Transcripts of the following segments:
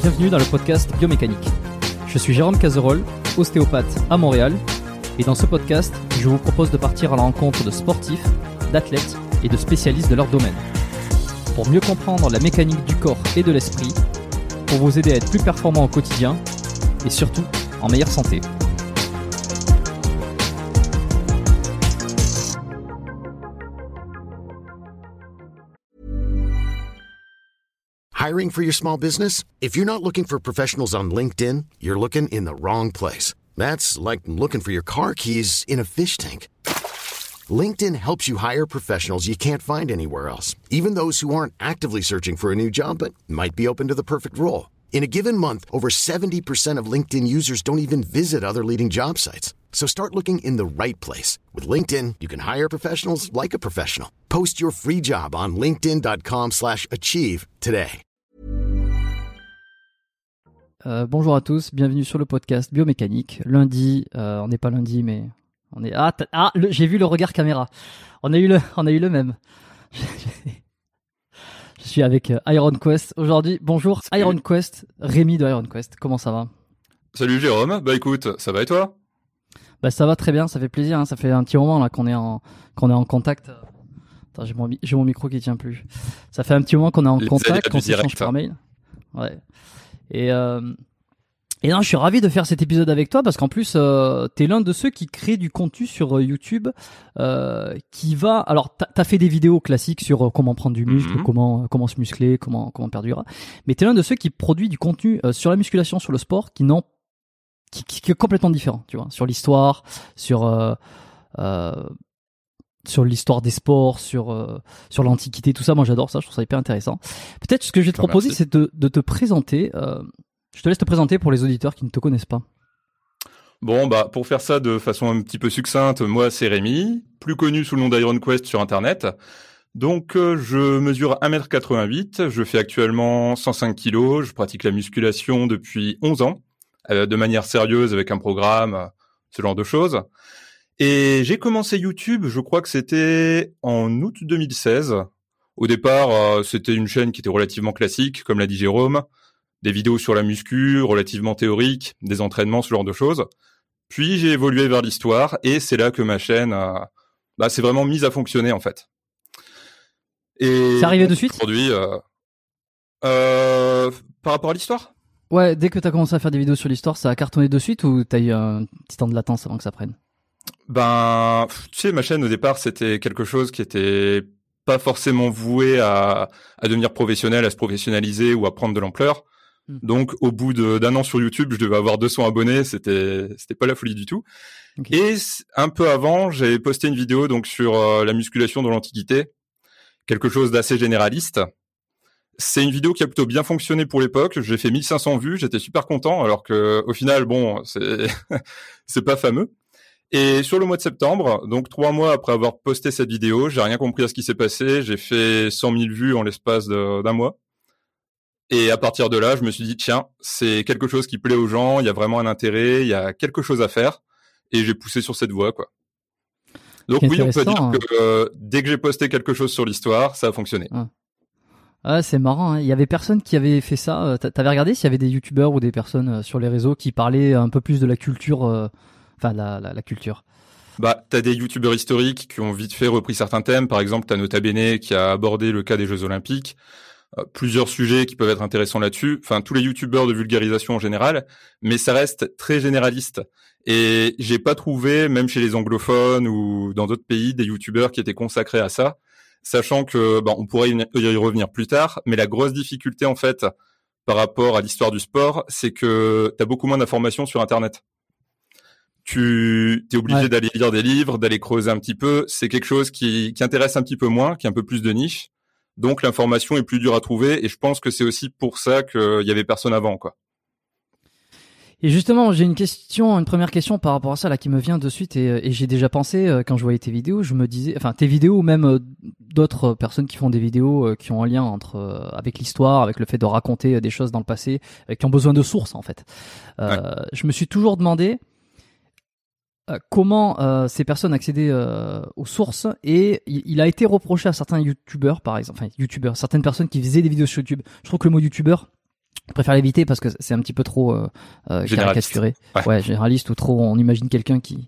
bienvenue dans le podcast Biomécanique. Je suis Jérôme Cazerolle, ostéopathe à Montréal, et dans ce podcast, je vous propose de partir à la rencontre de sportifs, d'athlètes et de spécialistes de leur domaine. Pour mieux comprendre la mécanique du corps et de l'esprit, pour vous aider à être plus performant au quotidien, et surtout en meilleure santé. Hiring for your small business? If you're not looking for professionals on LinkedIn, you're looking in the wrong place. That's like looking for your car keys in a fish tank. LinkedIn helps you hire professionals you can't find anywhere else, even those who aren't actively searching for a new job but might be open to the perfect role. In a given month, over 70% of LinkedIn users don't even visit other leading job sites. So start looking in the right place. With LinkedIn, you can hire professionals like a professional. Post your free job on linkedin.com/achieve today. Bonjour à tous, bienvenue sur le podcast Biomécanique. Lundi, on n'est pas lundi, mais on est. J'ai vu le regard caméra. On a eu le même. Je suis avec IronQuest aujourd'hui. Bonjour Salut. IronQuest, Rémi de IronQuest. Comment ça va? Salut Jérôme. Bah écoute, ça va et toi? Bah ça va très bien, ça fait plaisir. Hein. Ça fait un petit moment là qu'on est en contact. Attends, j'ai mon micro qui tient plus. Ça fait un petit moment qu'on est en contact, qu'on s'échange par mail. Ouais. Et non, je suis ravi de faire cet épisode avec toi parce qu'en plus, t'es l'un de ceux qui crée du contenu sur YouTube, qui va. Alors, t'as fait des vidéos classiques sur comment prendre du muscle, comment se muscler, comment perdre du gras. Mais t'es l'un de ceux qui produit du contenu sur la musculation, sur le sport, qui est complètement différent. Tu vois, sur l'histoire, sur l'histoire des sports, sur l'Antiquité, tout ça. Moi, j'adore ça. Je trouve ça hyper intéressant. Peut-être ce que je vais te proposer, c'est de te présenter. Je te laisse te présenter pour les auditeurs qui ne te connaissent pas. Bon, bah, pour faire ça de façon un petit peu succincte, moi, c'est Rémi, plus connu sous le nom d'IronQuest sur Internet. Donc, je mesure 1m88, je fais actuellement 105 kg, je pratique la musculation depuis 11 ans, de manière sérieuse avec un programme, ce genre de choses. Et j'ai commencé YouTube, je crois que c'était en août 2016. Au départ, c'était une chaîne qui était relativement classique, comme l'a dit Jérôme. Des vidéos sur la muscu, relativement théoriques, des entraînements, ce genre de choses. Puis j'ai évolué vers l'histoire et c'est là que ma chaîne s'est vraiment mise à fonctionner en fait. Et c'est arrivé de suite aujourd'hui, par rapport à l'histoire? Ouais, dès que t'as commencé à faire des vidéos sur l'histoire, ça a cartonné de suite ou t'as eu un petit temps de latence avant que ça prenne? Ben, tu sais, ma chaîne au départ c'était quelque chose qui était pas forcément voué à devenir professionnel, à se professionnaliser ou à prendre de l'ampleur. Donc, au bout d'un an sur YouTube, je devais avoir 200 abonnés. C'était pas la folie du tout. Okay. Et un peu avant, j'ai posté une vidéo donc sur la musculation dans l'Antiquité, quelque chose d'assez généraliste. C'est une vidéo qui a plutôt bien fonctionné pour l'époque. J'ai fait 1500 vues. J'étais super content, alors que au final, bon, c'est pas fameux. Et sur le mois de septembre, donc 3 mois après avoir posté cette vidéo, j'ai rien compris à ce qui s'est passé. J'ai fait 100 000 vues en l'espace d'un mois. Et à partir de là, je me suis dit, tiens, c'est quelque chose qui plaît aux gens, il y a vraiment un intérêt, il y a quelque chose à faire. Et j'ai poussé sur cette voie, quoi. Donc oui, on peut dire que dès que j'ai posté quelque chose sur l'histoire, ça a fonctionné. Ah, c'est marrant, hein. Il y avait personne qui avait fait ça. T'avais regardé s'il y avait des youtubeurs ou des personnes sur les réseaux qui parlaient un peu plus de la culture, la culture. Bah, t'as des youtubeurs historiques qui ont vite fait repris certains thèmes. Par exemple, t'as Nota Bene qui a abordé le cas des Jeux Olympiques. Plusieurs sujets qui peuvent être intéressants là-dessus. Enfin, tous les youtubeurs de vulgarisation en général, mais ça reste très généraliste. Et j'ai pas trouvé, même chez les anglophones ou dans d'autres pays, des youtubeurs qui étaient consacrés à ça, sachant que, on pourrait y revenir plus tard, mais la grosse difficulté, en fait, par rapport à l'histoire du sport, c'est que t'as beaucoup moins d'informations sur Internet. Tu t'es obligé d'aller lire des livres, d'aller creuser un petit peu. C'est quelque chose qui intéresse un petit peu moins, qui est un peu plus de niche. Donc l'information est plus dure à trouver et je pense que c'est aussi pour ça qu'il y avait personne avant, quoi. Et justement, j'ai une première question par rapport à ça là qui me vient de suite et j'ai déjà pensé quand je voyais tes vidéos, je me disais, enfin tes vidéos ou même d'autres personnes qui font des vidéos qui ont un lien avec l'histoire, avec le fait de raconter des choses dans le passé, qui ont besoin de sources en fait. Je me suis toujours demandé comment ces personnes accédaient aux sources, et il a été reproché à certains youtubeurs, par exemple, certaines personnes qui faisaient des vidéos sur YouTube. Je trouve que le mot youtubeur, Je préfère l'éviter parce que c'est un petit peu trop caricaturé. Ouais, généraliste ou trop. On imagine quelqu'un qui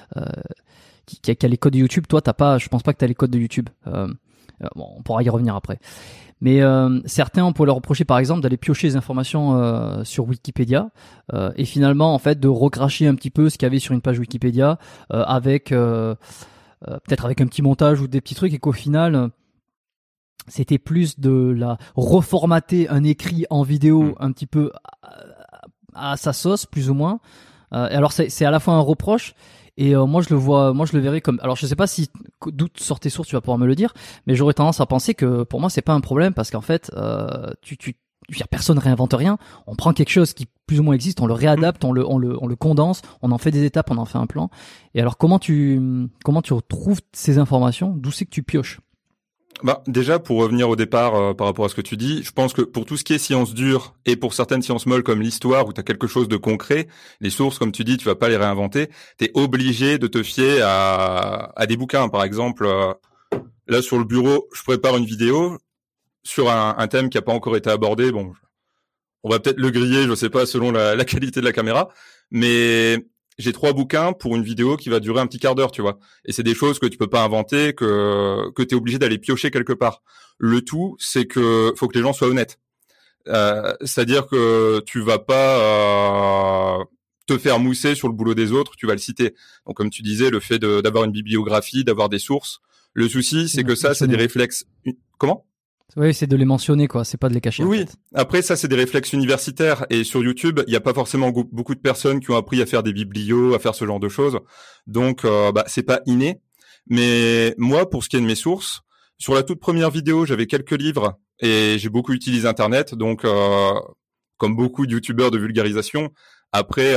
a les codes de YouTube. Toi, t'as pas. Je pense pas que t'as les codes de YouTube. Bon, on pourra y revenir après. Mais certains, on pourrait leur reprocher par exemple d'aller piocher les informations sur Wikipédia et finalement en fait de recracher un petit peu ce qu'il y avait sur une page Wikipédia avec peut-être avec un petit montage ou des petits trucs et qu'au final c'était plus de la reformater un écrit en vidéo un petit peu à sa sauce plus ou moins. Et alors c'est à la fois un reproche. Et moi je le verrais comme. Alors je sais pas si d'où sort tes sources, tu vas pouvoir me le dire, mais j'aurais tendance à penser que pour moi c'est pas un problème parce qu'en fait personne réinvente rien. On prend quelque chose qui plus ou moins existe, on le réadapte, on le condense, on en fait des étapes, on en fait un plan. Et alors comment tu retrouves ces informations, d'où c'est que tu pioches? Bah, déjà, pour revenir au départ par rapport à ce que tu dis, je pense que pour tout ce qui est sciences dures et pour certaines sciences molles comme l'histoire où tu as quelque chose de concret, les sources, comme tu dis, tu vas pas les réinventer, tu es obligé de te fier à des bouquins. Par exemple, là sur le bureau, je prépare une vidéo sur un thème qui a pas encore été abordé. Bon, on va peut-être le griller, je sais pas, selon la qualité de la caméra, mais j'ai 3 bouquins pour une vidéo qui va durer un petit quart d'heure, tu vois. Et c'est des choses que tu peux pas inventer, que t'es obligé d'aller piocher quelque part. Le tout, c'est que faut que les gens soient honnêtes. C'est-à-dire que tu vas pas te faire mousser sur le boulot des autres, tu vas le citer. Donc comme tu disais, le fait d'avoir une bibliographie, d'avoir des sources. Le souci, c'est que ça, c'est des réflexes. Comment ? Oui, c'est de les mentionner, quoi. C'est pas de les cacher. Oui. En fait. Après, ça, c'est des réflexes universitaires. Et sur YouTube, il n'y a pas forcément beaucoup de personnes qui ont appris à faire des biblios, à faire ce genre de choses. Donc, c'est pas inné. Mais moi, pour ce qui est de mes sources, sur la toute première vidéo, j'avais quelques livres et j'ai beaucoup utilisé Internet. Donc, comme beaucoup de YouTubeurs de vulgarisation. Après,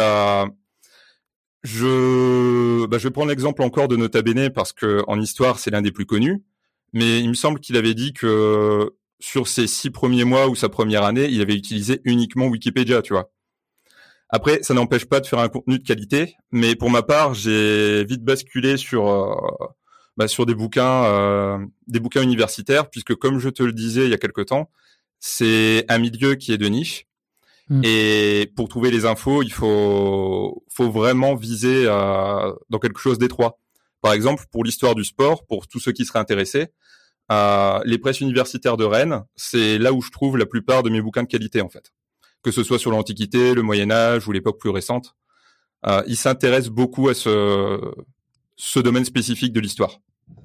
je vais prendre l'exemple encore de Nota Bene parce que en histoire, c'est l'un des plus connus. Mais il me semble qu'il avait dit que sur ses 6 premiers mois ou sa première année, il avait utilisé uniquement Wikipédia, tu vois. Après, ça n'empêche pas de faire un contenu de qualité, mais pour ma part, j'ai vite basculé sur des bouquins universitaires, puisque comme je te le disais il y a quelque temps, c'est un milieu qui est de niche. Et pour trouver les infos, il faut vraiment viser dans quelque chose d'étroit. Par exemple, pour l'histoire du sport, pour tous ceux qui seraient intéressés, les presses universitaires de Rennes, c'est là où je trouve la plupart de mes bouquins de qualité, en fait. Que ce soit sur l'Antiquité, le Moyen-Âge ou l'époque plus récente. Ils s'intéressent beaucoup à ce domaine spécifique de l'histoire.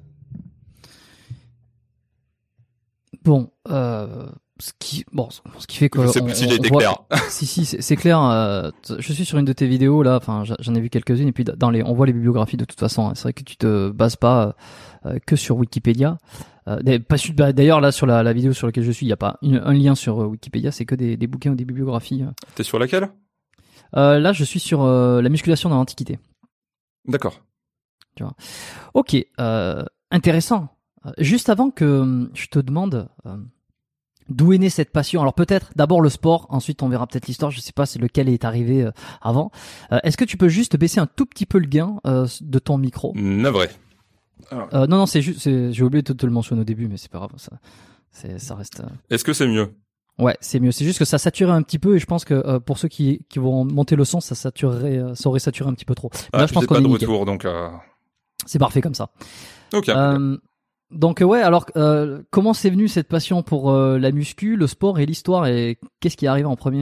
Bon, ce qui fait que je sais pas si j'ai été clair. Si c'est clair. Je suis sur une de tes vidéos là, enfin j'en ai vu quelques-unes et puis on voit les bibliographies de toute façon. C'est vrai que tu te bases pas que sur Wikipédia. D'ailleurs là sur la vidéo sur laquelle je suis, il y a pas un lien sur Wikipédia, c'est que des bouquins ou des bibliographies. T'es sur laquelle ? Là je suis sur la musculation dans l'Antiquité. D'accord. Tu vois. Ok, intéressant. Juste avant que je te demande d'où est née cette passion. Alors peut-être d'abord le sport, ensuite on verra peut-être l'histoire, je sais pas c'est lequel est arrivé avant. Est-ce que tu peux juste baisser un tout petit peu le gain de ton micro ? Navré. Non, c'est juste, j'ai oublié de te le mentionner au début, mais c'est pas grave, ça reste... Est-ce que c'est mieux ? Ouais, c'est mieux. C'est juste que ça saturait un petit peu et je pense que pour ceux qui vont monter le son, ça aurait saturé un petit peu trop. Là, je pense qu'on est nickel. Pas de retour, donc... C'est parfait comme ça. Ok. Donc ouais, alors comment c'est venu cette passion pour la muscu, le sport et l'histoire et qu'est-ce qui est arrivé en premier ?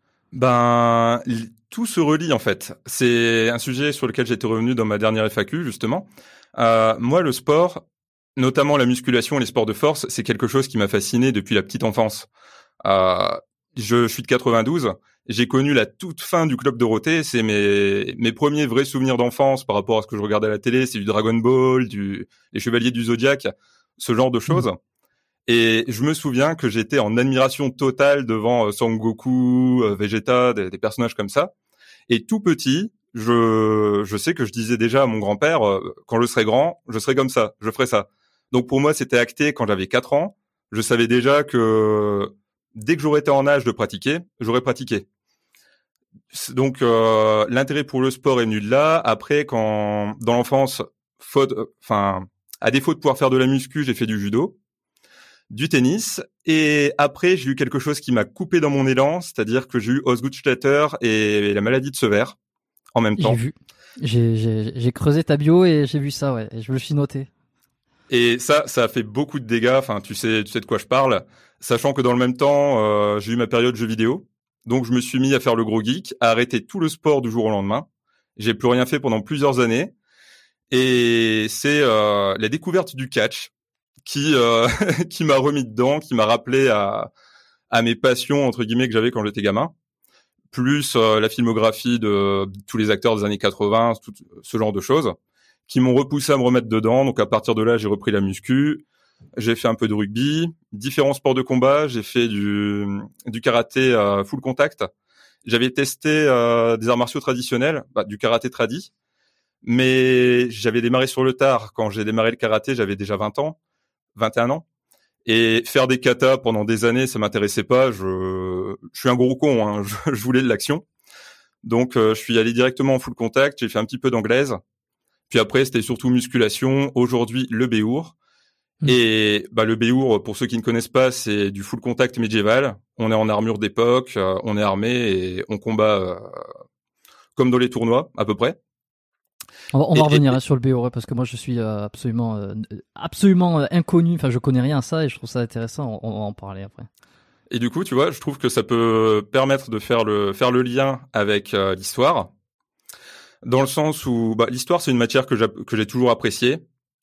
Tout se relie en fait. C'est un sujet sur lequel j'étais revenu dans ma dernière FAQ justement. Moi, le sport, notamment la musculation et les sports de force, c'est quelque chose qui m'a fasciné depuis la petite enfance. Je suis de 92. J'ai connu la toute fin du Club Dorothée. C'est mes premiers vrais souvenirs d'enfance par rapport à ce que je regardais à la télé. C'est du Dragon Ball, les Chevaliers du Zodiac, ce genre de choses. Et je me souviens que j'étais en admiration totale devant Son Goku, Vegeta, des personnages comme ça. Et tout petit, je sais que je disais déjà à mon grand-père, quand je serai grand, je serai comme ça, je ferai ça. Donc pour moi, c'était acté quand j'avais 4 ans. Je savais déjà que dès que j'aurais été en âge de pratiquer, j'aurais pratiqué. Donc l'intérêt pour le sport est venu de là. Après, quand dans l'enfance, à défaut de pouvoir faire de la muscu, j'ai fait du judo. du tennis. Et après, j'ai eu quelque chose qui m'a coupé dans mon élan, c'est-à-dire que j'ai eu Osgood-Schlatter et la maladie de Sever en même temps. J'ai creusé ta bio et j'ai vu ça, ouais. Et je me le suis noté. Et ça a fait beaucoup de dégâts. Enfin, tu sais de quoi je parle. Sachant que dans le même temps, j'ai eu ma période jeux vidéo. Donc, je me suis mis à faire le gros geek, à arrêter tout le sport du jour au lendemain. J'ai plus rien fait pendant plusieurs années. Et c'est la découverte du catch qui m'a remis dedans, qui m'a rappelé à mes passions entre guillemets que j'avais quand j'étais gamin. Plus la filmographie de tous les acteurs des années 80, tout ce genre de choses, qui m'ont repoussé à me remettre dedans. Donc à partir de là, j'ai repris la muscu, j'ai fait un peu de rugby, différents sports de combat, j'ai fait du karaté full contact. J'avais testé des arts martiaux traditionnels, du karaté tradi, mais j'avais démarré sur le tard. Quand j'ai démarré le karaté, j'avais déjà 21 ans. Et faire des katas pendant des années, ça m'intéressait pas. Je suis un gros con, hein. Je voulais de l'action. Donc, je suis allé directement en full contact. J'ai fait un petit peu d'anglaise. Puis après, c'était surtout musculation. Aujourd'hui, le béour. Et le béour, pour ceux qui ne connaissent pas, c'est du full contact médiéval. On est en armure d'époque, on est armé et on combat comme dans les tournois, à peu près. On va revenir sur le béour parce que moi je suis absolument inconnu. Enfin, je connais rien à ça et je trouve ça intéressant. On va en parler après. Et du coup, tu vois, je trouve que ça peut permettre de faire le lien avec l'histoire, dans le sens où l'histoire c'est une matière que j'ai toujours appréciée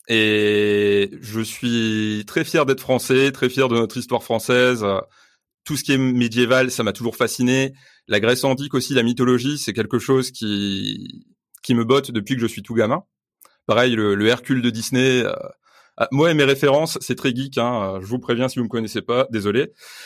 et je suis très fier d'être français, très fier de notre histoire française. Tout ce qui est médiéval, ça m'a toujours fasciné. La Grèce antique aussi, la mythologie, c'est quelque chose qui me botte depuis que je suis tout gamin. Pareil, le Hercule de Disney. Moi et mes références, c'est très geek. Hein, je vous préviens si vous me connaissez pas, désolé.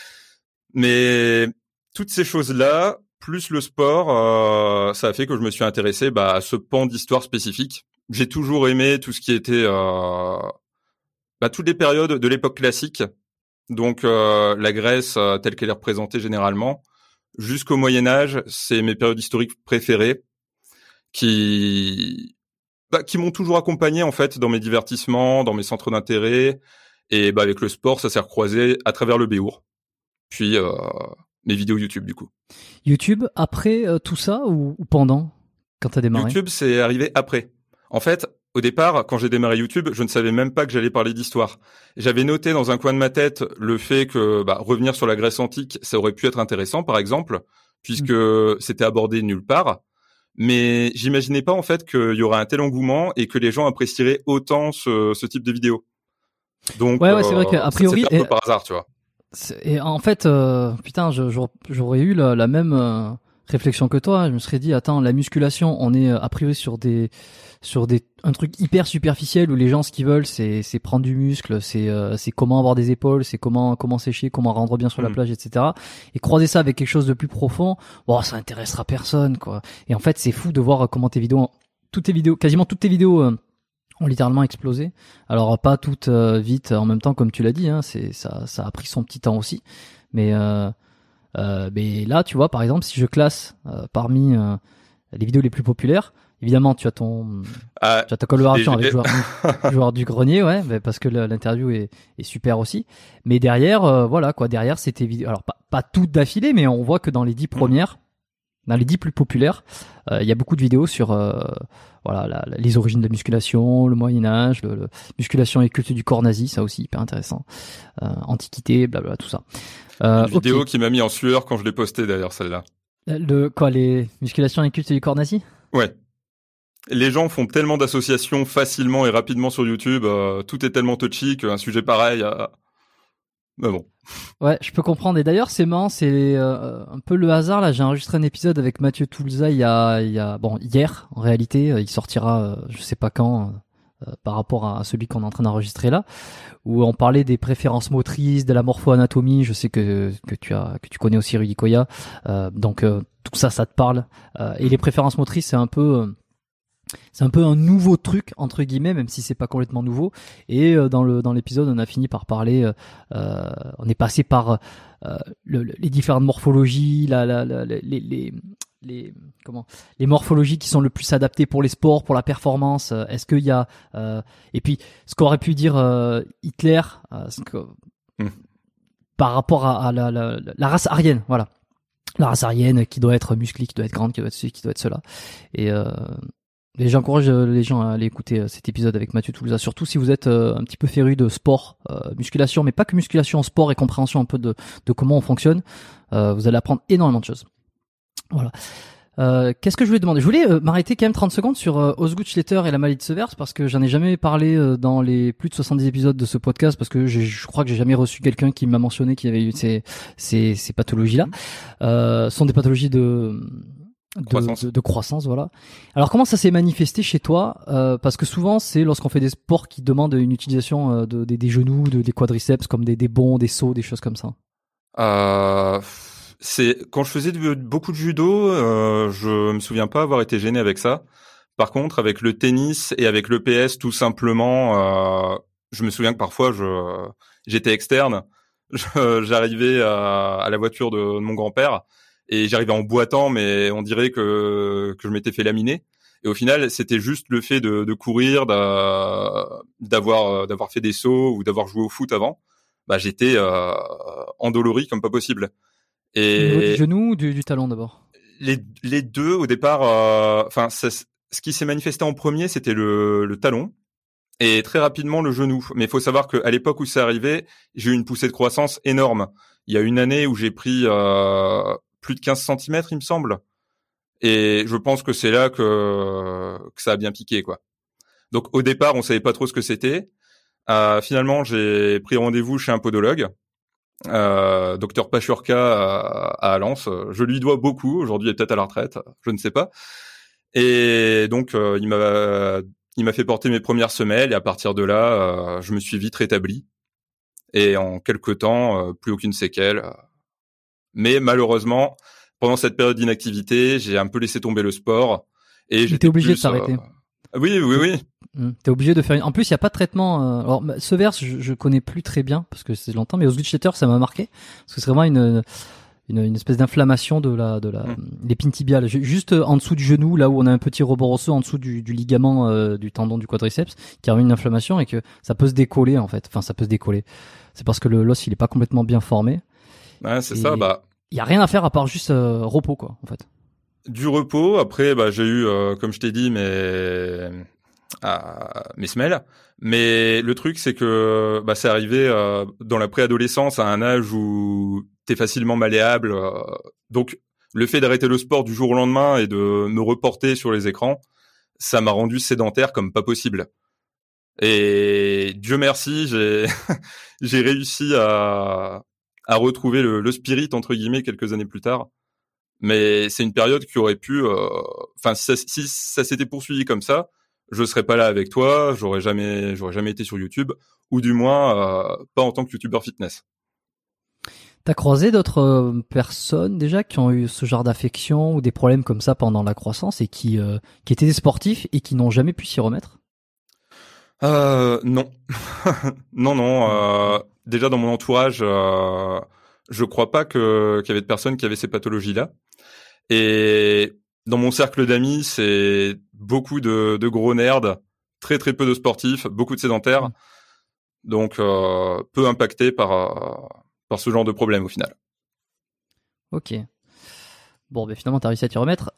Mais toutes ces choses-là, plus le sport, ça a fait que je me suis intéressé à ce pan d'histoire spécifique. J'ai toujours aimé tout ce qui était toutes les périodes de l'époque classique. Donc la Grèce telle qu'elle est représentée généralement, jusqu'au Moyen-Âge, c'est mes périodes historiques préférées. Qui m'ont toujours accompagné en fait dans mes divertissements, dans mes centres d'intérêt et avec le sport ça s'est recroisé à travers le béour. Puis mes vidéos YouTube du coup. YouTube après tout ça ou pendant quand t'as démarré? YouTube c'est arrivé après. En fait, au départ quand j'ai démarré YouTube, je ne savais même pas que j'allais parler d'histoire. J'avais noté dans un coin de ma tête le fait que revenir sur la Grèce antique, ça aurait pu être intéressant par exemple, puisque c'était abordé nulle part. Mais j'imaginais pas en fait qu'il y aurait un tel engouement et que les gens apprécieraient autant ce type de vidéo. Donc ouais, c'est vrai qu'a priori c'est un peu par hasard, tu vois. Et en fait j'aurais eu la même réflexion que toi. Je me serais dit attends, la musculation, on est a priori sur un truc hyper superficiel où les gens ce qu'ils veulent c'est prendre du muscle, c'est comment avoir des épaules, c'est comment sécher, comment rendre bien sur la plage, etc. Et croiser ça avec quelque chose de plus profond, ça intéressera personne quoi. Et en fait c'est fou de voir comment quasiment toutes tes vidéos ont littéralement explosé. Alors pas toutes vite en même temps comme tu l'as dit, hein, ça a pris son petit temps aussi. Mais là tu vois par exemple si je classe parmi les vidéos les plus populaires, évidemment, tu as ta collaboration avec joueur du grenier, ouais, parce que l'interview est super aussi. Mais derrière, derrière c'était vidéo. Alors pas toutes d'affilée, mais on voit que dans les 10 premières, dans les 10 plus populaires, il y a beaucoup de vidéos sur les origines de la musculation, le Moyen-Âge, le musculation et culte du corps nazi, ça aussi hyper intéressant. Antiquité, blablabla, tout ça. Une vidéo qui m'a mis en sueur quand je l'ai postée d'ailleurs, celle-là. Les musculations et culte du corps nazi? Ouais. Les gens font tellement d'associations facilement et rapidement sur YouTube, tout est tellement touchy qu'un sujet pareil, mais bon. Ouais, je peux comprendre. Et d'ailleurs, c'est marrant, c'est un peu le hasard là. J'ai enregistré un épisode avec Mathieu Toulza hier en réalité. Il sortira, je sais pas quand, par rapport à celui qu'on est en train d'enregistrer là, où on parlait des préférences motrices, de la morpho-anatomie. Je sais que tu connais aussi Rudy Koya, donc tout ça te parle. Et les préférences motrices, c'est un peu un nouveau truc entre guillemets, même si c'est pas complètement nouveau. Et dans l'épisode, on a fini par parler. On est passé par les différentes morphologies, les morphologies qui sont le plus adaptées pour les sports, pour la performance. Est-ce qu'il y a et puis ce qu'aurait pu dire Hitler, par rapport à la race aryenne, voilà. La race aryenne qui doit être musclée, qui doit être grande, qui doit être ceci, qui doit être cela. Et j'encourage les gens à aller écouter cet épisode avec Mathieu Toulouse, surtout si vous êtes un petit peu féru de sport, musculation, mais pas que musculation, sport et compréhension un peu de comment on fonctionne. Vous allez apprendre énormément de choses. Voilà. Qu'est-ce que je voulais demander? Je voulais m'arrêter quand même 30 secondes sur Osgood-Schletter et la maladie de Severs, parce que j'en ai jamais parlé dans les plus de 70 épisodes de ce podcast, parce que je crois que j'ai jamais reçu quelqu'un qui m'a mentionné qu'il y avait eu ces pathologies-là. Sont des pathologies de croissance, voilà. Alors comment ça s'est manifesté chez toi? Parce que souvent c'est lorsqu'on fait des sports qui demandent une utilisation des genoux, des quadriceps, comme des bonds, des sauts, des choses comme ça. C'est quand je faisais beaucoup de judo, je me souviens pas avoir été gêné avec ça. Par contre, avec le tennis et avec l'EPS, tout simplement, je me souviens que parfois j'étais externe, j'arrivais à la voiture de mon grand-père et j'arrivais en boitant, mais on dirait que je m'étais fait laminer. Et au final, c'était juste le fait de courir, d'avoir fait des sauts ou d'avoir joué au foot avant. Bah, j'étais endolori comme pas possible. Et au niveau du genou ou du talon d'abord? Les deux au départ. Enfin, ce qui s'est manifesté en premier, c'était le talon et très rapidement le genou. Mais il faut savoir qu'à l'époque où c'est arrivé, j'ai eu une poussée de croissance énorme. Il y a une année où j'ai pris plus de 15 cm, il me semble. Et je pense que c'est là que ça a bien piqué, quoi. Donc au départ, on savait pas trop ce que c'était. Finalement, j'ai pris rendez-vous chez un podologue. Docteur Pachurka à Lens. Je lui dois beaucoup. Aujourd'hui, il est peut-être à la retraite, je ne sais pas. Et donc, il m'a fait porter mes premières semelles et à partir de là, je me suis vite rétabli. Et en quelques temps, plus aucune séquelle. Mais malheureusement, pendant cette période d'inactivité, j'ai un peu laissé tomber le sport et j'étais obligé de t'arrêter. Oui. T'es obligé de faire. En plus, il y a pas de traitement. Alors, Severs, je connais plus très bien parce que c'est longtemps, mais Osgood-Schletter, ça m'a marqué parce que c'est vraiment une espèce d'inflammation de l'épine tibiale, juste en dessous du genou, là où on a un petit rebord osseux en dessous du ligament du tendon du quadriceps, qui a une inflammation et que ça peut se décoller en fait. Enfin, ça peut se décoller. C'est parce que l'os il est pas complètement bien formé. Ouais, c'est ça. Bah, il y a rien à faire à part juste repos, quoi, en fait. Du repos. Après, bah, j'ai eu, comme je t'ai dit, mes semelles. Mais le truc, c'est que bah, c'est arrivé dans la préadolescence, à un âge où t'es facilement malléable. Donc, le fait d'arrêter le sport du jour au lendemain et de me reporter sur les écrans, ça m'a rendu sédentaire comme pas possible. Et Dieu merci, j'ai réussi à retrouver le spirit, entre guillemets, quelques années plus tard. Mais c'est une période qui aurait pu, enfin, si ça s'était poursuivi comme ça, je serais pas là avec toi, j'aurais jamais été sur YouTube, ou du moins pas en tant que YouTuber fitness. T'as croisé d'autres personnes déjà qui ont eu ce genre d'affection ou des problèmes comme ça pendant la croissance et qui étaient des sportifs et qui n'ont jamais pu s'y remettre? Non, non. Déjà dans mon entourage, je crois pas qu'il y avait de personnes qui avaient ces pathologies-là. Et dans mon cercle d'amis, c'est beaucoup de gros nerds, très très peu de sportifs, beaucoup de sédentaires, donc peu impactés par ce genre de problème au final. Ok. Bon, ben finalement t'as réussi à t'y remettre.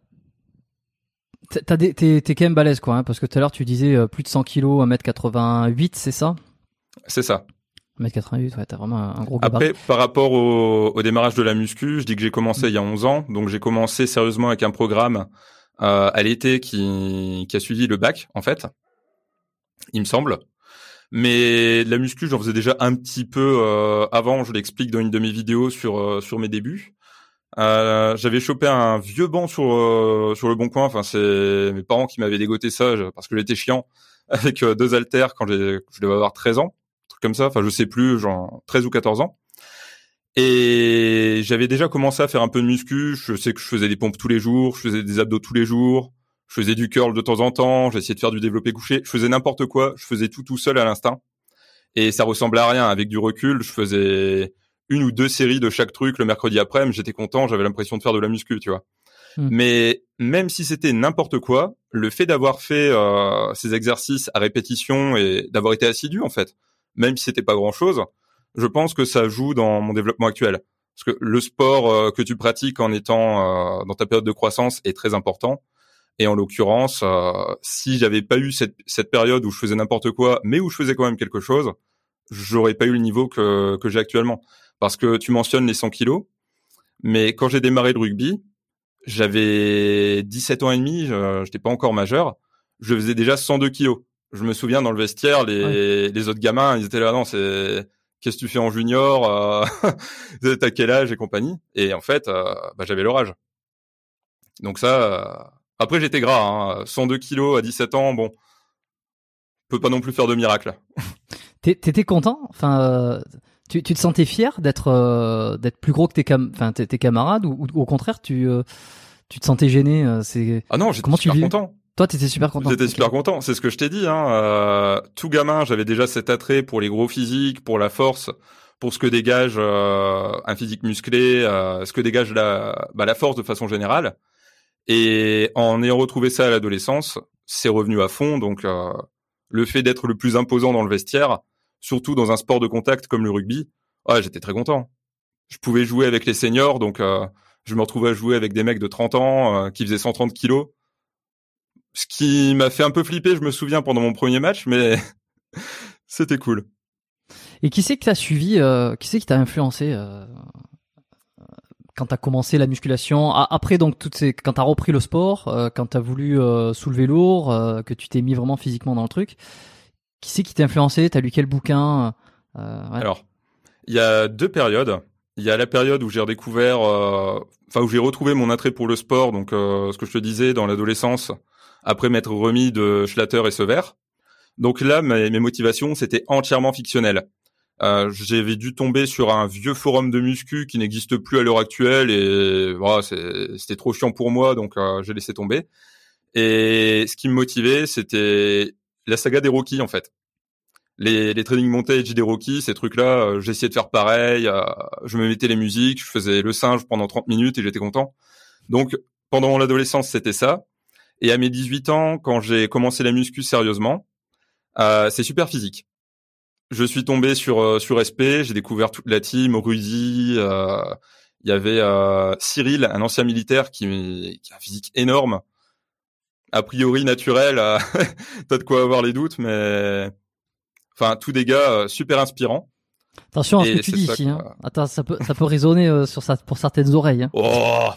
T'es quand même balèze, quoi, hein, parce que tout à l'heure tu disais plus de 100 kilos, 1m88, c'est ça? C'est ça. 1m88, ouais, t'as vraiment un gros gabarit. Après, par rapport au démarrage de la muscu, je dis que j'ai commencé il y a 11 ans, donc j'ai commencé sérieusement avec un programme à l'été qui a suivi le bac, en fait, il me semble. Mais la muscu, j'en faisais déjà un petit peu avant, je l'explique dans une de mes vidéos sur mes débuts. J'avais chopé un vieux banc sur le Bon Coin, enfin c'est mes parents qui m'avaient dégoté ça parce que j'étais chiant, avec 2 haltères quand je devais avoir 13 ans. Comme ça, enfin je sais plus, genre 13 ou 14 ans. Et j'avais déjà commencé à faire un peu de muscu, je sais que je faisais des pompes tous les jours, je faisais des abdos tous les jours, je faisais du curl de temps en temps, j'essayais de faire du développé couché, je faisais n'importe quoi, je faisais tout seul à l'instinct. Et ça ressemblait à rien, avec du recul, je faisais 1 ou 2 séries de chaque truc le mercredi après-midi, j'étais content, j'avais l'impression de faire de la muscu, tu vois. Mais même si c'était n'importe quoi, le fait d'avoir fait ces exercices à répétition et d'avoir été assidu en fait, même si c'était pas grand-chose, je pense que ça joue dans mon développement actuel. Parce que le sport que tu pratiques en étant dans ta période de croissance est très important. Et en l'occurrence, si j'avais pas eu cette période où je faisais n'importe quoi, mais où je faisais quand même quelque chose, j'aurais pas eu le niveau que j'ai actuellement. Parce que tu mentionnes les 100 kilos, mais quand j'ai démarré le rugby, j'avais 17 ans et demi, j'étais pas encore majeur, je faisais déjà 102 kilos. Je me souviens dans le vestiaire, les autres gamins, ils étaient là, non, qu'est-ce que tu fais en junior, t'as quel âge et compagnie. Et en fait, j'avais leur âge. Donc ça, après j'étais gras, hein, 102 kilos à 17 ans, bon, peut pas non plus faire de miracle. T'étais content? Enfin, tu te sentais fier d'être plus gros que tes camarades ou au contraire tu te sentais gêné? Ah non, j'étais super content. Toi, t'étais super content. J'étais super content. C'est ce que je t'ai dit. Tout gamin, j'avais déjà cet attrait pour les gros physiques, pour la force, pour ce que dégage un physique musclé, ce que dégage la force de façon générale. Et en ayant retrouvé ça à l'adolescence, c'est revenu à fond. Donc, le fait d'être le plus imposant dans le vestiaire, surtout dans un sport de contact comme le rugby, j'étais très content. Je pouvais jouer avec les seniors, donc je me retrouvais à jouer avec des mecs de 30 ans qui faisaient 130 kilos. Ce qui m'a fait un peu flipper, je me souviens, pendant mon premier match, mais c'était cool. Et qui c'est que t'as suivi, qui c'est qui t'a influencé quand t'as commencé la musculation, après donc quand t'as repris le sport, quand t'as voulu soulever lourd, que tu t'es mis vraiment physiquement dans le truc, qui c'est qui t'a influencé? T'as lu quel bouquin? Alors, il y a 2 périodes. Il y a la période où j'ai redécouvert, où j'ai retrouvé mon attrait pour le sport, donc ce que je te disais dans l'adolescence, après m'être remis de Schlatter et Sever. Donc là, mes motivations, c'était entièrement fictionnel. J'avais dû tomber sur un vieux forum de muscu qui n'existe plus à l'heure actuelle et c'était trop chiant pour moi, donc j'ai laissé tomber. Et ce qui me motivait, c'était la saga des Rocky, en fait. Les training montage des Rocky, ces trucs-là, j'essayais de faire pareil, je me mettais les musiques, je faisais le singe pendant 30 minutes et j'étais content. Donc, pendant l'adolescence, c'était ça. Et à mes 18 ans, quand j'ai commencé la muscu sérieusement, c'est super physique. Je suis tombé sur SP, j'ai découvert toute la team, Rudy, il y avait Cyril, un ancien militaire qui a un physique énorme. A priori naturel, t'as de quoi avoir les doutes, mais enfin tous des gars super inspirants. Attention à ce que tu dis ici. Attends, ça peut résonner pour certaines oreilles. Hein. Oh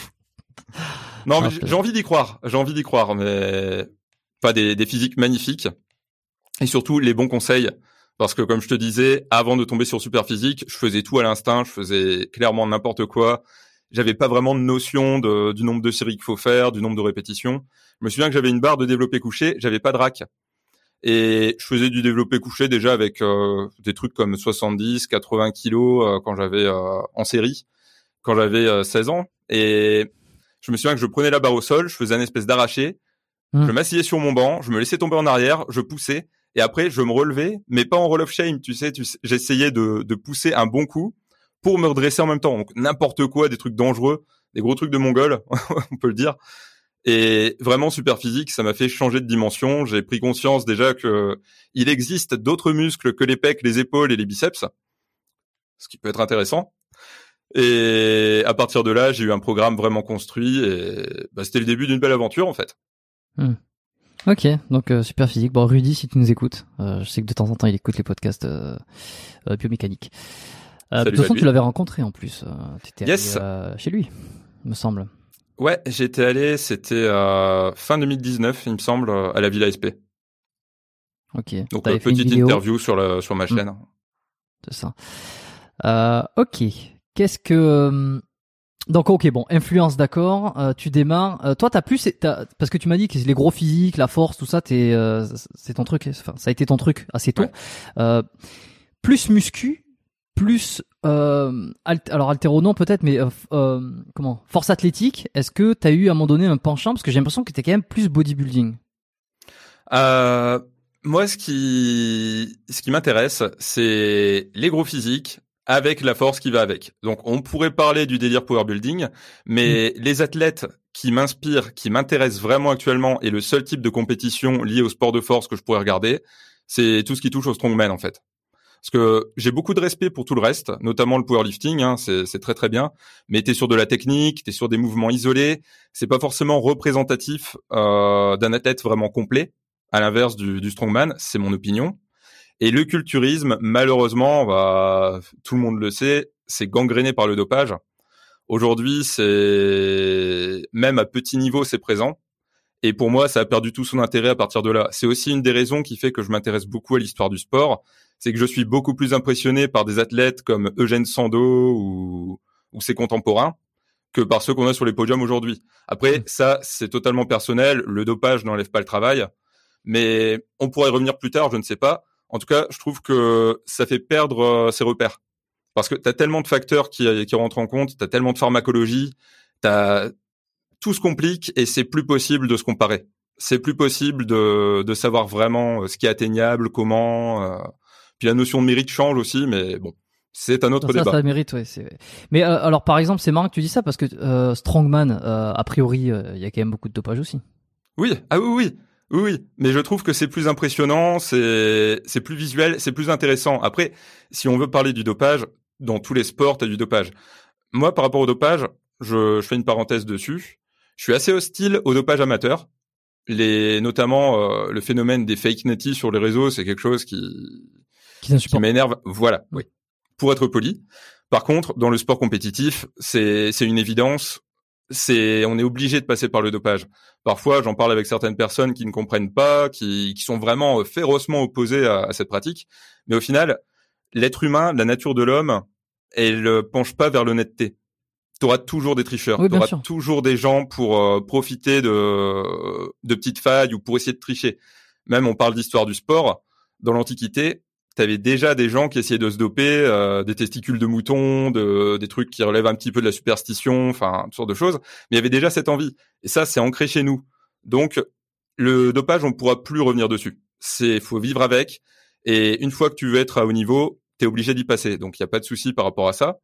non, mais j'ai envie d'y croire, mais pas des physiques magnifiques et surtout les bons conseils. Parce que comme je te disais, avant de tomber sur Superphysique, je faisais tout à l'instinct, je faisais clairement n'importe quoi. J'avais pas vraiment de notion du nombre de séries qu'il faut faire, du nombre de répétitions. Je me souviens que j'avais une barre de développé couché, j'avais pas de rack. Et je faisais du développé couché déjà avec des trucs comme 70, 80 kilos quand j'avais en série, quand j'avais 16 ans. Et je me souviens que je prenais la barre au sol, je faisais un espèce d'arraché, je m'asseyais sur mon banc, je me laissais tomber en arrière, je poussais. Et après, je me relevais, mais pas en roll of shame, tu sais, j'essayais de pousser un bon coup pour me redresser en même temps. Donc, n'importe quoi, des trucs dangereux, des gros trucs de mongol, on peut le dire. Et vraiment, Superphysique, ça m'a fait changer de dimension. J'ai pris conscience déjà que il existe d'autres muscles que les pecs, les épaules et les biceps, ce qui peut être intéressant. Et à partir de là, j'ai eu un programme vraiment construit et c'était le début d'une belle aventure, en fait. Ok, donc Superphysique. Bon, Rudy, si tu nous écoutes, je sais que de temps en temps il écoute les podcasts biomécaniques. De toute façon, tu l'avais rencontré en plus. Tu étais allé chez lui, me semble. Ouais, j'étais allé, c'était fin 2019, il me semble, à la Villa SP. Ok. Donc petite interview sur ma chaîne. C'est ça. Ok. Qu'est-ce que donc ok, bon, influence, d'accord. Tu démarres. Toi, parce que tu m'as dit que les gros physiques, la force, tout ça, c'est ton truc. Enfin, ça a été ton truc assez tôt. Ouais. Plus muscu, plus alors haltéro non peut-être, mais force athlétique. Est-ce que t'as eu à un moment donné un penchant, parce que j'ai l'impression que t'es quand même plus bodybuilding. Moi, ce qui m'intéresse, c'est les gros physiques avec la force qui va avec. Donc, on pourrait parler du délire power building, mais les athlètes qui m'inspirent, qui m'intéressent vraiment actuellement, et le seul type de compétition lié au sport de force que je pourrais regarder, c'est tout ce qui touche au strongman, en fait. Parce que j'ai beaucoup de respect pour tout le reste, notamment le powerlifting, hein, c'est très très bien. Mais t'es sur de la technique, t'es sur des mouvements isolés, c'est pas forcément représentatif d'un athlète vraiment complet. À l'inverse du strongman, c'est mon opinion. Et le culturisme, malheureusement, tout le monde le sait, c'est gangréné par le dopage. Aujourd'hui, même à petit niveau, c'est présent. Et pour moi, ça a perdu tout son intérêt à partir de là. C'est aussi une des raisons qui fait que je m'intéresse beaucoup à l'histoire du sport. C'est que je suis beaucoup plus impressionné par des athlètes comme Eugène Sandow ou ses contemporains que par ceux qu'on a sur les podiums aujourd'hui. Après, ça, c'est totalement personnel. Le dopage n'enlève pas le travail. Mais on pourrait y revenir plus tard, je ne sais pas. En tout cas, je trouve que ça fait perdre ses repères. Parce que t'as tellement de facteurs qui rentrent en compte, t'as tellement de pharmacologie, tout se complique et c'est plus possible de se comparer. C'est plus possible de savoir vraiment ce qui est atteignable, comment. Puis la notion de mérite change aussi, mais bon, c'est un autre débat. Ça mérite, ouais. Mais alors, par exemple, c'est marrant que tu dis ça parce que strongman, a priori, il y a quand même beaucoup de dopage aussi. Oui, oui. Mais je trouve que c'est plus impressionnant, c'est plus visuel, c'est plus intéressant. Après, si on veut parler du dopage, dans tous les sports, t'as du dopage. Moi, par rapport au dopage, je fais une parenthèse dessus. Je suis assez hostile au dopage amateur. Notamment le phénomène des fake natis sur les réseaux, c'est quelque chose qui m'énerve. Voilà, oui. Pour être poli. Par contre, dans le sport compétitif, c'est une évidence. On est obligé de passer par le dopage. Parfois, j'en parle avec certaines personnes qui ne comprennent pas, qui sont vraiment férocement opposées à cette pratique. Mais au final, l'être humain, la nature de l'homme, elle penche pas vers l'honnêteté. T'auras toujours des tricheurs, oui, t'auras toujours des gens pour profiter de petites failles ou pour essayer de tricher. Même on parle d'histoire du sport, dans l'Antiquité, t'avais déjà des gens qui essayaient de se doper, des testicules de mouton, des trucs qui relèvent un petit peu de la superstition, enfin toutes sortes de choses, mais il y avait déjà cette envie. Et ça, c'est ancré chez nous. Donc le dopage, on ne pourra plus revenir dessus. Faut vivre avec, et une fois que tu veux être à haut niveau, t'es obligé d'y passer. Donc il y a pas de souci par rapport à ça.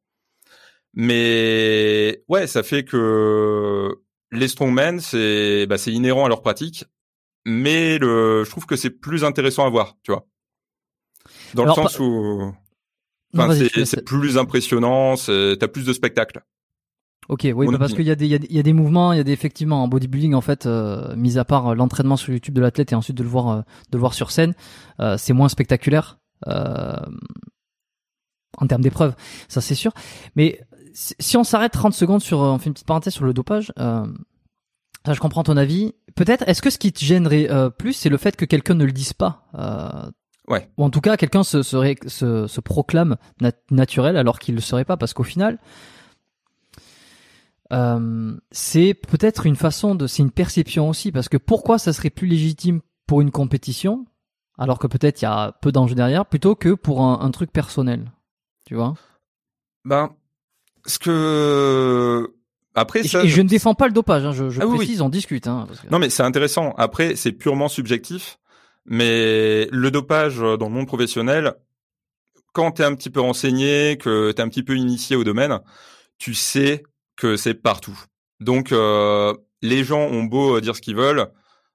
Mais ouais, ça fait que les strongmen, c'est inhérent à leur pratique, mais je trouve que c'est plus intéressant à voir, tu vois. Dans le sens où, c'est plus impressionnant, t'as plus de spectacle. Ok, oui, parce qu'il y a des mouvements, il y a effectivement en bodybuilding en fait, mis à part l'entraînement sur YouTube de l'athlète et ensuite de le voir sur scène, c'est moins spectaculaire en termes d'épreuves, ça c'est sûr. Mais si on s'arrête 30 secondes on fait une petite parenthèse sur le dopage, ça je comprends ton avis. Peut-être, est-ce que ce qui te gênerait plus, c'est le fait que quelqu'un ne le dise pas, ouais. Ou en tout cas quelqu'un se proclame naturel alors qu'il le serait pas, parce qu'au final, c'est peut-être c'est une perception aussi, parce que pourquoi ça serait plus légitime pour une compétition, alors que peut-être il y a peu d'enjeux derrière, plutôt que pour un truc personnel, tu vois? Après, et je ne défends pas le dopage, hein, je précise, oui. On discute. Hein, Non, mais c'est intéressant. Après, c'est purement subjectif. Mais le dopage dans le monde professionnel, quand t'es un petit peu renseigné, que t'es un petit peu initié au domaine, tu sais que c'est partout. Donc, les gens ont beau dire ce qu'ils veulent,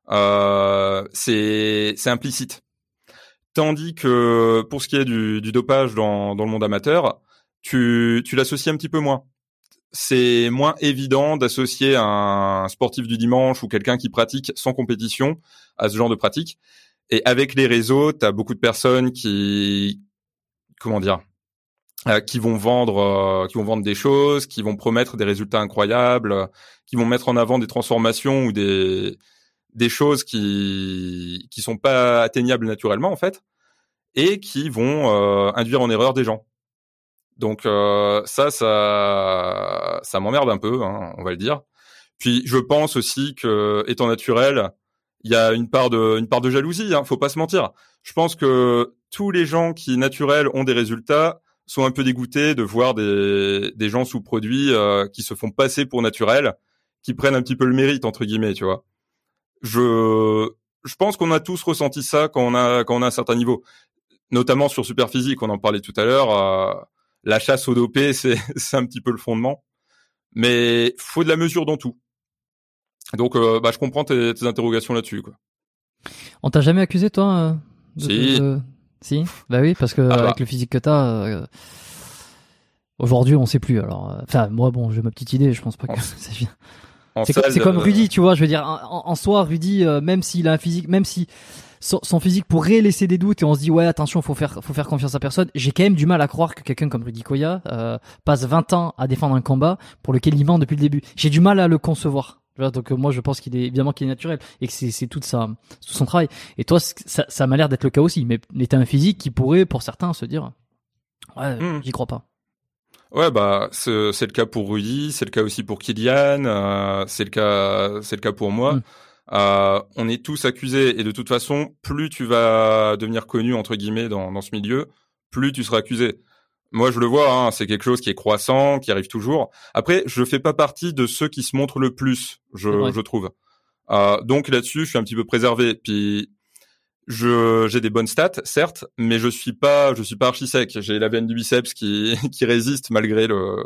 c'est implicite. Tandis que pour ce qui est du dopage dans le monde amateur, tu l'associes un petit peu moins. C'est moins évident d'associer un sportif du dimanche ou quelqu'un qui pratique sans compétition à ce genre de pratique. Et avec les réseaux, t'as beaucoup de personnes qui vont vendre des choses, qui vont promettre des résultats incroyables, qui vont mettre en avant des transformations ou des choses qui sont pas atteignables naturellement en fait, et qui vont induire en erreur des gens. Donc ça m'emmerde un peu, hein, on va le dire. Puis je pense aussi que étant naturel, il y a une part de jalousie, hein, faut pas se mentir. Je pense que tous les gens qui naturels ont des résultats sont un peu dégoûtés de voir des gens sous-produits qui se font passer pour naturels, qui prennent un petit peu le mérite entre guillemets, tu vois. Je pense qu'on a tous ressenti ça quand on a un certain niveau, notamment sur Superphysique, on en parlait tout à l'heure. La chasse au dopé, c'est un petit peu le fondement, mais faut de la mesure dans tout. Donc, je comprends tes interrogations là-dessus, quoi. On t'a jamais accusé, toi Si. Si, bah oui, parce que avec le physique que t'as, aujourd'hui on sait plus. Alors, enfin moi bon, j'ai ma petite idée, je pense pas que ça vient. C'est comme Rudy, tu vois, je veux dire, en soi, Rudy, même s'il a un physique, même si son physique pourrait laisser des doutes et on se dit ouais attention, faut faire confiance à personne, j'ai quand même du mal à croire que quelqu'un comme Rudy Koya passe 20 ans à défendre un combat pour lequel il ment depuis le début. J'ai du mal à le concevoir. Donc moi je pense qu'il est évidemment qu'il est naturel et que c'est tout son travail. Et toi ça m'a l'air d'être le cas aussi, mais t'as un physique qui pourrait pour certains se dire ouais j'y crois pas. Ouais, bah c'est le cas pour Rudy, c'est le cas aussi pour Kylian, c'est le cas pour moi. On est tous accusés et de toute façon, plus tu vas devenir connu entre guillemets dans ce milieu, plus tu seras accusé. Moi, je le vois, hein, c'est quelque chose qui est croissant, qui arrive toujours. Après, je fais pas partie de ceux qui se montrent le plus, je trouve. Donc là-dessus, je suis un petit peu préservé. Puis j'ai des bonnes stats, certes, mais je suis pas archi sec. J'ai la veine du biceps qui résiste malgré le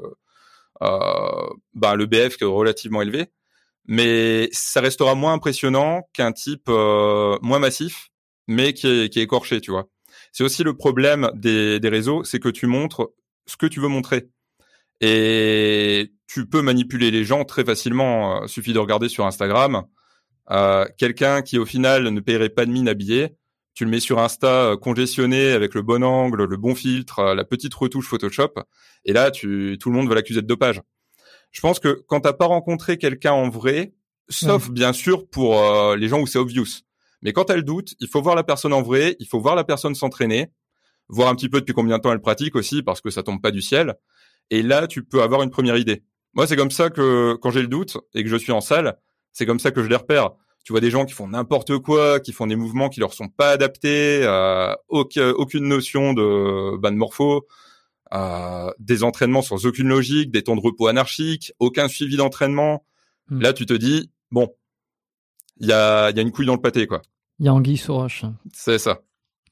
BF qui est relativement élevé. Mais ça restera moins impressionnant qu'un type moins massif, mais qui est écorché, tu vois. C'est aussi le problème des réseaux, c'est que tu montres ce que tu veux montrer. Et tu peux manipuler les gens très facilement. Suffit de regarder sur Instagram. Quelqu'un qui, au final, ne paierait pas de mine habillé, tu le mets sur Insta congestionné avec le bon angle, le bon filtre, la petite retouche Photoshop. Et là, tout le monde va l'accuser de dopage. Je pense que quand t'as pas rencontré quelqu'un en vrai, sauf bien sûr pour les gens où c'est obvious, mais quand t'as le doute, il faut voir la personne en vrai, il faut voir la personne s'entraîner, voir un petit peu depuis combien de temps elle pratique aussi, parce que ça tombe pas du ciel. Et là, tu peux avoir une première idée. Moi, c'est comme ça que quand j'ai le doute et que je suis en salle, c'est comme ça que je les repère. Tu vois des gens qui font n'importe quoi, qui font des mouvements qui leur sont pas adaptés, aucune notion de morpho. Des entraînements sans aucune logique, des temps de repos anarchiques, aucun suivi d'entraînement. Là, tu te dis, bon, il y a une couille dans le pâté, quoi. Il y a anguille sous roche. C'est ça.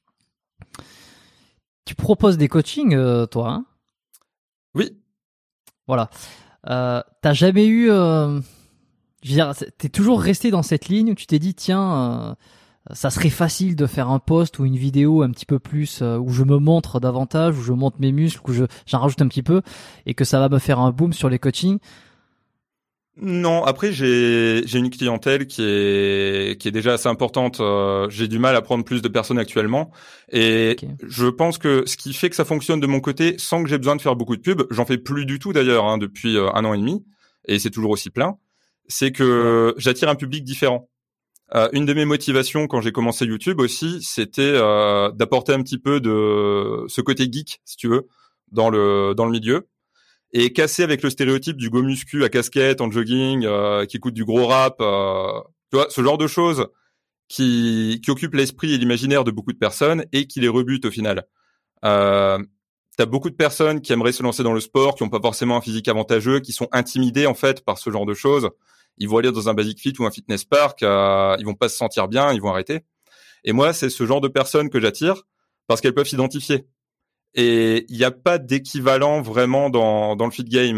Tu proposes des coachings, toi, hein? Oui. Voilà. T'as jamais eu... je veux dire, t'es toujours resté dans cette ligne où tu t'es dit, tiens... ça serait facile de faire un post ou une vidéo un petit peu plus où je me montre davantage, où je montre mes muscles, où j'en rajoute un petit peu et que ça va me faire un boom sur les coachings. Non, après j'ai une clientèle qui est déjà assez importante. J'ai du mal à prendre plus de personnes actuellement et je pense que ce qui fait que ça fonctionne de mon côté sans que j'ai besoin de faire beaucoup de pubs, j'en fais plus du tout d'ailleurs hein, depuis 1 an et demi et c'est toujours aussi plein, c'est que j'attire un public différent. Une de mes motivations quand j'ai commencé YouTube aussi, c'était d'apporter un petit peu de ce côté geek, si tu veux, dans le milieu, et casser avec le stéréotype du go muscu à casquette, en jogging, qui écoute du gros rap, tu vois, ce genre de choses qui occupent l'esprit et l'imaginaire de beaucoup de personnes et qui les rebutent au final. T'as beaucoup de personnes qui aimeraient se lancer dans le sport, qui n'ont pas forcément un physique avantageux, qui sont intimidées en fait par ce genre de choses. Ils vont aller dans un Basic Fit ou un Fitness Park, ils vont pas se sentir bien, ils vont arrêter. Et moi, c'est ce genre de personnes que j'attire parce qu'elles peuvent s'identifier. Et il n'y a pas d'équivalent vraiment dans le fit game,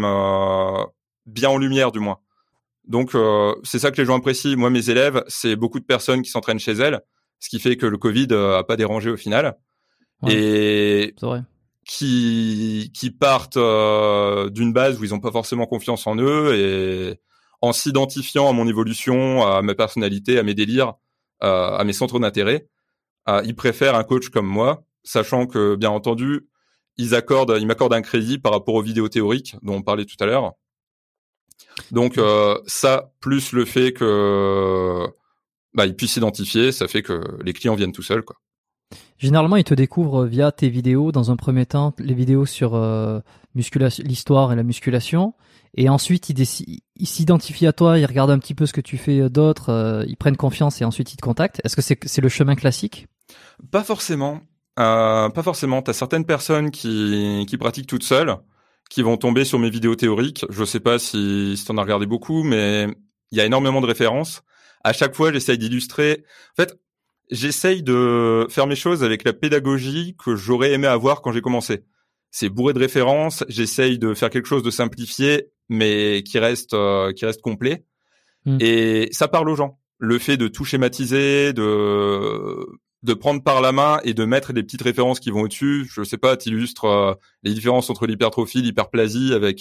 bien en lumière du moins. Donc, c'est ça que les gens apprécient. Moi, mes élèves, c'est beaucoup de personnes qui s'entraînent chez elles, ce qui fait que le Covid a pas dérangé au final. Ouais, et c'est vrai. Qui partent d'une base où ils n'ont pas forcément confiance en eux et en s'identifiant à mon évolution, à ma personnalité, à mes délires, à mes centres d'intérêt, ils préfèrent un coach comme moi, sachant que, bien entendu, ils m'accordent un crédit par rapport aux vidéos théoriques dont on parlait tout à l'heure. Donc ça, plus le fait que ils puissent s'identifier, ça fait que les clients viennent tout seuls, quoi. Généralement, ils te découvrent via tes vidéos, dans un premier temps, les vidéos sur l'histoire et la musculation. Et ensuite, ils s'identifient à toi, ils regardent un petit peu ce que tu fais d'autre, ils prennent confiance et ensuite ils te contactent. Est-ce que c'est le chemin classique ? Pas forcément. Pas forcément. T'as certaines personnes qui pratiquent toutes seules, qui vont tomber sur mes vidéos théoriques. Je sais pas si t'en as regardé beaucoup, mais il y a énormément de références. À chaque fois, j'essaye d'illustrer. En fait, j'essaye de faire mes choses avec la pédagogie que j'aurais aimé avoir quand j'ai commencé. C'est bourré de références. J'essaye de faire quelque chose de simplifié, mais qui reste complet. Et ça parle aux gens. Le fait de tout schématiser, de de prendre par la main et de mettre des petites références qui vont au-dessus. Je sais pas, t'illustres les différences entre l'hypertrophie, l'hyperplasie avec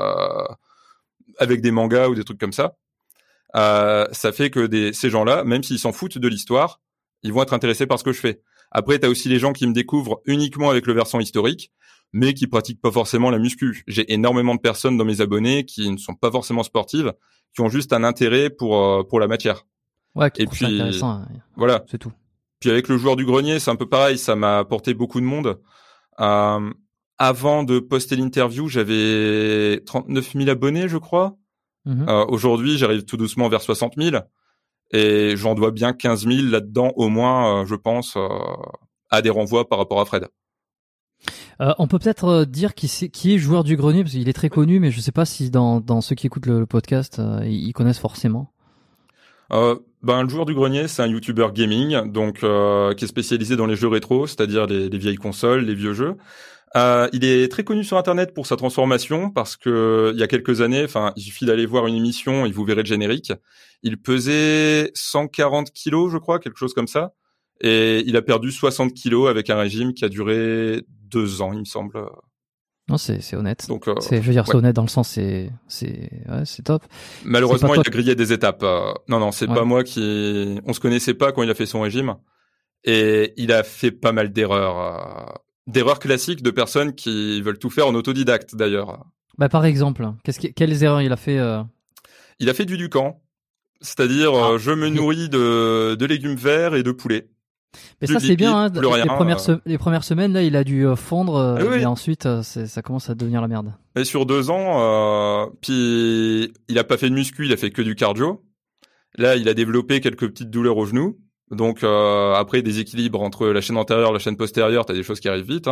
des mangas ou des trucs comme ça. Ça fait que ces gens-là, même s'ils s'en foutent de l'histoire, ils vont être intéressés par ce que je fais. Après, t'as aussi les gens qui me découvrent uniquement avec le versant historique, mais qui pratiquent pas forcément la muscu. J'ai énormément de personnes dans mes abonnés qui ne sont pas forcément sportives, qui ont juste un intérêt pour la matière. Ouais, et puis intéressant. Voilà, c'est tout. Puis avec le joueur du grenier, c'est un peu pareil, ça m'a apporté beaucoup de monde. Avant de poster l'interview, j'avais 39 000 abonnés, je crois. Aujourd'hui, j'arrive tout doucement vers 60 000. Et j'en dois bien 15 000 là-dedans, au moins, je pense, à des renvois par rapport à Fred. On peut peut-être dire qui est joueur du grenier, parce qu'il est très connu, mais je sais pas si dans ceux qui écoutent le podcast, ils connaissent forcément. Le joueur du grenier, c'est un YouTuber gaming, donc qui est spécialisé dans les jeux rétro, c'est-à-dire les vieilles consoles, les vieux jeux. Il est très connu sur Internet pour sa transformation, parce que il y a quelques années, il suffit d'aller voir une émission et vous verrez le générique. Il pesait 140 kilos, je crois, quelque chose comme ça, et il a perdu 60 kilos avec un régime qui a duré 2 ans, il me semble. Non, c'est honnête. Donc, c'est honnête dans le sens, c'est top. Malheureusement, il a grillé des étapes. Non, c'est pas moi qui. On se connaissait pas quand il a fait son régime, et il a fait pas mal d'erreurs, d'erreurs classiques de personnes qui veulent tout faire en autodidacte, d'ailleurs. Par exemple, quelles erreurs il a fait Il a fait du Dukan, c'est-à-dire je me nourris de légumes verts et de poulet. Mais ça c'est bien, les premières semaines là il a dû fondre, et ensuite ça commence à devenir la merde. Et sur 2 ans, puis il a pas fait de muscu, il a fait que du cardio. Là il a développé quelques petites douleurs au genou. Donc après déséquilibre entre la chaîne antérieure et la chaîne postérieure, t'as des choses qui arrivent vite.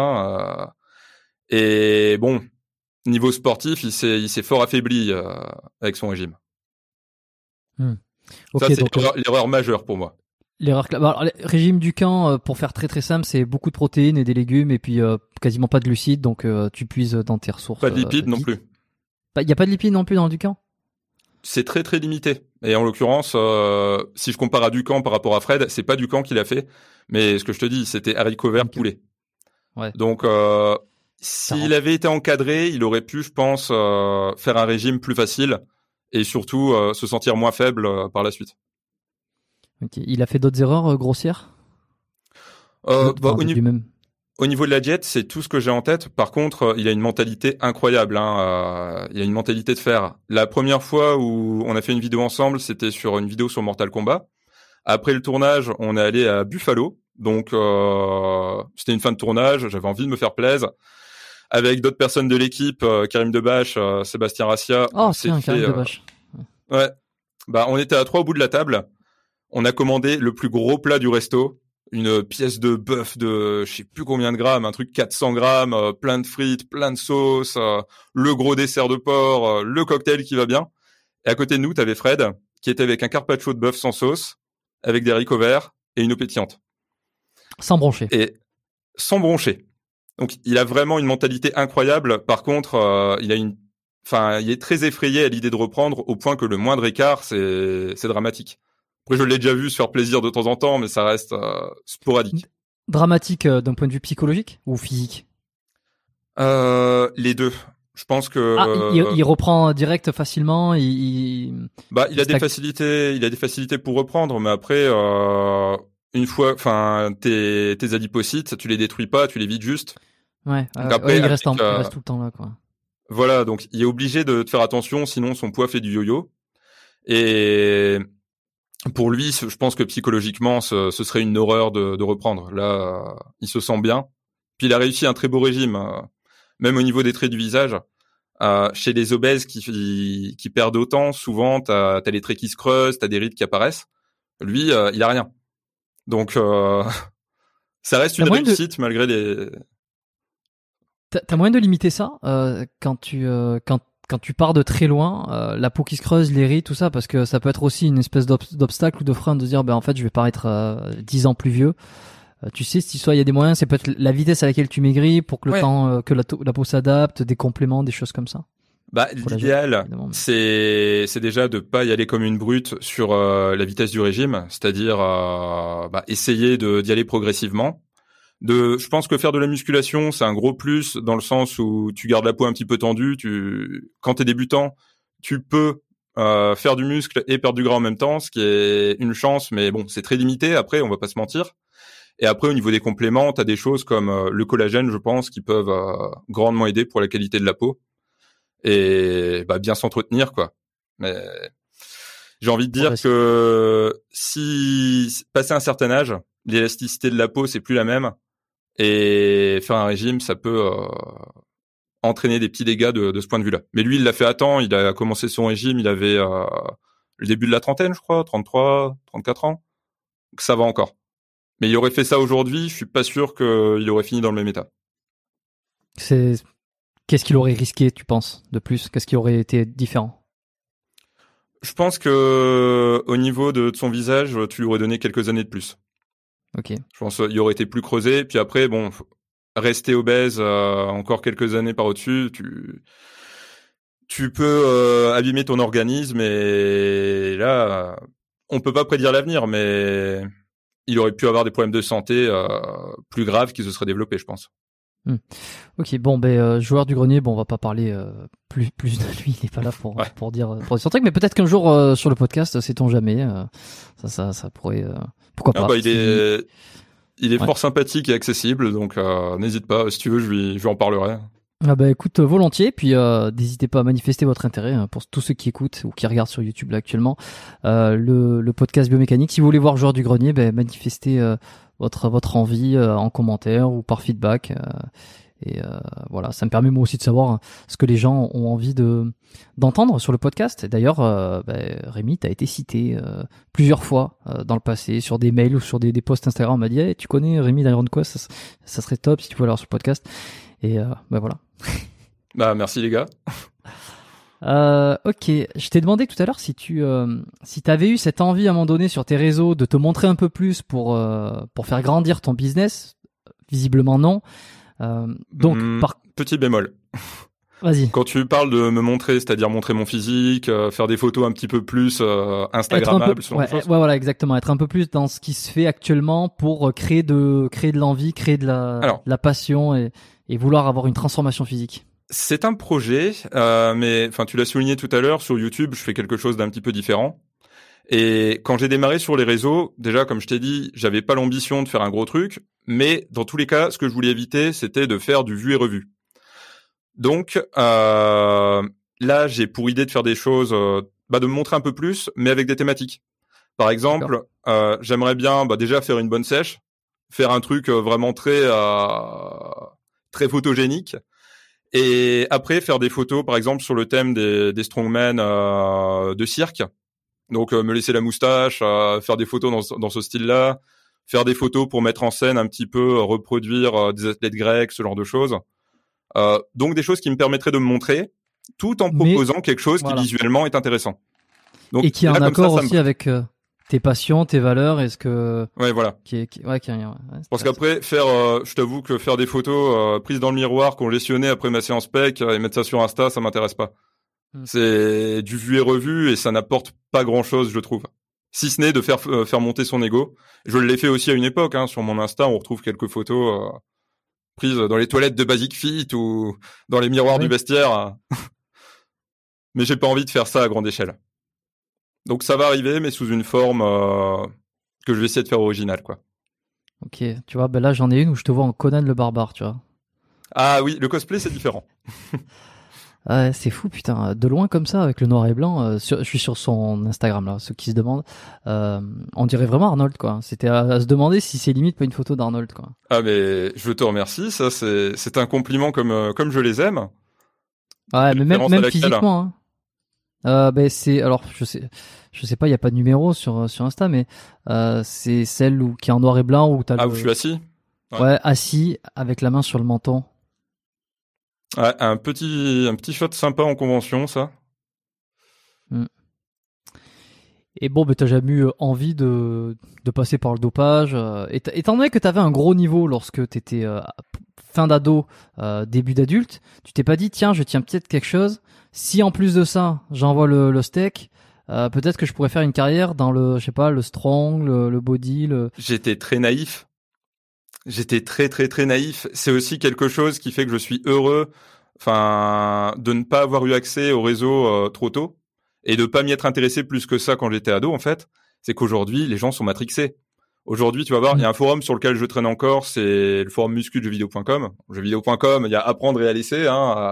Et bon, niveau sportif, il s'est fort affaibli avec son régime. Okay, ça c'est l'erreur majeure pour moi. L'erreur. Alors, le régime Dukan, pour faire très très simple, c'est beaucoup de protéines et des légumes et puis quasiment pas de glucides, donc tu puises dans tes ressources. Pas de lipides non plus. Il y a pas de lipides non plus dans le Dukan. C'est très très limité. Et en l'occurrence, si je compare à Dukan par rapport à Fred, c'est pas Dukan qui l'a fait, mais ce que je te dis, c'était haricots verts poulet. Ouais. Donc s'il avait été encadré, il aurait pu, je pense, faire un régime plus facile et surtout se sentir moins faible par la suite. Ok. Il a fait d'autres erreurs grossières au niveau de la diète, c'est tout ce que j'ai en tête. Par contre, il a une mentalité incroyable. Il a une mentalité de fer. La première fois où on a fait une vidéo ensemble, c'était sur une vidéo sur Mortal Kombat. Après le tournage, on est allé à Buffalo. Donc, c'était une fin de tournage. J'avais envie de me faire plaisir. Avec d'autres personnes de l'équipe, Karim Debache, Sébastien Rassia. Oh, c'est un Karim Debache. Ouais. On était à 3 au bout de la table. On a commandé le plus gros plat du resto, une pièce de bœuf de je sais plus combien de grammes, un truc 400 grammes, plein de frites, plein de sauces, le gros dessert de porc, le cocktail qui va bien. Et à côté de nous, t'avais Fred, qui était avec un carpaccio de bœuf sans sauce, avec des haricots verts et une eau pétillante. Sans broncher. Et sans broncher. Donc, il a vraiment une mentalité incroyable. Par contre, il est très effrayé à l'idée de reprendre, au point que le moindre écart, c'est dramatique. Après, je l'ai déjà vu se faire plaisir de temps en temps, mais ça reste sporadique. Dramatique d'un point de vue psychologique ou physique ? Les deux. Je pense que il reprend direct facilement. Il a des facilités pour reprendre, mais après une fois, tes adipocytes, tu les détruis pas, tu les vides juste. Ouais. Après, il reste tout le temps là, quoi. Voilà, donc il est obligé de faire attention, sinon son poids fait du yo-yo. Et pour lui, je pense que psychologiquement, ce serait une horreur de reprendre. Là, il se sent bien. Puis il a réussi un très beau régime, même au niveau des traits du visage. Chez les obèses qui perdent autant, souvent, t'as les traits qui se creusent, t'as des rides qui apparaissent. Lui, il a rien. Donc, ça reste une réussite malgré les... T'as moyen de limiter ça quand tu pars de très loin, la peau qui se creuse, les rides, tout ça, parce que ça peut être aussi une espèce d'obstacle ou de frein de se dire, en fait, je vais paraître 10 ans plus vieux. Tu sais, si soit il y a des moyens, c'est peut-être la vitesse à laquelle tu maigris pour que le temps, que la peau s'adapte, des compléments, des choses comme ça. L'idéal, c'est déjà de pas y aller comme une brute sur la vitesse du régime, c'est-à-dire essayer d'y aller progressivement. Je pense que faire de la musculation, c'est un gros plus dans le sens où tu gardes la peau un petit peu tendue. Quand t'es débutant, tu peux faire du muscle et perdre du gras en même temps, ce qui est une chance, mais bon, c'est très limité. Après, on va pas se mentir. Et après, au niveau des compléments, t'as des choses comme le collagène, je pense, qui peuvent grandement aider pour la qualité de la peau et bien s'entretenir, quoi. Mais j'ai envie de dire que si passé un certain âge, l'élasticité de la peau, c'est plus la même. Et faire un régime, ça peut entraîner des petits dégâts de ce point de vue-là. Mais lui, il l'a fait à temps. Il a commencé son régime, il avait le début de la trentaine, je crois, 33, 34 ans. Donc ça va encore. Mais il aurait fait ça aujourd'hui, je suis pas sûr qu'il aurait fini dans le même état. Qu'est-ce qu'il aurait risqué, tu penses, de plus? Qu'est-ce qui aurait été différent? Je pense que au niveau de son visage, tu lui aurais donné quelques années de plus. Ok. Je pense qu'il aurait été plus creusé. Puis après, rester obèse encore quelques années par au-dessus, tu peux abîmer ton organisme. Et là, on peut pas prédire l'avenir, mais il aurait pu avoir des problèmes de santé plus graves qui se seraient développés, je pense. Ok, bon, joueur du grenier, on va pas parler plus de lui, il est pas là pour dire son truc, mais peut-être qu'un jour sur le podcast, sait-on jamais, ça pourrait, pourquoi pas. Il est fort sympathique et accessible, donc n'hésite pas, si tu veux, je lui en parlerai. Écoute, volontiers, puis n'hésitez pas à manifester votre intérêt pour tous ceux qui écoutent ou qui regardent sur YouTube là actuellement le podcast biomécanique. Si vous voulez voir joueur du grenier, manifestez votre envie en commentaire ou par feedback. Voilà, ça me permet moi aussi de savoir ce que les gens ont envie d'entendre sur le podcast. Et d'ailleurs, Rémi, t'as été cité plusieurs fois dans le passé sur des mails ou sur des posts Instagram. On m'a dit hey, tu connais Rémi d'IronQuest, ça serait top si tu pouvais aller sur le podcast. Et voilà. Merci les gars. Ok, je t'ai demandé tout à l'heure si t'avais eu cette envie à un moment donné sur tes réseaux de te montrer un peu plus pour faire grandir ton business. Visiblement non. Donc petit bémol. Vas-y. Quand tu parles de me montrer, c'est-à-dire montrer mon physique, faire des photos un petit peu plus instagrammables, voilà, exactement, être un peu plus dans ce qui se fait actuellement pour créer de l'envie, créer de la passion et vouloir avoir une transformation physique. C'est un projet, mais tu l'as souligné tout à l'heure, sur YouTube, je fais quelque chose d'un petit peu différent. Et quand j'ai démarré sur les réseaux, déjà, comme je t'ai dit, j'avais pas l'ambition de faire un gros truc, mais dans tous les cas, ce que je voulais éviter, c'était de faire du vu et revu. Donc, là, j'ai pour idée de faire des choses, de me montrer un peu plus, mais avec des thématiques. Par exemple, j'aimerais bien déjà faire une bonne sèche, faire un truc vraiment très photogénique, et après faire des photos, par exemple, sur le thème des strongmen de cirque. Donc me laisser la moustache, faire des photos dans ce style-là, faire des photos pour mettre en scène un petit peu, reproduire des athlètes grecs, ce genre de choses. Donc des choses qui me permettraient de me montrer, tout en proposant quelque chose qui visuellement est intéressant. Donc, et qui est en accord aussi avec tes passions, tes valeurs, est-ce que voilà. Parce qu'après je t'avoue que faire des photos prises dans le miroir, congestionnées après ma séance PEC et mettre ça sur Insta, ça m'intéresse pas. C'est du vu et revu et ça n'apporte pas grand-chose, je trouve. Si ce n'est de faire monter son ego. Je l'ai fait aussi à une époque, sur mon Insta, on retrouve quelques photos prises dans les toilettes de Basic Fit ou dans les miroirs du vestiaire. Mais j'ai pas envie de faire ça à grande échelle. Donc ça va arriver, mais sous une forme que je vais essayer de faire originale, quoi. Ok, tu vois, là j'en ai une où je te vois en Conan le barbare, tu vois. Ah oui, le cosplay c'est différent. Ouais, c'est fou, putain. De loin comme ça, avec le noir et blanc, je suis sur son Instagram, là, ceux qui se demandent. On dirait vraiment Arnold, quoi. C'était à se demander si c'est limite pas une photo d'Arnold, quoi. Ah, mais je te remercie. Ça, c'est un compliment comme je les aime. Ouais, mais même physiquement, alors, je sais pas, il y a pas de numéro sur Insta, mais, c'est celle qui est en noir et blanc où t'as où je suis assis? Ouais, assis, avec la main sur le menton. Ouais, un petit shot sympa en convention, ça. Et bon, t'as jamais eu envie de passer par le dopage. Étant donné que t'avais un gros niveau lorsque t'étais fin d'ado, début d'adulte, tu t'es pas dit tiens, je tiens peut-être quelque chose. Si en plus de ça, j'envoie le steak, peut-être que je pourrais faire une carrière dans le, je sais pas, le strong, le body. J'étais très naïf. J'étais très très très naïf. C'est aussi quelque chose qui fait que je suis heureux, de ne pas avoir eu accès au réseau trop tôt et de pas m'y être intéressé plus que ça quand j'étais ado. En fait, c'est qu'aujourd'hui les gens sont matrixés. Aujourd'hui, tu vas voir, il y a un forum sur lequel je traîne encore, c'est le forum muscu de jeuxvideo.com. Jeuxvideo.com, il y a apprendre et à laisser,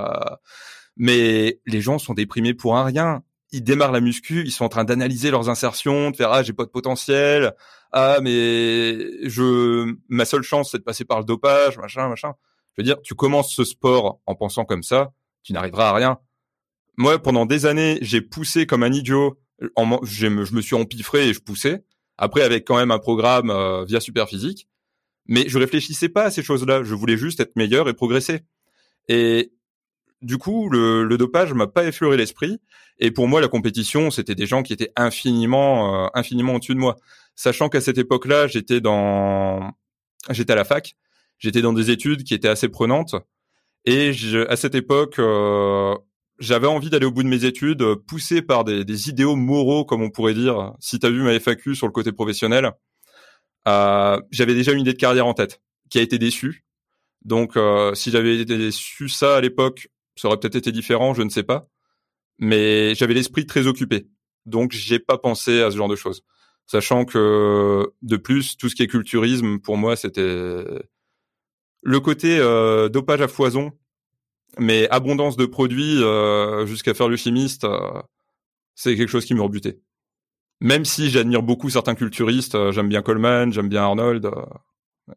mais les gens sont déprimés pour un rien. Ils démarrent la muscu, ils sont en train d'analyser leurs insertions, de faire j'ai pas de potentiel, mais ma seule chance c'est de passer par le dopage, machin. Je veux dire, tu commences ce sport en pensant comme ça, tu n'arriveras à rien. Moi, pendant des années, j'ai poussé comme un idiot, je me suis empiffré et je poussais. Après, avec quand même un programme via Superphysique, mais je réfléchissais pas à ces choses-là. Je voulais juste être meilleur et progresser. Et du coup, le dopage m'a pas effleuré l'esprit. Et pour moi, la compétition, c'était des gens qui étaient infiniment au-dessus de moi. Sachant qu'à cette époque-là, j'étais à la fac. J'étais dans des études qui étaient assez prenantes. Et à cette époque, j'avais envie d'aller au bout de mes études, poussé par des idéaux moraux, comme on pourrait dire. Si t'as vu ma FAQ sur le côté professionnel, j'avais déjà une idée de carrière en tête, qui a été déçue. Donc, si j'avais su ça à l'époque, ça aurait peut-être été différent, je ne sais pas. Mais j'avais l'esprit très occupé. Donc, j'ai pas pensé à ce genre de choses. Sachant que, de plus, tout ce qui est culturisme, pour moi, c'était le côté dopage à foison, mais abondance de produits jusqu'à faire le chimiste, c'est quelque chose qui me rebutait. Même si j'admire beaucoup certains culturistes, j'aime bien Coleman, j'aime bien Arnold. Ouais.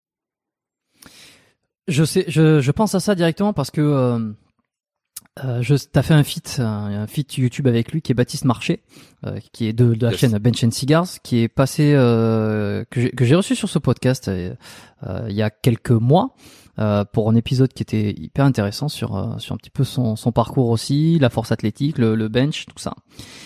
Je pense à ça directement parce que t'as fait un feat YouTube avec lui qui est Baptiste Marché, qui est de la chaîne Bench and Cigars, qui est passé que j'ai reçu sur ce podcast il y a quelques mois pour un épisode qui était hyper intéressant sur un petit peu son parcours aussi, la force athlétique, le bench, tout ça.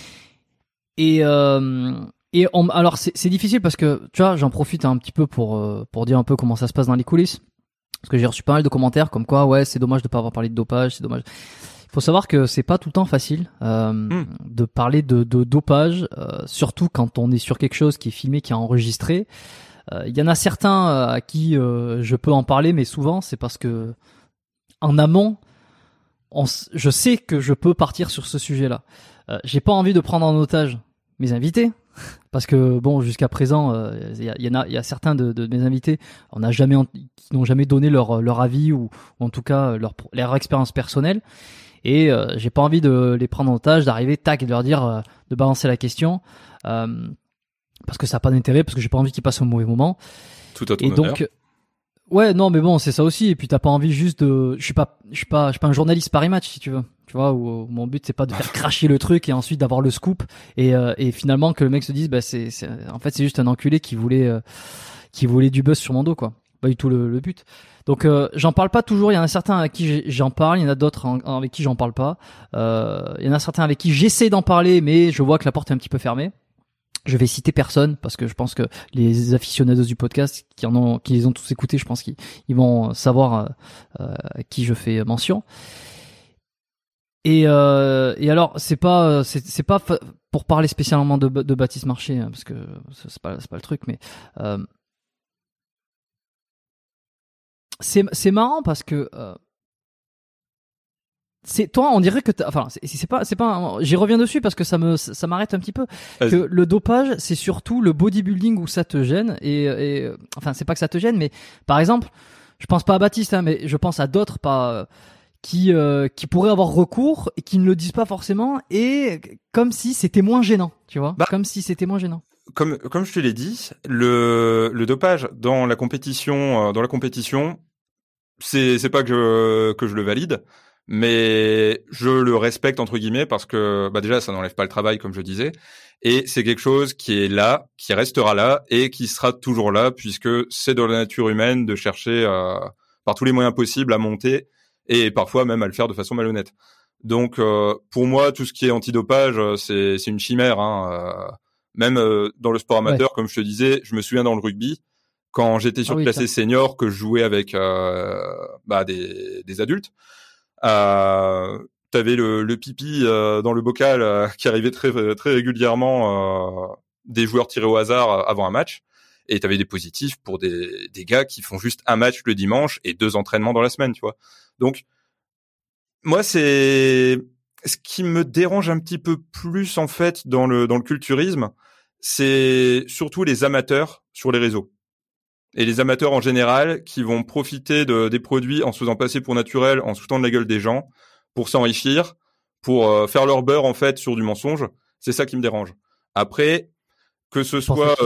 Alors c'est difficile parce que tu vois, j'en profite un petit peu pour dire un peu comment ça se passe dans les coulisses. Parce que j'ai reçu pas mal de commentaires comme quoi ouais c'est dommage de pas avoir parlé de dopage, c'est dommage. Il faut savoir que c'est pas tout le temps facile de parler de dopage, surtout quand on est sur quelque chose qui est filmé, qui est enregistré. Il y en a certains à qui je peux en parler, mais souvent c'est parce que en amont, je sais que je peux partir sur ce sujet-là. J'ai pas envie de prendre en otage mes invités. Parce que bon, jusqu'à présent, il y a certains de mes invités, qui n'ont jamais donné leur avis ou en tout cas leur expérience personnelle. Et j'ai pas envie de les prendre en otage, d'arriver tac et de leur dire de balancer la question parce que ça a pas d'intérêt, parce que j'ai pas envie qu'ils passent un mauvais moment. Tout à ton honneur. Donc ouais, non, mais bon, c'est ça aussi. Et puis t'as pas envie juste de, je suis pas un journaliste Paris Match, si tu veux. Tu vois, où mon but c'est pas de faire cracher le truc et ensuite d'avoir le scoop et finalement que le mec se dise bah c'est en fait c'est juste un enculé qui voulait du buzz sur mon dos, quoi. Pas du tout le but. Donc j'en parle pas toujours. Il y en a certains avec qui j'en parle, il y en a d'autres avec qui j'en parle pas. Il y en a certains avec qui j'essaie d'en parler, mais je vois que la porte est un petit peu fermée. Je vais citer personne parce que je pense que les aficionados du podcast qui les ont tous écoutés, je pense qu'ils vont savoir qui je fais mention. Et alors c'est pas pour parler spécialement de Baptiste Marché, hein, parce que c'est pas le truc, mais c'est marrant parce que c'est toi, on dirait que c'est pas j'y reviens dessus parce que ça m'arrête un petit peu. Vas-y. Que le dopage, c'est surtout le bodybuilding où ça te gêne et enfin c'est pas que ça te gêne, mais par exemple, je pense pas à Baptiste, hein, mais je pense à d'autres qui pourraient avoir recours et qui ne le disent pas forcément, et comme si c'était moins gênant, tu vois, comme si c'était moins gênant. Comme je te l'ai dit, le dopage dans la compétition, c'est pas que je le valide, mais je le respecte entre guillemets parce que déjà ça n'enlève pas le travail comme je disais, et c'est quelque chose qui est là, qui restera là et qui sera toujours là puisque c'est dans la nature humaine de chercher par tous les moyens possibles à monter et parfois même à le faire de façon malhonnête. Donc pour moi tout ce qui est antidopage c'est une chimère, hein. Même dans le sport amateur, comme je te disais, je me souviens dans le rugby, quand j'étais surclassé senior, que je jouais avec des adultes, t'avais le pipi dans le bocal qui arrivait très très régulièrement des joueurs tirés au hasard avant un match, et t'avais des positifs pour des gars qui font juste un match le dimanche et 2 entraînements dans la semaine, tu vois. Donc moi, c'est ce qui me dérange un petit peu plus en fait dans le culturisme, c'est surtout les amateurs sur les réseaux. Et les amateurs en général qui vont profiter des produits en se faisant passer pour naturels, en se foutant de la gueule des gens, pour s'enrichir, pour faire leur beurre en fait sur du mensonge. C'est ça qui me dérange. Après, que ce soit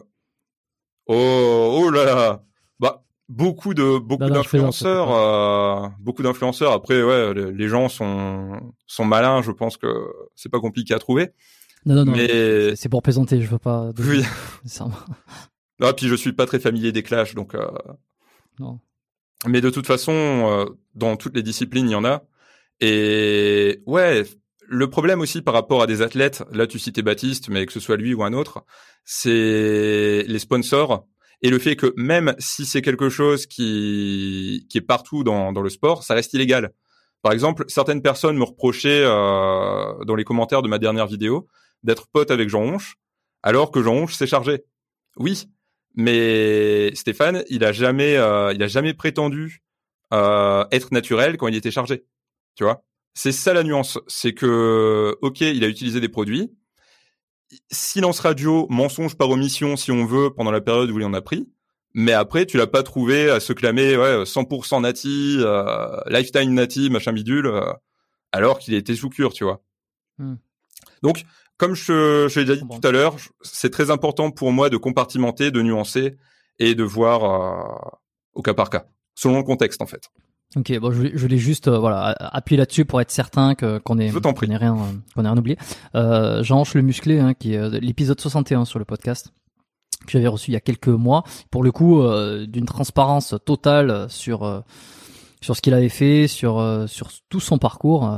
oh là là, beaucoup d'influenceurs, beaucoup d'influenceurs. Après, les gens sont malins. Je pense que c'est pas compliqué à trouver. Non. Mais c'est pour plaisanter. Je veux pas. Oui. Ah, puis je suis pas très familier des clashs, donc. Non. Mais de toute façon, dans toutes les disciplines, il y en a. Et le problème aussi par rapport à des athlètes, là tu citais Baptiste, mais que ce soit lui ou un autre, c'est les sponsors. Et le fait que même si c'est quelque chose qui est partout dans le sport, ça reste illégal. Par exemple, certaines personnes me reprochaient dans les commentaires de ma dernière vidéo d'être pote avec Jean Honche, alors que Jean Honche s'est chargé. Oui, mais Stéphane, il a jamais prétendu être naturel quand il était chargé. Tu vois, c'est ça la nuance. C'est que, ok, il a utilisé des produits. Silence radio, mensonge par omission si on veut pendant la période où il en a pris, mais après tu l'as pas trouvé à se clamer 100% nati, lifetime nati, machin bidule, alors qu'il était sous cure, tu vois. Donc comme je l'ai déjà dit tout à l'heure, c'est très important pour moi de compartimenter, de nuancer et de voir au cas par cas, selon le contexte en fait. Ok, bon, je voulais juste appuyer là-dessus pour être certain qu'on ait rien oublié. Jean-Ange le musclé, qui est l'épisode 61 sur le podcast que j'avais reçu il y a quelques mois, pour le coup d'une transparence totale sur ce qu'il avait fait, sur tout son parcours.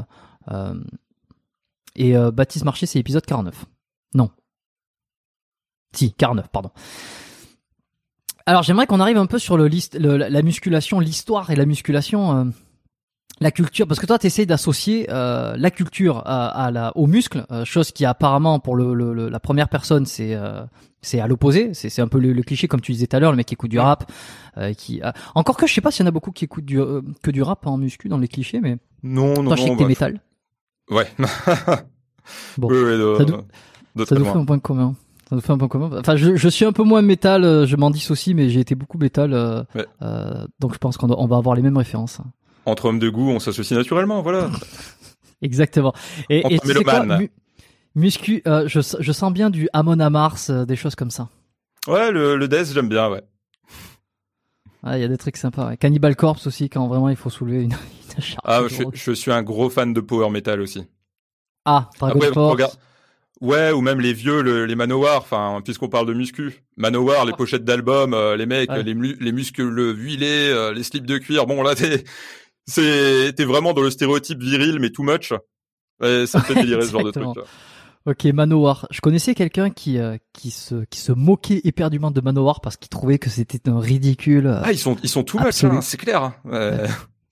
Et Baptiste Marché, c'est l'épisode 49. Non. Si, 49, pardon. Alors j'aimerais qu'on arrive un peu sur la musculation, l'histoire et la musculation, la culture, parce que toi t'essayes d'associer la culture au muscle, chose qui apparemment pour la première personne c'est à l'opposé, c'est un peu le cliché comme tu disais tout à l'heure, le mec qui écoute du rap, encore que je sais pas s'il y en a beaucoup qui écoutent que du rap en muscu dans les clichés, mais non, toi je sais que t'es métal. Ouais. Bon, ça nous fait un point commun. Ça nous fait un point commun. Enfin, je suis un peu moins métal, je m'en dissocie, mais j'ai été beaucoup métal, donc je pense qu'on va avoir les mêmes références. Entre hommes de goût, on s'associe naturellement, voilà. Exactement. Et tu sais quoi, muscu, je sens bien du Amon Amarth, des choses comme ça. Ouais, le death, j'aime bien, ouais. Il y a des trucs sympas. Ouais. Cannibal Corpse aussi, quand vraiment il faut soulever une charge. Ah, je suis un gros fan de power metal aussi. Ah, Dragon Force. Ouais, ou même les vieux, les Manowar, enfin, puisqu'on parle de muscu. Manowar, les pochettes d'albums, les mecs, les muscles huilés, les slips de cuir. Bon, là, t'es vraiment dans le stéréotype viril, mais too much. Ouais, ça me fait délirer ce genre de truc, là. Ok, Manowar. Je connaissais quelqu'un qui se moquait éperdument de Manowar parce qu'il trouvait que c'était un ridicule. Ah, ils sont too much, hein, c'est clair. Ouais.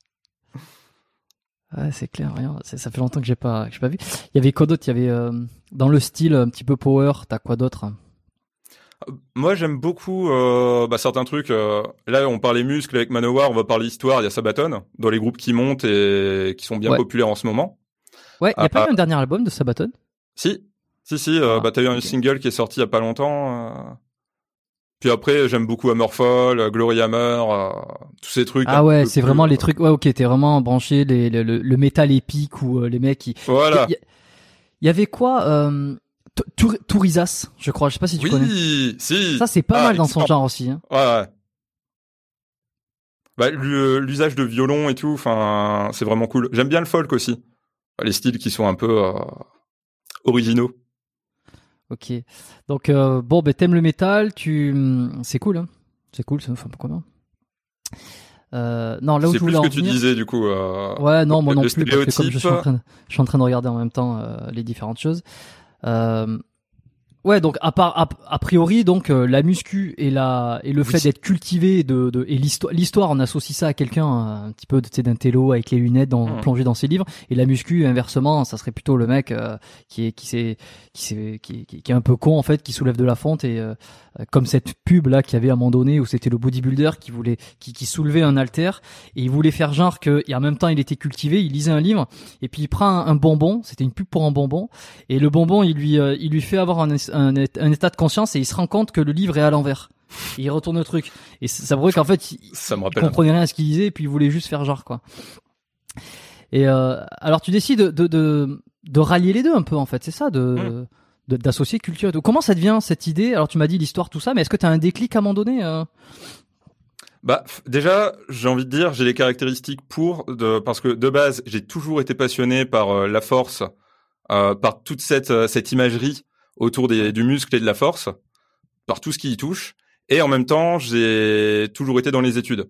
Ouais, c'est clair, rien. Ça fait longtemps que j'ai pas vu. Il y avait quoi d'autre? Il y avait dans le style un petit peu power. T'as quoi d'autre? Moi, j'aime beaucoup certains trucs. Là, on parlait muscles avec Manowar, on va parler histoire. Il y a Sabaton dans les groupes qui montent et qui sont bien populaires en ce moment. Ouais, il y a pas eu un dernier album de Sabaton? Si. T'as eu un single qui est sorti il y a pas longtemps. Puis après, j'aime beaucoup Hammerfall, Glory Hammer, tous ces trucs. Ah ouais, c'est vraiment les trucs. Ouais, ok, t'es vraiment branché le métal épique ou les mecs qui. Voilà. Il y avait quoi Tourizas, je crois. Je sais pas si tu connais. Oui, si. Ça, c'est pas mal dans son genre aussi. Hein. Ouais. Bah, l'usage de violon et tout, enfin, c'est vraiment cool. J'aime bien le folk aussi. Les styles qui sont un peu originaux. Ok. Donc t'aimes le métal, c'est cool, hein. C'est cool, ça nous fait un peu commun. Non, là où je voulais en venir. C'est plus ce que tu disais du coup. Ouais, non, moi non plus, parce que comme je suis en train de regarder en même temps les différentes choses. Ouais, donc a priori, donc la muscu et le fait d'être cultivé et l'histoire, on associe ça à quelqu'un un petit peu, tu sais, d'un télo avec les lunettes plongé dans ses livres, et la muscu inversement, ça serait plutôt le mec qui est un peu con en fait, qui soulève de la fonte et comme cette pub là qu'il y avait à un moment donné où c'était le bodybuilder qui soulevait un haltère et il voulait faire genre que et en même temps il était cultivé, il lisait un livre et puis il prend un bonbon, c'était une pub pour un bonbon et le bonbon il lui fait avoir un état de conscience et il se rend compte que le livre est à l'envers. Et il retourne le truc et ça prouve qu'en fait il comprenait rien à ce qu'il disait et puis il voulait juste faire genre quoi. Et alors tu décides de rallier les deux un peu en fait, c'est ça d'associer culture et tout. Comment ça devient cette idée? Alors tu m'as dit l'histoire tout ça, mais est-ce que tu as un déclic à un moment donné Bah déjà, j'ai envie de dire, j'ai les caractéristiques parce que de base, j'ai toujours été passionné par la force, par toute cette imagerie autour du muscle et de la force, par tout ce qui y touche. Et en même temps, j'ai toujours été dans les études.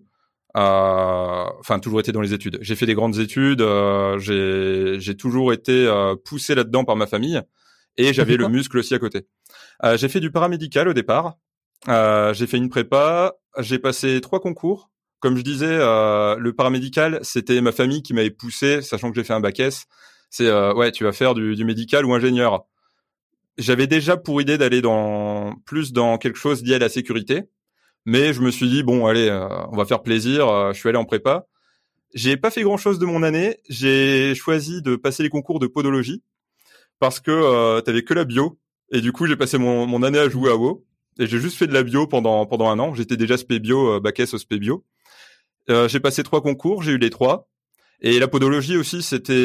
Toujours été dans les études. J'ai fait des grandes études. J'ai toujours été poussé là-dedans par ma famille. Et j'avais le muscle aussi à côté. J'ai fait du paramédical au départ. J'ai fait une prépa. J'ai passé 3 concours. Comme je disais, le paramédical, c'était ma famille qui m'avait poussé, sachant que j'ai fait un bac S. C'est ouais, tu vas faire du médical ou ingénieur. J'avais déjà pour idée d'aller plus dans quelque chose lié à la sécurité, mais je me suis dit bon, allez, on va faire plaisir. Je suis allé en prépa. J'ai pas fait grand-chose de mon année. J'ai choisi de passer les concours de podologie parce que t'avais que la bio et du coup j'ai passé mon année à jouer à WoW et j'ai juste fait de la bio pendant un an. J'étais déjà spé bio, bac S au spé bio. J'ai passé 3 concours, j'ai eu les 3 et la podologie aussi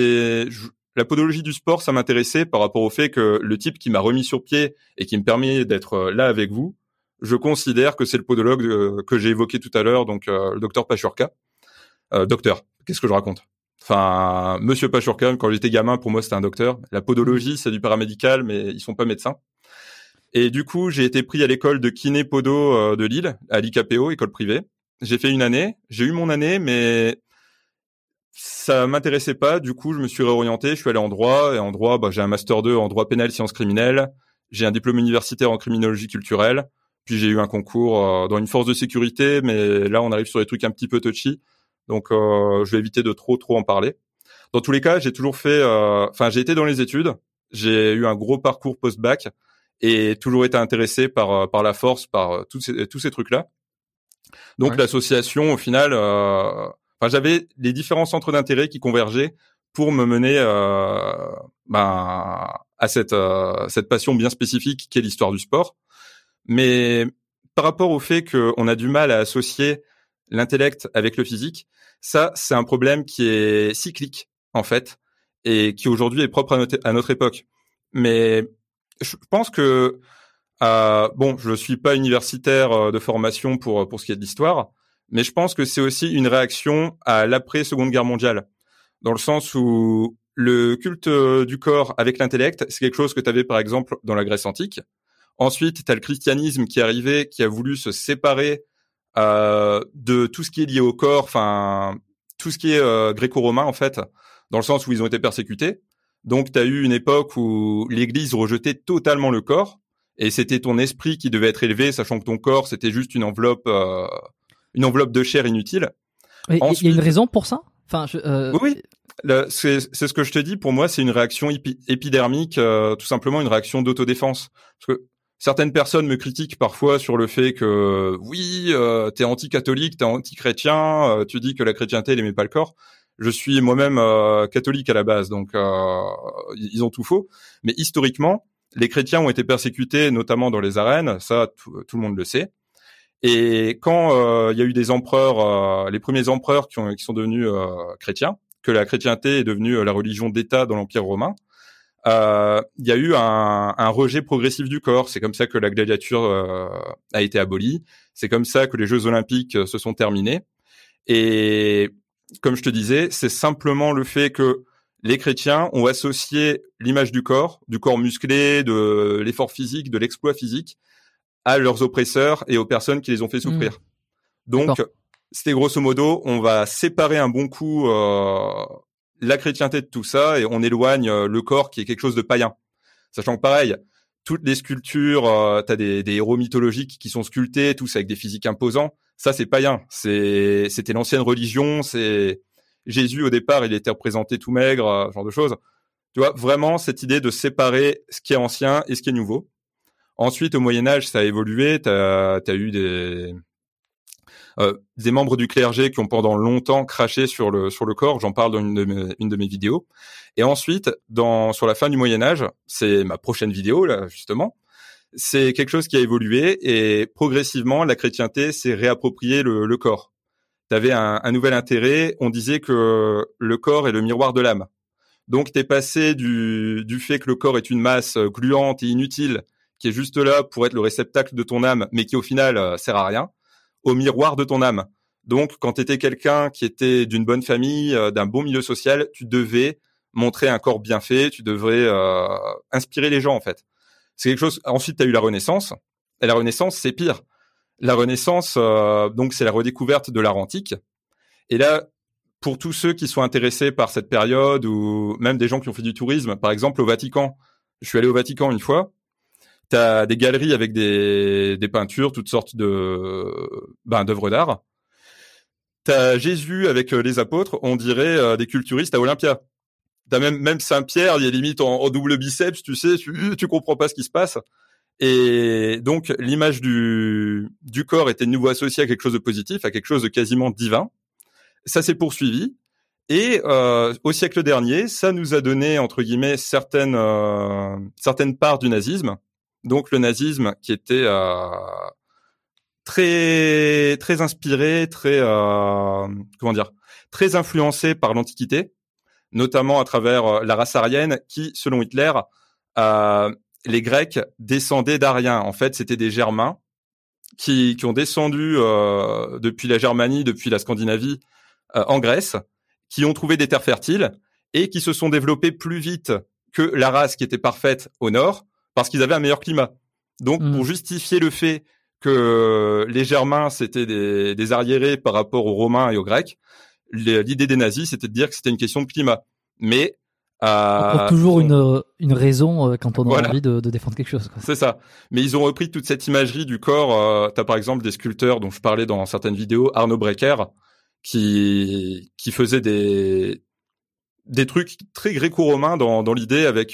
la podologie du sport, ça m'intéressait par rapport au fait que le type qui m'a remis sur pied et qui me permet d'être là avec vous, je considère que c'est le podologue que j'ai évoqué tout à l'heure, donc le docteur Pachurka. Docteur, qu'est-ce que je raconte? Enfin, Monsieur Pachurka, quand j'étais gamin, pour moi, c'était un docteur. La podologie, c'est du paramédical, mais ils sont pas médecins. Et du coup, j'ai été pris à l'école de kiné podo de Lille, à l'ICAPO, école privée. J'ai fait une année. J'ai eu mon année, mais ça m'intéressait pas. Du coup, je me suis réorienté. Je suis allé en droit. Et en droit, j'ai un master 2 en droit pénal, sciences criminelles. J'ai un diplôme universitaire en criminologie culturelle. Puis j'ai eu un concours dans une force de sécurité, mais là, on arrive sur des trucs un petit peu touchy. Donc, je vais éviter de trop en parler. Dans tous les cas, j'ai toujours fait... j'ai été dans les études. J'ai eu un gros parcours post-bac et toujours été intéressé par la force, par tous ces trucs-là. Donc, l'association, au final... j'avais les différents centres d'intérêt qui convergeaient pour me mener à cette passion bien spécifique qu'est l'histoire du sport. Mais par rapport au fait qu'on a du mal à associer l'intellect avec le physique, ça, c'est un problème qui est cyclique, en fait, et qui aujourd'hui est propre à notre époque. Mais je pense que, je suis pas universitaire de formation pour ce qui est de l'histoire, mais je pense que c'est aussi une réaction à l'après-Seconde Guerre mondiale, dans le sens où le culte du corps avec l'intellect, c'est quelque chose que tu avais, par exemple, dans la Grèce antique. Ensuite, tu as le christianisme qui est arrivé, qui a voulu se séparer de tout ce qui est lié au corps, enfin tout ce qui est gréco-romain en fait, dans le sens où ils ont été persécutés. Donc tu as eu une époque où l'Église rejetait totalement le corps et c'était ton esprit qui devait être élevé, sachant que ton corps c'était juste une enveloppe de chair inutile. Il y a une raison pour ça? Oui. C'est ce que je te dis. Pour moi, c'est une réaction épidermique, tout simplement une réaction d'autodéfense. Parce que certaines personnes me critiquent parfois sur le fait que oui, t'es anti-catholique, t'es anti-chrétien, tu dis que la chrétienté n'aimait pas le corps. Je suis moi-même catholique à la base, donc ils ont tout faux. Mais historiquement, les chrétiens ont été persécutés, notamment dans les arènes, ça tout le monde le sait. Et quand il y a eu des empereurs, les premiers empereurs qui sont devenus chrétiens, que la chrétienté est devenue la religion d'État dans l'Empire romain, il y a eu un rejet progressif du corps. C'est comme ça que la gladiature a été abolie. C'est comme ça que les Jeux olympiques se sont terminés. Et comme je te disais, c'est simplement le fait que les chrétiens ont associé l'image du corps musclé, de l'effort physique, de l'exploit physique, à leurs oppresseurs et aux personnes qui les ont fait souffrir. Donc, c'était grosso modo, on va séparer un bon coup la chrétienté de tout ça et on éloigne le corps qui est quelque chose de païen. Sachant que pareil, toutes les sculptures, t'as des héros mythologiques qui sont sculptés, tous avec des physiques imposants. Ça, c'est païen. C'était l'ancienne religion. C'est Jésus au départ, il était représenté tout maigre, ce genre de choses. Tu vois, vraiment cette idée de séparer ce qui est ancien et ce qui est nouveau. Ensuite, au Moyen Âge, ça a évolué. T'as eu des membres du clergé qui ont pendant longtemps craché sur le corps. J'en parle dans une de mes vidéos. Et ensuite, sur la fin du Moyen Âge, c'est ma prochaine vidéo là justement. C'est quelque chose qui a évolué et progressivement, la chrétienté s'est réapproprié le corps. T'avais un nouvel intérêt. On disait que le corps est le miroir de l'âme. Donc, t'es passé du fait que le corps est une masse gluante et inutile, qui est juste là pour être le réceptacle de ton âme, mais qui au final sert à rien, au miroir de ton âme. Donc, quand t'étais quelqu'un qui était d'une bonne famille, d'un bon milieu social, tu devais montrer un corps bien fait, tu devrais inspirer les gens en fait. C'est quelque chose. Ensuite, t'as eu la Renaissance. Et la Renaissance, c'est pire. La Renaissance, donc, c'est la redécouverte de l'art antique. Et là, pour tous ceux qui sont intéressés par cette période, ou même des gens qui ont fait du tourisme, par exemple au Vatican. Je suis allé au Vatican une fois. T'as des galeries avec des peintures, toutes sortes d'œuvres d'art. T'as Jésus avec les apôtres, on dirait des culturistes à Olympia. T'as même Saint-Pierre, il est limite en double biceps, tu sais, tu comprends pas ce qui se passe. Et donc l'image du corps était de nouveau associée à quelque chose de positif, à quelque chose de quasiment divin. Ça s'est poursuivi et au siècle dernier, ça nous a donné entre guillemets certaines parts du nazisme. Donc le nazisme qui était très très inspiré, très très influencé par l'Antiquité, notamment à travers la race aryenne qui, selon Hitler, les Grecs descendaient d'Ariens. En fait, c'était des Germains qui ont descendu depuis la Germanie, depuis la Scandinavie, en Grèce, qui ont trouvé des terres fertiles et qui se sont développés plus vite que la race qui était parfaite au nord, parce qu'ils avaient un meilleur climat. Donc, pour justifier le fait que les Germains, c'était des arriérés par rapport aux Romains et aux Grecs, l'idée des nazis, c'était de dire que c'était une question de climat. Mais on trouve toujours une raison quand on a envie de défendre quelque chose, quoi. C'est ça. Mais ils ont repris toute cette imagerie du corps. T'as par exemple des sculpteurs dont je parlais dans certaines vidéos, Arno Breker, qui faisait des trucs très gréco-romains dans l'idée avec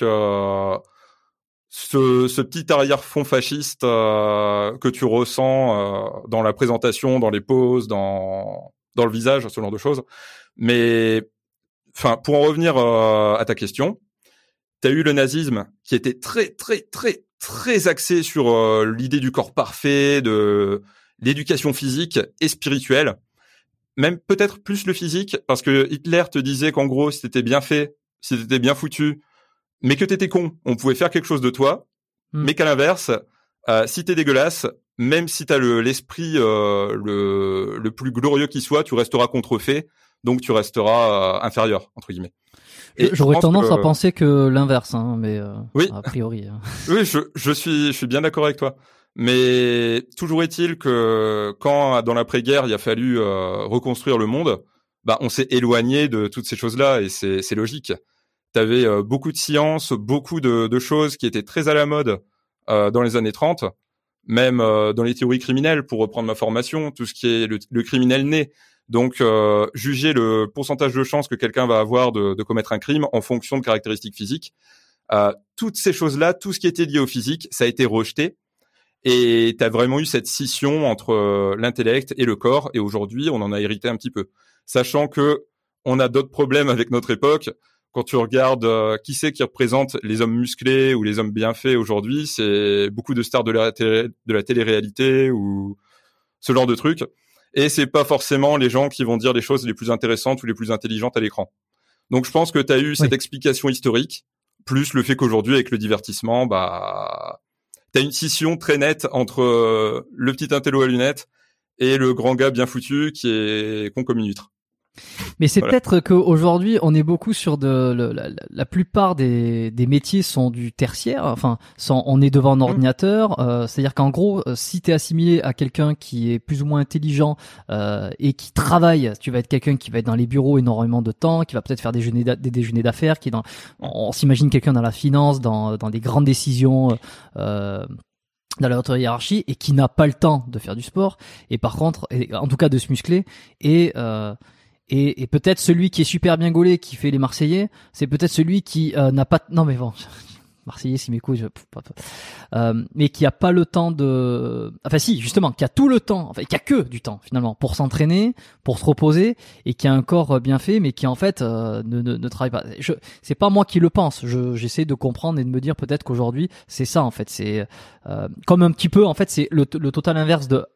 ce petit arrière-fond fasciste que tu ressens dans la présentation, dans les poses, dans le visage, ce genre de choses. Mais enfin, pour en revenir à ta question, t'as eu le nazisme qui était très très très très axé sur l'idée du corps parfait, de l'éducation physique et spirituelle. Même peut-être plus le physique, parce que Hitler te disait qu'en gros, si t'étais bien fait, si t'étais bien foutu, mais que t'étais con, on pouvait faire quelque chose de toi, mais qu'à l'inverse, si t'es dégueulasse, même si t'as l'esprit le plus glorieux qui soit, tu resteras contrefait, donc tu resteras inférieur, entre guillemets. Et j'aurais tendance à penser que l'inverse, hein, mais oui. A priori. Oui, je suis bien d'accord avec toi. Mais toujours est-il que quand, dans l'après-guerre, il a fallu reconstruire le monde, bah on s'est éloigné de toutes ces choses-là, et c'est logique. T'avais beaucoup de sciences, beaucoup de choses qui étaient très à la mode dans les années 30, même dans les théories criminelles, pour reprendre ma formation, tout ce qui est le criminel né. Donc, juger le pourcentage de chances que quelqu'un va avoir de commettre un crime en fonction de caractéristiques physiques. Toutes ces choses-là, tout ce qui était lié au physique, ça a été rejeté. Et t'as vraiment eu cette scission entre l'intellect et le corps. Et aujourd'hui, on en a hérité un petit peu. Sachant que on a d'autres problèmes avec notre époque. Quand tu regardes qui c'est qui représente les hommes musclés ou les hommes bien faits aujourd'hui, c'est beaucoup de stars de la télé-réalité ou ce genre de trucs. Et c'est pas forcément les gens qui vont dire les choses les plus intéressantes ou les plus intelligentes à l'écran. Donc je pense que tu as eu cette explication historique, plus le fait qu'aujourd'hui, avec le divertissement, bah, tu as une scission très nette entre le petit intello à lunettes et le grand gars bien foutu qui est con comme une huître. Mais c'est peut-être qu'aujourd'hui, on est beaucoup sur la plupart des métiers sont du tertiaire. Enfin, on est devant un ordinateur. C'est-à-dire qu'en gros, si t'es assimilé à quelqu'un qui est plus ou moins intelligent et qui travaille, tu vas être quelqu'un qui va être dans les bureaux énormément de temps, qui va peut-être faire des déjeuners d'affaires, qui est on s'imagine quelqu'un dans la finance, dans des grandes décisions. Dans la haute hiérarchie et qui n'a pas le temps de faire du sport et par contre, en tout cas de se muscler et peut-être celui qui est super bien gaulé, qui fait les Marseillais, c'est peut-être celui qui n'a pas... Non mais bon, Marseillais, si mes couilles... mais qui a pas le temps de... Enfin si, justement, qui a tout le temps, enfin qui a que du temps finalement, pour s'entraîner, pour se reposer, et qui a un corps bien fait, mais qui en fait ne travaille pas. C'est pas moi qui le pense, j'essaie de comprendre et de me dire peut-être qu'aujourd'hui, c'est ça en fait. C'est comme un petit peu, en fait, c'est le total inverse de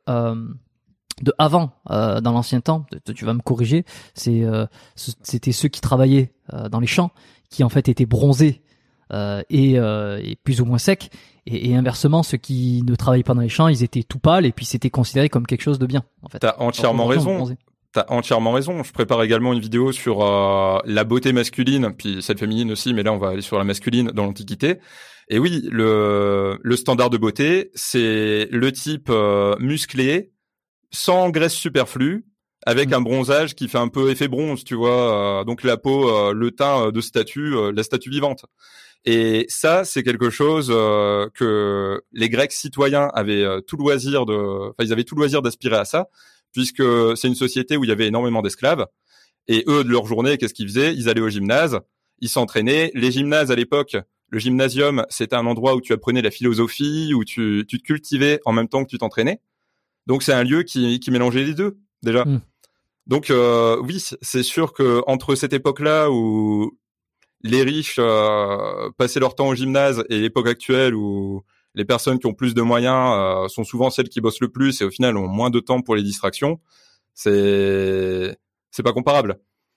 avant dans l'ancien temps, tu vas me corriger, c'était ceux qui travaillaient dans les champs qui en fait étaient bronzés et plus ou moins secs et inversement ceux qui ne travaillaient pas dans les champs, ils étaient tout pâles et puis c'était considéré comme quelque chose de bien en fait. T'as entièrement raison. T'as entièrement raison. Je prépare également une vidéo sur la beauté masculine, puis celle féminine aussi, mais là on va aller sur la masculine dans l'Antiquité. Et oui, le standard de beauté, c'est le type musclé, sans graisse superflue, avec un bronzage qui fait un peu effet bronze, tu vois. Donc la peau, le teint de statue, la statue vivante. Et ça, c'est quelque chose que les Grecs citoyens avaient tout loisir ils avaient tout loisir d'aspirer à ça, puisque c'est une société où il y avait énormément d'esclaves. Et eux, de leur journée, qu'est-ce qu'ils faisaient ? Ils allaient au gymnase, ils s'entraînaient. Les gymnases à l'époque, le gymnasium, c'était un endroit où tu apprenais la philosophie, où tu te cultivais en même temps que tu t'entraînais. Donc c'est un lieu qui mélangeait les deux déjà. Donc oui, c'est sûr que entre cette époque-là où les riches passaient leur temps au gymnase et l'époque actuelle où les personnes qui ont plus de moyens sont souvent celles qui bossent le plus et au final ont moins de temps pour les distractions, c'est pas comparable.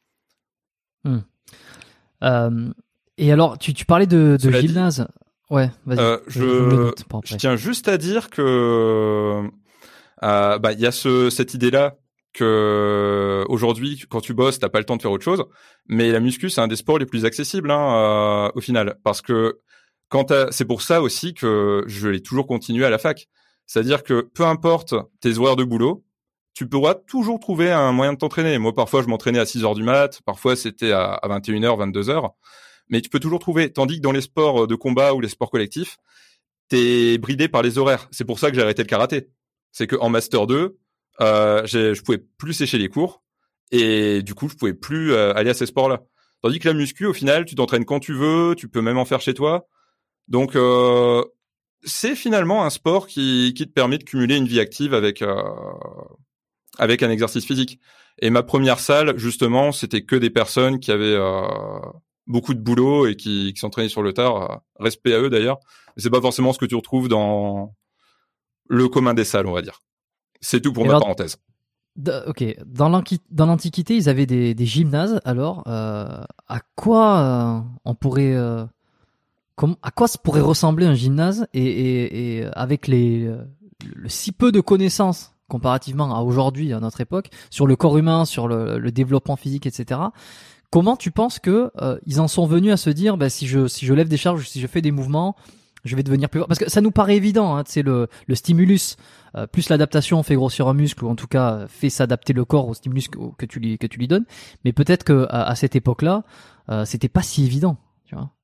Et alors tu parlais de gymnase. Ouais, vas-y. Je tiens juste à dire que il y a cette idée-là que aujourd'hui, quand tu bosses, t'as pas le temps de faire autre chose. Mais la muscu, c'est un des sports les plus accessibles au final, parce que c'est pour ça aussi que je l'ai toujours continué à la fac. C'est-à-dire que peu importe tes horaires de boulot, tu pourras toujours trouver un moyen de t'entraîner. Moi, parfois, je m'entraînais à 6h du mat, parfois c'était à 21h, 22h. Mais tu peux toujours trouver. Tandis que dans les sports de combat ou les sports collectifs, t'es bridé par les horaires. C'est pour ça que j'ai arrêté le karaté. C'est qu'en Master 2, je pouvais plus sécher les cours et du coup je pouvais plus aller à ces sports-là. Tandis que la muscu, au final, tu t'entraînes quand tu veux, tu peux même en faire chez toi. Donc c'est finalement un sport qui te permet de cumuler une vie active avec un exercice physique. Et ma première salle, justement, c'était que des personnes qui avaient beaucoup de boulot et qui s'entraînaient sur le tard. Respect à eux d'ailleurs. C'est pas forcément ce que tu retrouves dans le commun des salles, on va dire. C'est tout pour ma parenthèse. Ok. Dans l'Antiquité, ils avaient des gymnases. Alors, à quoi on pourrait, à quoi ça pourrait ressembler un gymnase et avec le si peu de connaissances comparativement à aujourd'hui, à notre époque, sur le corps humain, sur le développement physique, etc. Comment tu penses que ils en sont venus à se dire, si je lève des charges, si je fais des mouvements, je vais devenir plus fort? Parce que ça nous paraît évident, hein, c'est le stimulus plus l'adaptation fait grossir un muscle, ou en tout cas fait s'adapter le corps au stimulus que tu lui donnes. Mais peut-être que à cette époque-là, c'était pas si évident, tu vois.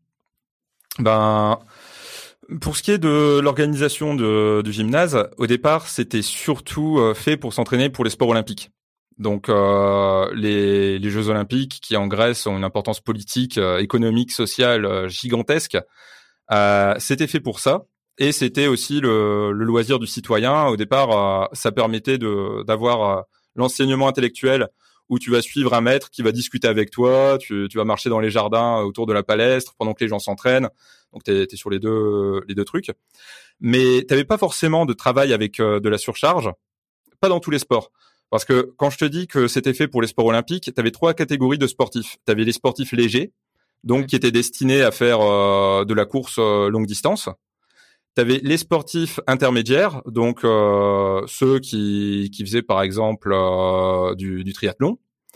Pour ce qui est de l'organisation du gymnase, au départ, c'était surtout fait pour s'entraîner pour les sports olympiques. Donc les Jeux olympiques qui en Grèce ont une importance politique, économique, sociale gigantesque. C'était fait pour ça, et c'était aussi le loisir du citoyen. Au départ, ça permettait d'avoir l'enseignement intellectuel où tu vas suivre un maître qui va discuter avec toi, tu vas marcher dans les jardins autour de la palestre pendant que les gens s'entraînent. Donc t'es sur les deux trucs. Mais t'avais pas forcément de travail avec de la surcharge, pas dans tous les sports. Parce que quand je te dis que c'était fait pour les sports olympiques, t'avais 3 catégories de sportifs. T'avais les sportifs légers, donc qui étaient destinés à faire de la course longue distance. T'avais les sportifs intermédiaires, donc ceux qui faisaient par exemple du triathlon.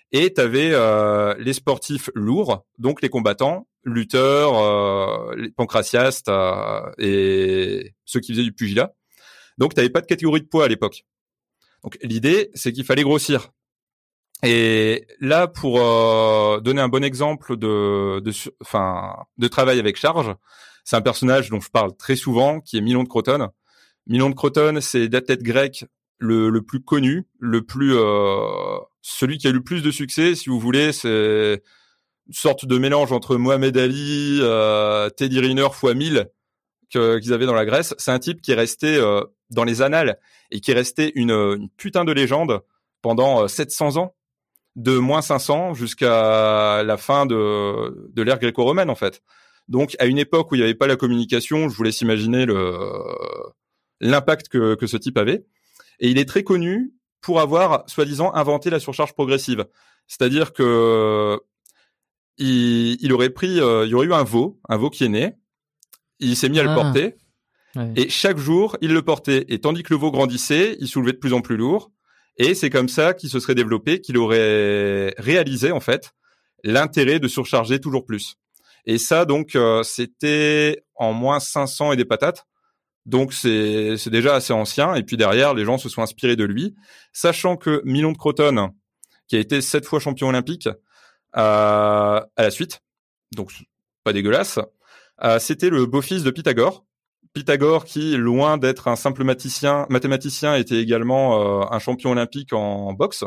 Et t'avais les sportifs lourds, donc les combattants, lutteurs, les pancratiastes et ceux qui faisaient du pugilat. Donc t'avais pas de catégorie de poids à l'époque. Donc l'idée, c'est qu'il fallait grossir. Et là, pour donner un bon exemple de travail avec charge, c'est un personnage dont je parle très souvent, qui est Milon de Croton. Milon de Croton, c'est l'athlète grec le plus connu, celui qui a eu le plus de succès, si vous voulez. C'est une sorte de mélange entre Mohamed Ali, Teddy Riner fois 1000 qu'ils avaient dans la Grèce. C'est un type qui est resté dans les annales et qui est resté une putain de légende pendant 700 ans, de moins 500 jusqu'à la fin de l'ère gréco-romaine, en fait. Donc, à une époque où il n'y avait pas la communication, je vous laisse imaginer l'impact que ce type avait. Et il est très connu pour avoir, soi-disant, inventé la surcharge progressive. C'est-à-dire que il aurait eu un veau qui est né, il s'est mis à le porter, ouais. Et chaque jour, il le portait. Et tandis que le veau grandissait, il soulevait de plus en plus lourd. Et c'est comme ça qu'il se serait développé, qu'il aurait réalisé, en fait, l'intérêt de surcharger toujours plus. Et ça, donc, c'était en moins 500 et des patates. Donc, c'est déjà assez ancien. Et puis derrière, les gens se sont inspirés de lui, sachant que Milon de Croton, qui a été 7 fois champion olympique, à la suite, donc pas dégueulasse, c'était le beau-fils de Pythagore. Pythagore, qui, loin d'être un simple mathématicien, était également un champion olympique en boxe.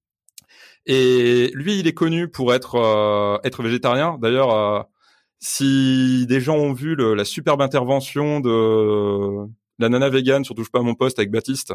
Et lui, il est connu pour être végétarien. D'ailleurs, si des gens ont vu la superbe intervention de la nana vegan sur Touche pas à mon poste avec Baptiste,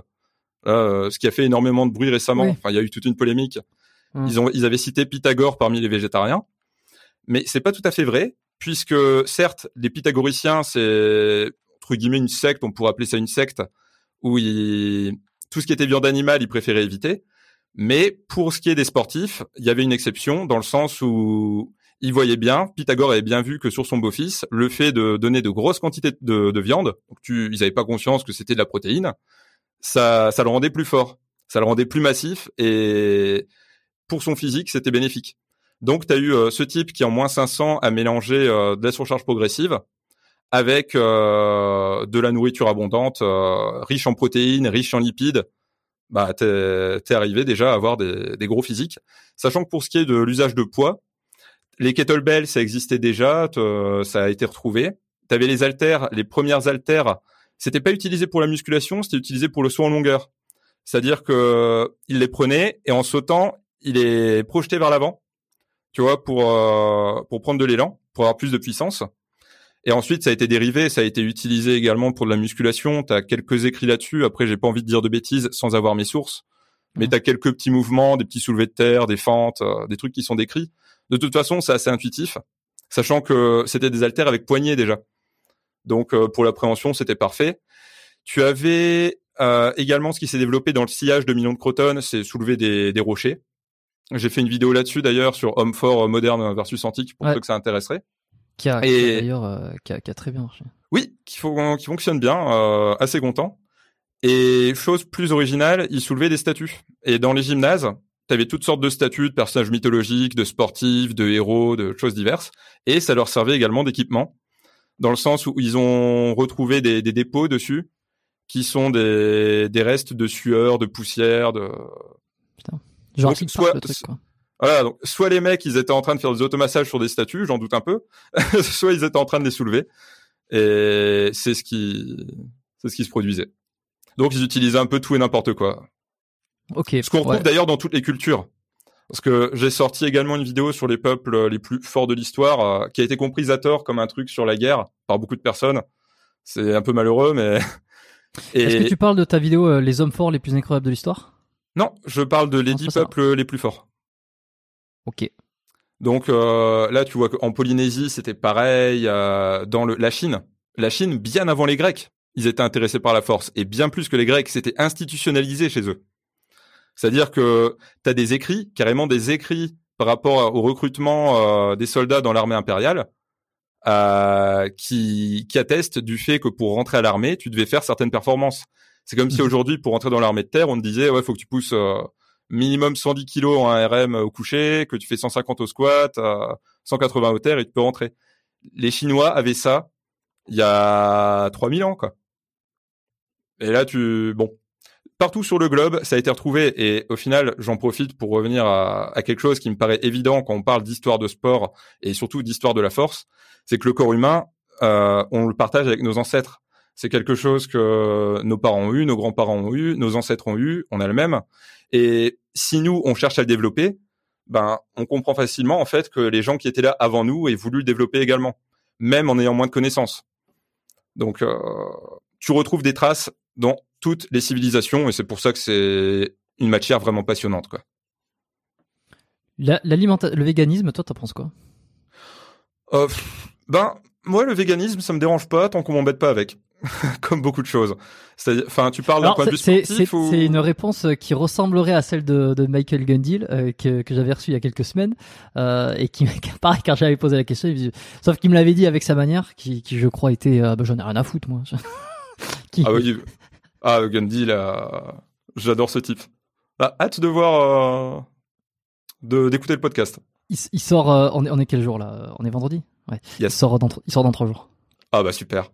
ce qui a fait énormément de bruit récemment. Oui. Enfin, il y a eu toute une polémique. Ils avaient cité Pythagore parmi les végétariens, mais c'est pas tout à fait vrai, puisque certes, les pythagoriciens, c'est entre guillemets une secte, on pourrait appeler ça une secte, où tout ce qui était viande animale, ils préféraient éviter. Mais pour ce qui est des sportifs, il y avait une exception, dans le sens où ils voyaient bien, Pythagore avait bien vu que sur son beau-fils, le fait de donner de grosses quantités de viande, donc ils n'avaient pas conscience que c'était de la protéine, ça le rendait plus fort, ça le rendait plus massif, et pour son physique, c'était bénéfique. Donc, tu as eu ce type qui, en moins 500, a mélangé de la surcharge progressive avec de la nourriture abondante, riche en protéines, riche en lipides. Bah, t'es arrivé déjà à avoir des gros physiques. Sachant que pour ce qui est de l'usage de poids, les kettlebells, ça existait déjà, ça a été retrouvé. T'avais les haltères, les premières haltères, c'était pas utilisé pour la musculation, c'était utilisé pour le saut en longueur. C'est-à-dire que il les prenait et en sautant, il les projetait vers l'avant, tu vois, pour prendre de l'élan, pour avoir plus de puissance. Et ensuite, ça a été dérivé, ça a été utilisé également pour de la musculation. T'as quelques écrits là-dessus. Après, j'ai pas envie de dire de bêtises sans avoir mes sources. Mais t'as quelques petits mouvements, des petits soulevés de terre, des fentes, des trucs qui sont décrits. De toute façon, c'est assez intuitif, sachant que c'était des haltères avec poignée déjà. Donc, pour l'appréhension, c'était parfait. Tu avais également ce qui s'est développé dans le sillage de Milon de Croton, c'est soulever des rochers. J'ai fait une vidéo là-dessus d'ailleurs sur homme fort moderne versus antique pour ceux que ça intéresserait. Qui a très bien marché. Oui, qui fonctionne bien, assez content. Et chose plus originale, il soulevait des statues. Et dans les gymnases, t'avais toutes sortes de statues de personnages mythologiques, de sportifs, de héros, de choses diverses. Et ça leur servait également d'équipement, dans le sens où ils ont retrouvé des dépôts dessus, qui sont des restes de sueur, de poussière, de... Putain. Genre le truc, quoi. Voilà, donc soit les mecs, ils étaient en train de faire des automassages sur des statues, j'en doute un peu, soit ils étaient en train de les soulever, et c'est ce qui se produisait. Donc ils utilisaient un peu tout et n'importe quoi. Ok. Ce qu'on retrouve d'ailleurs dans toutes les cultures, parce que j'ai sorti également une vidéo sur les peuples les plus forts de l'histoire, qui a été comprise à tort comme un truc sur la guerre par beaucoup de personnes. C'est un peu malheureux, mais. Est-ce que tu parles de ta vidéo les hommes forts les plus incroyables de l'histoire? Non, je parle de les 10 peuples les plus forts. Ok. Donc là, tu vois qu'en Polynésie, c'était pareil. Dans la Chine, bien avant les Grecs, ils étaient intéressés par la force. Et bien plus que les Grecs, c'était institutionnalisé chez eux. C'est-à-dire que tu as des écrits, carrément des écrits par rapport au recrutement des soldats dans l'armée impériale, qui attestent du fait que pour rentrer à l'armée, tu devais faire certaines performances. C'est comme si aujourd'hui, pour rentrer dans l'armée de terre, on te disait « Ouais, faut que tu pousses minimum 110 kilos en RM au coucher, que tu fais 150 au squat, 180 au terre, et tu peux rentrer. Les Chinois avaient ça il y a 3000 ans, quoi. Et là, partout sur le globe, ça a été retrouvé. Et au final, j'en profite pour revenir à quelque chose qui me paraît évident quand on parle d'histoire de sport et surtout d'histoire de la force, c'est que le corps humain, on le partage avec nos ancêtres. C'est quelque chose que nos parents ont eu, nos grands-parents ont eu, nos ancêtres ont eu, on a le même. Et si nous, on cherche à le développer, on comprend facilement en fait que les gens qui étaient là avant nous aient voulu le développer également, même en ayant moins de connaissances. Donc, tu retrouves des traces dans toutes les civilisations et c'est pour ça que c'est une matière vraiment passionnante, quoi. Le véganisme, toi, t'en penses quoi? Moi, le véganisme, ça me dérange pas tant qu'on m'embête pas avec. Comme beaucoup de choses. C'est-à-dire, tu parles d'un point de vue sportif ou... C'est une réponse qui ressemblerait à celle de Michael Gundil que j'avais reçue il y a quelques semaines et qui pareil quand j'avais posé la question, sauf qu'il me l'avait dit avec sa manière, qui je crois était j'en ai rien à foutre moi. Ah oui, Gundil, j'adore ce type. Hâte de voir, d'écouter le podcast. Il sort, on est quel jour là? On est vendredi? Ouais. Yes. Il sort dans 3 jours. Ah super.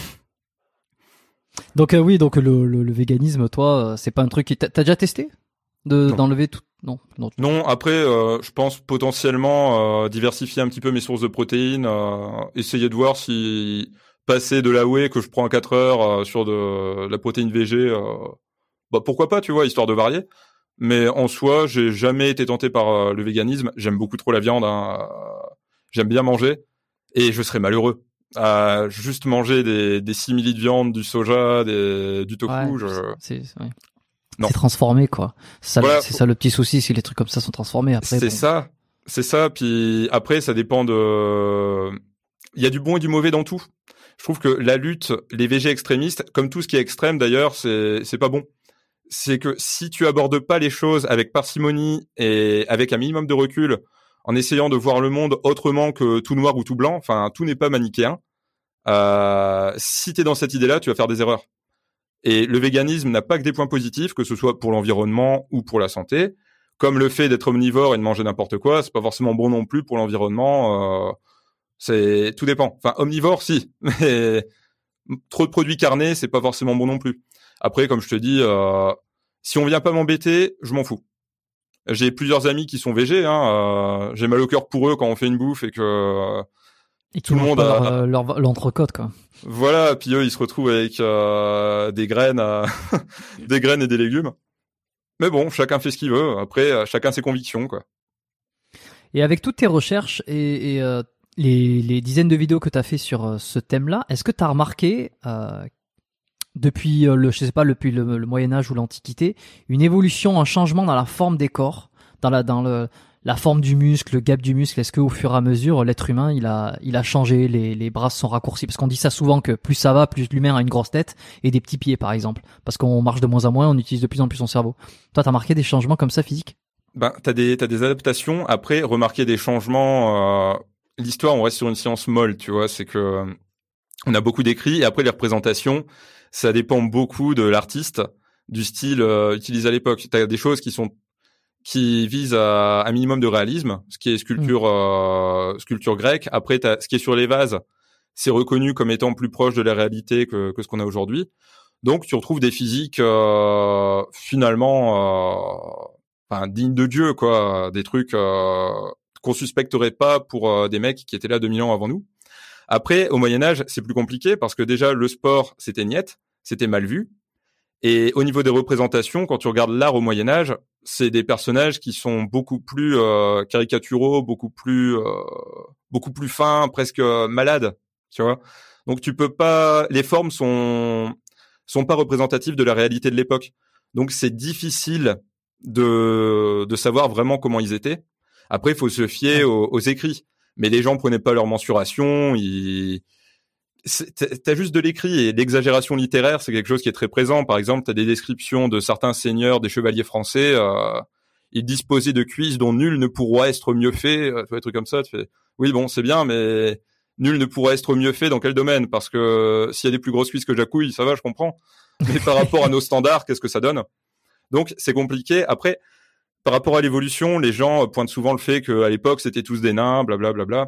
Donc oui, donc le véganisme, toi, c'est pas un truc qui t'as déjà testé d'enlever tout? Non. Après, je pense potentiellement diversifier un petit peu mes sources de protéines, essayer de voir si passer de la whey que je prends à 4 heures sur de la protéine végé, pourquoi pas, tu vois, histoire de varier. Mais en soi, j'ai jamais été tenté par le véganisme. J'aime beaucoup trop la viande, j'aime bien manger et je serais malheureux à juste manger des simili de viande, du soja, du tofu. Ouais, c'est transformé, quoi. Voilà. C'est ça le petit souci, si les trucs comme ça sont transformés après. C'est ça. Puis après, ça dépend il y a du bon et du mauvais dans tout. Je trouve que la lutte, les végés extrémistes, comme tout ce qui est extrême d'ailleurs, c'est pas bon. C'est que si tu abordes pas les choses avec parcimonie et avec un minimum de recul, en essayant de voir le monde autrement que tout noir ou tout blanc, tout n'est pas manichéen. Si t'es dans cette idée-là, tu vas faire des erreurs. Et le véganisme n'a pas que des points positifs, que ce soit pour l'environnement ou pour la santé. Comme le fait d'être omnivore et de manger n'importe quoi, c'est pas forcément bon non plus pour l'environnement. Tout dépend. Omnivore, si, mais trop de produits carnés, c'est pas forcément bon non plus. Après, comme je te dis, si on vient pas m'embêter, je m'en fous. J'ai plusieurs amis qui sont végés, j'ai mal au cœur pour eux quand on fait une bouffe et que tout le monde a l'entrecôte, quoi. Voilà, puis eux ils se retrouvent avec des graines des graines et des légumes. Mais bon, chacun fait ce qu'il veut, après chacun ses convictions, quoi. Et avec toutes tes recherches et les dizaines de vidéos que tu as fait sur ce thème-là, est-ce que tu as remarqué depuis depuis le Moyen-Âge ou l'Antiquité, une évolution, un changement dans la forme des corps, dans la forme du muscle, le gap du muscle? Est-ce qu'au fur et à mesure, l'être humain, il a changé, les bras sont raccourcis? Parce qu'on dit ça souvent que plus ça va, plus l'humain a une grosse tête et des petits pieds, par exemple. Parce qu'on marche de moins en moins, on utilise de plus en plus son cerveau. Toi, t'as marqué des changements comme ça physiques? T'as des adaptations. Après, remarquer des changements, l'histoire, on reste sur une science molle, tu vois, c'est que on a beaucoup d'écrits et après les représentations, ça dépend beaucoup de l'artiste, du style utilisé à l'époque. T'as des choses qui visent à un minimum de réalisme, ce qui est sculpture grecque. Après, ce qui est sur les vases, c'est reconnu comme étant plus proche de la réalité que ce qu'on a aujourd'hui. Donc, tu retrouves des physiques finalement dignes de Dieu, quoi, des trucs qu'on suspecterait pas pour des mecs qui étaient là 2000 ans avant nous. Après, au Moyen-Âge, c'est plus compliqué parce que déjà, le sport, c'était niette, c'était mal vu. Et au niveau des représentations, quand tu regardes l'art au Moyen-Âge, c'est des personnages qui sont beaucoup plus caricaturaux, beaucoup plus fins, presque malades, tu vois. Donc tu peux pas, les formes sont pas représentatives de la réalité de l'époque. Donc c'est difficile de savoir vraiment comment ils étaient. Après, il faut se fier aux écrits. Mais les gens prenaient pas leur mensuration, t'as juste de l'écrit et l'exagération littéraire, c'est quelque chose qui est très présent. Par exemple, t'as des descriptions de certains seigneurs, des chevaliers français, ils disposaient de cuisses dont nul ne pourra être mieux fait, des trucs comme ça. Tu fais, oui, bon, c'est bien, mais nul ne pourra être mieux fait dans quel domaine? Parce que s'il y a des plus grosses cuisses que Jacouille, ça va, je comprends. Mais par rapport à nos standards, qu'est-ce que ça donne? Donc, c'est compliqué. Après, par rapport à l'évolution, les gens pointent souvent le fait qu'à l'époque c'était tous des nains, blablabla.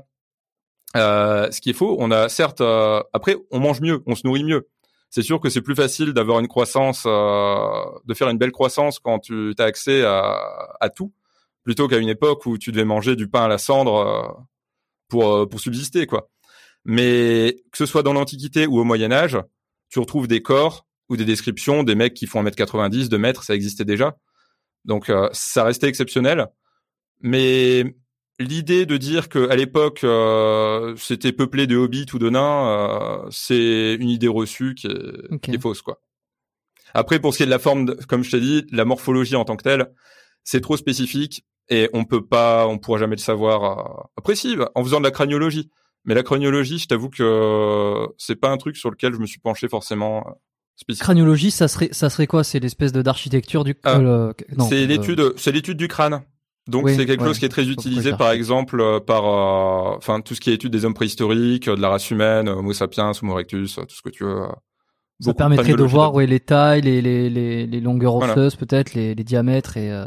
Ce qui est faux. On a certes, après, on mange mieux, on se nourrit mieux. C'est sûr que c'est plus facile d'avoir une croissance, de faire une belle croissance quand tu as accès à tout, plutôt qu'à une époque où tu devais manger du pain à la cendre pour subsister, quoi. Mais que ce soit dans l'Antiquité ou au Moyen-Âge, tu retrouves des corps ou des descriptions des mecs qui font 1m90, 2 mètres, ça existait déjà. Donc ça restait exceptionnel. Mais l'idée de dire que à l'époque c'était peuplé de hobbits ou de nains, c'est une idée reçue qui est fausse, quoi. Après, pour ce qui est de la forme, comme je t'ai dit, la morphologie en tant que telle, c'est trop spécifique et on pourra jamais le savoir. Après, si, en faisant de la craniologie. Mais la craniologie, je t'avoue que c'est pas un truc sur lequel je me suis penché forcément spécifique. Craniologie, ça serait quoi? C'est l'espèce d'architecture du c'est l'étude du crâne. Donc c'est quelque chose qui est très utilisé par exemple par tout ce qui est étude des hommes préhistoriques, de la race humaine, Homo sapiens, Homo erectus, tout ce que tu veux. Ça permettrait de voir les tailles, les longueurs osseuses, peut-être les diamètres et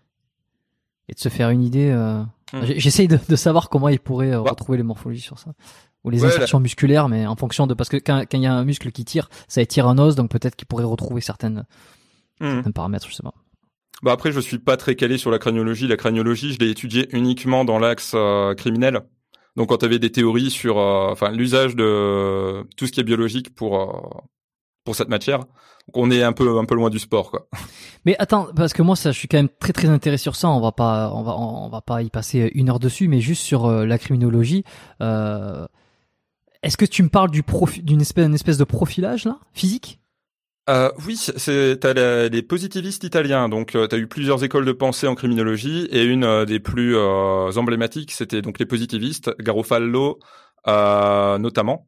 de se faire une idée. J'essaye de savoir comment ils pourraient retrouver les morphologies sur ça. Ou les insertions musculaires, mais en fonction de... Parce que quand il y a un muscle qui tire, ça étire un os, donc peut-être qu'ils pourraient retrouver certains paramètres, je sais pas. Après, je suis pas très calé sur la craniologie. La craniologie, je l'ai étudiée uniquement dans l'axe criminel. Donc quand tu avais des théories sur l'usage de tout ce qui est biologique pour cette matière. Donc on est un peu loin du sport, quoi. Mais attends, parce que moi je suis quand même très très intéressé sur ça. On va pas y passer 1 heure dessus, mais juste sur la criminologie. Est-ce que tu me parles d'une espèce de profilage là, physique? Oui, t'as les positivistes italiens. Donc t'as eu plusieurs écoles de pensée en criminologie et une des plus emblématiques, c'était donc les positivistes, Garofalo notamment,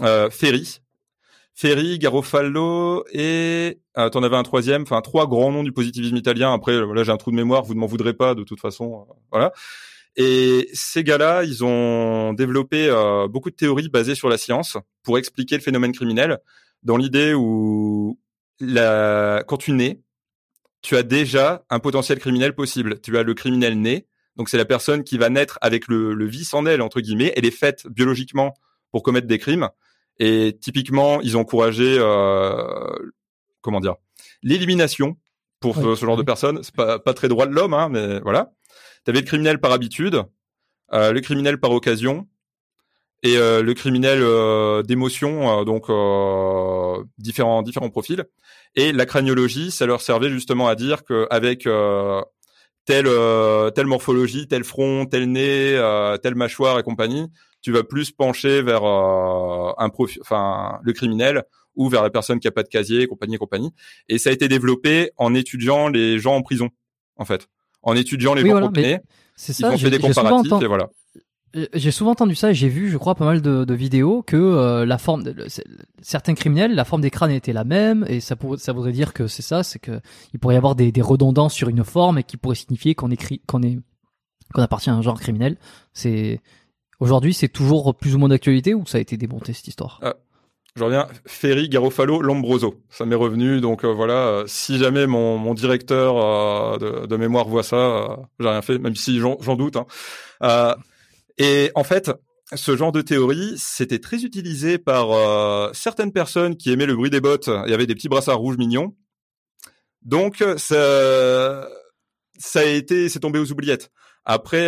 Ferri, Garofalo et t'en avais un troisième, 3 grands noms du positivisme italien. Après, là, j'ai un trou de mémoire, vous ne m'en voudrez pas de toute façon, voilà. Et ces gars-là, ils ont développé beaucoup de théories basées sur la science pour expliquer le phénomène criminel, dans l'idée où quand tu nais, tu as déjà un potentiel criminel possible. Tu as le criminel né, donc c'est la personne qui va naître avec le vice en elle, entre guillemets. Elle est faite biologiquement pour commettre des crimes. Et typiquement, ils ont encouragé, l'élimination pour ce genre de personnes. C'est pas très droit de l'homme, hein, mais voilà. T'avais le criminel par habitude, le criminel par occasion, et le criminel d'émotion, donc différents profils. Et la craniologie, ça leur servait justement à dire qu'avec telle morphologie, tel front, tel nez, telle mâchoire et compagnie, tu vas plus pencher vers le criminel ou vers la personne qui a pas de casier, compagnie. Et ça a été développé en étudiant les gens en prison, en fait. En étudiant les gens condamnés. C'est ça, ils ont fait des comparatifs et voilà. J'ai souvent entendu ça et j'ai vu, je crois, pas mal de vidéos que certains criminels, la forme des crânes était la même et ça voudrait dire que c'est que il pourrait y avoir des redondances sur une forme et qui pourrait signifier qu'on appartient à un genre criminel. Aujourd'hui, c'est toujours plus ou moins d'actualité ou ça a été démonté cette histoire? Je reviens, Ferri, Garofalo, Lombroso. Ça m'est revenu, donc voilà. Si jamais mon directeur de mémoire voit ça, j'ai rien fait, même si j'en doute. Hein. Et en fait, ce genre de théorie, c'était très utilisé par certaines personnes qui aimaient le bruit des bottes. Il y avait des petits brassards rouges mignons. Donc c'est tombé aux oubliettes. Après,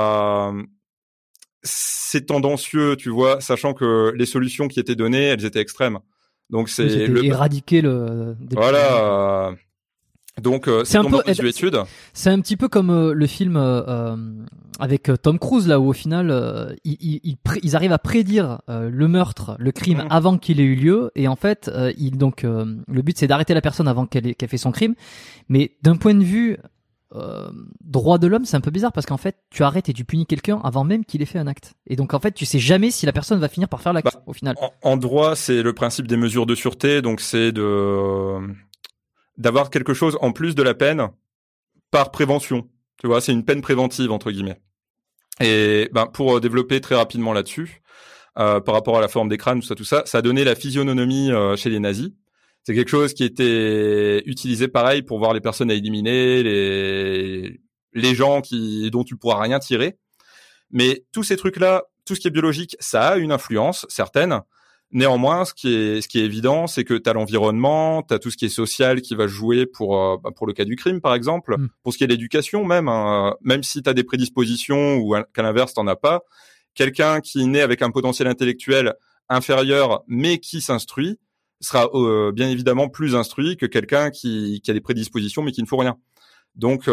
c'est tendancieux, tu vois, sachant que les solutions qui étaient données, elles étaient extrêmes. Donc c'est éradiquer voilà. Donc c'est un peu étude. C'est un petit peu comme le film avec Tom Cruise là où au final ils arrivent à prédire le meurtre, le crime avant qu'il ait eu lieu et en fait le but c'est d'arrêter la personne avant qu'elle fait son crime, mais d'un point de vue droit de l'homme, c'est un peu bizarre parce qu'en fait, tu arrêtes et tu punis quelqu'un avant même qu'il ait fait un acte. Et donc en fait, tu sais jamais si la personne va finir par faire l'acte au final. En droit, c'est le principe des mesures de sûreté, donc c'est d'avoir quelque chose en plus de la peine par prévention. Tu vois, c'est une peine préventive entre guillemets. Et pour développer très rapidement là-dessus, par rapport à la forme des crânes, tout ça, ça a donné la physionomie chez les nazis. C'est quelque chose qui était utilisé pareil pour voir les personnes à éliminer, les gens dont tu pourras rien tirer. Mais tous ces trucs-là, tout ce qui est biologique, ça a une influence certaine. Néanmoins, ce qui est évident, c'est que t'as l'environnement, t'as tout ce qui est social qui va jouer pour le cas du crime, par exemple, pour ce qui est de l'éducation même, hein, même si t'as des prédispositions ou qu'à l'inverse t'en as pas, quelqu'un qui naît avec un potentiel intellectuel inférieur mais qui s'instruit sera bien évidemment plus instruit que quelqu'un qui a des prédispositions mais qui ne faut rien. Donc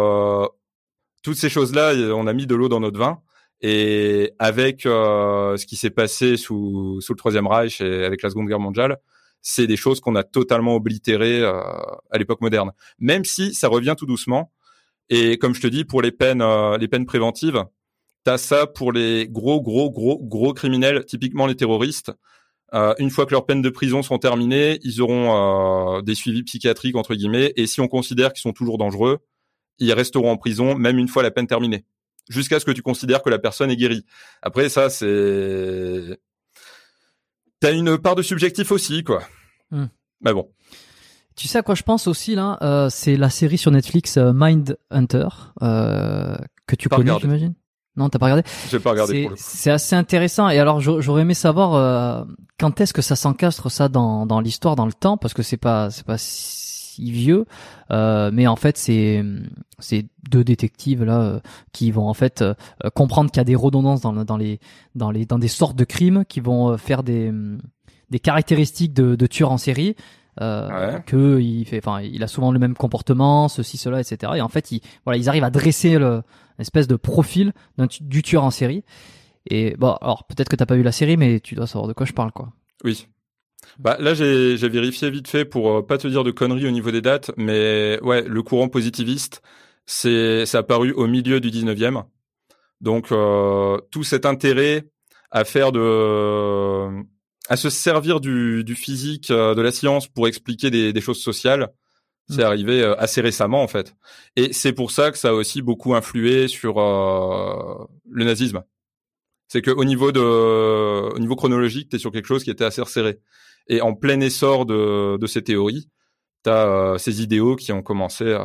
toutes ces choses-là, on a mis de l'eau dans notre vin. Et avec ce qui s'est passé sous le Troisième Reich et avec la Seconde Guerre mondiale, c'est des choses qu'on a totalement oblitérées à l'époque moderne. Même si ça revient tout doucement. Et comme je te dis, pour les peines préventives, t'as ça pour les gros criminels, typiquement les terroristes. Une fois que leurs peines de prison sont terminées, ils auront des suivis psychiatriques entre guillemets. Et si on considère qu'ils sont toujours dangereux, ils resteront en prison même une fois la peine terminée. Jusqu'à ce que tu considères que la personne est guérie. Après, ça, c'est... T'as une part de subjectif aussi, quoi. Mais bon. Tu sais à quoi je pense aussi, là c'est la série sur Netflix Mindhunter, que tu connais, j'imagine? Non, t'as pas regardé? J'ai pas regardé pour le coup. C'est assez intéressant. Et alors, j'aurais aimé savoir quand est-ce que ça s'encastre, ça, dans l'histoire, dans le temps, parce que c'est pas si vieux, mais en fait c'est deux détectives là qui vont en fait comprendre qu'il y a des redondances dans des sortes de crimes, qui vont faire des caractéristiques de tueurs en série, que il a souvent le même comportement, ceci, cela, etc. Et en fait ils arrivent à dresser une espèce de profil du tueur en série. Et bon, alors peut-être que t'as pas vu la série, mais tu dois savoir de quoi je parle, quoi. Oui. Bah là j'ai vérifié vite fait pour pas te dire de conneries au niveau des dates, mais ouais, le courant positiviste c'est apparu au milieu du 19e. Donc tout cet intérêt à se servir du physique, de la science pour expliquer des choses sociales, c'est arrivé assez récemment en fait. Et c'est pour ça que ça a aussi beaucoup influé sur le nazisme. C'est que au niveau chronologique, t'es sur quelque chose qui était assez resserré. Et en plein essor de ces théories, t'as ces idéaux qui ont commencé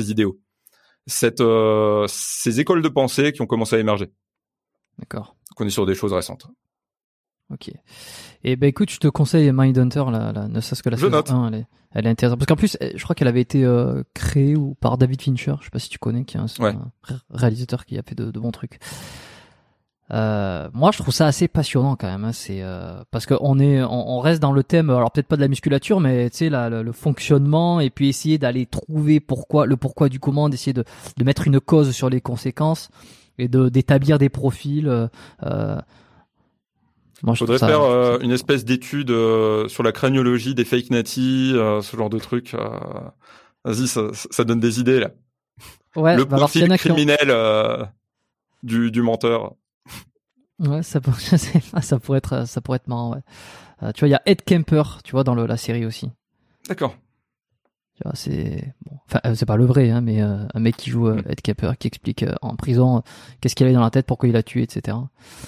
ces écoles de pensée qui ont commencé à émerger. D'accord. Donc on est sur des choses récentes. Ok. Et ben écoute, je te conseille Mindhunter, ne serait-ce que la saison 1, elle est intéressante. Parce qu'en plus, je crois qu'elle avait été créée par David Fincher, je sais pas si tu connais, qui est un réalisateur qui a fait de bons trucs. Moi je trouve ça assez passionnant quand même, hein. C'est parce que on reste dans le thème, alors peut-être pas de la musculature, mais tu sais le fonctionnement, et puis essayer d'aller trouver le pourquoi du comment, d'essayer de mettre une cause sur les conséquences et d'établir des profils. Moi, faudrait faire une espèce d'étude sur la craniologie des fake nazis, ce genre de truc. Vas-y, ça donne des idées là. Ouais, le profil criminel du menteur. Ouais, ça pourrait être marrant, ouais. Tu vois, il y a Ed Kemper, tu vois, dans la série aussi. D'accord. Tu vois, c'est pas le vrai, hein, mais un mec qui joue Ed Kemper, qui explique en prison qu'est-ce qu'il avait dans la tête, pourquoi il a tué, etc.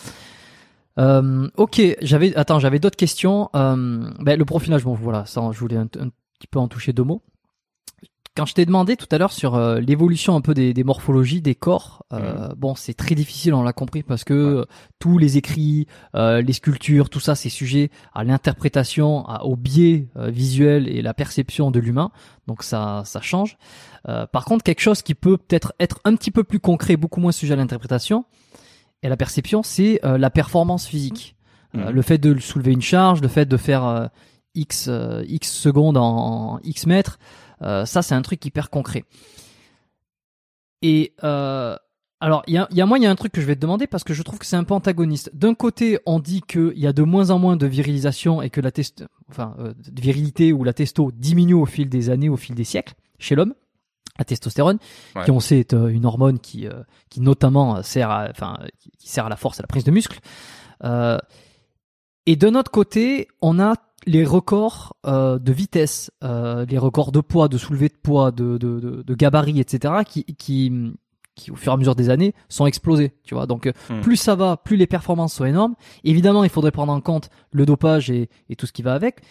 Ok, j'avais d'autres questions. Le profilage, bon, voilà, ça, je voulais un petit peu en toucher deux mots. Quand je t'ai demandé tout à l'heure sur l'évolution un peu des morphologies des corps, bon, c'est très difficile, on l'a compris, parce que tous les écrits, les sculptures, tout ça, c'est sujet à l'interprétation, au biais visuel et la perception de l'humain. Donc ça change. Par contre, quelque chose qui peut peut-être être un petit peu plus concret, beaucoup moins sujet à l'interprétation et la perception, c'est la performance physique. Le fait de soulever une charge, le fait de faire X secondes en X mètres. Ça, c'est un truc hyper concret. Et alors, il y a un truc que je vais te demander, parce que je trouve que c'est un peu antagoniste. D'un côté, on dit qu'il y a de moins en moins de virilisation et que de virilité ou la testo diminue au fil des années, au fil des siècles, chez l'homme. La testostérone, qui on sait est une hormone qui notamment sert à la force, à la prise de muscle. Et de notre côté, on a les records de vitesse, les records de poids, de soulevé de poids, de gabarit, etc., qui au fur et à mesure des années sont explosés, tu vois. Donc plus ça va, plus les performances sont énormes. Évidemment, il faudrait prendre en compte le dopage et tout ce qui va avec.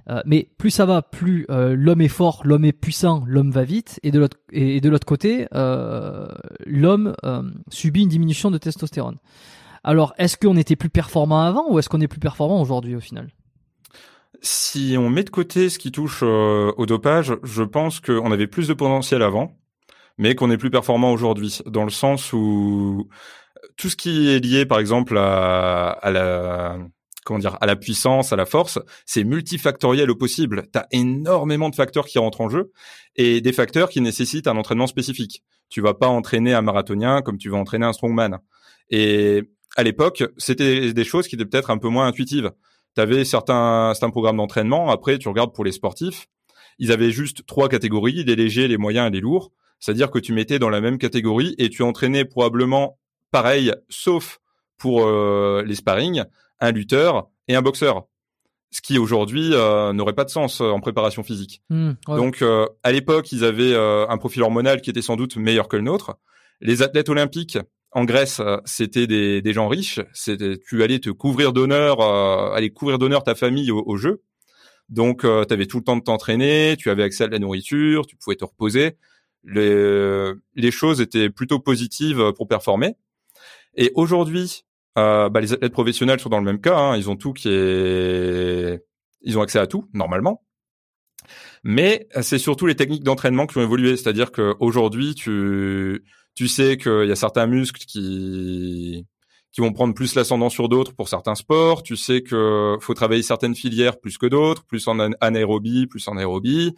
Mais plus ça va, plus l'homme est fort, l'homme est puissant, l'homme va vite, et de l'autre côté, l'homme subit une diminution de testostérone. Alors, est-ce qu'on était plus performant avant ou est-ce qu'on est plus performant aujourd'hui au final ? Si on met de côté ce qui touche au dopage, je pense qu'on avait plus de potentiel avant, mais qu'on est plus performant aujourd'hui, dans le sens où tout ce qui est lié, par exemple, à la puissance, à la force, c'est multifactoriel au possible. T'as énormément de facteurs qui rentrent en jeu et des facteurs qui nécessitent un entraînement spécifique. Tu vas pas entraîner un marathonien comme tu vas entraîner un strongman. Et à l'époque, c'était des choses qui étaient peut-être un peu moins intuitives. T'avais certains programmes d'entraînement. Après, tu regardes pour les sportifs, ils avaient juste 3 catégories, les légers, les moyens et les lourds. C'est-à-dire que tu mettais dans la même catégorie et tu entraînais probablement pareil, sauf pour les sparring, un lutteur et un boxeur. Ce qui aujourd'hui n'aurait pas de sens en préparation physique. Ouais. Donc à l'époque, ils avaient un profil hormonal qui était sans doute meilleur que le nôtre. Les athlètes olympiques en Grèce, c'était des gens riches. Tu allais te couvrir d'honneur, aller couvrir d'honneur ta famille au jeu. Donc tu avais tout le temps de t'entraîner, tu avais accès à de la nourriture, tu pouvais te reposer. Les choses étaient plutôt positives pour performer. Et aujourd'hui, les athlètes professionnels sont dans le même cas. Hein, ils ont ils ont accès à tout normalement. Mais c'est surtout les techniques d'entraînement qui ont évolué. C'est-à-dire qu'aujourd'hui, tu sais qu'il y a certains muscles qui vont prendre plus l'ascendant sur d'autres pour certains sports. Tu sais que faut travailler certaines filières plus que d'autres, plus en anaérobie, plus en aérobie.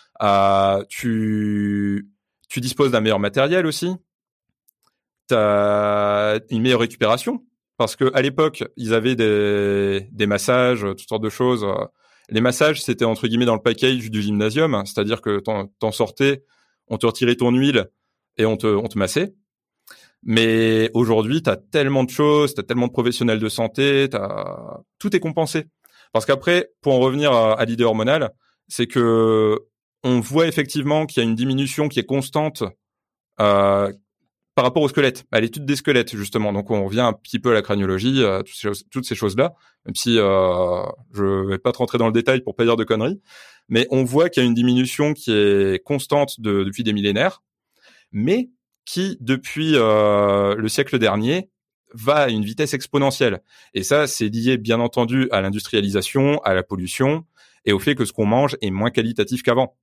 Tu disposes d'un meilleur matériel aussi. T'as une meilleure récupération. Parce que à l'époque, ils avaient des massages, toutes sortes de choses. Les massages, c'était entre guillemets dans le package du gymnasium. C'est-à-dire que t'en sortais, on te retirait ton huile et on te massait. Mais aujourd'hui, t'as tellement de choses, t'as tellement de professionnels de santé, tout est compensé. Parce qu'après, pour en revenir à l'idée hormonale, c'est que on voit effectivement qu'il y a une diminution qui est constante par rapport au squelette, à l'étude des squelettes justement. Donc on revient un petit peu à la craniologie, toutes ces choses-là, même si je vais pas te rentrer dans le détail pour pas dire de conneries, mais on voit qu'il y a une diminution qui est constante depuis des millénaires, mais qui depuis le siècle dernier va à une vitesse exponentielle. Et ça, c'est lié bien entendu à l'industrialisation, à la pollution et au fait que ce qu'on mange est moins qualitatif qu'avant.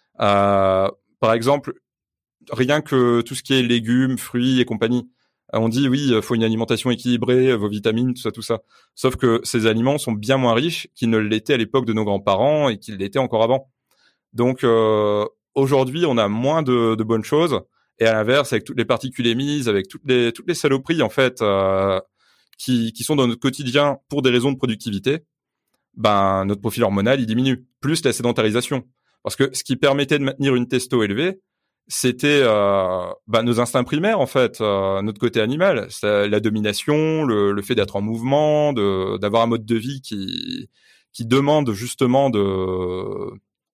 Par exemple, rien que tout ce qui est légumes, fruits et compagnie. On dit oui, faut une alimentation équilibrée, vos vitamines, tout ça. Sauf que ces aliments sont bien moins riches qu'ils ne l'étaient à l'époque de nos grands-parents et qu'ils l'étaient encore avant. Donc aujourd'hui, on a moins de bonnes choses. Et à l'inverse, avec toutes les particules émises, avec toutes les saloperies en fait qui sont dans notre quotidien pour des raisons de productivité, notre profil hormonal il diminue. Plus la sédentarisation, parce que ce qui permettait de maintenir une testo élevée, c'était nos instincts primaires en fait, notre côté animal, c'est la domination, le fait d'être en mouvement, d'avoir un mode de vie qui demande justement de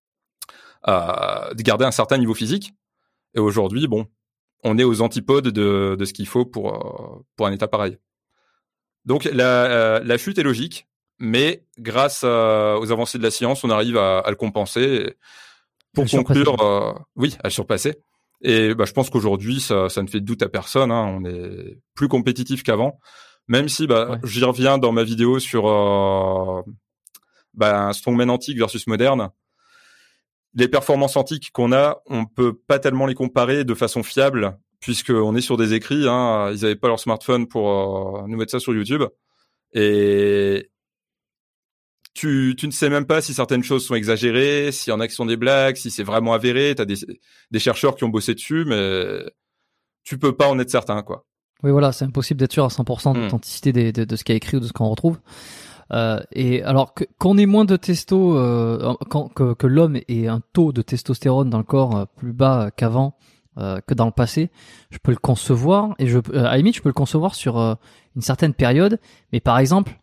garder un certain niveau physique. Et aujourd'hui, on est aux antipodes de ce qu'il faut pour un état pareil. Donc la chute est logique, mais grâce aux avancées de la science, on arrive à le compenser. Pour conclure, à le surpasser. Et je pense qu'aujourd'hui, ça ne fait de doute à personne. Hein, on est plus compétitif qu'avant, même si j'y reviens dans ma vidéo sur un strongman antique versus moderne. Les performances antiques qu'on a, on peut pas tellement les comparer de façon fiable, puisqu'on est sur des écrits. Hein, ils avaient pas leur smartphone pour nous mettre ça sur YouTube. Et tu ne sais même pas si certaines choses sont exagérées, s'il y en a qui sont des blagues, si c'est vraiment avéré. T'as des chercheurs qui ont bossé dessus, mais tu peux pas en être certain, quoi. Oui, voilà, c'est impossible d'être sûr à 100% de l'authenticité de ce qui est écrit ou de ce qu'on retrouve. Et alors qu'on ait moins de testo, que l'homme ait un taux de testostérone dans le corps plus bas qu'avant, que dans le passé, je peux le concevoir. Et à la limite, je peux le concevoir sur une certaine période. Mais par exemple,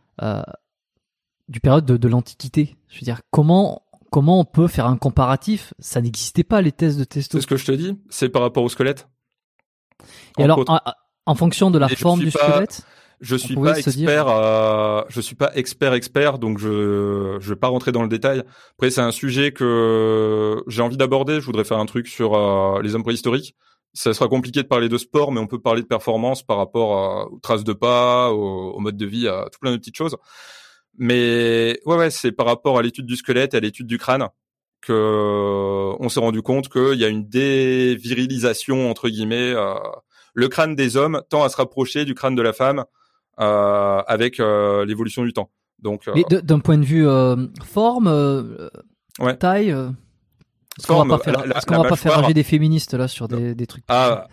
du période de l'Antiquité. Je veux dire, comment on peut faire un comparatif? Ça n'existait pas, les tests de testo. C'est ce que je te dis, c'est par rapport au squelette. Et alors, en fonction de la forme du squelette? Je suis pas expert, donc je vais pas rentrer dans le détail. Après, c'est un sujet que j'ai envie d'aborder. Je voudrais faire un truc sur les hommes préhistoriques. Ça sera compliqué de parler de sport, mais on peut parler de performance par rapport aux traces de pas, au mode de vie, à tout plein de petites choses. Mais ouais, c'est par rapport à l'étude du squelette et à l'étude du crâne que on s'est rendu compte qu'il y a une dévirilisation entre guillemets. Le crâne des hommes tend à se rapprocher du crâne de la femme avec l'évolution du temps. Donc, mais d'un point de vue forme, taille. Est-ce qu'on va pas faire rager des féministes là sur des trucs? C'est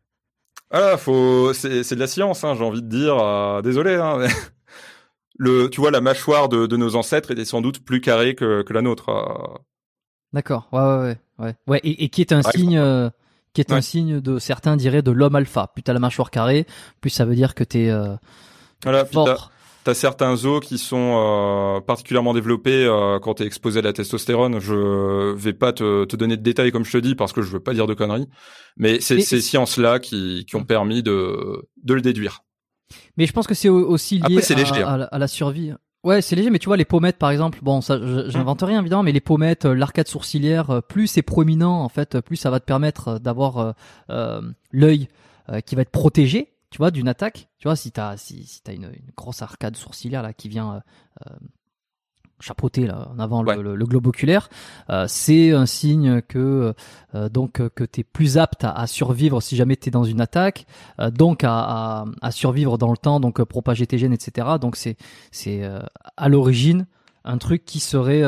de la science, hein, j'ai envie de dire. Désolé. Hein, mais tu vois, la mâchoire de nos ancêtres était sans doute plus carrée que la nôtre. D'accord. Ouais. Et qui est un signe. Qui est un signe de certains diraient de l'homme alpha. Plus t'as la mâchoire carrée, plus ça veut dire que t'es fort. T'as certains os qui sont particulièrement développés quand t'es exposé à la testostérone. Je vais pas te donner de détails comme je te dis parce que je veux pas dire de conneries. Mais c'est ces sciences-là qui ont permis de le déduire. Mais je pense que c'est aussi lié léger, à la survie. Ouais, c'est léger, mais tu vois, les pommettes, par exemple, bon, ça, j'invente rien, évidemment, mais les pommettes, l'arcade sourcilière, plus c'est proéminent, en fait, plus ça va te permettre d'avoir l'œil qui va être protégé, tu vois, d'une attaque. Tu vois, si t'as une grosse arcade sourcilière là qui vient chapeauter là en avant le globe oculaire, c'est un signe que que t'es plus apte à survivre si jamais t'es dans une attaque, donc à survivre dans le temps, donc propager tes gènes, etc. Donc c'est à l'origine un truc qui serait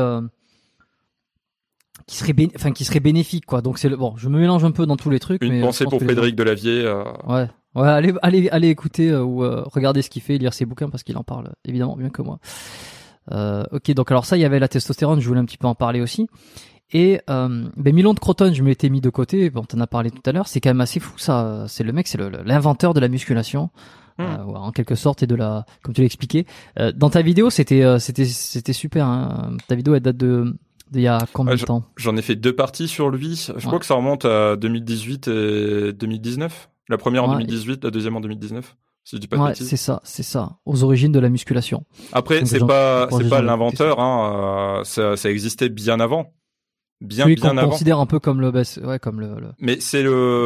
bénéfique, quoi. Donc je me mélange un peu dans tous les trucs. Une pensée pour Frédéric Delavier. Ouais, allez écouter ou regarder ce qu'il fait, lire ses bouquins parce qu'il en parle évidemment bien que moi. Ok, donc alors ça, il y avait la testostérone, je voulais un petit peu en parler aussi. Et Milon de Croton, je me l'étais mis de côté. Bon, t'en as parlé tout à l'heure. C'est quand même assez fou, ça. C'est le mec, c'est l'inventeur de la musculation, en quelque sorte, et comme tu l'as expliqué. Dans ta vidéo, c'était super. Hein. Ta vidéo, elle date d'il y a combien de temps? J'en ai fait 2 parties sur lui. Je crois que ça remonte à 2018 et 2019. La première en 2018, la deuxième en 2019. Si je dis pas de bêtises. C'est ça. Aux origines de la musculation. Après, c'est pas l'inventeur, hein. Ça existait bien avant. Bien qu'on avant. Considère un peu comme le. Mais c'est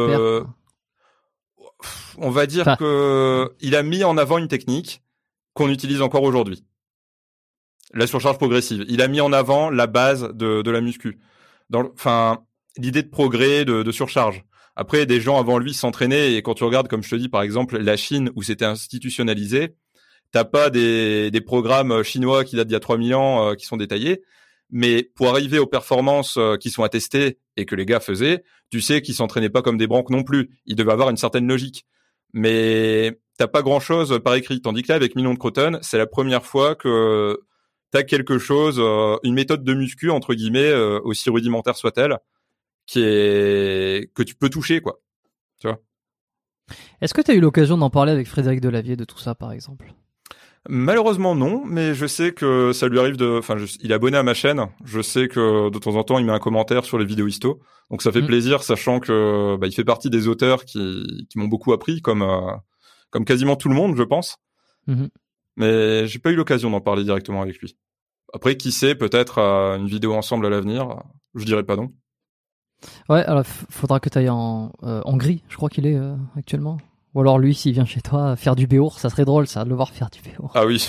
on va dire que il a mis en avant une technique qu'on utilise encore aujourd'hui. La surcharge progressive. Il a mis en avant la base de la muscu. L'idée de progrès, de surcharge. Après, des gens avant lui s'entraînaient, et quand tu regardes, comme je te dis, par exemple, la Chine, où c'était institutionnalisé, t'as pas des programmes chinois qui datent d'il y a 3000 ans, qui sont détaillés, mais pour arriver aux performances qui sont attestées et que les gars faisaient, tu sais qu'ils s'entraînaient pas comme des branques non plus. Ils devaient avoir une certaine logique. Mais t'as pas grand chose par écrit. Tandis que là, avec Milon de Croton, c'est la première fois que t'as quelque chose, une méthode de muscu, entre guillemets, aussi rudimentaire soit-elle, que tu peux toucher, quoi. Tu vois. Est-ce que tu as eu l'occasion d'en parler avec Frédéric Delavier de tout ça, par exemple? Malheureusement non, mais je sais que ça lui arrive il est abonné à ma chaîne. Je sais que de temps en temps il met un commentaire sur les vidéos histo. Donc ça fait plaisir, sachant que il fait partie des auteurs qui m'ont beaucoup appris, comme quasiment tout le monde, je pense. Mais j'ai pas eu l'occasion d'en parler directement avec lui. Après, qui sait, peut-être une vidéo ensemble à l'avenir. Je dirais pas non. Ouais, alors faudra que tu ailles en Hongrie, je crois qu'il est actuellement. Ou alors lui, s'il vient chez toi faire du béour, ça serait drôle ça, de le voir faire du béour. Ah oui.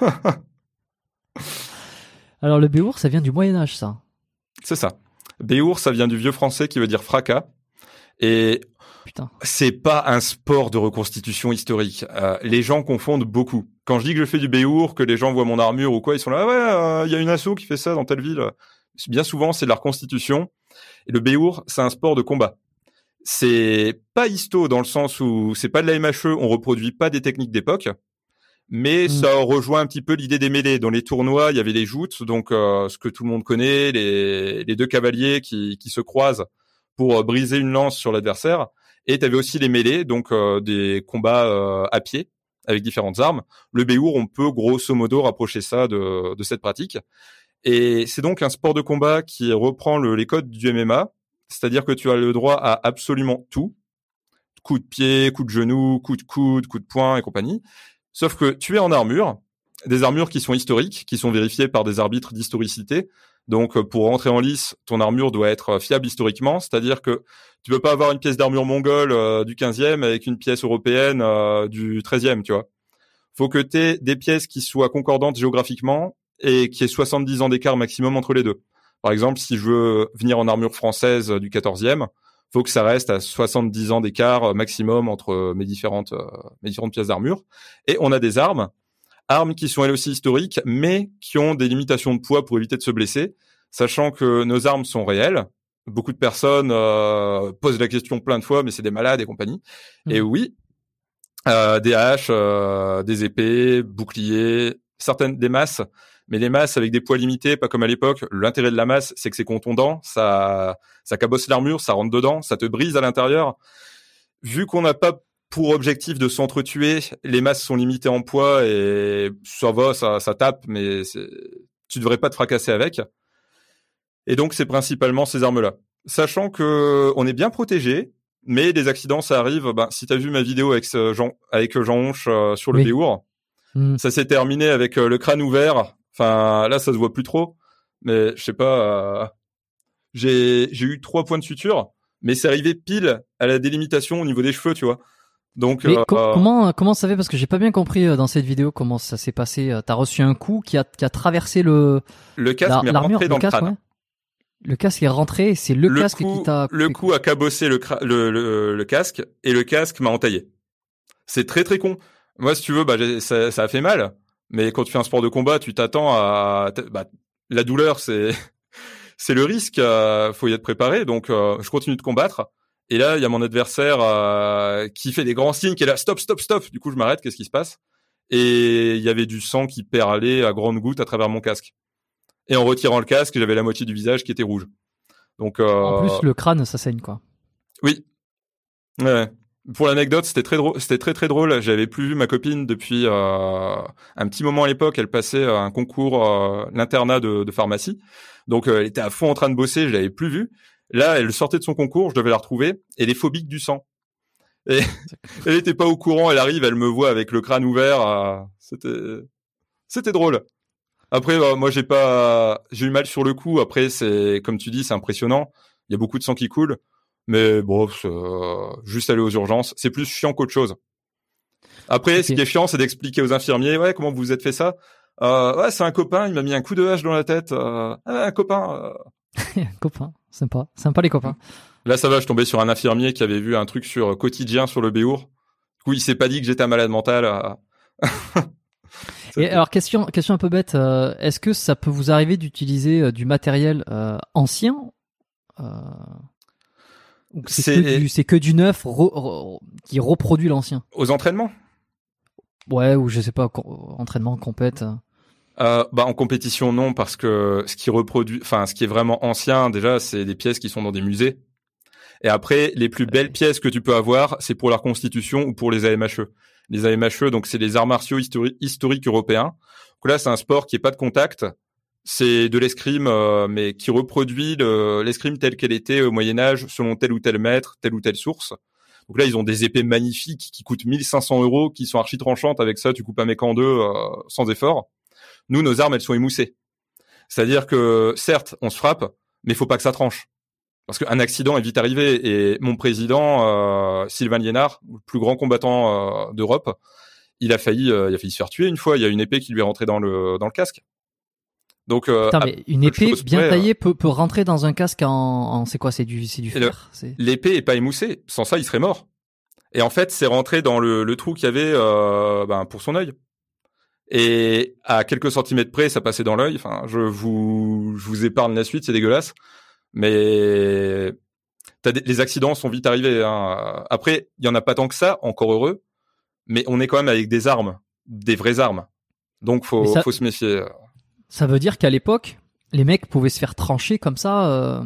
Alors le béour, ça vient du Moyen-Âge, ça. C'est ça. Béour, ça vient du vieux français qui veut dire fracas. Et c'est pas un sport de reconstitution historique. Les gens confondent beaucoup. Quand je dis que je fais du béour, que les gens voient mon armure ou quoi, ils sont là, ah ouais, y a une asso qui fait ça dans telle ville. Bien souvent, c'est de la reconstitution. Et le béour, c'est un sport de combat. C'est pas histo dans le sens où c'est pas de la MHE, on reproduit pas des techniques d'époque, mais ça rejoint un petit peu l'idée des mêlées. Dans les tournois, il y avait les joutes, donc ce que tout le monde connaît, les 2 cavaliers qui se croisent pour briser une lance sur l'adversaire. Et tu avais aussi les mêlées, donc des combats à pied avec différentes armes. Le béour, on peut grosso modo rapprocher ça de cette pratique. Et c'est donc un sport de combat qui reprend les codes du MMA, c'est-à-dire que tu as le droit à absolument tout. Coup de pied, coup de genou, coup de coude, coup de poing et compagnie. Sauf que tu es en armure, des armures qui sont historiques, qui sont vérifiées par des arbitres d'historicité. Donc, pour rentrer en lice, ton armure doit être fiable historiquement, c'est-à-dire que tu peux pas avoir une pièce d'armure mongole du 15e avec une pièce européenne du 13e, tu vois. Faut que t'aies des pièces qui soient concordantes géographiquement et qu'il y ait 70 ans d'écart maximum entre les deux. Par exemple, si je veux venir en armure française du 14e, faut que ça reste à 70 ans d'écart maximum entre mes différentes pièces d'armure. Et on a des armes qui sont elles aussi historiques, mais qui ont des limitations de poids pour éviter de se blesser, sachant que nos armes sont réelles. Beaucoup de personnes posent la question plein de fois, mais c'est des malades et compagnie. Et oui, des haches, des épées, boucliers, des masses, mais les masses avec des poids limités, pas comme à l'époque. L'intérêt de la masse, c'est que c'est contondant, ça cabosse l'armure, ça rentre dedans, ça te brise à l'intérieur. Vu qu'on n'a pas pour objectif de s'entretuer, les masses sont limitées en poids et ça va, ça tape, mais tu devrais pas te fracasser avec. Et donc, c'est principalement ces armes-là. Sachant que on est bien protégé, mais des accidents, ça arrive. Si t'as vu ma vidéo avec Jean Honche sur le Béour, ça s'est terminé avec le crâne ouvert. Enfin, là, ça se voit plus trop. Mais je sais pas, j'ai eu 3 points de suture, mais c'est arrivé pile à la délimitation au niveau des cheveux, tu vois. Donc, mais comment ça fait, parce que j'ai pas bien compris dans cette vidéo comment ça s'est passé. T'as reçu un coup qui a traversé le casque, mais rentré dans le crâne. Ouais. Le casque est rentré, c'est le casque qui t'a... Le coup a cabossé le casque, et le casque m'a entaillé. C'est très très con. Moi, si tu veux, ça a fait mal. Mais quand tu fais un sport de combat, tu t'attends à... la douleur, c'est le risque. Faut y être préparé. Donc, je continue de combattre. Et là, il y a mon adversaire qui fait des grands signes, qui est là, stop. Du coup, je m'arrête, qu'est-ce qui se passe? Et il y avait du sang qui perlait à grandes gouttes à travers mon casque. Et en retirant le casque, j'avais la moitié du visage qui était rouge. Donc, en plus, le crâne, ça saigne, quoi. Oui. Ouais. Pour l'anecdote, c'était très drôle. C'était très très drôle. J'avais plus vu ma copine depuis un petit moment à l'époque. Elle passait un concours, l'internat de pharmacie. Donc, elle était à fond en train de bosser. Je l'avais plus vue. Là, elle sortait de son concours. Je devais la retrouver. Elle est phobique du sang. Et elle était pas au courant. Elle arrive, elle me voit avec le crâne ouvert. C'était drôle. Après, moi, j'ai eu mal sur le coup. Après, c'est, comme tu dis, c'est impressionnant. Il y a beaucoup de sang qui coule. Mais bon, juste aller aux urgences. C'est plus chiant qu'autre chose. Après, ce qui est chiant, c'est d'expliquer aux infirmiers, ouais, comment vous êtes fait ça? Ouais, c'est un copain, il m'a mis un coup de hache dans la tête. Un copain. Un copain, sympa les copains. Là, ça va, je tombais sur un infirmier qui avait vu un truc sur Quotidien sur le Béour. Du coup, il s'est pas dit que j'étais un malade mental. Et alors, question un peu bête, est-ce que ça peut vous arriver d'utiliser du matériel ancien ou c'est que du neuf qui reproduit l'ancien? Aux entraînements? Ouais, ou je sais pas, entraînement, compète. En compétition, non, parce que ce qui est vraiment ancien, déjà, c'est des pièces qui sont dans des musées. Et après, les plus belles pièces que tu peux avoir, c'est pour la reconstitution ou pour les AMHE. Les AMHE, donc c'est les arts martiaux historiques européens. Donc là, c'est un sport qui est pas de contact. C'est de l'escrime, mais qui reproduit l'escrime telle qu'elle était au Moyen-Âge, selon tel ou tel maître, telle ou telle source. Donc là, ils ont des épées magnifiques qui coûtent 1 500 €, qui sont archi tranchantes. Avec ça, tu coupes un mec en deux sans effort. Nous, nos armes, elles sont émoussées. C'est-à-dire que, certes, on se frappe, mais il faut pas que ça tranche. Parce qu'un accident est vite arrivé. Et mon président, Sylvain Liénard, le plus grand combattant d'Europe, il a failli se faire tuer une fois. Il y a une épée qui lui est rentrée dans le casque. Donc, putain, mais une épée bien taillée peut rentrer dans un casque en c'est quoi? C'est du fer. L'épée est pas émoussée. Sans ça, il serait mort. Et en fait, c'est rentré dans le trou qu'il y avait pour son œil. Et à quelques centimètres près, ça passait dans l'œil. Enfin, je vous épargne la suite, c'est dégueulasse. Mais les accidents sont vite arrivés. Hein. Après, il y en a pas tant que ça, encore heureux. Mais on est quand même avec des armes, des vraies armes. Donc, faut se méfier. Ça veut dire qu'à l'époque, les mecs pouvaient se faire trancher comme ça.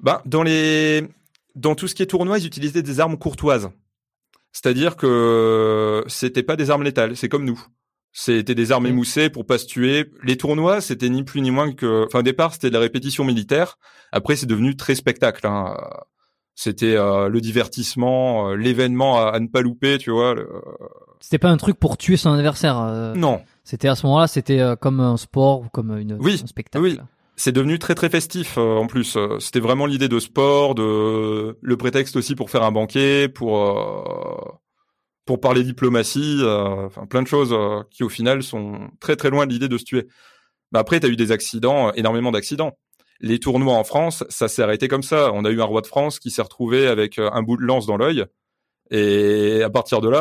Dans tout ce qui est tournoi, ils utilisaient des armes courtoises. C'est-à-dire que c'était pas des armes létales. C'est comme nous. C'était des armes émoussées pour pas se tuer. Les tournois, c'était ni plus ni moins que... Enfin, au départ, c'était de la répétition militaire. Après, c'est devenu très spectacle. Hein. C'était le divertissement, l'événement à ne pas louper, tu vois. C'était pas un truc pour tuer son adversaire. Non. C'était à ce moment-là, c'était comme un sport ou comme un spectacle. Oui. C'est devenu très très festif en plus. C'était vraiment l'idée de sport, le prétexte aussi pour faire un banquet, pour parler diplomatie, enfin plein de choses qui au final sont très très loin de l'idée de se tuer. Mais après, t'as eu des accidents, énormément d'accidents. Les tournois en France, ça s'est arrêté comme ça. On a eu un roi de France qui s'est retrouvé avec un bout de lance dans l'œil. Et à partir de là,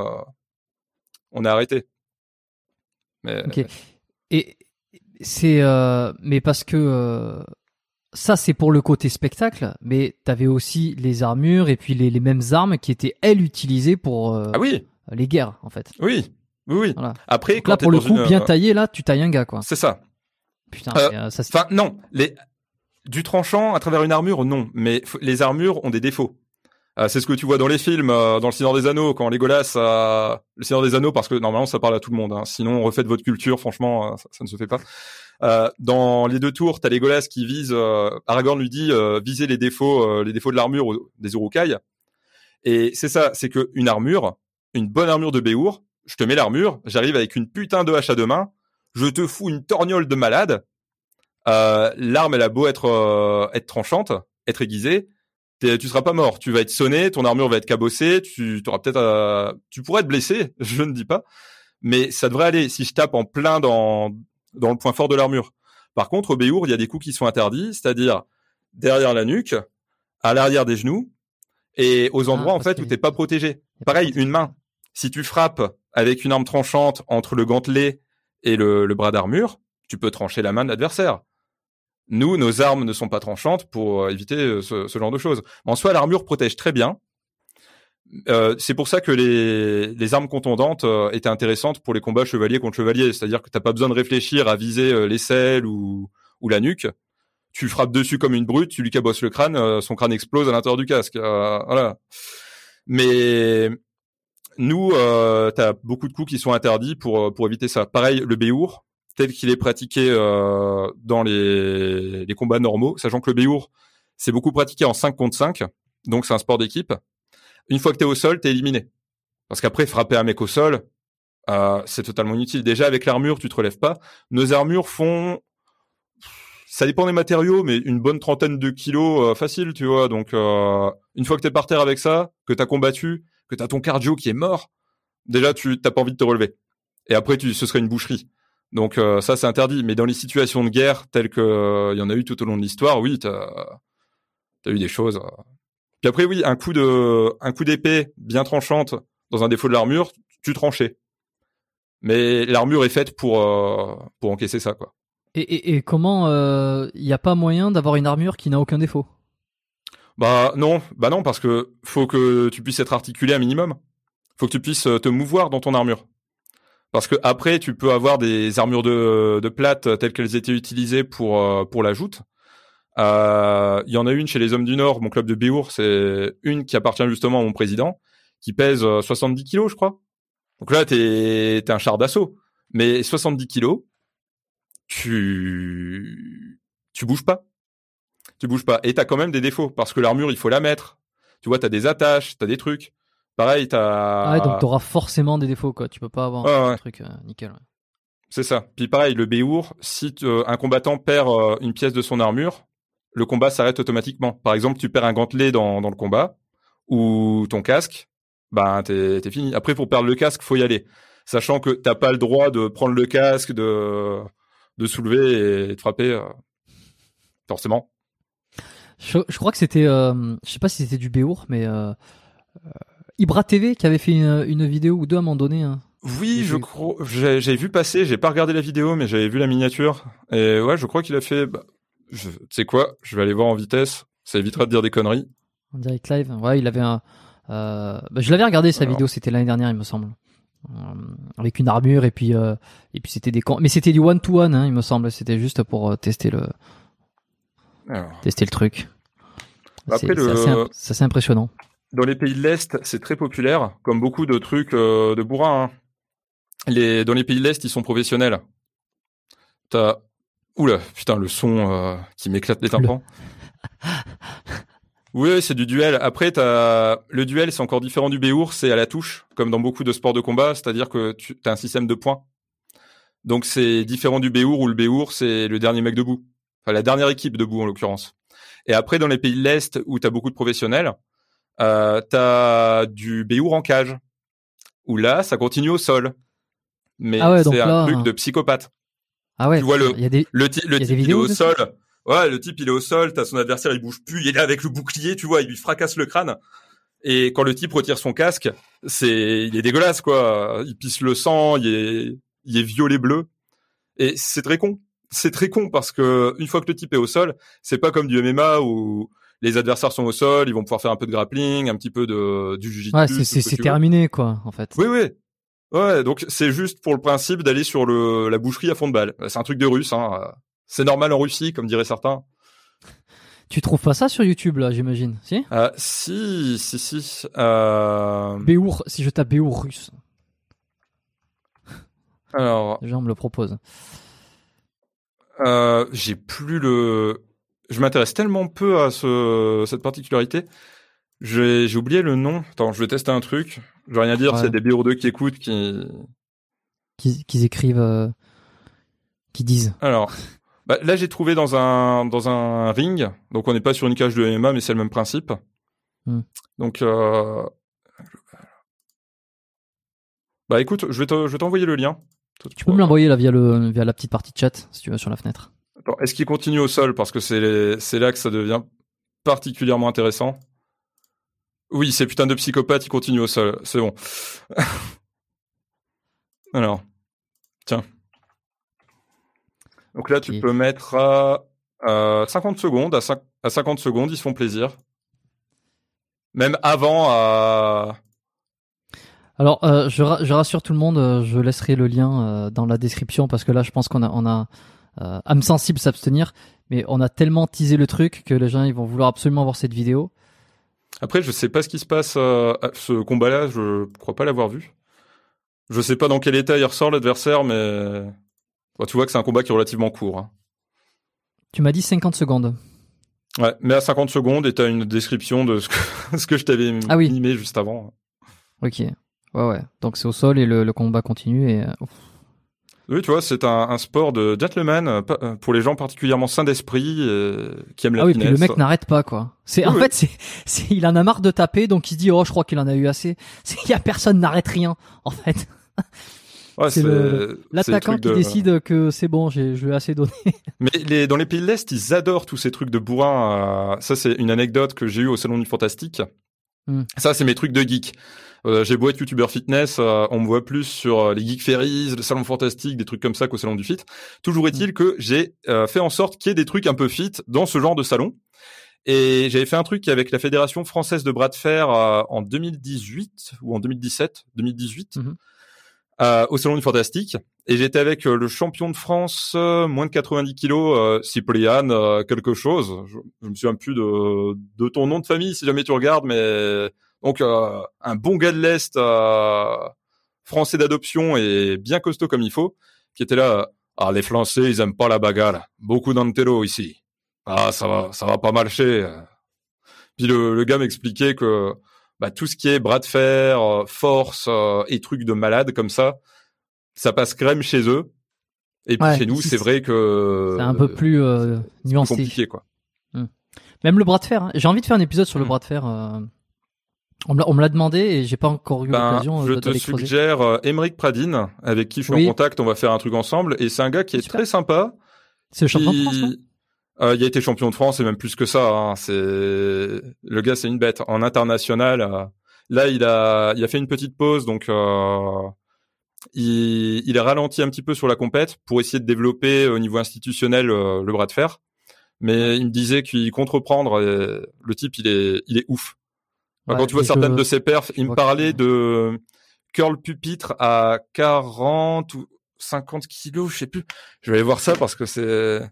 on a arrêté. Mais... Ok. Et c'est... mais parce que... ça, c'est pour le côté spectacle, mais t'avais aussi les armures et puis les mêmes armes qui étaient, elles, utilisées pour les guerres, en fait. Oui. Voilà. Après, donc là, pour le coup, bien taillé, là, tu tailles un gars, quoi. C'est ça. Putain, enfin, non. Du tranchant à travers une armure, non. Mais les armures ont des défauts. C'est ce que tu vois dans les films, dans Le Seigneur des Anneaux, quand Legolas a... Le Seigneur des Anneaux, parce que normalement, ça parle à tout le monde. Hein. Sinon, refaites votre culture, franchement, ça ne se fait pas. Dans les 2 tours, t'as Legolas qui vise... Aragorn lui dit visez les défauts de l'armure des Uruk-hai. Et c'est ça, c'est que une bonne armure de Béour, je te mets l'armure, j'arrive avec une putain de hache à 2 mains, je te fous une torgnole de malade. L'arme, elle a beau être tranchante, être aiguisée, tu seras pas mort. Tu vas être sonné, ton armure va être cabossée, tu pourrais être blessé, je ne dis pas, mais ça devrait aller si je tape en plein dans le point fort de l'armure. Par contre, au Béour, il y a des coups qui sont interdits, c'est-à-dire derrière la nuque, à l'arrière des genoux, et aux endroits en fait où t'es pas protégé. Pareil, une main. Si tu frappes avec une arme tranchante entre le gantelet et le bras d'armure, tu peux trancher la main de l'adversaire. Nous, nos armes ne sont pas tranchantes pour éviter ce genre de choses. En soi, l'armure protège très bien. C'est pour ça que les armes contondantes étaient intéressantes pour les combats chevalier contre chevalier. C'est-à-dire que t'as pas besoin de réfléchir à viser l'aisselle ou la nuque. Tu frappes dessus comme une brute, tu lui cabosses le crâne, son crâne explose à l'intérieur du casque. Voilà. Mais nous, t'as beaucoup de coups qui sont interdits pour éviter ça. Pareil, le Béour, tel qu'il est pratiqué dans les combats normaux, sachant que le Béour, c'est beaucoup pratiqué en 5 contre 5, donc c'est un sport d'équipe. Une fois que t'es au sol, t'es éliminé. Parce qu'après, frapper un mec au sol, c'est totalement inutile. Déjà, avec l'armure, tu te relèves pas. Nos armures font... Ça dépend des matériaux, mais une bonne 30aine de kilos facile, tu vois. Donc, une fois que t'es par terre avec ça, que t'as combattu, que t'as ton cardio qui est mort, déjà, t'as pas envie de te relever. Et après, ce serait une boucherie. Donc, ça, c'est interdit. Mais dans les situations de guerre, telles que y en a eu tout au long de l'histoire, oui, t'as eu des choses... Puis après, oui, un coup d'épée bien tranchante dans un défaut de l'armure, tu tranchais. Mais l'armure est faite pour encaisser ça, quoi. Et comment y a pas moyen d'avoir une armure qui n'a aucun défaut? Bah non, parce que faut que tu puisses être articulé un minimum. Faut que tu puisses te mouvoir dans ton armure. Parce que après, tu peux avoir des armures de plate telles qu'elles étaient utilisées pour la joute. Il y en a une chez les Hommes du Nord, mon club de Béour, c'est une qui appartient justement à mon président, qui pèse 70 kilos, je crois. Donc là, t'es un char d'assaut. Mais 70 kilos, tu bouges pas. Tu bouges pas. Et t'as quand même des défauts, parce que l'armure, il faut la mettre. Tu vois, t'as des attaches, t'as des trucs. Pareil, Ah ouais, donc t'auras forcément des défauts, quoi. Tu peux pas avoir un truc nickel. Ouais. C'est ça. Puis pareil, le Béour, si un combattant perd une pièce de son armure, le combat s'arrête automatiquement. Par exemple, tu perds un gantelet dans le combat, ou ton casque, ben t'es fini. Après, pour perdre le casque, faut y aller. Sachant que t'as pas le droit de prendre le casque, de soulever et de frapper, forcément. Je crois que c'était, je sais pas si c'était du Béour, mais Ibra TV qui avait fait une vidéo ou deux à un moment donné. Hein. Oui, je crois. J'ai vu passer, j'ai pas regardé la vidéo, mais j'avais vu la miniature. Et ouais, je crois qu'il a fait... tu sais quoi, je vais aller voir en vitesse, ça évitera de dire des conneries. En direct live, ouais, il avait un... je l'avais regardé sa vidéo, c'était l'année dernière, il me semble. Avec une armure et puis c'était des... Mais c'était du one-to-one, hein, il me semble, c'était juste pour tester le truc. Après, c'est assez impressionnant. Dans les pays de l'Est, c'est très populaire, comme beaucoup de trucs de bourrin. Hein. Dans les pays de l'Est, ils sont professionnels. Oula, putain, le son qui m'éclate les tympans. Oui, c'est du duel. Après, le duel, c'est encore différent du béour, c'est à la touche, comme dans beaucoup de sports de combat, c'est-à-dire que tu as un système de points. Donc c'est différent du béour, où le béour, c'est le dernier mec debout. Enfin, la dernière équipe debout, en l'occurrence. Et après, dans les pays de l'Est, où tu as beaucoup de professionnels, t'as du béour en cage, où là, ça continue au sol. Mais c'est un truc de psychopathe. Ah ouais. Tu vois, le type, il est au sol. Ça. Ouais, le type, il est au sol, t'as son adversaire, il bouge plus, il est là avec le bouclier, tu vois, il lui fracasse le crâne. Et quand le type retire son casque, il est dégueulasse, quoi. Il pisse le sang, il est violet bleu. Et c'est très con. C'est très con parce que une fois que le type est au sol, c'est pas comme du MMA où les adversaires sont au sol, ils vont pouvoir faire un peu de grappling, un petit peu du jiu-jitsu. Ouais, c'est terminé, quoi, en fait. Oui, oui. Ouais, donc c'est juste pour le principe d'aller sur la boucherie à fond de balle. C'est un truc de russe, hein. C'est normal en Russie, comme diraient certains. Tu trouves pas ça sur YouTube, là, j'imagine, si? Si. Béour, si je tape béour russe. Alors. Les gens me le proposent. J'ai plus je m'intéresse tellement peu à cette particularité. J'ai oublié le nom. Attends, je vais tester un truc. Je vais rien dire, s'il y a des BO2 qui écoutent, qui écrivent, qui disent. Alors, là, j'ai trouvé dans un ring. Donc, on n'est pas sur une cage de MMA, mais c'est le même principe. Donc, écoute, je vais t'envoyer le lien. Tu peux me l'envoyer là via la petite partie de chat, si tu veux, sur la fenêtre. Attends, est-ce qu'il continue au sol? Parce que c'est là que ça devient particulièrement intéressant. Oui, ces putains de psychopathes, ils continuent au sol. C'est bon. Alors, tiens. Donc là, tu peux mettre à 50 secondes. À 50 secondes, ils se font plaisir. Même avant Alors, je rassure tout le monde, je laisserai le lien dans la description parce que là, je pense qu'on a âme sensible s'abstenir, mais on a tellement teasé le truc que les gens ils vont vouloir absolument voir cette vidéo. Après, je sais pas ce qui se passe à ce combat-là, je crois pas l'avoir vu. Je sais pas dans quel état il ressort l'adversaire, mais tu vois que c'est un combat qui est relativement court. Hein. Tu m'as dit 50 secondes. Ouais, mais à 50 secondes et t'as une description de ce que je t'avais mimé juste avant. Ok. Ouais. Donc c'est au sol et le combat continue et. Oui, tu vois, c'est un sport de gentleman pour les gens particulièrement sains d'esprit qui aiment la finesse. Ah oui, puis le mec n'arrête pas, quoi. Il en a marre de taper, donc il se dit, oh, je crois qu'il en a eu assez. Il y a personne n'arrête rien, en fait. Ouais, c'est l'attaquant qui décide que c'est bon, je lui ai assez donné. Mais dans les pays de l'Est, ils adorent tous ces trucs de bourrin. Ça, c'est une anecdote que j'ai eue au Salon du Fantastique. Ça, c'est mes trucs de geek. J'ai beau être youtubeur fitness, on me voit plus sur les Geek Ferries, le Salon Fantastique, des trucs comme ça qu'au Salon du Fit. Toujours est-il que j'ai fait en sorte qu'il y ait des trucs un peu fit dans ce genre de salon. Et j'avais fait un truc avec la Fédération Française de Bras de Fer en 2018 ou en 2018 au Salon du Fantastique. Et j'étais avec le champion de France, moins de 90 kilos, Cyprian, quelque chose. Je me souviens plus de ton nom de famille si jamais tu regardes, mais donc un bon gars de l'Est, français d'adoption et bien costaud comme il faut, qui était là. Ah, les Français, ils aiment pas la bagarre. Beaucoup d'antello ici. Ah, ça va pas marcher. Puis le gars m'expliquait que tout ce qui est bras de fer, force et trucs de malade comme ça passe crème chez eux. Et puis chez nous, c'est vrai que c'est un peu plus nuancé. C'est compliqué, quoi. Même le bras de fer. Hein. J'ai envie de faire un épisode sur le bras de fer. On me l'a demandé et j'ai pas encore eu l'occasion de les creuser. Je te suggère Émeric Pradine, avec qui je suis en contact. On va faire un truc ensemble. Et c'est un gars qui est très sympa. C'est le champion de France, non il a été champion de France et même plus que ça. Hein. Le gars, c'est une bête. En international, là, il a fait une petite pause, donc il a ralenti un petit peu sur la compète pour essayer de développer au niveau institutionnel le bras de fer. Mais il me disait qu'il compte reprendre. Le type, il est ouf. Quand tu vois certaines de ses perfs, il me parlait de curl pupitre à 40 ou 50 kilos, je sais plus. Je vais aller voir ça parce que c'est...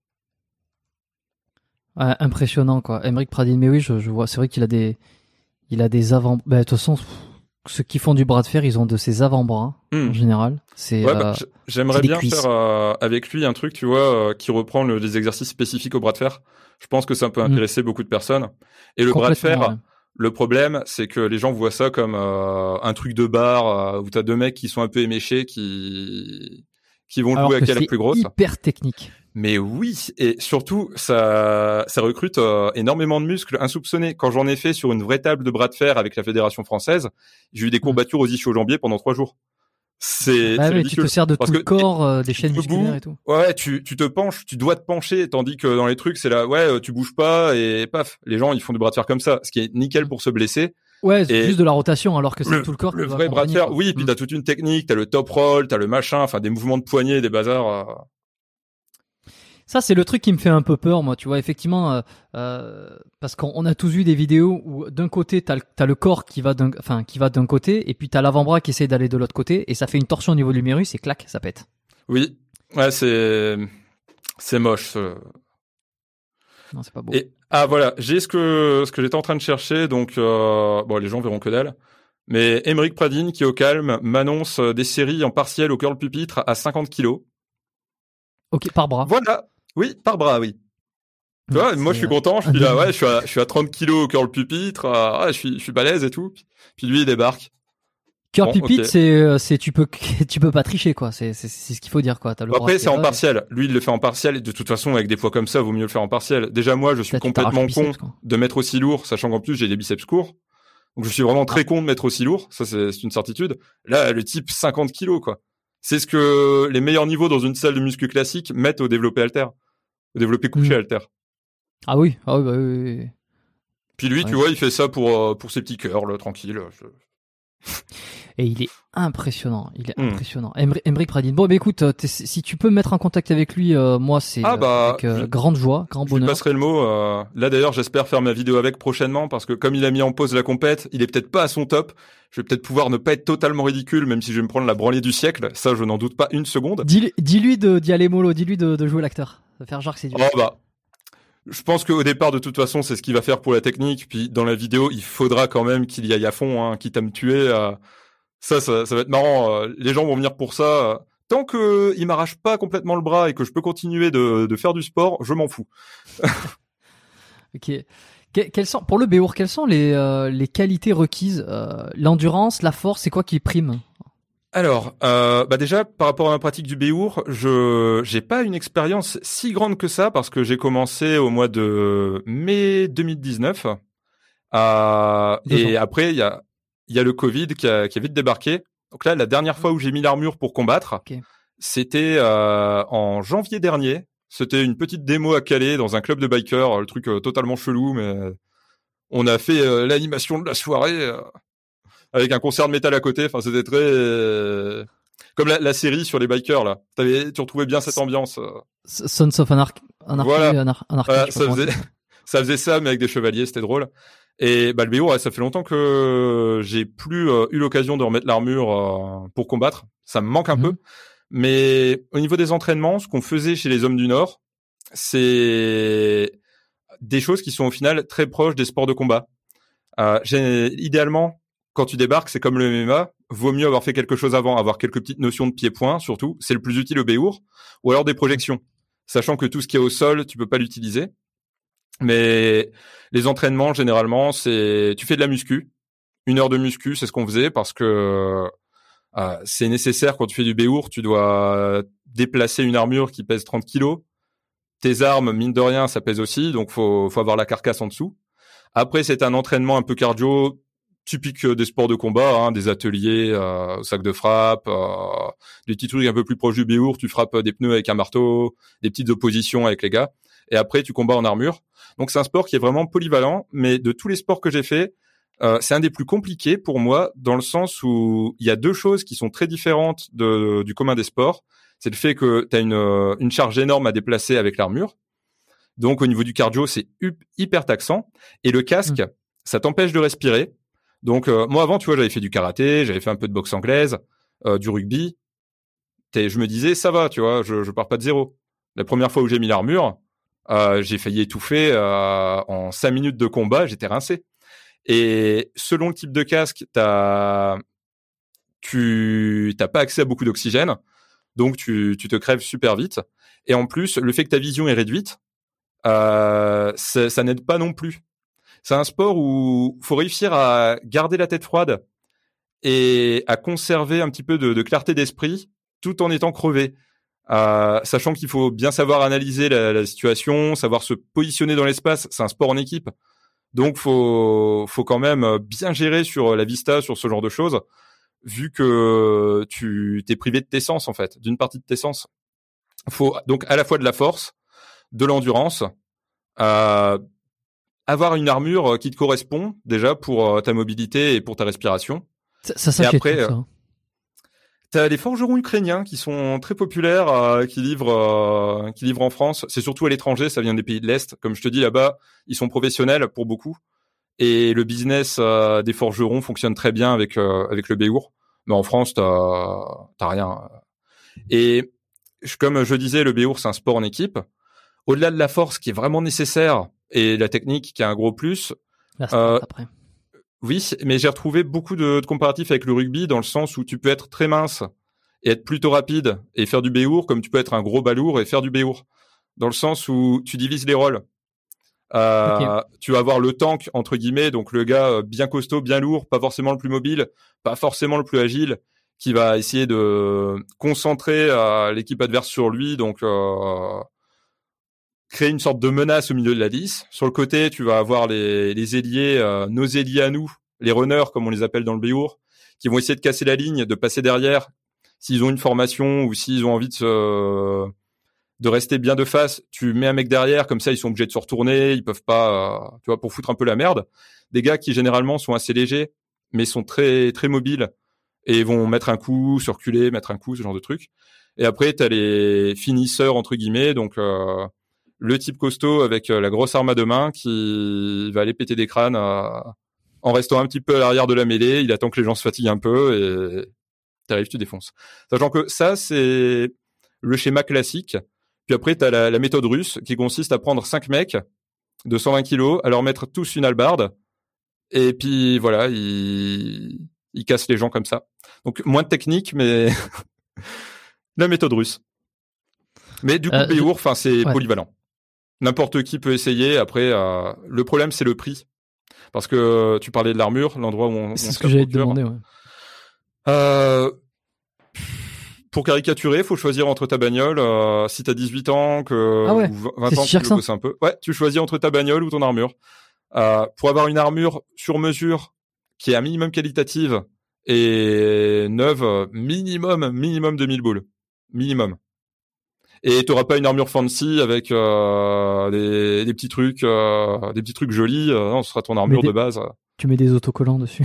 Ouais, impressionnant, quoi. Émeric Pradine, mais oui, je vois. C'est vrai qu'il a des avant... de toute façon, ceux qui font du bras de fer, ils ont de ces avant-bras en général. C'est j'aimerais bien faire avec lui un truc, tu vois, qui reprend des exercices spécifiques au bras de fer. Je pense que ça peut intéresser beaucoup de personnes. Et le bras de fer, le problème, c'est que les gens voient ça comme un truc de bar où t'as deux mecs qui sont un peu éméchés qui vont jouer à qui est la plus grosse. Hyper technique. Mais oui, et surtout, ça recrute énormément de muscles insoupçonnés. Quand j'en ai fait sur une vraie table de bras de fer avec la Fédération française, j'ai eu des courbatures aux ischio-jambiers pendant 3 jours. C'est tu te sers de tout le corps, des chaînes musculaires et tout. Ouais, tu te penches, tu dois te pencher, tandis que dans les trucs, c'est là, tu bouges pas et paf, les gens, ils font du bras de fer comme ça, ce qui est nickel pour se blesser. Ouais, c'est juste de la rotation, alors que c'est tout le corps. Le vrai bras de fer, oui, puis t'as toute une technique, t'as le top roll, t'as le machin, enfin, des mouvements de poignet, des bazars. Ça, c'est le truc qui me fait un peu peur, moi, tu vois, effectivement, parce qu'on a tous vu des vidéos où d'un côté, t'as le corps qui va d'un côté, et puis t'as l'avant-bras qui essaie d'aller de l'autre côté, et ça fait une torsion au niveau de l'humérus, et clac, ça pète. Oui, ouais, c'est moche. Non, c'est pas beau. Et voilà, j'ai ce que j'étais en train de chercher, donc les gens verront que dalle. Mais Aymeric Pradine, qui au calme, m'annonce des séries en partiel au curl pupitre à 50 kilos. Ok, par bras. Voilà. Oui, par bras, oui. Tu vois, moi je suis content, je suis là, je suis à 30 kilos au curl pupitre, je suis balèze et tout. Puis lui il débarque. Curl pupitre, c'est tu peux pas tricher quoi, c'est ce qu'il faut dire quoi. Après c'est en partiel. Lui il le fait en partiel et de toute façon avec des poids comme ça, vaut mieux le faire en partiel. Déjà moi je suis complètement con de mettre aussi lourd, sachant qu'en plus j'ai des biceps courts. Donc je suis vraiment très con de mettre aussi lourd, ça c'est une certitude. Là le type 50 kilos quoi. C'est ce que les meilleurs niveaux dans une salle de muscu classique mettent au développé halter. Au développé couché halter. Ah oui. Oui. Puis lui, tu vois, il fait ça pour ses petits curls, tranquille. Et il est impressionnant. Impressionnant. Aymeric Pradine. Bon, écoute, si tu peux me mettre en contact avec lui, moi, c'est avec grande joie, grand bonheur. Je passerai le mot. Là, d'ailleurs, j'espère faire ma vidéo avec prochainement parce que comme il a mis en pause la compète, il est peut-être pas à son top. Je vais peut-être pouvoir ne pas être totalement ridicule, même si je vais me prendre la branlée du siècle. Ça, je n'en doute pas une seconde. Dis-lui d'y aller mollo. Dis-lui de jouer l'acteur. De faire genre que c'est dur. Je pense qu'au départ, de toute façon, c'est ce qu'il va faire pour la technique. Puis dans la vidéo, il faudra quand même qu'il y aille à fond, quitte à me tuer. Ça va être marrant. Les gens vont venir pour ça. Tant que il m'arrache pas complètement le bras et que je peux continuer de faire du sport, je m'en fous. Ok. Pour le Béour, quelles sont les qualités requises? L'endurance, la force, c'est quoi qui prime? Alors, déjà, par rapport à ma pratique du Béour, j'ai pas une expérience si grande que ça parce que j'ai commencé au mois de mai 2019. Et après, il y a le Covid qui a vite débarqué. Donc là, la dernière fois où j'ai mis l'armure pour combattre, c'était en janvier dernier. C'était une petite démo à Calais dans un club de bikers, le truc totalement chelou, mais on a fait l'animation de la soirée avec un concert de métal à côté. Enfin, c'était très comme la série sur les bikers là. Tu retrouvais bien cette ambiance. Sons of Anarchy. Voilà. Ça faisait ça, mais avec des chevaliers, c'était drôle. Et le Béour, ça fait longtemps que j'ai plus eu l'occasion de remettre l'armure pour combattre. Ça me manque un peu. Mais au niveau des entraînements, ce qu'on faisait chez les hommes du Nord, c'est des choses qui sont au final très proches des sports de combat. Idéalement, quand tu débarques, c'est comme le MMA, vaut mieux avoir fait quelque chose avant, avoir quelques petites notions de pied-point, surtout. C'est le plus utile au Béour. Ou alors des projections. Sachant que tout ce qui est au sol, tu peux pas l'utiliser. Mais les entraînements, généralement, tu fais de la muscu. 1 heure de muscu, c'est ce qu'on faisait parce que c'est nécessaire quand tu fais du Béour. Tu dois déplacer une armure qui pèse 30 kilos. Tes armes, mine de rien, ça pèse aussi. Donc, faut avoir la carcasse en dessous. Après, c'est un entraînement un peu cardio, typique des sports de combat, des ateliers au sac de frappe, des petits trucs un peu plus proches du Béour. Tu frappes des pneus avec un marteau, des petites oppositions avec les gars. Et après, tu combats en armure. Donc, c'est un sport qui est vraiment polyvalent. Mais de tous les sports que j'ai fait, c'est un des plus compliqués pour moi, dans le sens où il y a 2 choses qui sont très différentes du commun des sports. C'est le fait que tu as une charge énorme à déplacer avec l'armure. Donc, au niveau du cardio, c'est hyper taxant. Et le casque, ça t'empêche de respirer. Donc, moi, avant, tu vois, j'avais fait du karaté, j'avais fait un peu de boxe anglaise, du rugby. Je me disais, ça va, tu vois, je pars pas de zéro. La première fois où j'ai mis l'armure, j'ai failli étouffer en 5 minutes de combat, j'étais rincé. Et selon le type de casque, tu t'as pas accès à beaucoup d'oxygène, donc tu te crèves super vite. Et en plus, le fait que ta vision est réduite, ça n'aide pas non plus. C'est un sport où faut réussir à garder la tête froide et à conserver un petit peu de clarté d'esprit tout en étant crevé. Sachant qu'il faut bien savoir analyser la situation, savoir se positionner dans l'espace. C'est un sport en équipe. Donc, faut quand même bien gérer sur la vista, sur ce genre de choses, vu que tu t'es privé de tes sens, en fait, d'une partie de tes sens. Faut donc à la fois de la force, de l'endurance, avoir une armure qui te correspond déjà pour ta mobilité et pour ta respiration. Ça et après, tout, ça. T'as les forgerons ukrainiens qui sont très populaires, qui livrent en France. C'est surtout à l'étranger, ça vient des pays de l'Est. Comme je te dis, là-bas, ils sont professionnels pour beaucoup. Et le business des forgerons fonctionne très bien avec le Béour. Mais en France, t'as rien. Et comme je disais, le Béour, c'est un sport en équipe. Au-delà de la force qui est vraiment nécessaire et la technique qui est un gros plus. Après. Oui, mais j'ai retrouvé beaucoup de comparatifs avec le rugby dans le sens où tu peux être très mince et être plutôt rapide et faire du béour, comme tu peux être un gros balourd et faire du béour. Dans le sens où tu divises les rôles. Okay. Tu vas avoir le tank, entre guillemets, donc le gars bien costaud, bien lourd, pas forcément le plus mobile, pas forcément le plus agile, qui va essayer de concentrer l'équipe adverse sur lui, donc créer une sorte de menace au milieu de la lice. Sur le côté, tu vas avoir les ailiers, nos ailiers à nous, les runners, comme on les appelle dans le béour, qui vont essayer de casser la ligne, de passer derrière, s'ils ont une formation ou s'ils ont envie de rester bien de face. Tu mets un mec derrière, comme ça, ils sont obligés de se retourner, ils peuvent pas, tu vois, pour foutre un peu la merde. Des gars qui, généralement, sont assez légers, mais sont très, très mobiles et vont mettre un coup, se reculer, mettre un coup, ce genre de truc. Et après, t'as les finisseurs, entre guillemets, donc, le type costaud avec la grosse arme à deux mains qui va aller péter des crânes en restant un petit peu à l'arrière de la mêlée. Il attend que les gens se fatiguent un peu et t'arrives, tu défonces. Sachant que ça, c'est le schéma classique. Puis après, t'as la méthode russe qui consiste à prendre 5 mecs de 120 kilos, à leur mettre tous une hallebarde et puis voilà, ils cassent les gens comme ça. Donc moins de technique, mais la méthode russe. Mais du coup, Béour, enfin, c'est polyvalent. N'importe qui peut essayer. Après, le problème, c'est le prix. Parce que tu parlais de l'armure, l'endroit où on c'est ce que j'allais te demander, ouais. Pour caricaturer, faut choisir entre ta bagnole. Si t'as 18 ans, ou 20 ans, tu veux bosser un peu. Ouais, tu choisis entre ta bagnole ou ton armure. Pour avoir une armure sur mesure qui est un minimum qualitative et neuve, minimum 2000 boules. Minimum. Et t'auras pas une armure fancy avec des petits trucs jolis. Non, ce sera ton armure de base. Tu mets des autocollants dessus.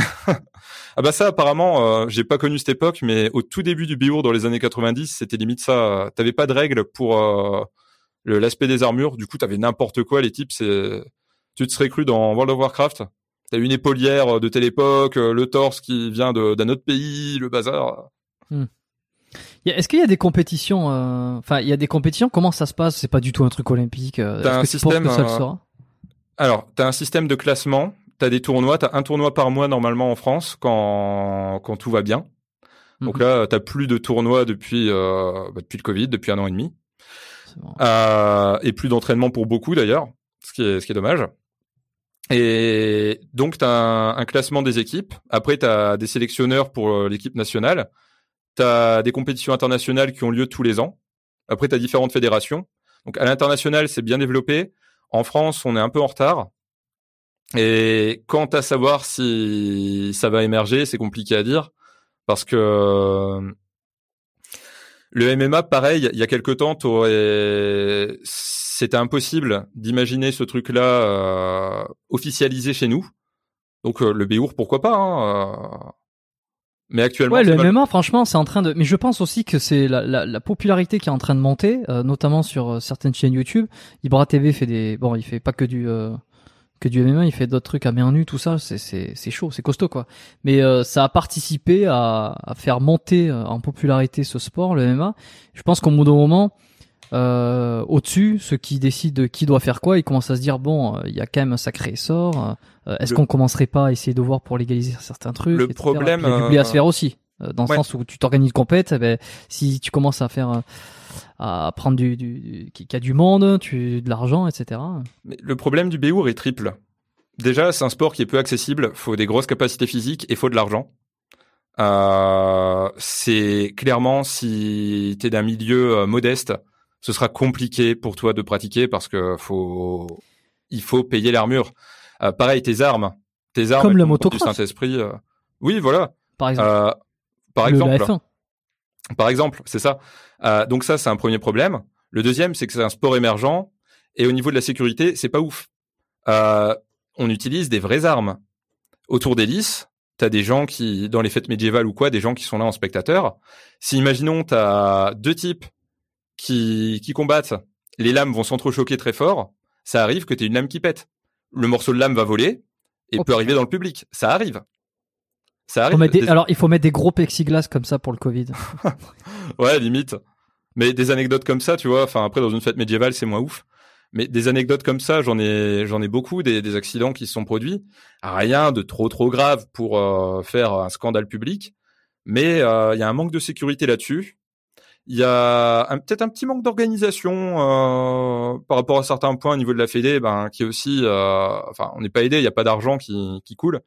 Ah bah ça, apparemment, j'ai pas connu cette époque, mais au tout début du Béour, dans les années 90, c'était limite ça. T'avais pas de règles pour l'aspect des armures. Du coup, t'avais n'importe quoi. Les types, tu te serais cru dans World of Warcraft. T'as une épaulière de telle époque, le torse qui vient d'un autre pays, le bazar. Est-ce qu'il y a des compétitions il y a des compétitions. Comment ça se passe? C'est pas du tout un truc olympique. T'as un système. Que ça le sera alors, t'as un système de classement. T'as des tournois. T'as un tournoi par mois normalement en France quand tout va bien. Donc là, t'as plus de tournois depuis le Covid, depuis 1 an et demi. Bon. Et plus d'entraînement pour beaucoup d'ailleurs, ce qui est dommage. Et donc t'as un classement des équipes. Après, t'as des sélectionneurs pour l'équipe nationale. T'as des compétitions internationales qui ont lieu tous les ans. Après, t'as différentes fédérations. Donc, à l'international, c'est bien développé. En France, on est un peu en retard. Et quant à savoir si ça va émerger, c'est compliqué à dire. Parce que le MMA, pareil, il y a quelque temps, c'était impossible d'imaginer ce truc-là officialisé chez nous. Donc, le Béour, pourquoi pas, mais actuellement, le MMA, franchement, c'est en train de. Mais je pense aussi que c'est la popularité qui est en train de monter, notamment sur certaines chaînes YouTube. Ibra TV fait il fait pas que du MMA, il fait d'autres trucs à main nue, tout ça. C'est chaud, c'est costaud, quoi. Mais ça a participé à faire monter en popularité ce sport, le MMA. Je pense qu'au bout d'un moment, au-dessus, ceux qui décident qui doit faire quoi, ils commencent à se dire bon, il y a quand même un sacré essor. Est-ce qu'on commencerait pas à essayer de voir pour légaliser certains trucs, le etc. problème, il y a du blé à se faire aussi, dans le sens où tu t'organises compète, si tu commences à faire à prendre qu'il y a du monde, de l'argent, etc. Mais le problème du Béour est triple. Déjà, c'est un sport qui est peu accessible, faut des grosses capacités physiques et faut de l'argent. C'est clairement, si t'es d'un milieu modeste, ce sera compliqué pour toi de pratiquer parce que il faut payer l'armure. Pareil, tes armes comme le motocross du Saint-Esprit. Oui, voilà. Par exemple. Par exemple. La F1. Par exemple, c'est ça. Donc ça, c'est un premier problème. Le deuxième, c'est que c'est un sport émergent et au niveau de la sécurité, c'est pas ouf. On utilise des vraies armes. Autour des lices, t'as des gens qui, dans les fêtes médiévales ou quoi, des gens qui sont là en spectateur. Si, imaginons, t'as deux types qui combattent, les lames vont s'entrechoquer très fort, ça arrive que t'aies une lame qui pète. Le morceau de lame va voler et peut arriver dans le public. Ça arrive. Alors, il faut mettre des gros plexiglas comme ça pour le Covid. Ouais, limite. Mais des anecdotes comme ça, tu vois, enfin, après, dans une fête médiévale, c'est moins ouf. Mais des anecdotes comme ça, j'en ai beaucoup, des accidents qui se sont produits. Rien de trop grave pour faire un scandale public. Mais il y a un manque de sécurité là-dessus. Il y a peut-être un petit manque d'organisation par rapport à certains points au niveau de la Fédé, qui est aussi... Enfin, on n'est pas aidé, il n'y a pas d'argent qui coule.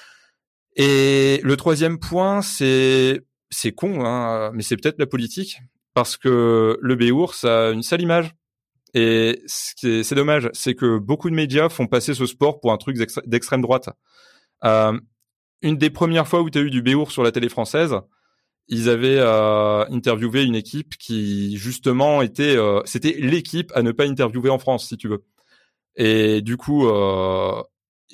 Et le troisième point, c'est con, hein, mais c'est peut-être la politique, parce que le Béour, ça a une sale image. Et c'est dommage, c'est que beaucoup de médias font passer ce sport pour un truc d'extrême droite. Une des premières fois où tu as eu du Béour sur la télé française, ils avaient interviewé une équipe qui justement c'était l'équipe à ne pas interviewer en France, si tu veux. Et du coup, t'as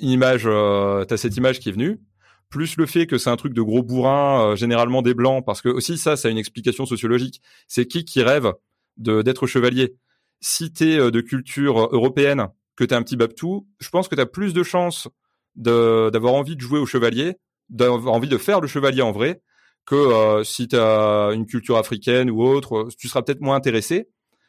cette image qui est venue, plus le fait que c'est un truc de gros bourrins, généralement des blancs, parce que aussi ça a une explication sociologique. C'est qui rêve d'être chevalier. Si t'es de culture européenne, que t'es un petit babtou, je pense que t'as plus de chances d'avoir envie de jouer au chevalier, d'avoir envie de faire le chevalier en vrai, que si t'as une culture africaine ou autre, tu seras peut-être moins intéressé.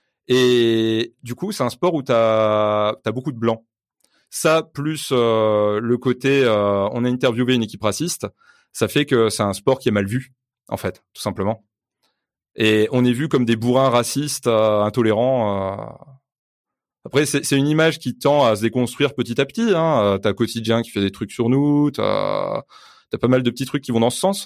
Et du coup, c'est un sport où t'as beaucoup de blancs. Ça, plus le côté on a interviewé une équipe raciste, ça fait que c'est un sport qui est mal vu, en fait, tout simplement. Et on est vu comme des bourrins racistes, intolérants. Après, c'est une image qui tend à se déconstruire petit à petit. Hein. T'as Quotidien qui fait des trucs sur nous, t'as pas mal de petits trucs qui vont dans ce sens.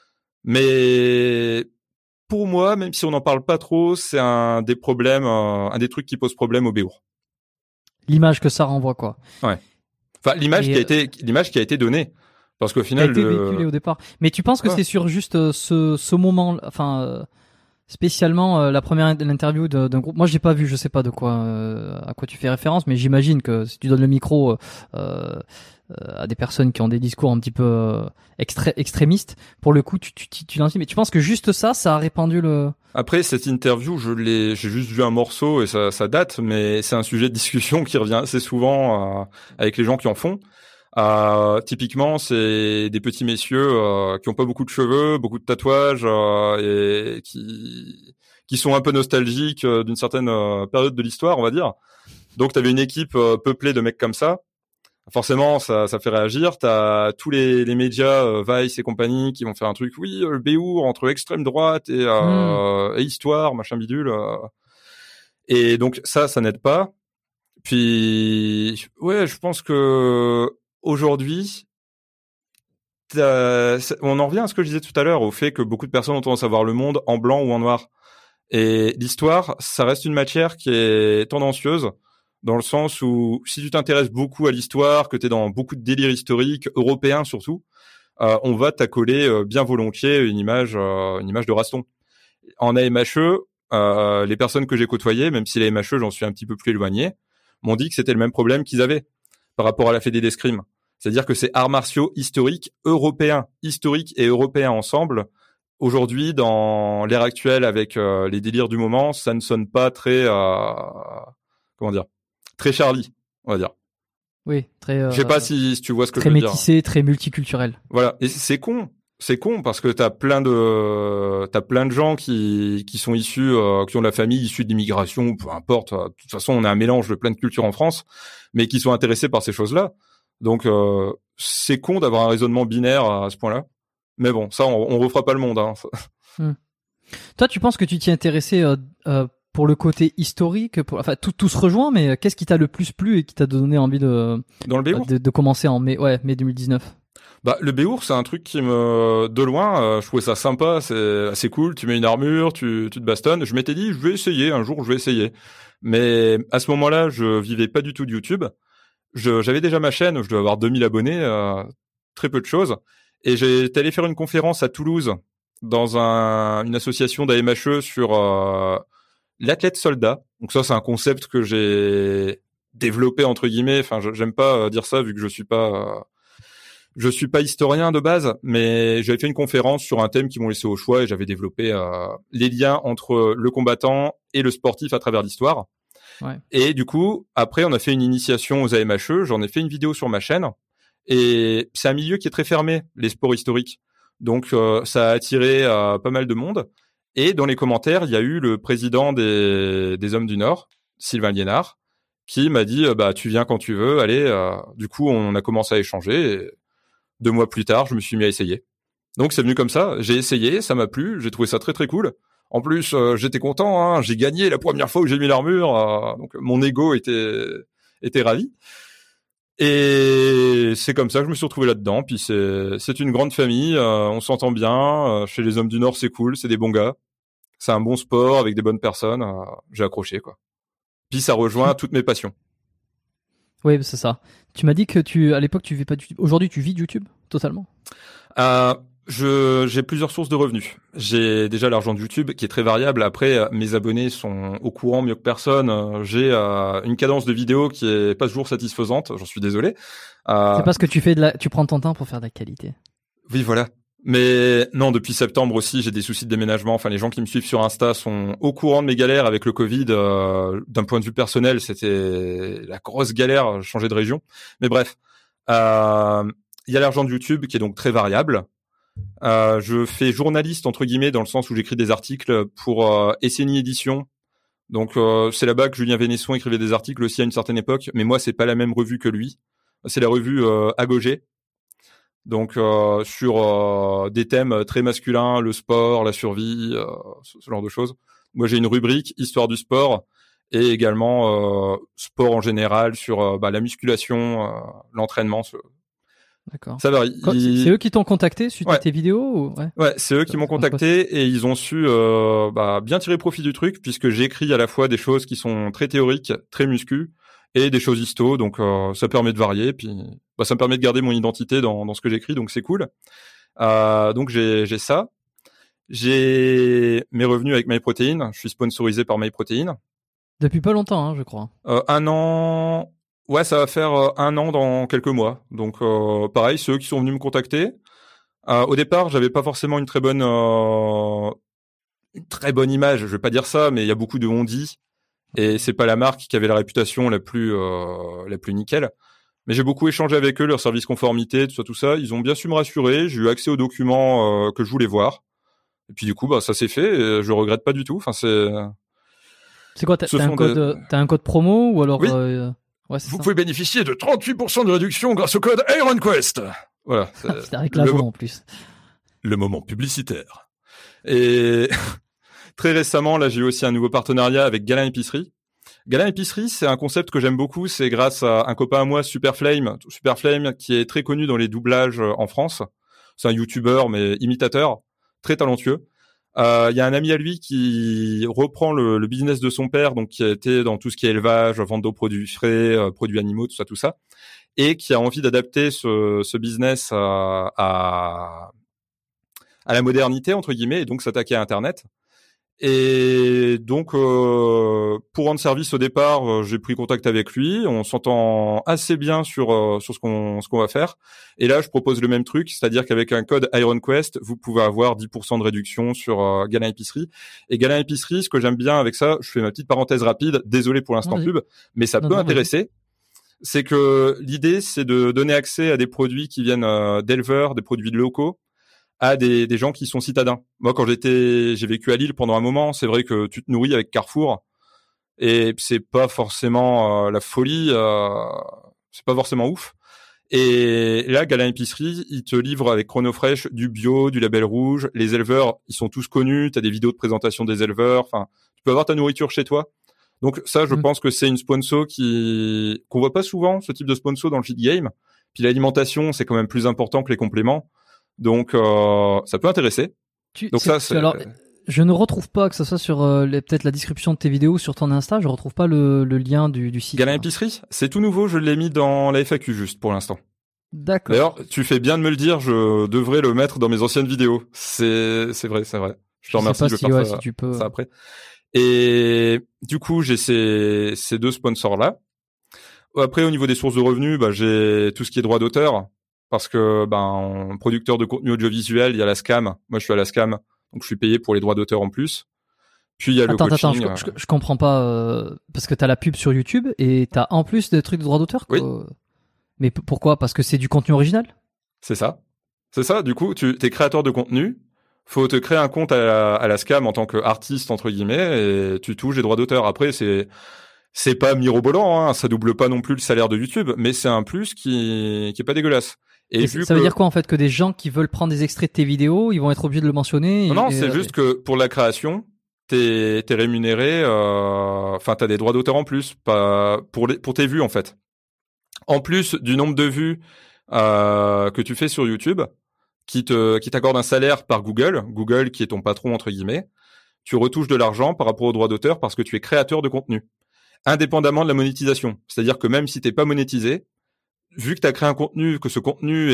Mais pour moi, même si on n'en parle pas trop, c'est un des problèmes, un des trucs qui pose problème au Béour. L'image que ça renvoie, quoi. Ouais. Enfin, l'image qui a été donnée. Parce qu'au final, qui a été véhiculée au départ. Mais tu penses que c'est sur juste ce moment, spécialement la première l'interview d'un groupe. Moi, j'ai pas vu, je sais pas de quoi à quoi tu fais référence, mais j'imagine que si tu donnes le micro à des personnes qui ont des discours un petit peu extrémistes, pour le coup, tu lances. Mais tu penses que juste ça a répandu le... Après, cette interview, j'ai juste vu un morceau et ça date, mais c'est un sujet de discussion qui revient assez souvent avec les gens qui en font. Typiquement, c'est des petits messieurs qui ont pas beaucoup de cheveux, beaucoup de tatouages et qui sont un peu nostalgiques d'une certaine période de l'histoire, on va dire. Donc, t'avais une équipe peuplée de mecs comme ça. Forcément, ça fait réagir. T'as tous les médias, Vice et compagnie, qui vont faire un truc. Oui, le Béour entre extrême droite et histoire, machin bidule. Et donc ça n'aide pas. Puis, ouais, je pense que aujourd'hui, on en revient à ce que je disais tout à l'heure, au fait que beaucoup de personnes ont tendance à voir le monde en blanc ou en noir. Et l'histoire, ça reste une matière qui est tendancieuse, dans le sens où si tu t'intéresses beaucoup à l'histoire, que tu es dans beaucoup de délires historiques, européens surtout, on va t'accoler bien volontiers une image de Raston. En AMHE, les personnes que j'ai côtoyées, même si les MHE, j'en suis un petit peu plus éloigné, m'ont dit que c'était le même problème qu'ils avaient par rapport à la Fédé d'escrime. C'est-à-dire que c'est arts martiaux historiques et européens ensemble. Aujourd'hui, dans l'ère actuelle, avec les délires du moment, ça ne sonne pas très, très Charlie, on va dire. Oui, très. Je sais pas si tu vois ce que je veux dire. Très métissé, très multiculturel. Voilà, et c'est con. c'est con parce que t'as plein de gens qui sont issus, qui ont de la famille issue de l'immigration, peu importe. De toute façon, on a un mélange de plein de cultures en France, mais qui sont intéressés par ces choses-là. Donc, c'est con d'avoir un raisonnement binaire à ce point-là. Mais bon, ça, on refera pas le monde. Hein. Toi, tu penses que tu t'y intéressais pour le côté historique, enfin tout se rejoint, mais qu'est-ce qui t'a le plus plu et qui t'a donné envie de commencer en mai 2019? Bah, le Béour, c'est un truc qui de loin, je trouvais ça sympa, c'est assez cool. Tu mets une armure, tu te bastonnes. Je m'étais dit, je vais essayer un jour, je vais essayer. Mais à ce moment-là, je vivais pas du tout de YouTube. J'avais déjà ma chaîne, je devais avoir 2000 abonnés, très peu de choses. Et j'étais allé faire une conférence à Toulouse dans une association d'AMHE sur l'athlète soldat. Donc ça, c'est un concept que j'ai développé entre guillemets. Enfin, j'aime pas dire ça vu que je suis pas historien de base, mais j'avais fait une conférence sur un thème qui m'ont laissé au choix et j'avais développé les liens entre le combattant et le sportif à travers l'histoire. Ouais. Et du coup, après, on a fait une initiation aux AMHE. J'en ai fait une vidéo sur ma chaîne. Et c'est un milieu qui est très fermé, les sports historiques. Donc, ça a attiré pas mal de monde. Et dans les commentaires, il y a eu le président des Hommes du Nord, Sylvain Liénard, qui m'a dit tu viens quand tu veux. Allez. Du coup, on a commencé à échanger. Et 2 mois plus tard, je me suis mis à essayer. Donc, c'est venu comme ça. J'ai essayé, ça m'a plu. J'ai trouvé ça très, très cool. En plus, j'étais content, hein, j'ai gagné la première fois où j'ai mis l'armure, donc mon ego était ravi. Et c'est comme ça que je me suis retrouvé là-dedans. Puis c'est une grande famille, on s'entend bien. Chez les Hommes du Nord, c'est cool, c'est des bons gars. C'est un bon sport avec des bonnes personnes. J'ai accroché, quoi. Puis ça rejoint toutes mes passions. Oui, c'est ça. Tu m'as dit que à l'époque, tu vis pas du YouTube. Aujourd'hui, tu vis de YouTube, totalement. J'ai plusieurs sources de revenus. J'ai déjà l'argent de YouTube qui est très variable. Après, mes abonnés sont au courant mieux que personne. J'ai une cadence de vidéo qui est pas toujours satisfaisante. J'en suis désolé. C'est parce que tu prends ton temps pour faire de la qualité. Oui, voilà. Mais non, depuis septembre aussi, j'ai des soucis de déménagement. Enfin, les gens qui me suivent sur Insta sont au courant de mes galères avec le Covid. D'un point de vue personnel, c'était la grosse galère, changer de région. Mais bref, il y a l'argent de YouTube qui est donc très variable. Je fais journaliste entre guillemets dans le sens où j'écris des articles pour SNI Édition. Donc c'est là-bas que Julien Vénesson écrivait des articles aussi à une certaine époque, mais moi c'est pas la même revue que lui. C'est la revue Agogé. Donc sur des thèmes très masculins, le sport, la survie, ce genre de choses. Moi j'ai une rubrique histoire du sport et également sport en général sur la musculation, l'entraînement. D'accord. Ça varie. C'est eux qui t'ont contacté suite à tes vidéos ou... Ouais, c'est eux qui m'ont contacté et ils ont su bien tirer profit du truc puisque j'écris à la fois des choses qui sont très théoriques, très muscu et des choses histo, donc ça permet de varier puis ça me permet de garder mon identité dans ce que j'écris, donc c'est cool. Donc j'ai ça. J'ai mes revenus avec MyProtein, je suis sponsorisé par MyProtein. Depuis pas longtemps, hein, je crois. 1 an. Ouais, ça va faire 1 an dans quelques mois. Donc pareil, c'est eux qui sont venus me contacter. Au départ, j'avais pas forcément une très bonne image. Je vais pas dire ça, mais il y a beaucoup de on-dit et c'est pas la marque qui avait la réputation la plus nickel. Mais j'ai beaucoup échangé avec eux, leur service conformité, tout ça. Ils ont bien su me rassurer. J'ai eu accès aux documents que je voulais voir. Et puis du coup, ça s'est fait. Et je regrette pas du tout. Enfin, c'est quoi t'as un code promo ou alors oui. Ouais, vous pouvez bénéficier de 38% de réduction grâce au code IronQuest. Voilà. C'est avec l'argent en plus. Le moment publicitaire. Et très récemment, là, j'ai eu aussi un nouveau partenariat avec Galin Épicerie. Galin Épicerie, c'est un concept que j'aime beaucoup. C'est grâce à un copain à moi, Superflame, qui est très connu dans les doublages en France. C'est un YouTuber, mais imitateur, très talentueux. Il y a un ami à lui qui reprend le business de son père, donc qui a été dans tout ce qui est élevage, vente de produits frais, produits animaux, tout ça, et qui a envie d'adapter ce business à la modernité entre guillemets, et donc s'attaquer à Internet. Et donc pour rendre service au départ, j'ai pris contact avec lui, on s'entend assez bien sur ce qu'on va faire. Et là, je propose le même truc, c'est-à-dire qu'avec un code IronQuest, vous pouvez avoir 10% de réduction sur Galin Épicerie. Et Galin Épicerie, ce que j'aime bien avec ça, je fais ma petite parenthèse rapide, désolé pour l'instant pub, mais ça peut intéresser. C'est que l'idée, c'est de donner accès à des produits qui viennent d'éleveurs, des produits locaux, à des gens qui sont citadins. Moi, quand j'ai vécu à Lille pendant un moment, c'est vrai que tu te nourris avec Carrefour et c'est pas forcément la folie, c'est pas forcément ouf. Et là, Gala Épicerie, ils te livrent avec Chronofresh du bio, du label rouge. Les éleveurs, ils sont tous connus. T'as des vidéos de présentation des éleveurs. Enfin, tu peux avoir ta nourriture chez toi. Donc ça, je pense que c'est une sponsor qu'on voit pas souvent, ce type de sponsor dans le feed game. Puis l'alimentation, c'est quand même plus important que les compléments. Donc ça peut intéresser. Donc ça, c'est... Alors, je ne retrouve pas, que ce soit sur peut-être la description de tes vidéos sur ton Insta, je retrouve pas le lien du site. Gala Épicerie, c'est tout nouveau, je l'ai mis dans la FAQ juste pour l'instant. D'accord. D'ailleurs, tu fais bien de me le dire, je devrais le mettre dans mes anciennes vidéos. C'est vrai. Je te remercie, je vais faire ça, si tu peux. Ça après. Et du coup, j'ai ces deux sponsors-là. Après, au niveau des sources de revenus, j'ai tout ce qui est droit d'auteur. Parce que, producteur de contenu audiovisuel, il y a la SCAM. Moi, je suis à la SCAM. Donc, je suis payé pour les droits d'auteur en plus. Puis, il y a le coaching. Attends, je comprends pas, parce que t'as la pub sur YouTube et t'as en plus des trucs de droits d'auteur, quoi. Oui. Mais pourquoi? Parce que c'est du contenu original? C'est ça. Du coup, t'es créateur de contenu. Faut te créer un compte à la SCAM en tant qu'artiste, entre guillemets, et tu touches les droits d'auteur. Après, c'est pas mirobolant, hein. Ça double pas non plus le salaire de YouTube, mais c'est un plus qui est pas dégueulasse. Et ça veut dire quoi, en fait? Que des gens qui veulent prendre des extraits de tes vidéos, ils vont être obligés de le mentionner? Non, c'est juste que pour la création, t'es rémunéré, t'as des droits d'auteur en plus, pas pour tes vues, en fait. En plus du nombre de vues, que tu fais sur YouTube, qui t'accorde un salaire par Google qui est ton patron, entre guillemets, tu retouches de l'argent par rapport aux droits d'auteur parce que tu es créateur de contenu, indépendamment de la monétisation. C'est-à-dire que même si t'es pas monétisé, vu que tu as créé un contenu, que ce contenu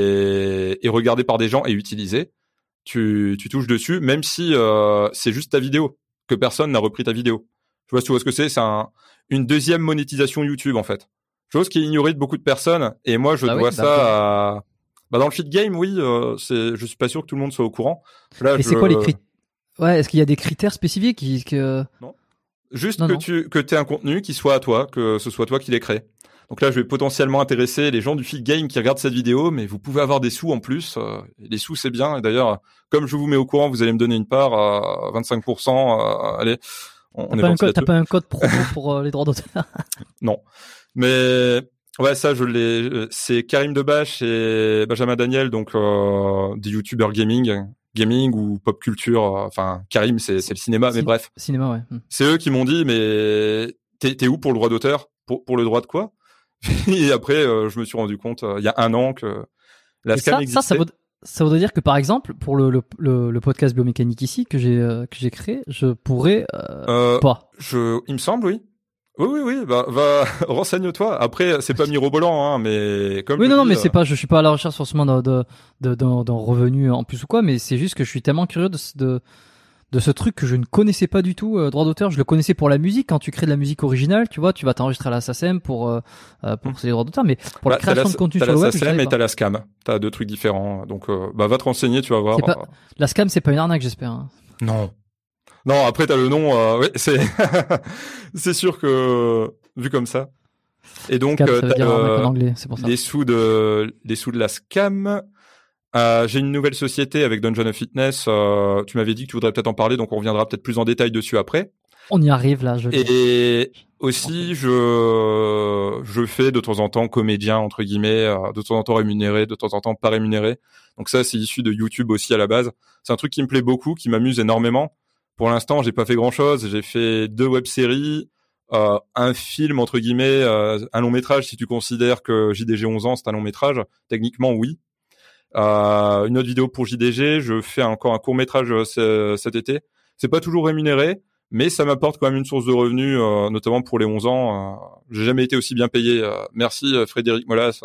est regardé par des gens et utilisé, tu touches dessus, même si c'est juste ta vidéo, que personne n'a repris ta vidéo. Tu vois ce que c'est? C'est une deuxième monétisation YouTube, en fait. Chose qui est ignorée de beaucoup de personnes, et moi je dois ça à... dans le feed game, oui, je suis pas sûr que tout le monde soit au courant. Là, c'est quoi les critères? Ouais, est-ce qu'il y a des critères spécifiques Non. Juste que tu aies un contenu qui soit à toi, que ce soit toi qui l'aies créé. Donc là, je vais potentiellement intéresser les gens du feed game qui regardent cette vidéo, mais vous pouvez avoir des sous en plus. Les sous, c'est bien. Et d'ailleurs, comme je vous mets au courant, vous allez me donner une part à 25%. Allez, t'as pas un code promo pour les droits d'auteur? Non. Mais ouais, ça, je l'ai. C'est Karim Debache et Benjamin Daniel, donc des youtubeurs gaming ou pop culture. Karim, c'est le cinéma, mais bref. Cinéma, ouais. C'est eux qui m'ont dit, mais t'es où pour le droit d'auteur? Pour le droit de quoi? Et après, je me suis rendu compte, il y a un an, que la SCAM existait. Ça voudrait dire que, par exemple, pour le podcast biomécanique ici que j'ai créé, je pourrais pas. Il me semble, oui. Oui. Va renseigne-toi. Après, c'est pas mirobolant, hein, mais comme. Oui, non, mais c'est pas. Je suis pas à la recherche forcément d'un revenu en plus ou quoi, mais c'est juste que je suis tellement curieux de ce truc que je ne connaissais pas du tout, droit d'auteur. Je le connaissais pour la musique. Quand tu crées de la musique originale, tu vois, tu vas t'enregistrer à la SACEM pour ces droits d'auteur, mais pour la création de contenu sur le web, t'as la SACEM et t'as la SCAM. T'as deux trucs différents. Donc, va te renseigner, tu vas voir. La SCAM, c'est pas une arnaque, j'espère. Hein. Non, après t'as le nom, oui, c'est sûr que vu comme ça. Et donc SCAM, ça veut dire arnaque en anglais, c'est pour ça. Les sous de la SCAM. J'ai une nouvelle société avec Dungeon of Fitness. Tu m'avais dit que tu voudrais peut-être en parler, donc on reviendra peut-être plus en détail dessus après. On y arrive là. Et aussi, je fais de temps en temps comédien entre guillemets, de temps en temps rémunéré, de temps en temps pas rémunéré. Donc ça, c'est issu de YouTube aussi à la base. C'est un truc qui me plaît beaucoup, qui m'amuse énormément. Pour l'instant, j'ai pas fait grand-chose. J'ai fait 2 web-séries, un film entre guillemets, un long métrage. Si tu considères que JDG 11 ans, c'est un long métrage, techniquement oui. Une autre vidéo pour JDG. Je fais encore un court métrage cet été. C'est pas toujours rémunéré, mais ça m'apporte quand même une source de revenus, notamment pour les 11 ans. J'ai jamais été aussi bien payé. Merci Frédéric Molas.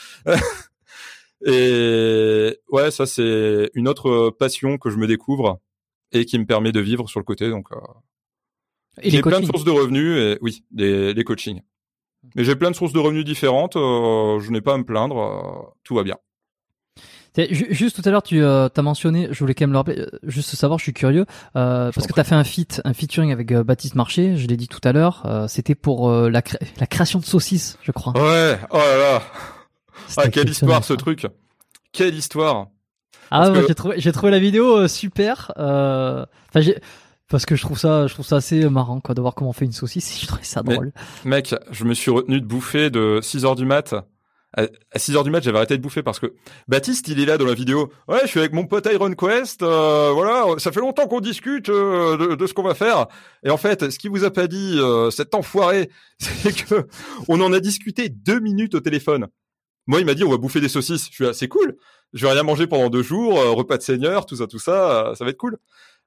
Et ouais, ça c'est une autre passion que je me découvre et qui me permet de vivre sur le côté. Donc, j'ai plein de sources de revenus et oui, les coachings. Mais j'ai plein de sources de revenus différentes. Je n'ai pas à me plaindre. Tout va bien. Juste tout à l'heure, tu as mentionné, je voulais quand même le rappeler, juste savoir, je suis curieux, parce que tu as fait un featuring avec Baptiste Marché, je l'ai dit tout à l'heure, c'était pour la création de saucisses, je crois. Ouais, oh là là. Ah, quelle histoire ce truc. Quelle histoire. Ah ouais, j'ai trouvé la vidéo super. Parce que je trouve ça assez marrant, quoi, de voir comment on fait une saucisse. Je trouvais ça drôle. Mec, je me suis retenu de bouffer de 6h du mat. À 6h du mat, j'avais arrêté de bouffer parce que Baptiste, il est là dans la vidéo. Ouais, je suis avec mon pote IronQuest. Voilà, ça fait longtemps qu'on discute de ce qu'on va faire. Et en fait, ce qu'il vous a pas dit, cet enfoiré, c'est que on en a discuté 2 minutes au téléphone. Moi, il m'a dit, on va bouffer des saucisses. Je suis là, c'est cool. Je vais rien manger pendant 2 jours, repas de seigneur, tout ça va être cool.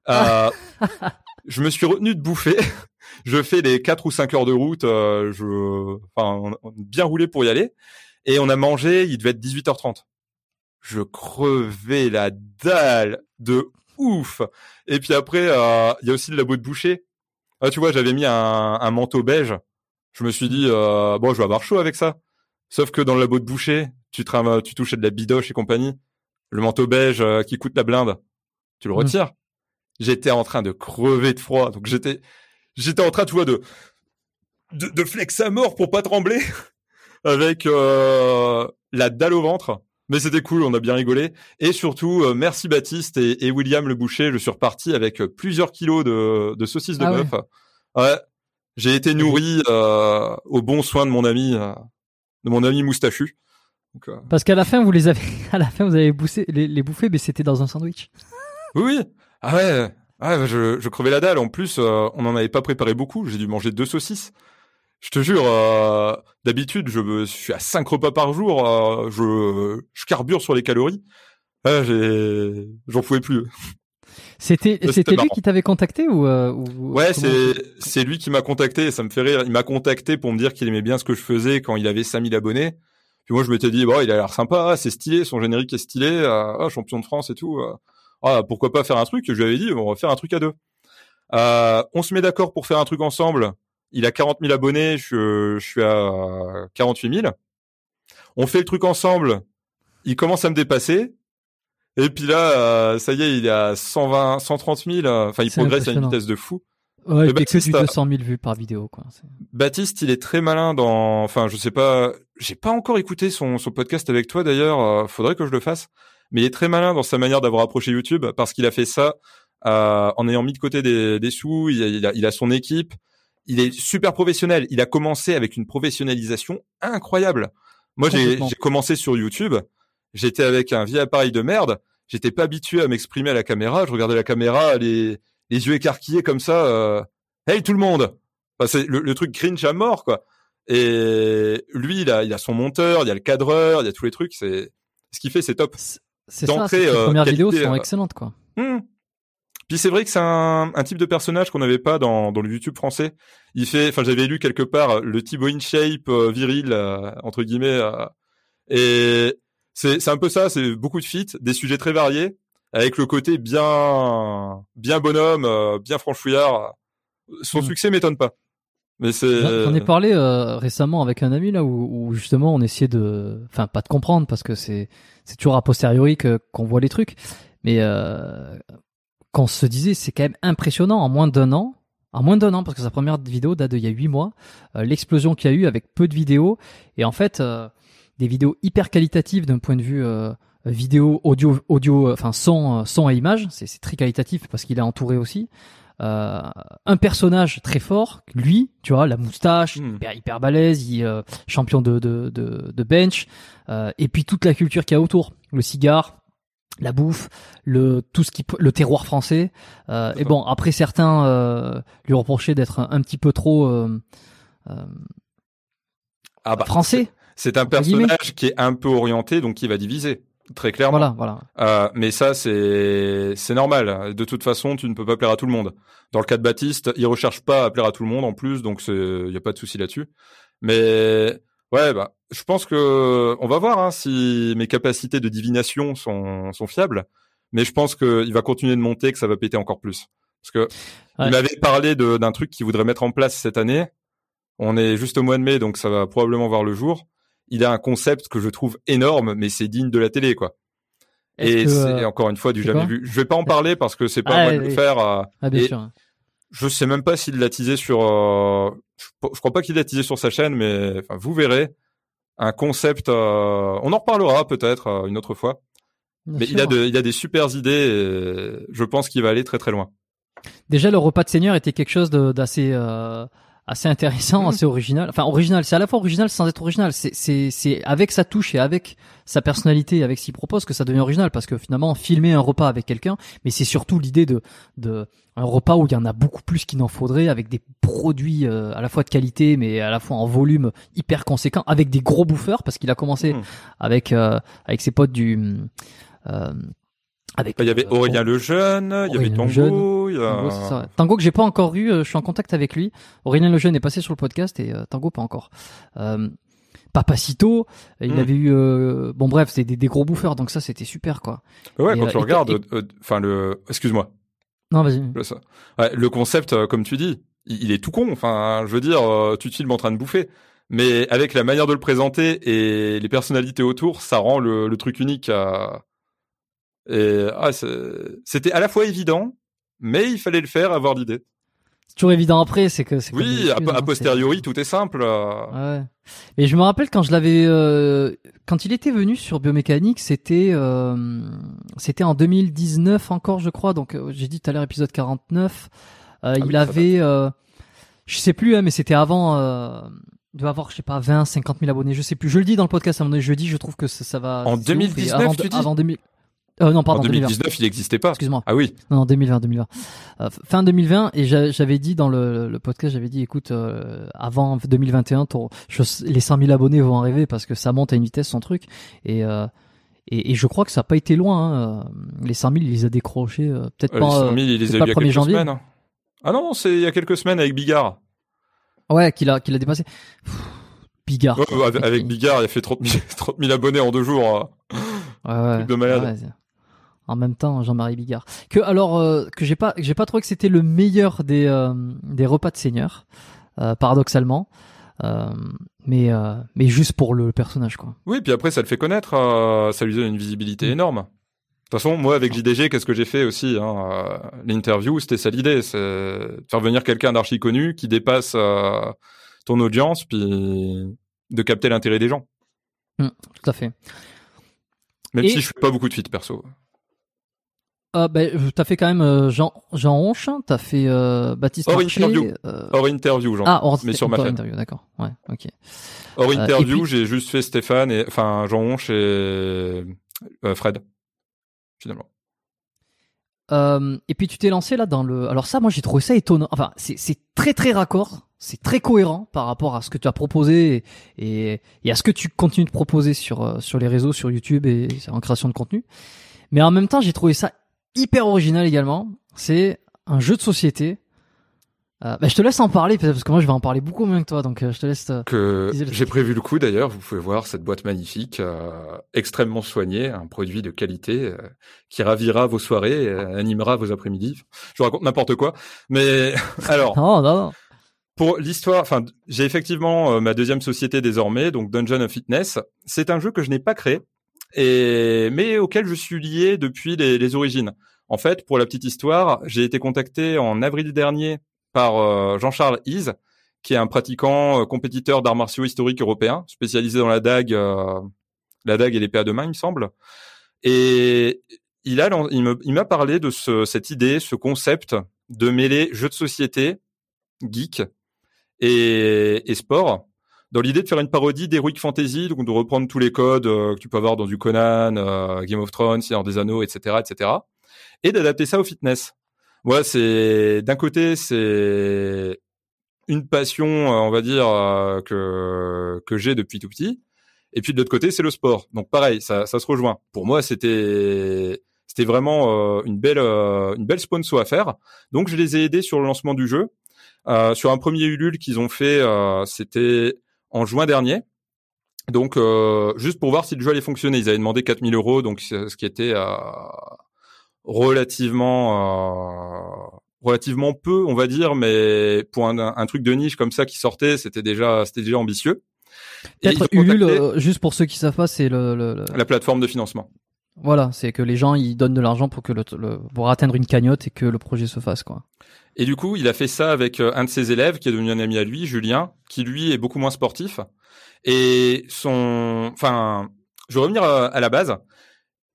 Je me suis retenu de bouffer. Je fais les 4 ou 5 heures de route. On a bien roulé pour y aller. Et on a mangé, il devait être 18h30. Je crevais la dalle de ouf. Et puis après, il y a aussi le labo de boucher. Tu vois, j'avais mis un manteau beige. Je me suis dit, bon, je vais avoir chaud avec ça. Sauf que dans le labo de boucher, tu touchais de la bidoche et compagnie. Le manteau beige qui coûte la blinde, tu le retires. J'étais en train de crever de froid. Donc j'étais en train, tu vois, de flex à mort pour pas trembler. Avec la dalle au ventre, mais c'était cool, on a bien rigolé. Et surtout, merci Baptiste et William le boucher, je suis reparti avec plusieurs kilos de saucisses de bœuf. Ouais, j'ai été nourri au bon soin de mon ami moustachu. Donc, parce qu'à la fin, vous avez bouffé les bouffées, mais c'était dans un sandwich. Oui. Ah ouais, je crevais la dalle. En plus, on n'en avait pas préparé beaucoup. J'ai dû manger 2 saucisses. Je te jure, d'habitude, je suis à 5 repas par jour, je carbure sur les calories. J'en pouvais plus. C'était lui qui t'avait contacté ou Ouais, c'est lui qui m'a contacté, ça me fait rire. Il m'a contacté pour me dire qu'il aimait bien ce que je faisais quand il avait 5000 abonnés. Puis moi, je m'étais dit, bon, il a l'air sympa, c'est stylé, son générique est stylé, champion de France et tout. Pourquoi pas faire un truc? Je lui avais dit, on va faire un truc à 2. On se met d'accord pour faire un truc ensemble. Il a 40 000 abonnés, je suis à 48 000. On fait le truc ensemble. Il commence à me dépasser. Et puis là, ça y est, il est à 120, 130 000. Enfin, il progresse à une vitesse de fou. Ouais, il fait que du 200 000 vues par vidéo, quoi. Baptiste, il est très malin enfin, je sais pas, j'ai pas encore écouté son podcast avec toi d'ailleurs. Faudrait que je le fasse. Mais il est très malin dans sa manière d'avoir approché YouTube parce qu'il a fait ça en ayant mis de côté des sous. Il a son équipe. Il est super professionnel. Il a commencé avec une professionnalisation incroyable. Moi, j'ai commencé sur YouTube. J'étais avec un vieil appareil de merde. J'étais pas habitué à m'exprimer à la caméra. Je regardais la caméra, les yeux écarquillés comme ça. Hey, tout le monde! Enfin, c'est le truc cringe à mort, quoi. Et lui, il a son monteur, il y a le cadreur, il y a tous les trucs. Ce qu'il fait, c'est top. C'est ça. Les premières vidéos sont excellentes, quoi. Puis c'est vrai que c'est un type de personnage qu'on n'avait pas dans le YouTube français. J'avais lu quelque part le Thibaut InShape viril entre guillemets, et c'est un peu ça. C'est beaucoup de feats, des sujets très variés, avec le côté bien bonhomme, bien franchouillard. Son succès m'étonne pas. Mais j'en ai parlé récemment avec un ami là où justement on essayait pas de comprendre parce que c'est toujours a posteriori qu'on voit les trucs, mais qu'on se disait c'est quand même impressionnant en moins d'un an, parce que sa première vidéo date d'il y a 8 mois, l'explosion qu'il y a eu avec peu de vidéos, et en fait des vidéos hyper qualitatives d'un point de vue vidéo, audio, enfin son et image, c'est très qualitatif parce qu'il est entouré aussi. Un personnage très fort, lui, tu vois, la moustache, hyper balèze, champion de bench, et puis toute la culture qu'il y a autour, le cigare, la bouffe, le terroir français, et bon, après certains lui reprochaient d'être un petit peu trop français. C'est un personnage qui est un peu orienté, donc qui va diviser. Très clairement. Voilà. Mais ça, c'est normal. De toute façon, tu ne peux pas plaire à tout le monde. Dans le cas de Baptiste, il recherche pas à plaire à tout le monde en plus, donc il y a pas de souci là-dessus. Mais ouais, je pense que on va voir si mes capacités de divination sont fiables. Mais je pense qu'il va continuer de monter, que ça va péter encore plus. Parce que il m'avait parlé d'un truc qu'il voudrait mettre en place cette année. On est juste au mois de mai, donc ça va probablement voir le jour. Il a un concept que je trouve énorme, mais c'est digne de la télé, quoi. Et c'est encore une fois du jamais vu. Je vais pas en parler parce que c'est pas à moi de le faire. Bien sûr. Je sais même pas s'il l'a teasé sur. Je crois pas qu'il l'a teasé sur sa chaîne, mais vous verrez un concept. On en reparlera peut-être une autre fois. Mais il a des super idées. Et je pense qu'il va aller très très loin. Déjà, le repas de seigneur était quelque chose d'assez assez intéressant, assez original. Enfin, original, c'est à la fois original sans être original. C'est avec sa touche et avec sa personnalité, avec ce qu'il propose que ça devient original, parce que finalement, filmer un repas avec quelqu'un, mais c'est surtout l'idée de un repas où il y en a beaucoup plus qu'il n'en faudrait, avec des produits à la fois de qualité, mais à la fois en volume hyper conséquent, avec des gros bouffeurs, parce qu'il a commencé avec ses potes du il y avait Aurélien Lejeune, il y avait Tango, c'est ça. Tango que j'ai pas encore eu, je suis en contact avec lui. Aurélien Lejeune est passé sur le podcast et Tango pas encore. Papacito, il avait eu bon bref, c'est des gros bouffeurs, donc ça c'était super quoi. Ouais, quand tu regardes excuse-moi. Non, vas-y. Le concept comme tu dis, il est tout con, enfin je veux dire tu te filmes en train de bouffer. Mais avec la manière de le présenter et les personnalités autour, ça rend le truc unique c'était à la fois évident, mais il fallait le faire, avoir l'idée. C'est toujours évident après, c'est oui, a posteriori, tout est simple. Ouais. Et je me rappelle quand je l'avais, quand il était venu sur Biomécanique, c'était en 2019 encore, je crois. Donc j'ai dit tout à l'heure épisode 49. Il avait, je sais plus, hein, mais c'était avant. Il doit avoir, je sais pas, 20, 50 000 abonnés, je sais plus. Je le dis dans le podcast à un moment donné, je dis, je trouve que ça va. En 2019, tu dis avant 2000. Non, pardon, en 2019, il n'existait pas. Excuse-moi. Ah oui. Non, 2020. Fin 2020, et j'avais dit dans le podcast, j'avais dit, écoute, avant 2021, les 100 000 abonnés vont arriver parce que ça monte à une vitesse, son truc. Et je crois que ça n'a pas été loin, hein. Les 100 000, il les a décrochés, peut-être pas. Les 100 000, il les a eu il y a quelques semaines. Ah non, c'est il y a quelques semaines avec Bigard. Ouais, qu'il a dépassé. Bigard. Ouais, avec Bigard, il a fait 30 000 abonnés en 2 jours. Ouais. Truc de malade. Ouais, en même temps, Jean-Marie Bigard. Que j'ai pas trouvé que c'était le meilleur des repas de seigneur, paradoxalement. Mais juste pour le personnage, quoi. Oui, puis après, ça le fait connaître, ça lui donne une visibilité énorme. De toute façon, moi, avec JDG, qu'est-ce que j'ai fait aussi, l'interview, c'était ça l'idée, c'est de faire venir quelqu'un d'archi connu qui dépasse ton audience, puis de capter l'intérêt des gens. Tout à fait. Même si je fais pas beaucoup de feats perso. T'as fait quand même Jean Honche, t'as fait Baptiste Marché. Hors interview, mais sur ma chaîne. Interview, d'accord. Ouais, ok. Hors interview, j'ai juste fait Stéphane Jean Honche et Fred, finalement. Et puis tu t'es lancé là dans le. Alors ça, moi j'ai trouvé ça étonnant. Enfin, c'est très très raccord, c'est très cohérent par rapport à ce que tu as proposé et à ce que tu continues de proposer sur les réseaux, sur YouTube et en création de contenu. Mais en même temps, j'ai trouvé ça hyper original également. C'est un jeu de société. Je te laisse en parler parce que moi je vais en parler beaucoup moins que toi, donc je te laisse. J'ai prévu le coup d'ailleurs. Vous pouvez voir cette boîte magnifique, extrêmement soignée, un produit de qualité qui ravira vos soirées, animera vos après-midi. Je vous raconte n'importe quoi, mais alors. Non. Pour l'histoire, j'ai effectivement ma deuxième société désormais, donc Dungeon of Fitness. C'est un jeu que je n'ai pas créé, mais auquel je suis lié depuis les origines. En fait, pour la petite histoire, j'ai été contacté en avril dernier par Jean-Charles Is, qui est un pratiquant compétiteur d'arts martiaux historiques européens, spécialisé dans la dague et l'épée à deux mains, il me semble. Et il m'a parlé de cette idée, ce concept de mêler jeux de société, geek et sport, dans l'idée de faire une parodie d'Heroic Fantasy, donc de reprendre tous les codes que tu peux avoir dans du Conan, Game of Thrones, Seigneur des Anneaux, etc., et d'adapter ça au fitness. Moi, d'un côté, c'est une passion, on va dire, que j'ai depuis tout petit. Et puis de l'autre côté, c'est le sport. Donc pareil, ça se rejoint. Pour moi, c'était vraiment une belle sponsor à faire. Donc je les ai aidés sur le lancement du jeu. Sur un premier Ulule qu'ils ont fait, c'était en juin dernier. Donc juste pour voir si le jeu allait fonctionner. Ils avaient demandé 4 000 €, donc ce qui était relativement peu, on va dire, mais pour un truc de niche comme ça qui sortait, c'était déjà ambitieux. Peut-être Ulule, juste pour ceux qui savent pas, c'est la plateforme de financement. Voilà, c'est que les gens ils donnent de l'argent pour que pour atteindre une cagnotte et que le projet se fasse, quoi. Et du coup, il a fait ça avec un de ses élèves qui est devenu un ami à lui, Julien, qui lui est beaucoup moins sportif. Et je vais revenir à la base.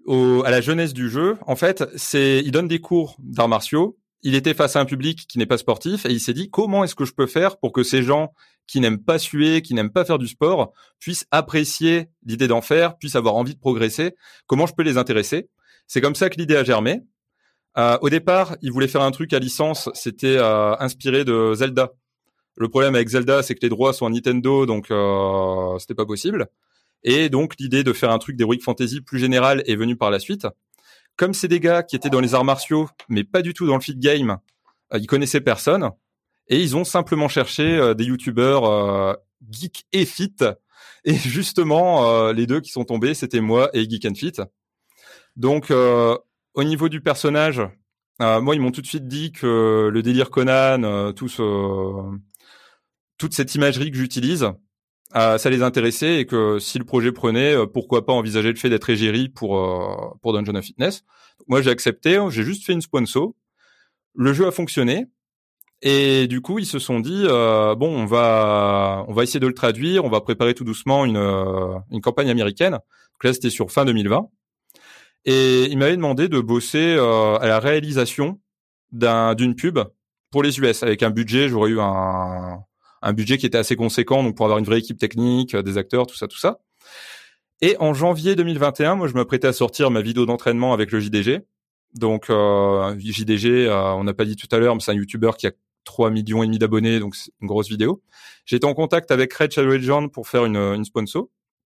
à la jeunesse du jeu, en fait, il donne des cours d'arts martiaux. Il était face à un public qui n'est pas sportif et il s'est dit comment est-ce que je peux faire pour que ces gens qui n'aiment pas suer, qui n'aiment pas faire du sport, puissent apprécier l'idée d'en faire, puissent avoir envie de progresser. Comment je peux les intéresser? C'est comme ça que l'idée a germé. Au départ, il voulait faire un truc à licence, c'était inspiré de Zelda. Le problème avec Zelda, c'est que les droits sont à Nintendo, donc c'était pas possible. Et donc l'idée de faire un truc d'Heroic Fantasy plus général est venue par la suite. Comme c'est des gars qui étaient dans les arts martiaux, mais pas du tout dans le fit game, ils connaissaient personne. Et ils ont simplement cherché des youtubeurs geek et fit. Et justement, les deux qui sont tombés, c'était moi et Geek and Fit. Donc, au niveau du personnage, moi, ils m'ont tout de suite dit que le délire Conan, toute cette imagerie que j'utilise, ça les intéressait et que si le projet prenait, pourquoi pas envisager le fait d'être égérie pour Dungeon of Fitness. Donc, moi, j'ai accepté, j'ai juste fait une sponsor. Le jeu a fonctionné. Et du coup, ils se sont dit bon, on va essayer de le traduire, on va préparer tout doucement une campagne américaine. Donc là, c'était sur fin 2020. Et ils m'avaient demandé de bosser à la réalisation d'une pub pour les US avec un budget. J'aurais eu un budget qui était assez conséquent, donc pour avoir une vraie équipe technique, des acteurs, tout ça. Et en janvier 2021, moi, je m'apprêtais à sortir ma vidéo d'entraînement avec le JDG. Donc JDG, on n'a pas dit tout à l'heure, mais c'est un YouTuber qui a 3,5 millions d'abonnés, donc c'est une grosse vidéo. J'étais en contact avec Red Shadow Legend pour faire une sponsor.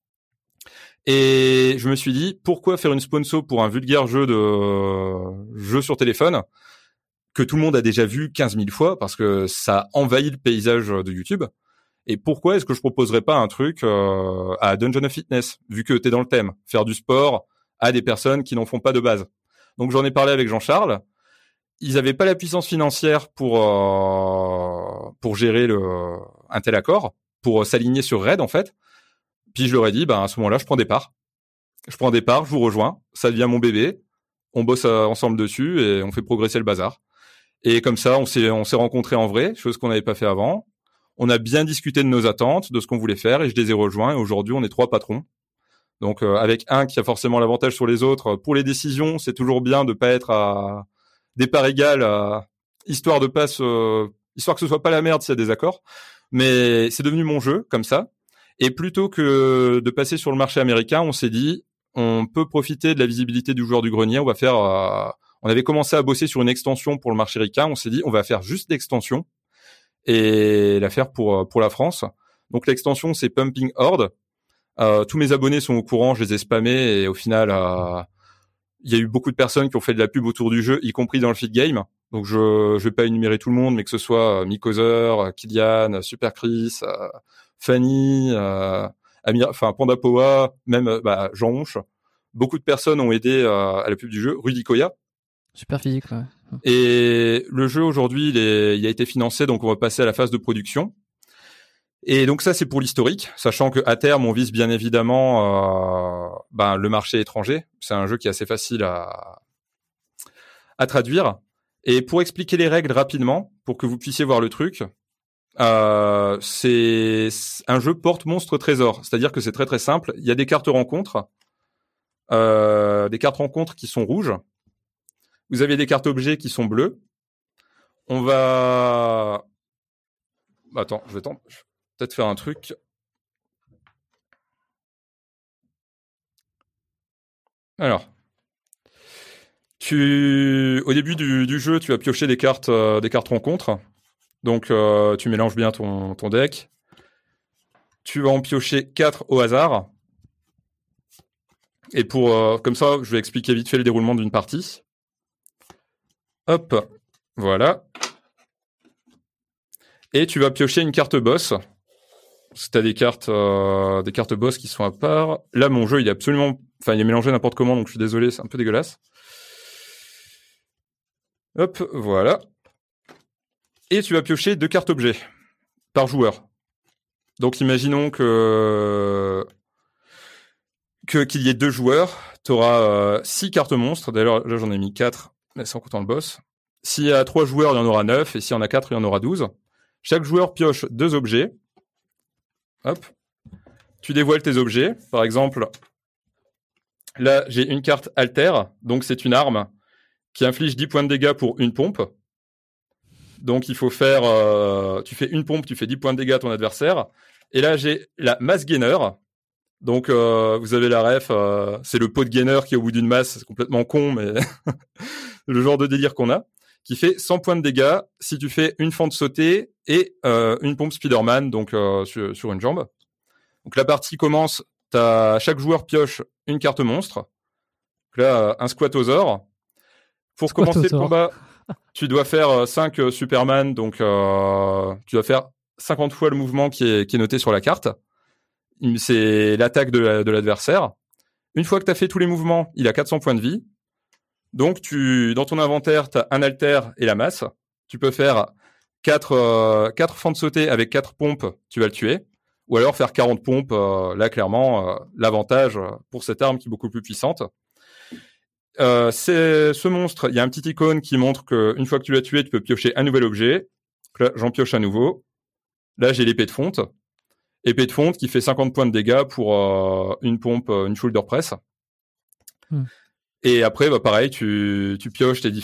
Et je me suis dit, pourquoi faire une sponsor pour un vulgaire jeu sur téléphone que tout le monde a déjà vu 15 000 fois parce que ça envahit le paysage de YouTube. Et pourquoi est-ce que je proposerais pas un truc à Dungeon of Fitness, vu que t'es dans le thème, faire du sport à des personnes qui n'en font pas de base. Donc j'en ai parlé avec Jean-Charles. Ils avaient pas la puissance financière pour gérer un tel accord, pour s'aligner sur Red en fait. Puis je leur ai dit, à ce moment-là, je prends des parts. Je vous rejoins, ça devient mon bébé. On bosse ensemble dessus et on fait progresser le bazar. Et comme ça, on s'est rencontrés en vrai, chose qu'on n'avait pas fait avant. On a bien discuté de nos attentes, de ce qu'on voulait faire, et je les ai rejoints. Et aujourd'hui, on est 3 patrons. Donc avec un qui a forcément l'avantage sur les autres. Pour les décisions, c'est toujours bien de pas être à des parts égales, histoire que ce soit pas la merde s'il y a des accords. Mais c'est devenu mon jeu comme ça. Et plutôt que de passer sur le marché américain, on s'est dit on peut profiter de la visibilité du joueur du grenier. On va faire. On avait commencé à bosser sur une extension pour le marché ricain. On s'est dit on va faire juste l'extension et la faire pour la France. Donc l'extension c'est Pumping Horde. Tous mes abonnés sont au courant, je les ai spammés et au final, il y a eu beaucoup de personnes qui ont fait de la pub autour du jeu, y compris dans le feed game. Donc je vais pas énumérer tout le monde, mais que ce soit Mikoser, Kylian, Super Chris, Fanny, Panda Powa, même Jean Honche. Beaucoup de personnes ont aidé à la pub du jeu. Rudy Koya. Super physique, ouais. Et le jeu aujourd'hui, il a été financé, donc on va passer à la phase de production. Et donc ça, c'est pour l'historique, sachant que à terme, on vise bien évidemment le marché étranger. C'est un jeu qui est assez facile à traduire. Et pour expliquer les règles rapidement, pour que vous puissiez voir le truc, c'est un jeu porte monstre trésor. C'est-à-dire que c'est très très simple. Il y a des cartes rencontres, qui sont rouges. Vous avez des cartes objets qui sont bleues. On va... Attends, je vais peut-être faire un truc. Alors, au début du jeu, tu vas piocher des cartes rencontres. Donc, tu mélanges bien ton deck. Tu vas en piocher 4 au hasard. Et comme ça, je vais expliquer vite fait le déroulement d'une partie. Hop, voilà. Et tu vas piocher une carte boss. Si t'as des cartes boss qui sont à part. Là, mon jeu, il est mélangé n'importe comment, donc je suis désolé, c'est un peu dégueulasse. Hop, voilà. Et tu vas piocher 2 cartes objets par joueur. Donc, imaginons qu'il y ait 2 joueurs. T'auras 6 cartes monstres. D'ailleurs, là, j'en ai mis 4, mais sans comptant le boss. S'il y a 3 joueurs, il y en aura 9. Et s'il y en a 4, il y en aura 12. Chaque joueur pioche 2 objets. Hop. Tu dévoiles tes objets. Par exemple, Là, j'ai une carte alter, donc c'est une arme qui inflige 10 points de dégâts pour une pompe. Donc il faut faire, tu fais une pompe, tu fais 10 points de dégâts à ton adversaire. Et là, j'ai la masse gainer. Donc vous avez la ref, c'est le pot de gainer qui est au bout d'une masse, c'est complètement con, mais le genre de délire qu'on a, qui fait 100 points de dégâts si tu fais une fente sautée et une pompe Spider-Man, donc sur une jambe. Donc la partie commence, chaque joueur pioche une carte monstre. Donc là, un Squatosaur. Pour commencer le combat, tu dois faire 5 Superman, donc tu dois faire 50 fois le mouvement qui est noté sur la carte. C'est l'attaque de l'adversaire. Une fois que tu as fait tous les mouvements, il a 400 points de vie. Donc, dans ton inventaire, tu as un alter et la masse. Tu peux faire 4 fentes sautées avec 4 pompes, tu vas le tuer. Ou alors faire 40 pompes, là, clairement, l'avantage pour cette arme qui est beaucoup plus puissante. C'est ce monstre, il y a un petit icône qui montre qu'une fois que tu l'as tué, tu peux piocher un nouvel objet. Là, j'en pioche un nouveau. Là, j'ai l'épée de fonte. Épée de fonte qui fait 50 points de dégâts pour une pompe, une shoulder press. Et après, pareil, tu pioches tes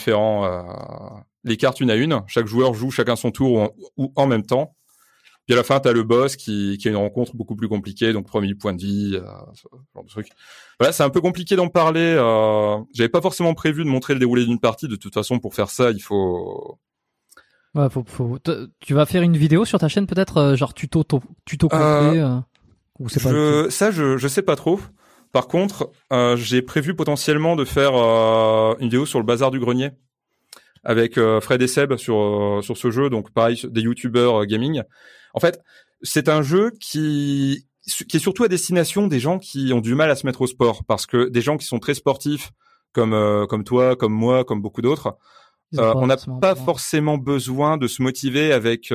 les cartes une à une. Chaque joueur joue chacun son tour ou en même temps. Puis à la fin, tu as le boss qui est une rencontre beaucoup plus compliquée, donc 3000 points de vie, ce genre de truc. Voilà, c'est un peu compliqué d'en parler. J'avais pas forcément prévu de montrer le déroulé d'une partie. De toute façon, pour faire ça, il faut... Ouais, tu vas faire une vidéo sur ta chaîne peut-être, genre tuto complet ou c'est pas ça, je sais pas trop. Par contre, j'ai prévu potentiellement de faire une vidéo sur le bazar du grenier avec Fred et Seb sur ce jeu. Donc pareil, des youtubeurs gaming. En fait, c'est un jeu qui est surtout à destination des gens qui ont du mal à se mettre au sport, parce que des gens qui sont très sportifs, comme toi, comme moi, comme beaucoup d'autres. On n'a pas forcément besoin de se motiver avec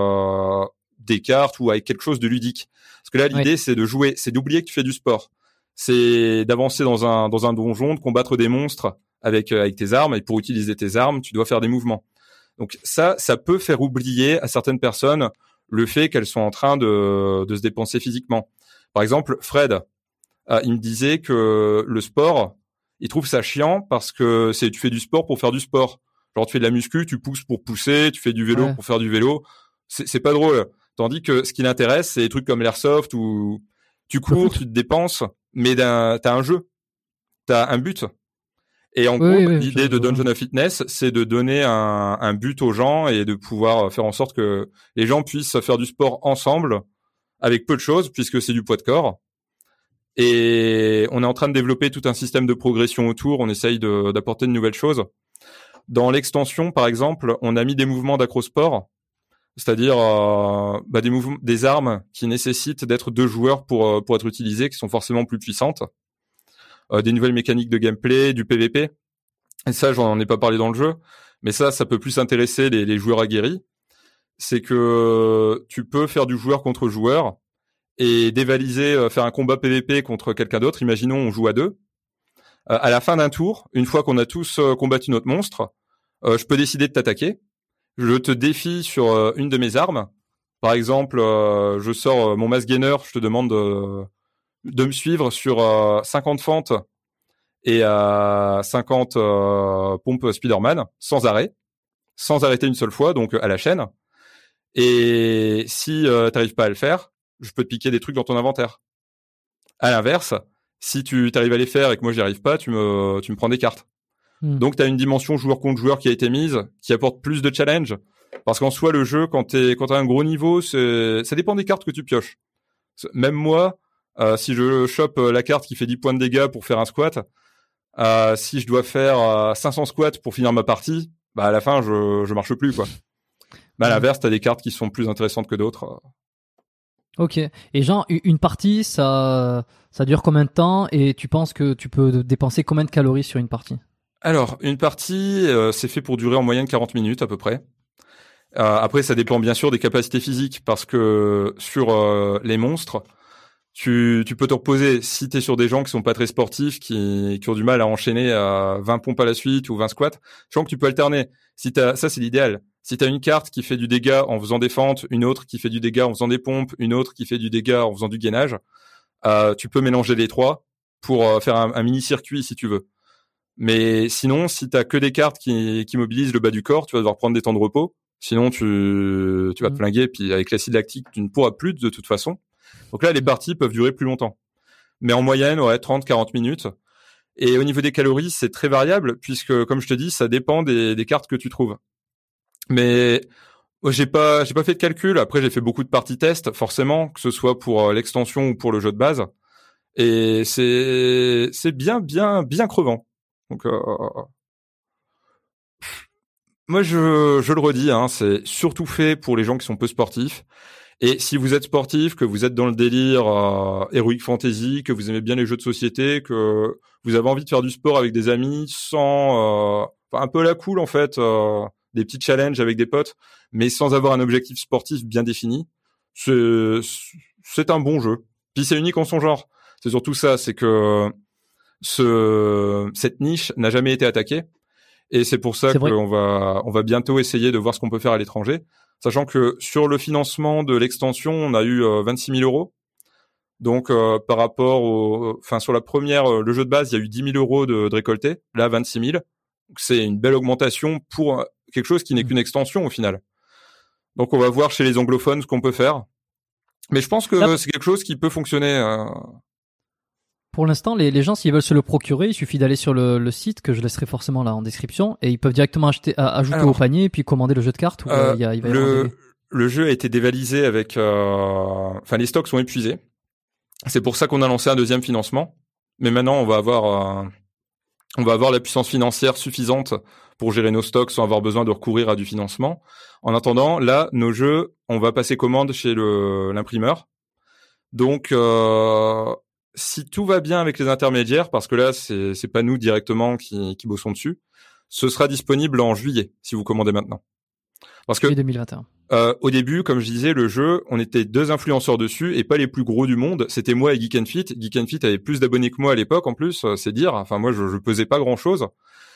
des cartes ou avec quelque chose de ludique. Parce que là, l'idée, c'est de jouer, c'est d'oublier que tu fais du sport. C'est d'avancer dans un donjon, de combattre des monstres avec tes armes. Et pour utiliser tes armes, tu dois faire des mouvements. Donc ça peut faire oublier à certaines personnes le fait qu'elles sont en train de se dépenser physiquement. Par exemple, Fred, il me disait que le sport, il trouve ça chiant parce que tu fais du sport pour faire du sport. Genre, tu fais de la muscu, tu pousses pour pousser, tu fais du vélo pour faire du vélo. C'est pas drôle. Tandis que ce qui l'intéresse, c'est des trucs comme l'airsoft où tu cours, tu te dépenses, mais t'as un jeu. T'as un but. Et en gros, l'idée de Dungeon of Fitness, c'est de donner un but aux gens et de pouvoir faire en sorte que les gens puissent faire du sport ensemble avec peu de choses, puisque c'est du poids de corps. Et on est en train de développer tout un système de progression autour. On essaye d'apporter de nouvelles choses. Dans l'extension, par exemple, on a mis des mouvements d'acrosport, c'est-à-dire des armes qui nécessitent d'être 2 joueurs pour être utilisées, qui sont forcément plus puissantes. Des nouvelles mécaniques de gameplay, du PVP. Et ça, j'en ai pas parlé dans le jeu, mais ça peut plus intéresser les joueurs aguerris. C'est que tu peux faire du joueur contre joueur et dévaliser, faire un combat PVP contre quelqu'un d'autre. Imaginons, on joue à 2. À la fin d'un tour, une fois qu'on a tous combattu notre monstre, je peux décider de t'attaquer. Je te défie sur une de mes armes. Par exemple, je sors mon mass gainer, je te demande de me suivre sur 50 fentes et 50 pompes Spider-Man, sans arrêter une seule fois, donc à la chaîne. Et si t'arrives pas à le faire, je peux te piquer des trucs dans ton inventaire. À l'inverse, si tu t'arrives à les faire et que moi j'y arrive pas, tu me prends des cartes. Donc t'as une dimension joueur contre joueur qui a été mise, qui apporte plus de challenge. Parce qu'en soi, le jeu, quand t'as un gros niveau, ça dépend des cartes que tu pioches. Même moi, si je chope la carte qui fait 10 points de dégâts pour faire un squat, si je dois faire 500 squats pour finir ma partie, à la fin, je marche plus, quoi. À l'inverse, t'as des cartes qui sont plus intéressantes que d'autres. Ok. Et genre, une partie, ça dure combien de temps et tu penses que tu peux dépenser combien de calories sur une partie? Alors, une partie, c'est fait pour durer en moyenne 40 minutes à peu près. Après, ça dépend bien sûr des capacités physiques parce que sur les monstres, tu peux te reposer si t'es sur des gens qui sont pas très sportifs, qui ont du mal à enchaîner 20 pompes à la suite ou 20 squats. Je pense que tu peux alterner. Ça, c'est l'idéal. Si t'as une carte qui fait du dégât en faisant des fentes, une autre qui fait du dégât en faisant des pompes, une autre qui fait du dégât en faisant du gainage, tu peux mélanger les trois pour faire un mini-circuit si tu veux. Mais sinon, si t'as que des cartes qui mobilisent le bas du corps, tu vas devoir prendre des temps de repos. Sinon, tu vas te flinguer. Puis avec l'acide lactique, tu ne pourras plus de toute façon. Donc là, les parties peuvent durer plus longtemps. Mais en moyenne, 30-40 minutes. Et au niveau des calories, c'est très variable puisque, comme je te dis, ça dépend des cartes que tu trouves. Mais j'ai pas fait de calcul. Après, j'ai fait beaucoup de parties test, forcément, que ce soit pour l'extension ou pour le jeu de base. Et c'est bien crevant. Donc, moi, je le redis, hein, c'est surtout fait pour les gens qui sont peu sportifs. Et si vous êtes sportif, que vous êtes dans le délire Heroic Fantasy, que vous aimez bien les jeux de société, que vous avez envie de faire du sport avec des amis sans... un peu la cool, en fait, des petits challenges avec des potes, mais sans avoir un objectif sportif bien défini, c'est un bon jeu. Puis c'est unique en son genre. C'est surtout ça, c'est que cette niche n'a jamais été attaquée. Et c'est pour ça qu'on va bientôt essayer de voir ce qu'on peut faire à l'étranger. Sachant que sur le financement de l'extension, on a eu 26 000 euros. Donc, par rapport sur la première, le jeu de base, il y a eu 10 000 euros de récolté. Là, 26 000. Donc, c'est une belle augmentation pour quelque chose qui n'est qu'une extension au final. Donc, on va voir chez les anglophones ce qu'on peut faire. Mais je pense que c'est quelque chose qui peut fonctionner. Pour l'instant, les gens, s'ils veulent se le procurer, il suffit d'aller sur le site que je laisserai forcément là en description et ils peuvent directement ajouter au panier et puis commander le jeu de cartes. Le jeu a été dévalisé avec... les stocks sont épuisés. C'est pour ça qu'on a lancé un deuxième financement. Mais maintenant, on va avoir la puissance financière suffisante pour gérer nos stocks sans avoir besoin de recourir à du financement. En attendant, là, nos jeux, on va passer commande chez l'imprimeur. Donc... si tout va bien avec les intermédiaires, parce que là, c'est pas nous directement qui bossons dessus, ce sera disponible en juillet, si vous commandez maintenant. Parce que, 2021. Au début, comme je disais, le jeu, on était 2 influenceurs dessus et pas les plus gros du monde. C'était moi et Geek & Fit. Geek & Fit avait plus d'abonnés que moi à l'époque, en plus, c'est dire. Enfin, moi, je pesais pas grand chose.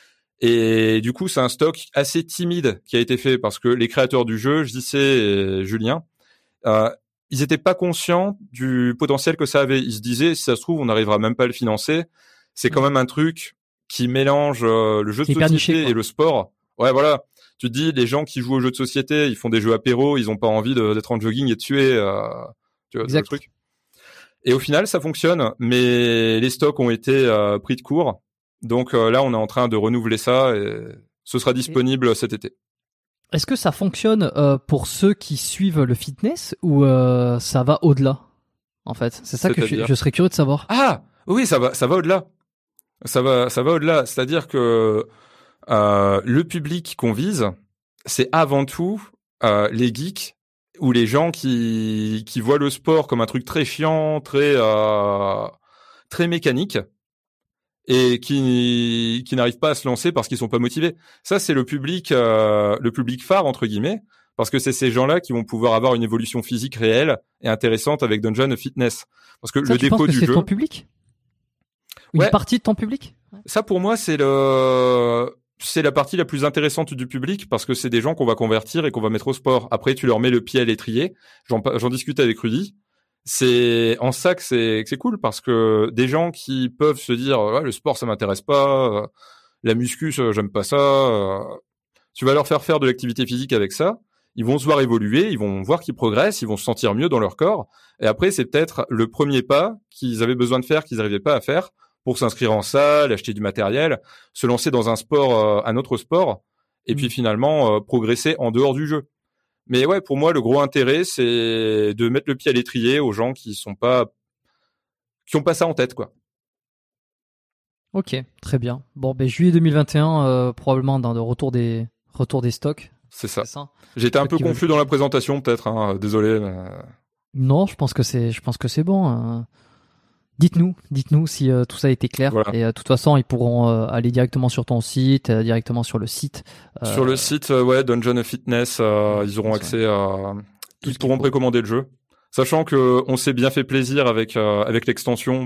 Et du coup, c'est un stock assez timide qui a été fait parce que les créateurs du jeu, JC et Julien, ils étaient pas conscients du potentiel que ça avait. Ils se disaient, si ça se trouve, on n'arrivera même pas à le financer. C'est quand même un truc qui mélange le jeu de société et le sport. Ouais, voilà. Tu te dis, les gens qui jouent aux jeux de société, ils font des jeux apéro, ils ont pas envie d'être en jogging et de tuer, tu vois, le truc. Et au final, ça fonctionne, mais les stocks ont été pris de court. Donc là, on est en train de renouveler ça et ce sera disponible cet été. Est-ce que ça fonctionne pour ceux qui suivent le fitness ou ça va au-delà, en fait? C'est ça que je serais curieux de savoir. Ah oui, ça va au-delà. Ça va au-delà. C'est-à-dire que le public qu'on vise, c'est avant tout les geeks ou les gens qui voient le sport comme un truc très chiant, très mécanique. Et qui n'arrivent pas à se lancer parce qu'ils sont pas motivés. Ça, c'est le public phare, entre guillemets, parce que c'est ces gens-là qui vont pouvoir avoir une évolution physique réelle et intéressante avec Dungeon Fitness. Parce que ça, le dépôt du jeu... c'est ton public? Une partie de ton public? Ça, pour moi, c'est la partie la plus intéressante du public parce que c'est des gens qu'on va convertir et qu'on va mettre au sport. Après, tu leur mets le pied à l'étrier. J'en discute avec Rudy. C'est en ça que c'est cool parce que des gens qui peuvent se dire le sport ça m'intéresse pas, la muscu j'aime pas ça, tu vas leur faire de l'activité physique avec ça, ils vont se voir évoluer, ils vont voir qu'ils progressent, ils vont se sentir mieux dans leur corps et après c'est peut-être le premier pas qu'ils avaient besoin de faire qu'ils n'arrivaient pas à faire pour s'inscrire en salle, acheter du matériel, se lancer dans un sport, un autre sport et puis finalement progresser en dehors du jeu. Mais ouais, pour moi, le gros intérêt, c'est de mettre le pied à l'étrier aux gens qui ont pas ça en tête, quoi. Ok, très bien. Bon, juillet 2021, probablement dans le retour des stocks. C'est ça. J'ai été un peu confus dans la présentation, peut-être. Hein, désolé. Mais... Non, je pense que c'est bon. Dites-nous si tout ça a été clair. Voilà. Et de toute façon, ils pourront aller directement sur ton site, directement sur le site. Sur le site, Dungeon Fitness, ils auront accès à... Ils pourront précommander le jeu. Sachant que on s'est bien fait plaisir avec l'extension.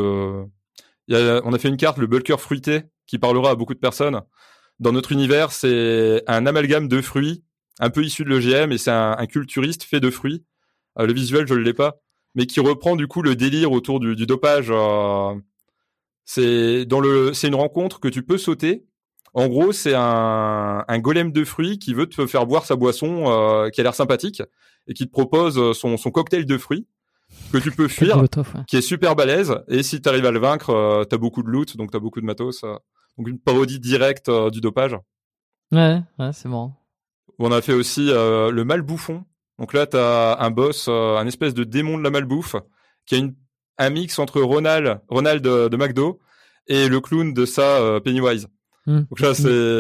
On a fait une carte, le Bulker fruité, qui parlera à beaucoup de personnes. Dans notre univers, c'est un amalgame de fruits, un peu issu de l'EGM, et c'est un culturiste fait de fruits. Le visuel, je ne l'ai pas. Mais qui reprend du coup le délire autour du dopage C'est une rencontre que tu peux sauter. En gros, c'est un golem de fruits qui veut te faire boire sa boisson qui a l'air sympathique et qui te propose son cocktail de fruits que tu peux fuir, qui est super balèze. Et si tu arrives à le vaincre, t'as beaucoup de loot, donc t'as beaucoup de matos. Donc une parodie directe du dopage. Ouais, c'est marrant. On a fait aussi le malbouffon. Donc là, t'as un boss, un espèce de démon de la malbouffe, qui a un mix entre Ronald de McDo et le clown de ça, Pennywise. Donc là,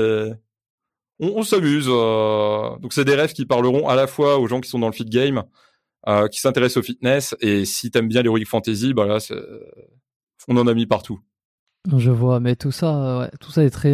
on s'amuse. Donc c'est des rêves qui parleront à la fois aux gens qui sont dans le fit game, qui s'intéressent au fitness, et si t'aimes bien l'heroic fantasy, bah là, on en a mis partout. Je vois, mais tout ça est très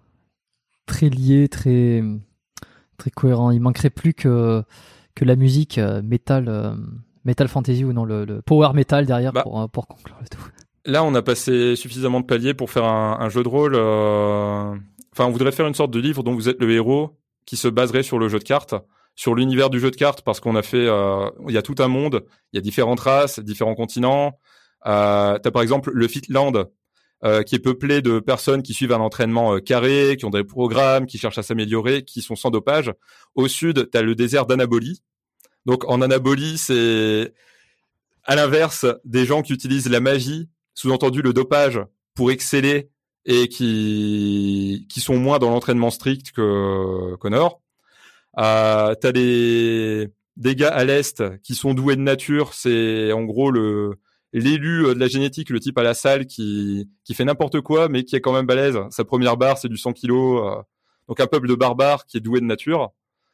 lié, très cohérent. Il manquerait plus que la musique metal fantasy ou non, le power metal derrière pour conclure le tout. Là, on a passé suffisamment de paliers pour faire un jeu de rôle. Enfin, on voudrait faire une sorte de livre dont vous êtes le héros, qui se baserait sur le jeu de cartes, sur l'univers du jeu de cartes, parce qu'on a fait, il y a tout un monde, il y a différentes races, différents continents. T'as par exemple le Fitland, qui est peuplé de personnes qui suivent un entraînement carré, qui ont des programmes, qui cherchent à s'améliorer, qui sont sans dopage. Au sud, t'as le désert d'Anabolie. Donc en Anabolie, c'est à l'inverse des gens qui utilisent la magie, sous-entendu le dopage, pour exceller et qui sont moins dans l'entraînement strict qu'au nord. T'as des gars à l'est qui sont doués de nature. C'est en gros l'élu de la génétique, le type à la salle qui fait n'importe quoi, mais qui est quand même balèze. Sa première barre, c'est du 100 kilos. Donc un peuple de barbares qui est doué de nature.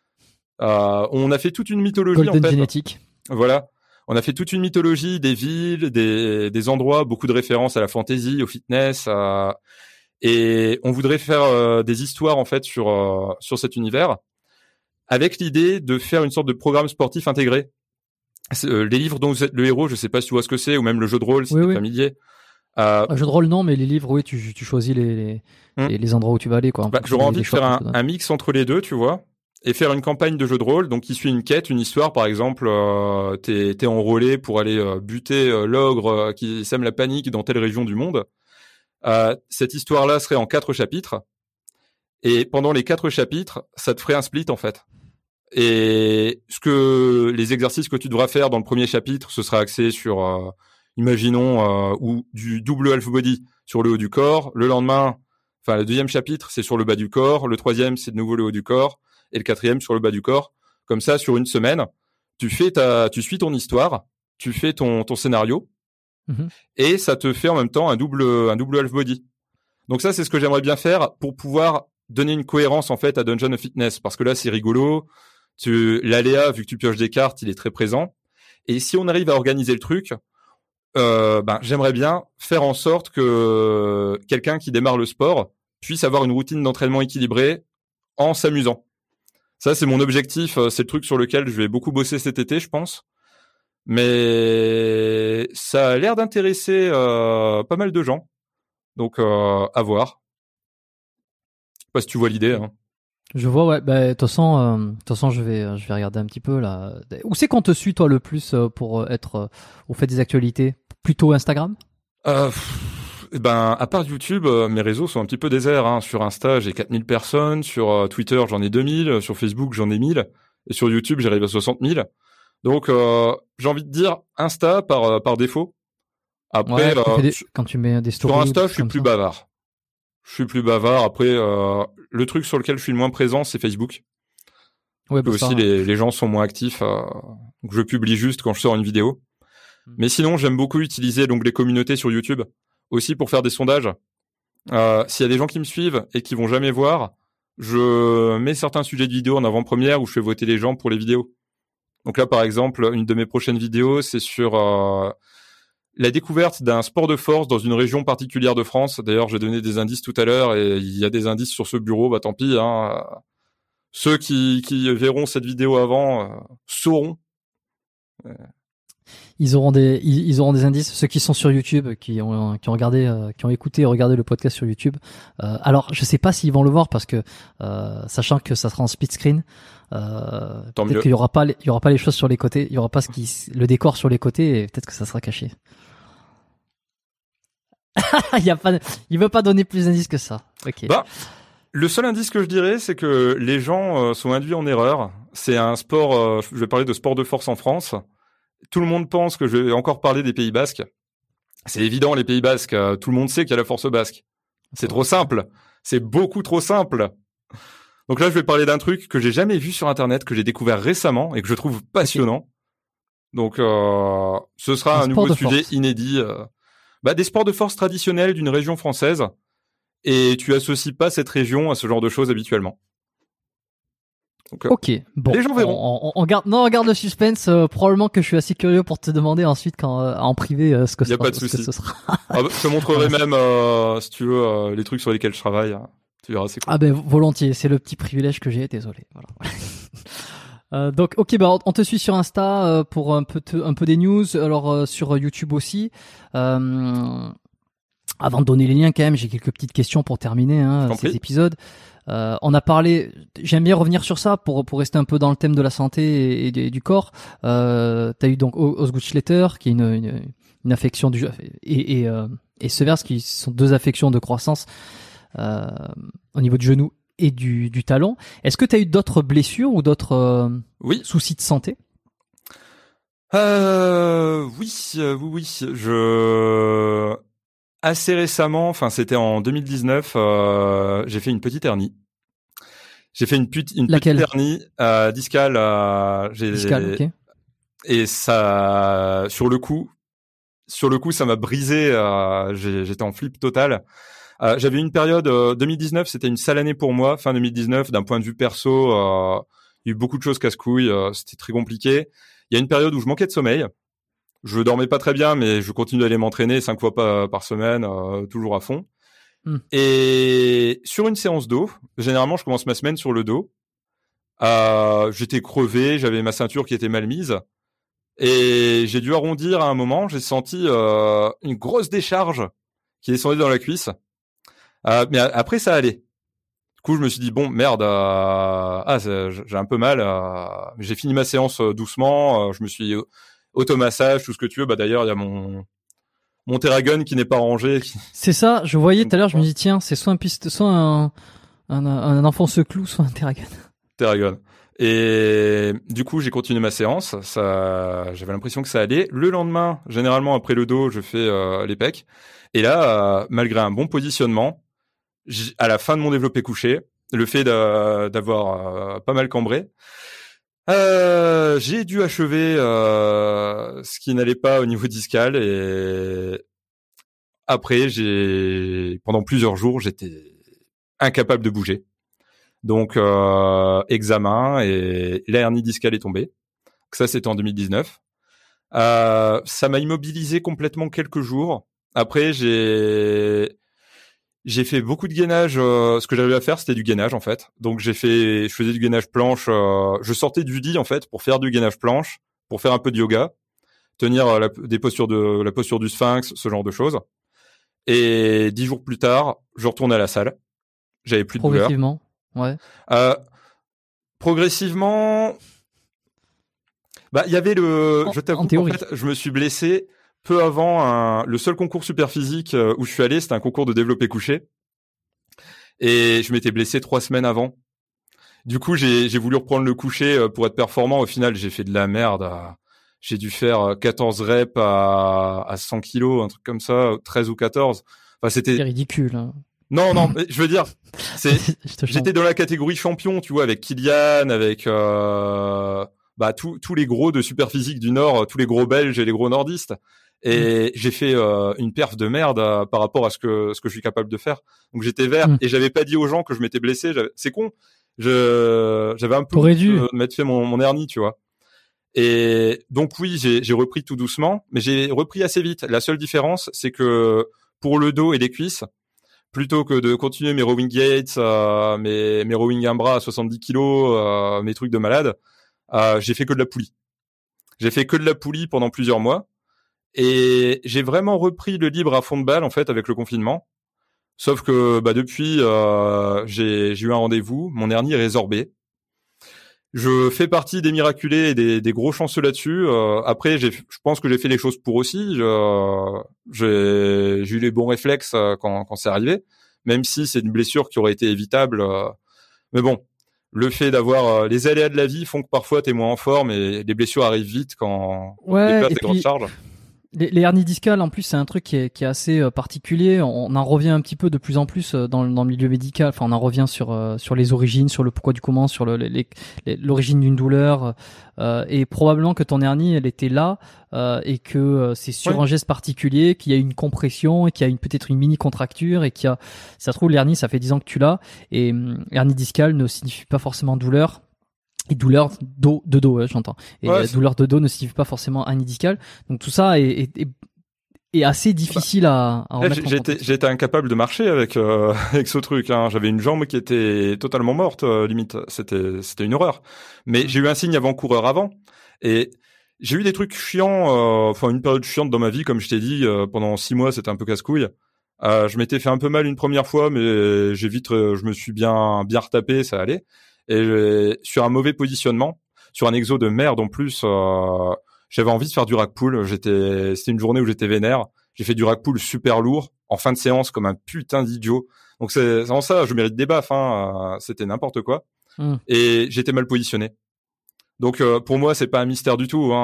On a fait toute une mythologie, Golden en fait. génétique. Voilà. On a fait toute une mythologie des villes, des endroits, beaucoup de références à la fantasy, au fitness, et on voudrait faire des histoires, en fait, sur cet univers, avec l'idée de faire une sorte de programme sportif intégré. Les livres dont vous êtes le héros, je sais pas si tu vois ce que c'est, ou même le jeu de rôle, si t'es familier. Un jeu de rôle, non, mais les livres, oui, tu choisis les endroits où tu vas aller, quoi. J'aurais envie de faire un mix entre les deux, tu vois, et faire une campagne de jeu de rôle, donc qui suit une quête, une histoire. Par exemple, t'es enrôlé pour aller buter l'ogre qui sème la panique dans telle région du monde. Cette histoire-là serait en 4 chapitres, et pendant les 4 chapitres, ça te ferait un split, en fait. Et les exercices que tu devras faire dans le premier chapitre, ce sera axé sur, imaginons, ou du double half body sur le haut du corps. Le lendemain, enfin, le deuxième chapitre, c'est sur le bas du corps. Le troisième, c'est de nouveau le haut du corps. Et le quatrième sur le bas du corps. Comme ça, sur une semaine, tu suis ton histoire, tu fais ton scénario, et ça te fait en même temps un double half body. Donc ça, c'est ce que j'aimerais bien faire pour pouvoir donner une cohérence, en fait, à Dungeon of Fitness, parce que là, c'est rigolo. L'aléa, vu que tu pioches des cartes, il est très présent. Et si on arrive à organiser le truc, j'aimerais bien faire en sorte que quelqu'un qui démarre le sport puisse avoir une routine d'entraînement équilibrée en s'amusant. Ça, c'est mon objectif. C'est le truc sur lequel je vais beaucoup bosser cet été, je pense. Mais ça a l'air d'intéresser pas mal de gens. Donc, à voir. Je sais pas si tu vois l'idée. Hein. Je vois, ouais. De toute façon, je vais regarder un petit peu là. Où c'est qu'on te suit, toi, le plus pour être au fait des actualités? Plutôt Instagram? À part YouTube, mes réseaux sont un petit peu déserts. Hein. Sur Insta, j'ai 4000 personnes. Sur Twitter, j'en ai 2000. Sur Facebook, j'en ai 1000. Et sur YouTube, j'arrive à 60 000. Donc, j'ai envie de dire Insta par défaut. Après, quand tu mets des stories. Sur Insta, je suis plus bavard. Après, le truc sur lequel je suis le moins présent, c'est Facebook. Ouais, aussi, les gens sont moins actifs. Donc je publie juste quand je sors une vidéo. Mais sinon, j'aime beaucoup utiliser l'onglet communauté sur YouTube. Aussi pour faire des sondages. S'il y a des gens qui me suivent et qui vont jamais voir, je mets certains sujets de vidéo en avant-première où je fais voter les gens pour les vidéos. Donc là, par exemple, une de mes prochaines vidéos, c'est sur la découverte d'un sport de force dans une région particulière de France. D'ailleurs, j'ai donné des indices tout à l'heure et il y a des indices sur ce bureau. Tant pis. Hein. Ceux qui verront cette vidéo avant sauront. Ils auront des indices. Ceux qui sont sur YouTube, qui ont écouté et regardé le podcast sur YouTube. Alors, je sais pas s'ils vont le voir parce que sachant que ça sera en split screen, peut-être qu'il y aura pas les choses sur les côtés, il y aura pas le décor sur les côtés et peut-être que ça sera caché. Il veut pas donner plus d'indices que ça. Ok. Bah, le seul indice que je dirais, c'est que les gens sont induits en erreur. C'est un sport, je vais parler de sport de force en France. Tout le monde pense que je vais encore parler des Pays Basques. C'est évident, les Pays Basques, tout le monde sait qu'il y a la force basque. C'est trop simple. C'est beaucoup trop simple. Donc là, je vais parler d'un truc que j'ai jamais vu sur Internet, que j'ai découvert récemment et que je trouve passionnant. Donc, ce sera un nouveau sujet inédit. Des sports de force traditionnels d'une région française. Et tu associes pas cette région à ce genre de choses habituellement. Donc, ok, bon. Les gens verront. On garde le suspense. Probablement que je suis assez curieux pour te demander ensuite en privé ce que ce sera. Je te montrerai même, si tu veux, les trucs sur lesquels je travaille. Tu verras, c'est cool. Ah ben volontiers, c'est le petit privilège que j'ai. Désolé. Voilà. Donc ok, on te suit sur Insta pour un peu des news. Alors sur YouTube aussi. Avant de donner les liens, quand même, j'ai quelques petites questions pour terminer ces épisodes. On a parlé, j'aime bien revenir sur ça pour rester un peu dans le thème de la santé et du corps. T'as eu donc Osgood-Schletter, qui est une affection du et Severs, qui sont deux affections de croissance au niveau du genou et du talon. Est-ce que t'as eu d'autres blessures ou d'autres soucis de santé? Oui. Assez récemment, enfin c'était en 2019, j'ai fait une petite hernie. J'ai fait une petite hernie discale. Discale, ok. Et ça, sur le coup, ça m'a brisé. J'étais en flip total. J'avais une période 2019, c'était une sale année pour moi. Fin 2019, d'un point de vue perso, il y a eu beaucoup de choses casse-couilles. C'était très compliqué. Il y a une période où je manquais de sommeil. Je dormais pas très bien, mais je continue d'aller m'entraîner 5 fois par semaine, toujours à fond. Et sur une séance dos, généralement, je commence ma semaine sur le dos. J'étais crevé, j'avais ma ceinture qui était mal mise. Et j'ai dû arrondir à un moment, j'ai senti une grosse décharge qui descendait dans la cuisse. Mais après, ça allait. Du coup, je me suis dit, bon, merde, j'ai un peu mal. J'ai fini ma séance doucement, je me suis... automassage, tout ce que tu veux. D'ailleurs, il y a mon Theragun qui n'est pas rangé. C'est ça, je voyais tout à l'heure, je me dis tiens, c'est soit un enfant seclou, soit un Theragun. Et du coup, j'ai continué ma séance. J'avais l'impression que ça allait. Le lendemain, généralement après le dos, je fais les pecs. Et là, malgré un bon positionnement, à la fin de mon développé couché, le fait d'avoir pas mal cambré, j'ai dû achever ce qui n'allait pas au niveau discal, et après pendant plusieurs jours j'étais incapable de bouger. Donc examen, et la hernie discale est tombée. Ça, c'était en 2019. Ça m'a immobilisé complètement quelques jours. Après j'ai fait beaucoup de gainage. Ce que j'arrivais à faire, c'était du gainage en fait. Donc je faisais du gainage planche. Je sortais du lit en fait pour faire du gainage planche, pour faire un peu de yoga, tenir la posture du sphinx, ce genre de choses. Et 10 jours plus tard, je retournais à la salle. J'avais plus de douleur. Progressivement, ouais. Progressivement, il y avait je t'avoue qu'en fait, je me suis blessé peu avant le seul concours super physique où je suis allé, c'était un concours de développé couché. Et je m'étais blessé 3 semaines avant. Du coup, j'ai voulu reprendre le couché pour être performant. Au final, j'ai fait de la merde. J'ai dû faire 14 reps à 100 kilos, un truc comme ça, 13 ou 14. Enfin, c'était ridicule. Hein. Non, je veux dire, j'étais dans la catégorie champion, tu vois, avec Kylian, avec tous les gros de super physique du Nord, tous les gros Belges et les gros nordistes. Et j'ai fait une perf de merde par rapport à ce que je suis capable de faire. Donc j'étais vert et j'avais pas dit aux gens que je m'étais blessé. C'est con. J'avais un peu m'être fait mon hernie, tu vois. Et donc oui, j'ai repris tout doucement, mais j'ai repris assez vite. La seule différence, c'est que pour le dos et les cuisses, plutôt que de continuer mes rowing gates, mes rowing un bras à 70 kilos, mes trucs de malade, j'ai fait que de la poulie. J'ai fait que de la poulie pendant plusieurs mois. Et j'ai vraiment repris le libre à fond de balle en fait avec le confinement. Sauf que depuis j'ai eu un rendez-vous, mon hernie est résorbée. Je fais partie des miraculés et des gros chanceux là-dessus. Après, je pense que j'ai fait les choses pour aussi. J'ai eu les bons réflexes quand c'est arrivé, même si c'est une blessure qui aurait été évitable. Mais bon, le fait d'avoir les aléas de la vie font que parfois t'es moins en forme et les blessures arrivent vite quand tu passes des grosses charges. Les hernies discales, en plus, c'est un truc qui est assez particulier. On en revient un petit peu de plus en plus dans le milieu médical. Enfin, on en revient sur les origines, sur le pourquoi du comment, sur l'origine d'une douleur. Et probablement que ton hernie, elle était là et que c'est sur un geste particulier qu'il y a une compression et qu'il y a peut-être une mini contracture et qu'il y a, ça se trouve, l'hernie, ça fait 10 ans que tu l'as. Et hernie discale ne signifie pas forcément douleur. Et douleur de dos, j'entends. Et douleur de dos ne signifie pas forcément hernie discale. Donc tout ça est assez difficile à remettre en contexte. J'étais incapable de marcher avec ce truc. Hein. J'avais une jambe qui était totalement morte, limite. C'était une horreur. Mais j'ai eu un signe avant-coureur avant. Et j'ai eu des trucs chiants, une période chiante dans ma vie, comme je t'ai dit. Pendant 6 mois, c'était un peu casse-couille. Je m'étais fait un peu mal une première fois, mais je me suis bien retapé, ça allait. Et sur un mauvais positionnement, sur un exo de merde en plus, j'avais envie de faire du rack pull. C'était une journée où j'étais vénère. J'ai fait du rack pull super lourd en fin de séance comme un putain d'idiot. Donc c'est en ça, je mérite des baffes. C'était n'importe quoi. Et j'étais mal positionné. Donc pour moi, c'est pas un mystère du tout.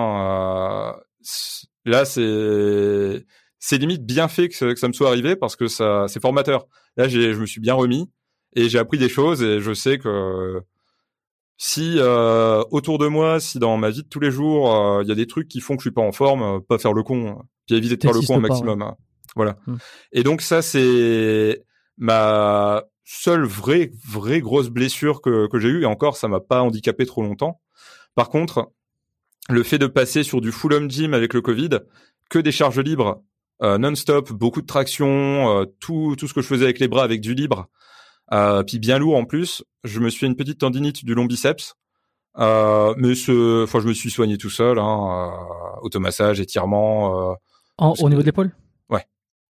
Là, c'est limite bien fait que ça me soit arrivé parce que ça, c'est formateur. Là, je me suis bien remis. Et j'ai appris des choses et je sais que si autour de moi, si dans ma vie de tous les jours, il y a des trucs qui font que je suis pas en forme, pas faire le con, puis éviter de faire le con au maximum. Ouais. Voilà. Et donc ça, c'est ma seule vraie grosse blessure que j'ai eue. Et encore, ça m'a pas handicapé trop longtemps. Par contre, le fait de passer sur du full home gym avec le Covid, que des charges libres, non-stop, beaucoup de traction, tout ce que je faisais avec les bras avec du libre. Puis bien lourd en plus, je me suis fait une petite tendinite du long biceps, mais je me suis soigné tout seul, automassage, étirement. Au niveau de l'épaule ? Ouais.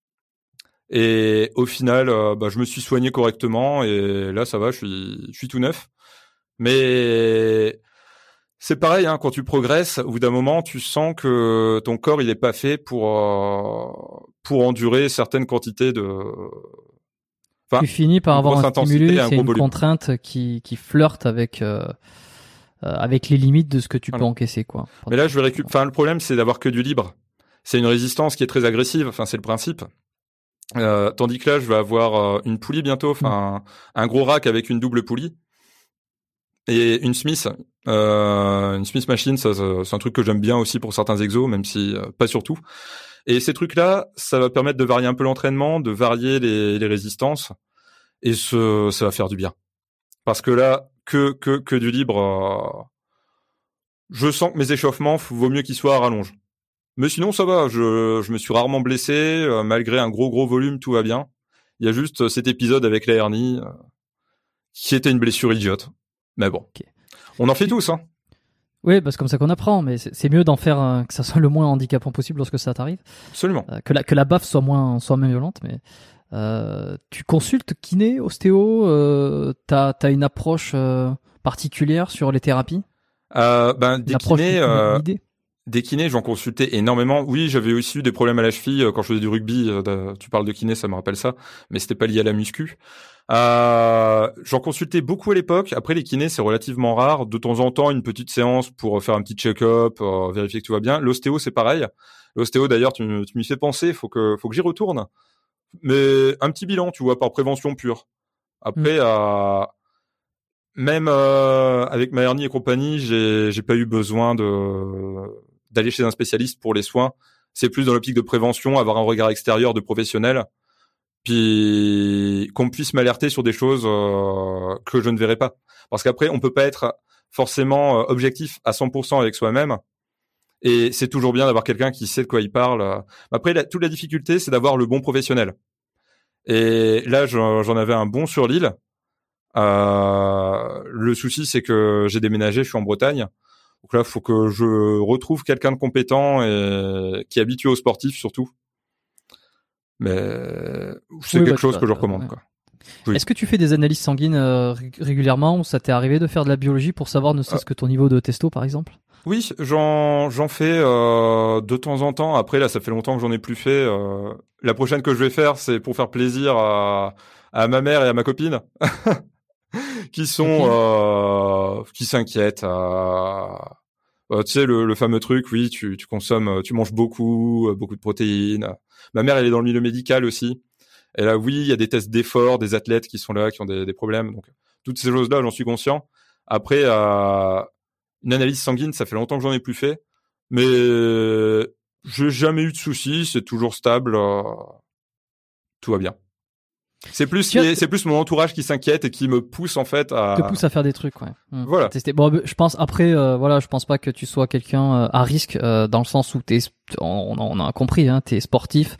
Et au final, je me suis soigné correctement et là ça va, je suis tout neuf. Mais c'est pareil, quand tu progresses, au bout d'un moment, tu sens que ton corps il est pas fait pour endurer certaines quantités de. Tu finis par avoir un stimulus, c'est une contrainte qui flirte avec les limites de ce que tu peux encaisser, quoi. Mais là, le problème, c'est d'avoir que du libre. C'est une résistance qui est très agressive. C'est le principe. Tandis que là, je vais avoir une poulie bientôt, un gros rack avec une double poulie et une Smith. Une Smith machine, ça, c'est un truc que j'aime bien aussi pour certains exos, même si pas surtout. Et ces trucs-là, ça va permettre de varier un peu l'entraînement, de varier les résistances, et ça va faire du bien. Parce que là, que du libre, je sens que mes échauffements, vaut mieux qu'ils soient à rallonge. Mais sinon, ça va, je me suis rarement blessé, malgré un gros volume, tout va bien. Il y a juste cet épisode avec la hernie, qui était une blessure idiote. Mais bon, on en fait tous, hein. Oui, c'est comme ça qu'on apprend, mais c'est mieux d'en faire que ça soit le moins handicapant possible lorsque ça t'arrive. Absolument. Que la baffe soit moins violente, mais tu consultes kiné, ostéo, t'as une approche particulière sur les thérapies? Des kinés, j'en consultais énormément. Oui, j'avais aussi eu des problèmes à la cheville quand je faisais du rugby. Tu parles de kiné, ça me rappelle ça, mais c'était pas lié à la muscu. J'en consultais beaucoup à l'époque. Après, les kinés, c'est relativement rare. De temps en temps, une petite séance pour faire un petit check-up, vérifier que tout va bien. L'ostéo, c'est pareil. L'ostéo, d'ailleurs, tu m'y fais penser. Faut que j'y retourne. Mais un petit bilan, tu vois, par prévention pure. Après, même avec ma hernie et compagnie, j'ai pas eu besoin d'aller chez un spécialiste pour les soins. C'est plus dans l'optique de prévention, avoir un regard extérieur de professionnel. Puis qu'on puisse m'alerter sur des choses que je ne verrai pas. Parce qu'après, on peut pas être forcément objectif à 100% avec soi-même. Et c'est toujours bien d'avoir quelqu'un qui sait de quoi il parle. Après, toute la difficulté, c'est d'avoir le bon professionnel. Et là, j'en avais un bon sur l'île. Le souci, c'est que j'ai déménagé, je suis en Bretagne. Donc là, il faut que je retrouve quelqu'un de compétent et qui est habitué aux sportifs surtout. Mais c'est quelque chose que je recommande, quoi. Oui. Est-ce que tu fais des analyses sanguines régulièrement, ou ça t'est arrivé de faire de la biologie pour savoir ne serait-ce que ton niveau de testo, par exemple? Oui, j'en fais de temps en temps. Après, là, ça fait longtemps que j'en ai plus fait. La prochaine que je vais faire, c'est pour faire plaisir à ma mère et à ma copine, qui s'inquiètent. Tu sais, le fameux truc, oui, tu consommes, tu manges beaucoup de protéines. Ma mère, elle est dans le milieu médical aussi. Et là, oui, il y a des tests d'effort, des athlètes qui sont là, qui ont des problèmes. Donc, toutes ces choses-là, j'en suis conscient. Après, une analyse sanguine, ça fait longtemps que j'en ai plus fait, mais j'ai jamais eu de soucis, c'est toujours stable, tout va bien. C'est plus mon entourage qui s'inquiète et qui me pousse en fait à faire des trucs, ouais. Voilà. Tester. Bon, je pense après, je pense pas que tu sois quelqu'un à risque dans le sens où on a compris, hein, t'es sportif.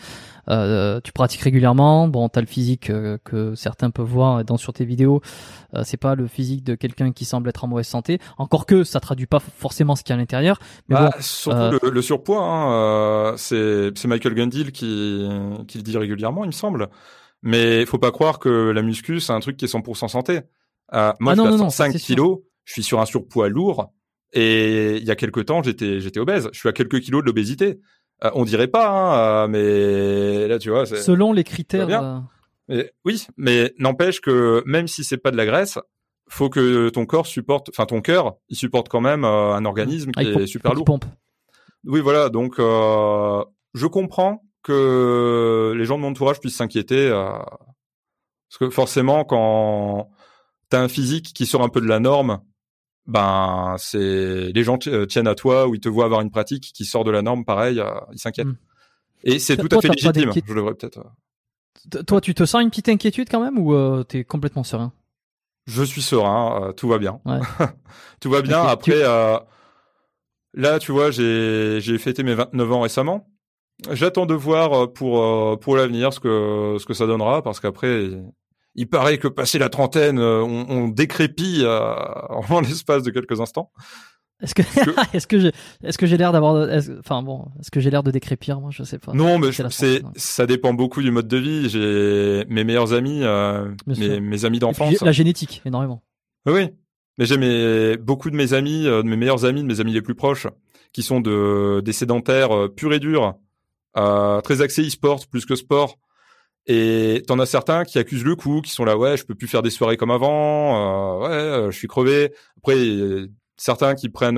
Tu pratiques régulièrement. Bon, t'as le physique que certains peuvent voir sur tes vidéos. C'est pas le physique de quelqu'un qui semble être en mauvaise santé. Encore que ça traduit pas forcément ce qu'il y a à l'intérieur. Mais surtout le surpoids. Hein, c'est Michael Gundil qui le dit régulièrement, il me semble. Mais faut pas croire que la muscu c'est un truc qui est 100% santé. Moi, je fais 105 kilos. Je suis sur un surpoids lourd. Et il y a quelques temps, j'étais obèse. Je suis à quelques kilos de l'obésité. On dirait pas, hein, mais là, tu vois, selon les critères. Oui, mais n'empêche que même si c'est pas de la graisse, faut que ton corps ton cœur, il supporte quand même un organisme qui est super lourd. Pompe. Oui, voilà. Donc, je comprends que les gens de mon entourage puissent s'inquiéter, parce que forcément, quand t'as un physique qui sort un peu de la norme, ben les gens tiennent à toi, ou ils te voient avoir une pratique qui sort de la norme, pareil, ils s'inquiètent. Et c'est tout à fait légitime. Je devrais peut-être. Toi, tu te sens une petite inquiétude quand même, ou t'es complètement serein? Je suis serein, tout va bien. Ouais. Tout va bien. Okay. Après, là, tu vois, j'ai fêté mes 29 ans récemment. J'attends de voir pour l'avenir ce que ça donnera, parce qu'après, il paraît que passé la trentaine, on décrépit en l'espace de quelques instants. Est-ce que j'ai l'air est-ce que j'ai l'air de décrépir, moi, je sais pas. Non, mais ça dépend beaucoup du mode de vie. J'ai mes meilleurs amis, mes amis d'enfance. La génétique, énormément. Oui, mais j'ai beaucoup de mes amis, de mes meilleurs amis, de mes amis les plus proches, qui sont des sédentaires purs et durs, très axés e-sport plus que sport. Et t'en as certains qui accusent le coup, qui sont là, ouais, je peux plus faire des soirées comme avant, je suis crevé. Après, certains qui prennent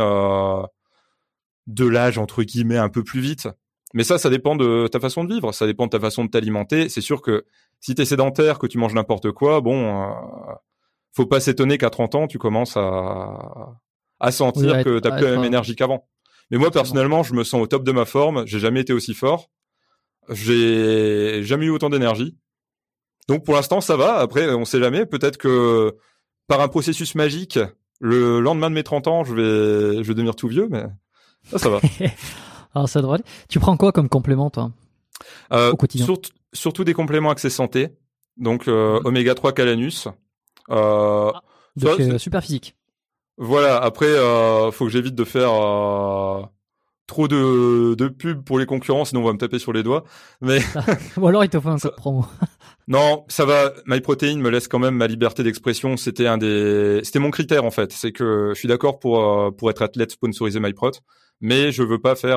de l'âge, entre guillemets, un peu plus vite. Mais ça dépend de ta façon de vivre, ça dépend de ta façon de t'alimenter. C'est sûr que si t'es sédentaire, que tu manges n'importe quoi, faut pas s'étonner qu'à 30 ans, tu commences à sentir que t'as plus la même énergie qu'avant. Mais moi, personnellement, je me sens au top de ma forme, j'ai jamais été aussi fort. J'ai jamais eu autant d'énergie. Donc pour l'instant ça va. Après on sait jamais, peut-être que par un processus magique, le lendemain de mes 30 ans, je vais devenir tout vieux, mais ça va. Alors ça devrait aller. Tu prends quoi comme complément toi au quotidien? Surtout des compléments Accès Santé. Donc Oméga 3 Calanus. Super physique. Voilà, après faut que j'évite de faire trop de pubs pour les concurrents, sinon on va me taper sur les doigts. Mais ou alors il te fait un code promo. Non, ça va. MyProtein me laisse quand même ma liberté d'expression. C'était mon critère en fait. C'est que je suis d'accord pour être athlète sponsorisé MyProt, mais je veux pas faire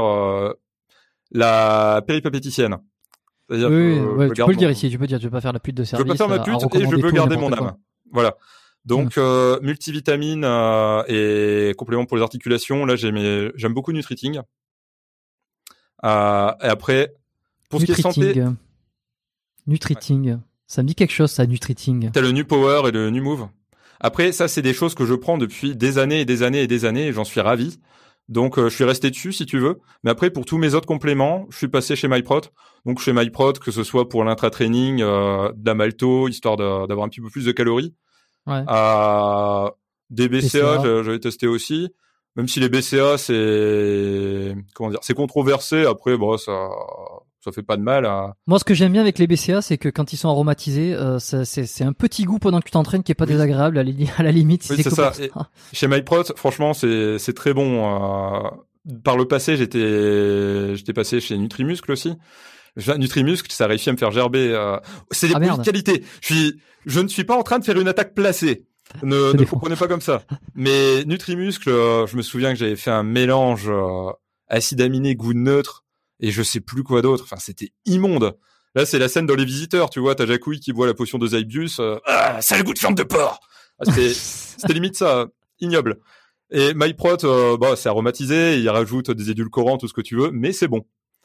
la péripapéticienne. C'est-à-dire tu peux le dire ici. Tu peux veux pas faire la pute de service. Je veux pas faire ma pute et je veux garder mon âme. Voilà. Donc multivitamines et compléments pour les articulations. Là, j'aime beaucoup Nutriting. Et après, pour ce qui est santé, Nutriting, ça me dit quelque chose, ça, Nutriting. T'as le Nu Power et le Nu Move. Après, ça, c'est des choses que je prends depuis des années et des années et des années, et j'en suis ravi. Donc, je suis resté dessus, si tu veux. Mais après, pour tous mes autres compléments, je suis passé chez MyProt. Donc, chez MyProt, que ce soit pour l'intra-training, de la malto, histoire d'avoir un petit peu plus de calories. Ouais. Des BCA, j'avais testé aussi. Même si les BCA, c'est controversé. Après, ça fait pas de mal. Moi, ce que j'aime bien avec les BCA, c'est que quand ils sont aromatisés, c'est un petit goût pendant que tu t'entraînes qui est pas désagréable à la limite. Oui, c'est ça. Chez MyProt, franchement, c'est très bon. Par le passé, j'étais passé chez Nutrimuscle aussi. Nutrimuscle, ça a réussi à me faire gerber. C'est des produits de qualité. Je ne suis pas en train de faire une attaque placée. Ne comprenez pas comme ça. Mais Nutrimuscle, je me souviens que j'avais fait un mélange acide aminé goût neutre et je sais plus quoi d'autre. Enfin, c'était immonde. Là, c'est la scène dans Les Visiteurs, tu vois, t'as Jacouille qui boit la potion de Zybius. Ça a le goût de viande de porc. C'était limite ça, ignoble. Et MyProt, c'est aromatisé, il rajoute des édulcorants, tout ce que tu veux, mais c'est bon.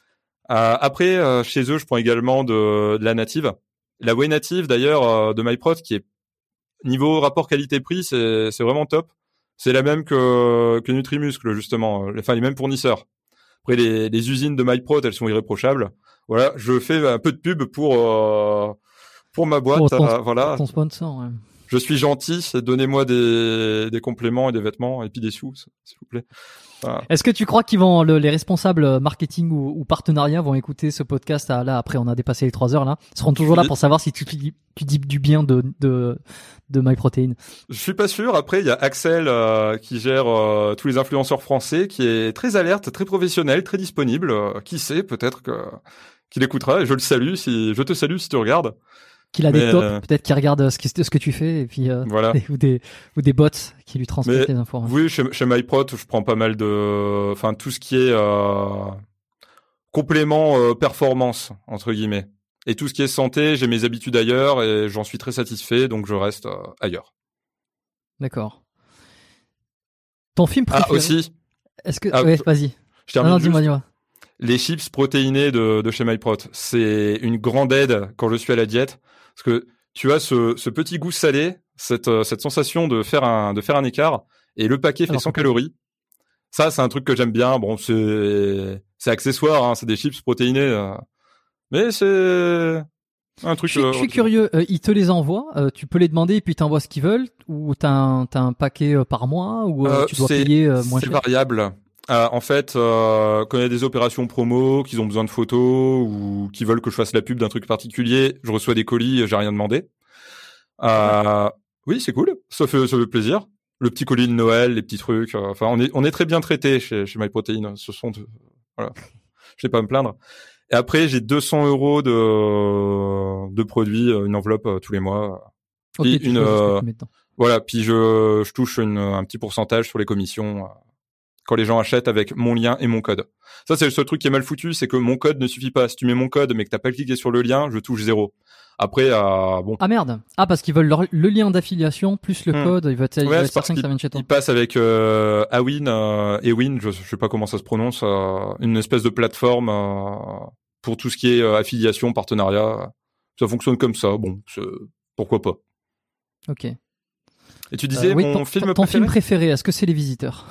Après, chez eux, je prends également de la native. La whey native, d'ailleurs, de MyProt, qui est niveau rapport qualité-prix, c'est vraiment top. C'est la même que Nutrimuscle, justement. Enfin, les mêmes fournisseurs. Après, les usines de MyProt, elles sont irréprochables. Voilà, je fais un peu de pub pour ma boîte. Voilà. Ton sponsor, ouais. Je suis gentil, donnez-moi des compléments et des vêtements et puis des sous, s'il vous plaît. Voilà. Est-ce que tu crois qu'ils vont les responsables marketing ou partenariat vont écouter ce podcast là après on a dépassé les 3 heures là, ils seront toujours là pour savoir si tu dis du bien de MyProtein. Je suis pas sûr. Après il y a Axel qui gère tous les influenceurs français, qui est très alerte, très professionnel, très disponible. Qui sait, peut-être qu'il écoutera. Et je te salue si tu regardes. Qu'il a des tops, peut-être qu'il regarde ce que tu fais et puis voilà. ou des bots qui lui transmettent les infos. Oui, chez MyProt, je prends pas mal tout ce qui est complément performance entre guillemets, et tout ce qui est santé, j'ai mes habitudes ailleurs et j'en suis très satisfait, donc je reste ailleurs. D'accord. Ton film préféré aussi. Est-ce que ouais, vas-y. Je termine. Non, dis-moi. Les chips protéinés de chez MyProt, c'est une grande aide quand je suis à la diète. Parce que tu as ce petit goût salé, cette sensation de faire un écart, et le paquet fait 100 calories. Ça, c'est un truc que j'aime bien. Bon, c'est accessoire, hein, c'est des chips protéinés, mais c'est un truc. Je suis curieux. Ils te les envoient. Tu peux les demander et puis t'envoies ce qu'ils veulent, ou t'as un paquet par mois, ou tu dois payer moins cher. C'est variable. En fait, quand il y a des opérations promo, qu'ils ont besoin de photos ou qu'ils veulent que je fasse la pub d'un truc particulier, je reçois des colis, j'ai rien demandé. Oui, c'est cool, ça fait plaisir. Le petit colis de Noël, les petits trucs. On est très bien traités chez MyProtein. Voilà, je vais pas me plaindre. Et après, j'ai 200 € de produits, une enveloppe tous les mois. Okay, puis voilà, puis je touche un petit pourcentage sur les commissions. Quand les gens achètent avec mon lien et mon code. Ça, c'est le seul truc qui est mal foutu, c'est que mon code ne suffit pas. Si tu mets mon code mais que t'as pas cliqué sur le lien, je touche 0. Après, bon. Ah merde. Ah, parce qu'ils veulent le lien d'affiliation plus le code. Il va être certain que ça vient de chez toi. Ils passent avec Ewin, je sais pas comment ça se prononce, une espèce de plateforme pour tout ce qui est affiliation, partenariat. Ça fonctionne comme ça. Bon, pourquoi pas. Ok. Et tu disais ton film préféré, est-ce que c'est Les Visiteurs?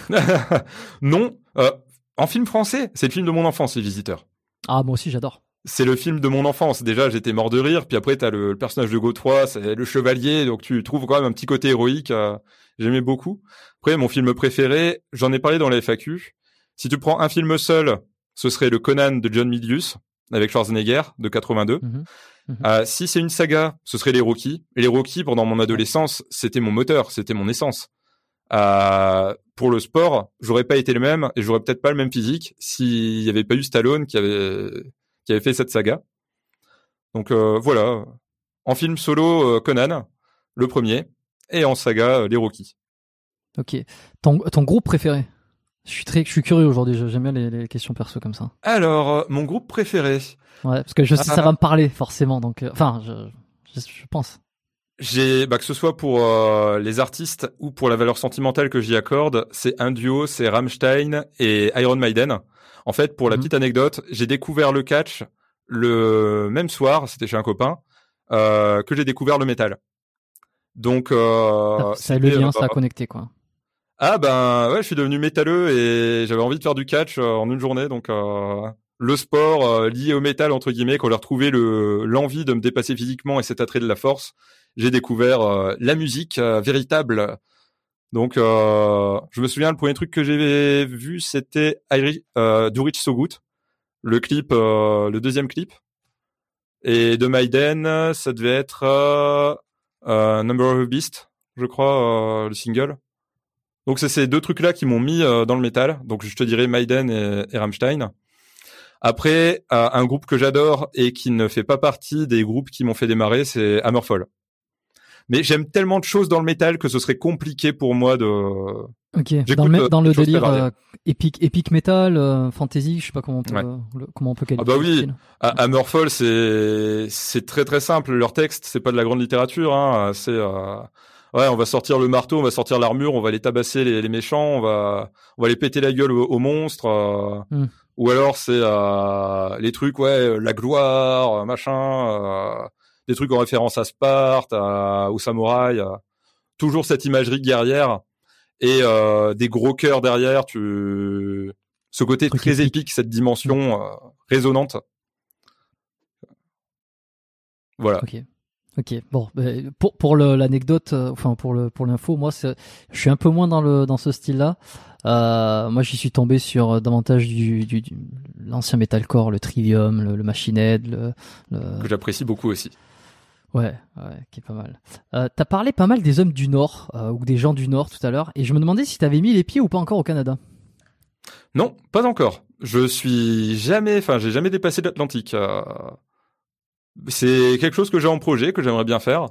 Non. En film français, c'est le film de mon enfance, Les Visiteurs. Ah, moi aussi, j'adore. C'est le film de mon enfance. Déjà, j'étais mort de rire. Puis après, t'as le personnage de Godefroy, c'est le chevalier. Donc, tu trouves quand même un petit côté héroïque. J'aimais beaucoup. Après, mon film préféré, j'en ai parlé dans la FAQ. Si tu prends un film seul, ce serait le Conan de John Milius, avec Schwarzenegger, de 82. Si c'est une saga, ce serait les Rocky. Et les Rocky, pendant mon adolescence, c'était mon moteur, c'était mon essence. Pour le sport, j'aurais pas été le même et j'aurais peut-être pas le même physique s'il y avait pas eu Stallone qui avait fait cette saga. Donc voilà. En film solo, Conan, le premier, et en saga, les Rocky. Ok. Ton groupe préféré? Je suis curieux aujourd'hui. J'aime bien les questions perso comme ça. Alors, mon groupe préféré. Ouais, parce que je sais ça va me parler forcément. Donc, je pense. Que ce soit pour les artistes ou pour la valeur sentimentale que j'y accorde, c'est un duo, c'est Rammstein et Iron Maiden. En fait, pour la petite anecdote, j'ai découvert le catch le même soir, c'était chez un copain, que j'ai découvert le métal. Donc, ça le lien, ça a connecté, quoi. Ah ben ouais, je suis devenu métalleux et j'avais envie de faire du catch en une journée, donc le sport lié au métal entre guillemets, quand j'ai retrouvé l'envie de me dépasser physiquement et cet attrait de la force, j'ai découvert la musique véritable. Donc je me souviens, le premier truc que j'ai vu, c'était Do It So Good, le clip, le deuxième clip. Et de Maiden, ça devait être Number of the Beast, je crois, le single. Donc c'est ces deux trucs-là qui m'ont mis dans le métal. Donc je te dirais Maiden et Rammstein. Après, un groupe que j'adore et qui ne fait pas partie des groupes qui m'ont fait démarrer, c'est Hammerfall. Mais j'aime tellement de choses dans le métal que ce serait compliqué pour moi de... Ok, dans le délire epic metal, fantasy, je sais pas comment on peut qualifier. Ah bah oui, Hammerfall, c'est très très simple. Leur texte, c'est pas de la grande littérature, hein. C'est ouais, on va sortir le marteau, on va sortir l'armure, on va les tabasser les méchants, on va les péter la gueule aux monstres. Ou alors c'est les trucs, ouais, la gloire, machin, des trucs en référence à Sparte, aux samouraïs, toujours cette imagerie guerrière et des gros cœurs derrière, ce côté très épique, cette dimension résonante. Voilà. Ok. Bon, pour l'anecdote, enfin pour l'info, moi je suis un peu moins dans ce style-là. Moi j'y suis tombé sur davantage du l'ancien metalcore, le Trivium, le Machine Head, que j'apprécie beaucoup aussi. Ouais, qui est pas mal. T'as parlé pas mal des hommes du Nord ou des gens du Nord tout à l'heure, et je me demandais si t'avais mis les pieds ou pas encore au Canada. Non, pas encore. J'ai jamais dépassé l'Atlantique. C'est quelque chose que j'ai en projet, que j'aimerais bien faire.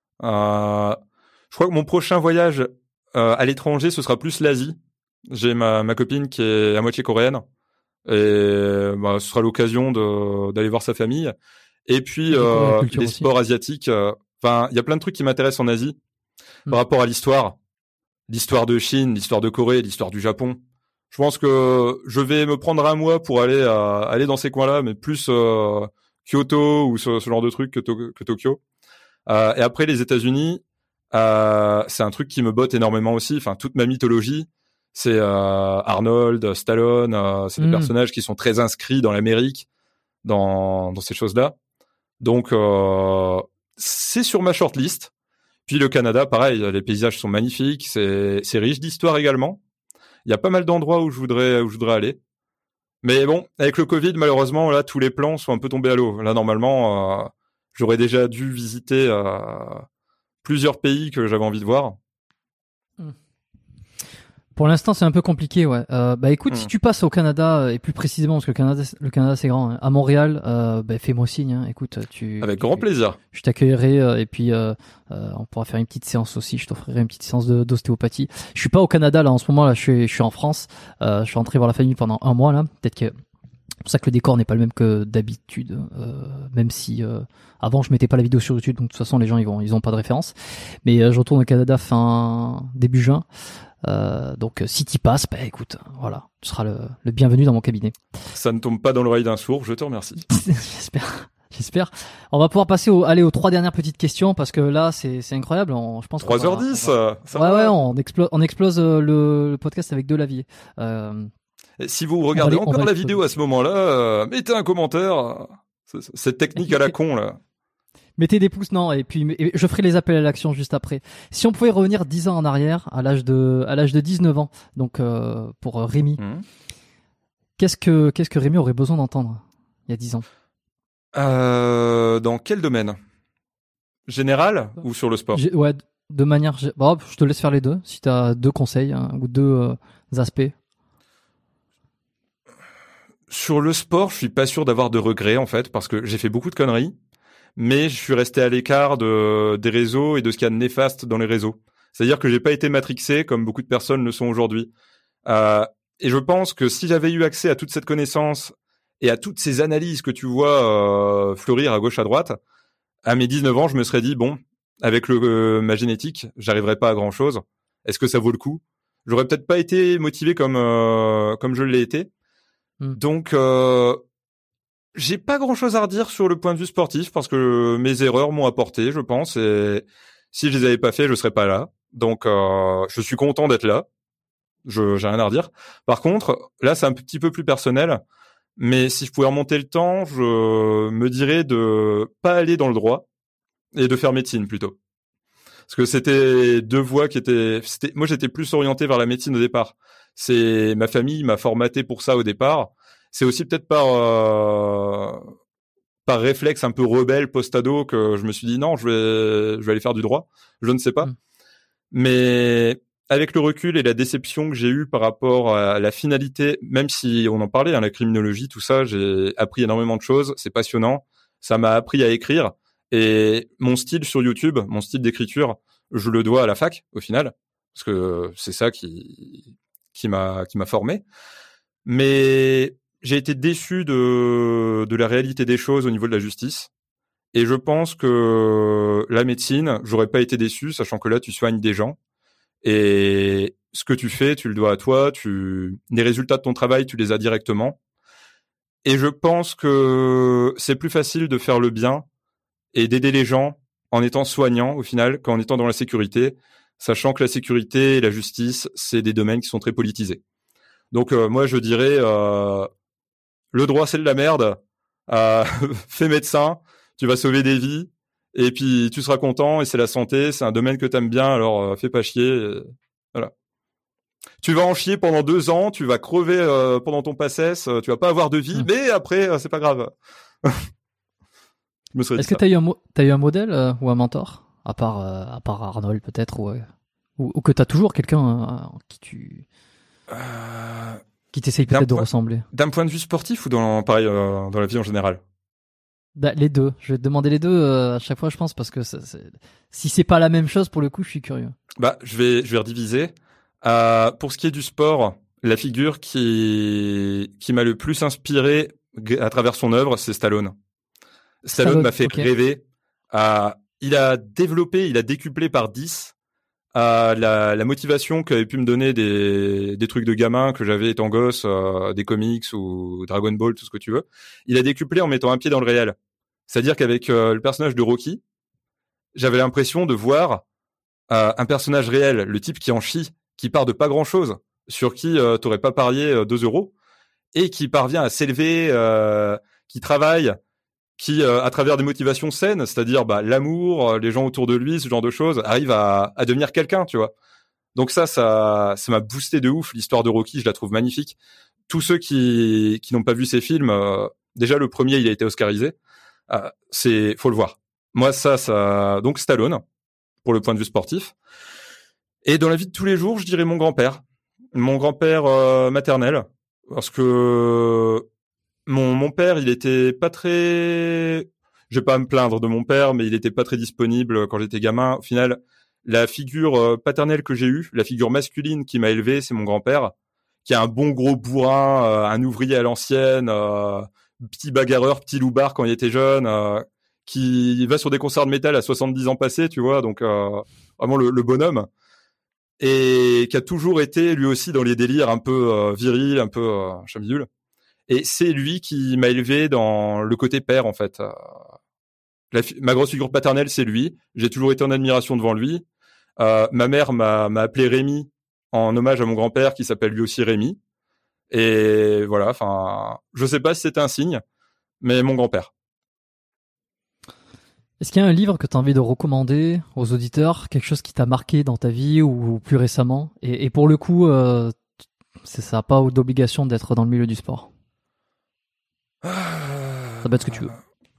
Je crois que mon prochain voyage à l'étranger, ce sera plus l'Asie. J'ai ma copine qui est à moitié coréenne, et ce sera l'occasion d'aller voir sa famille. Et puis les sports asiatiques. Enfin, il y a plein de trucs qui m'intéressent en Asie par rapport à l'histoire de Chine, l'histoire de Corée, l'histoire du Japon. Je pense que je vais me prendre un mois pour aller dans ces coins-là, mais plus Kyoto ou ce genre de truc que Tokyo. Et après les États-Unis, c'est un truc qui me botte énormément aussi. Enfin, toute ma mythologie, c'est Arnold, Stallone, c'est des personnages qui sont très inscrits dans l'Amérique, dans ces choses-là. Donc c'est sur ma shortlist. Puis le Canada, pareil, les paysages sont magnifiques, c'est riche d'histoire également. Il y a pas mal d'endroits où je voudrais aller. Mais bon, avec le Covid, malheureusement, là, tous les plans sont un peu tombés à l'eau. Là, normalement, j'aurais déjà dû visiter plusieurs pays que j'avais envie de voir. Pour l'instant, c'est un peu compliqué, ouais. Écoute, si tu passes au Canada, et plus précisément, parce que le Canada c'est grand, hein, à Montréal, fais-moi signe, hein. Écoute, avec grand plaisir. Je t'accueillerai, et puis on pourra faire une petite séance aussi. Je t'offrirai une petite séance d'ostéopathie. Je suis pas au Canada là en ce moment, là, je suis en France. Je suis rentré voir la famille pendant un mois là. Peut-être que c'est pour ça que le décor n'est pas le même que d'habitude, même si avant je mettais pas la vidéo sur YouTube, donc de toute façon les gens ils ont pas de référence. Mais je retourne au Canada début juin. Donc si t'y passes, écoute, voilà, tu seras le bienvenu dans mon cabinet. Ça ne tombe pas dans l'oreille d'un sourd, je te remercie. J'espère. On va pouvoir passer aller aux 3 dernières petites questions, parce que là c'est incroyable. Je pense 3h10. Ça va. On explose le podcast avec 2 laviers. Si vous regardez encore la vidéo à ce moment-là, mettez un commentaire. Cette technique à la con là. Mettez des pouces, non, et puis je ferai les appels à l'action juste après. Si on pouvait revenir 10 ans en arrière, à l'âge de 19 ans, donc pour Rémi, qu'est-ce que Rémi aurait besoin d'entendre il y a 10 ans? Dans quel domaine? Général ou sur le sport? Ouais, de manière... je te laisse faire les deux, si tu as 2 conseils ou 2 aspects. Sur le sport, je suis pas sûr d'avoir de regrets en fait, parce que j'ai fait beaucoup de conneries. Mais je suis resté à l'écart des réseaux et de ce qu'il y a de néfaste dans les réseaux. C'est-à-dire que j'ai pas été matrixé comme beaucoup de personnes le sont aujourd'hui. Et je pense que si j'avais eu accès à toute cette connaissance et à toutes ces analyses que tu vois fleurir à gauche à droite, à mes 19 ans, je me serais dit, bon, avec ma génétique, j'arriverai pas à grand-chose. Est-ce que ça vaut le coup? J'aurais peut-être pas été motivé comme je l'ai été. Donc... j'ai pas grand-chose à redire sur le point de vue sportif, parce que mes erreurs m'ont apporté, je pense, et si je les avais pas fait, je serais pas là. Donc, je suis content d'être là. J'ai rien à redire. Par contre, là, c'est un petit peu plus personnel, mais si je pouvais remonter le temps, je me dirais de pas aller dans le droit et de faire médecine plutôt. Parce que c'était 2 voies moi, j'étais plus orienté vers la médecine au départ. Ma famille m'a formaté pour ça au départ. C'est aussi peut-être par réflexe un peu rebelle post-ado que je me suis dit non, je vais aller faire du droit. Je ne sais pas. Mais avec le recul et la déception que j'ai eue par rapport à la finalité, même si on en parlait, la criminologie, tout ça, j'ai appris énormément de choses, c'est passionnant, ça m'a appris à écrire, et mon style sur YouTube, mon style d'écriture, je le dois à la fac, au final, parce que c'est ça qui m'a formé. Mais j'ai été déçu de la réalité des choses au niveau de la justice. Et je pense que la médecine, j'aurais pas été déçu, sachant que là, tu soignes des gens. Et ce que tu fais, tu le dois à toi. Les résultats de ton travail, tu les as directement. Et je pense que c'est plus facile de faire le bien et d'aider les gens en étant soignant, au final, qu'en étant dans la sécurité, sachant que la sécurité et la justice, c'est des domaines qui sont très politisés. Donc moi, je dirais, le droit, c'est de la merde. Fais médecin, tu vas sauver des vies. Et puis, tu seras content, et c'est la santé, c'est un domaine que t'aimes bien, alors fais pas chier. Voilà. Tu vas en chier pendant 2 ans, tu vas crever pendant ton passesse, tu vas pas avoir de vie, mais après, c'est pas grave. Est-ce que t'as eu un modèle ou un mentor, à part Arnold peut-être, ou que t'as toujours quelqu'un qui t'essaye peut-être de ressembler? D'un point de vue sportif ou dans la vie en général? Les deux. Je vais te demander les deux à chaque fois, je pense, parce que si c'est pas la même chose, pour le coup, je suis curieux. Je vais rediviser. Pour ce qui est du sport, la figure qui m'a le plus inspiré à travers son œuvre, c'est Stallone. Stallone m'a fait rêver. Il a décuplé par 10 la motivation qu'avait pu me donner des trucs de gamin que j'avais étant gosse, des comics ou Dragon Ball, tout ce que tu veux. Il a décuplé en mettant un pied dans le réel. C'est-à-dire qu'avec le personnage de Rocky, j'avais l'impression de voir un personnage réel, le type qui en chie, qui part de pas grand-chose, sur qui t'aurais pas parié 2 euros, et qui parvient à s'élever, qui travaille, qui, à travers des motivations saines, c'est-à-dire l'amour, les gens autour de lui, ce genre de choses, arrive à devenir quelqu'un, tu vois. Donc ça m'a boosté de ouf. L'histoire de Rocky, je la trouve magnifique. Tous ceux qui n'ont pas vu ces films, déjà le premier, il a été oscarisé. Faut le voir. Moi, donc Stallone, pour le point de vue sportif. Et dans la vie de tous les jours, je dirais mon grand-père maternel, parce que mon père, il était pas très, je vais pas me plaindre de mon père, mais il était pas très disponible quand j'étais gamin. Au final, la figure paternelle que j'ai eue, la figure masculine qui m'a élevé, c'est mon grand-père, qui est un bon gros bourrin, un ouvrier à l'ancienne, petit bagarreur, petit loupard quand il était jeune, qui va sur des concerts de métal à 70 ans passés, tu vois, donc vraiment le bonhomme, et qui a toujours été lui aussi dans les délires un peu viril, un peu chamidule. Et c'est lui qui m'a élevé dans le côté père, en fait. Ma grosse figure paternelle, c'est lui. J'ai toujours été en admiration devant lui. Ma mère m'a appelé Rémi en hommage à mon grand-père qui s'appelle lui aussi Rémi. Et voilà, enfin, je sais pas si c'était un signe, mais mon grand-père. Est-ce qu'il y a un livre que tu as envie de recommander aux auditeurs, quelque chose qui t'a marqué dans ta vie ou plus récemment, et pour le coup, ça n'a pas d'obligation d'être dans le milieu du sport? Ça peut être ce que tu veux.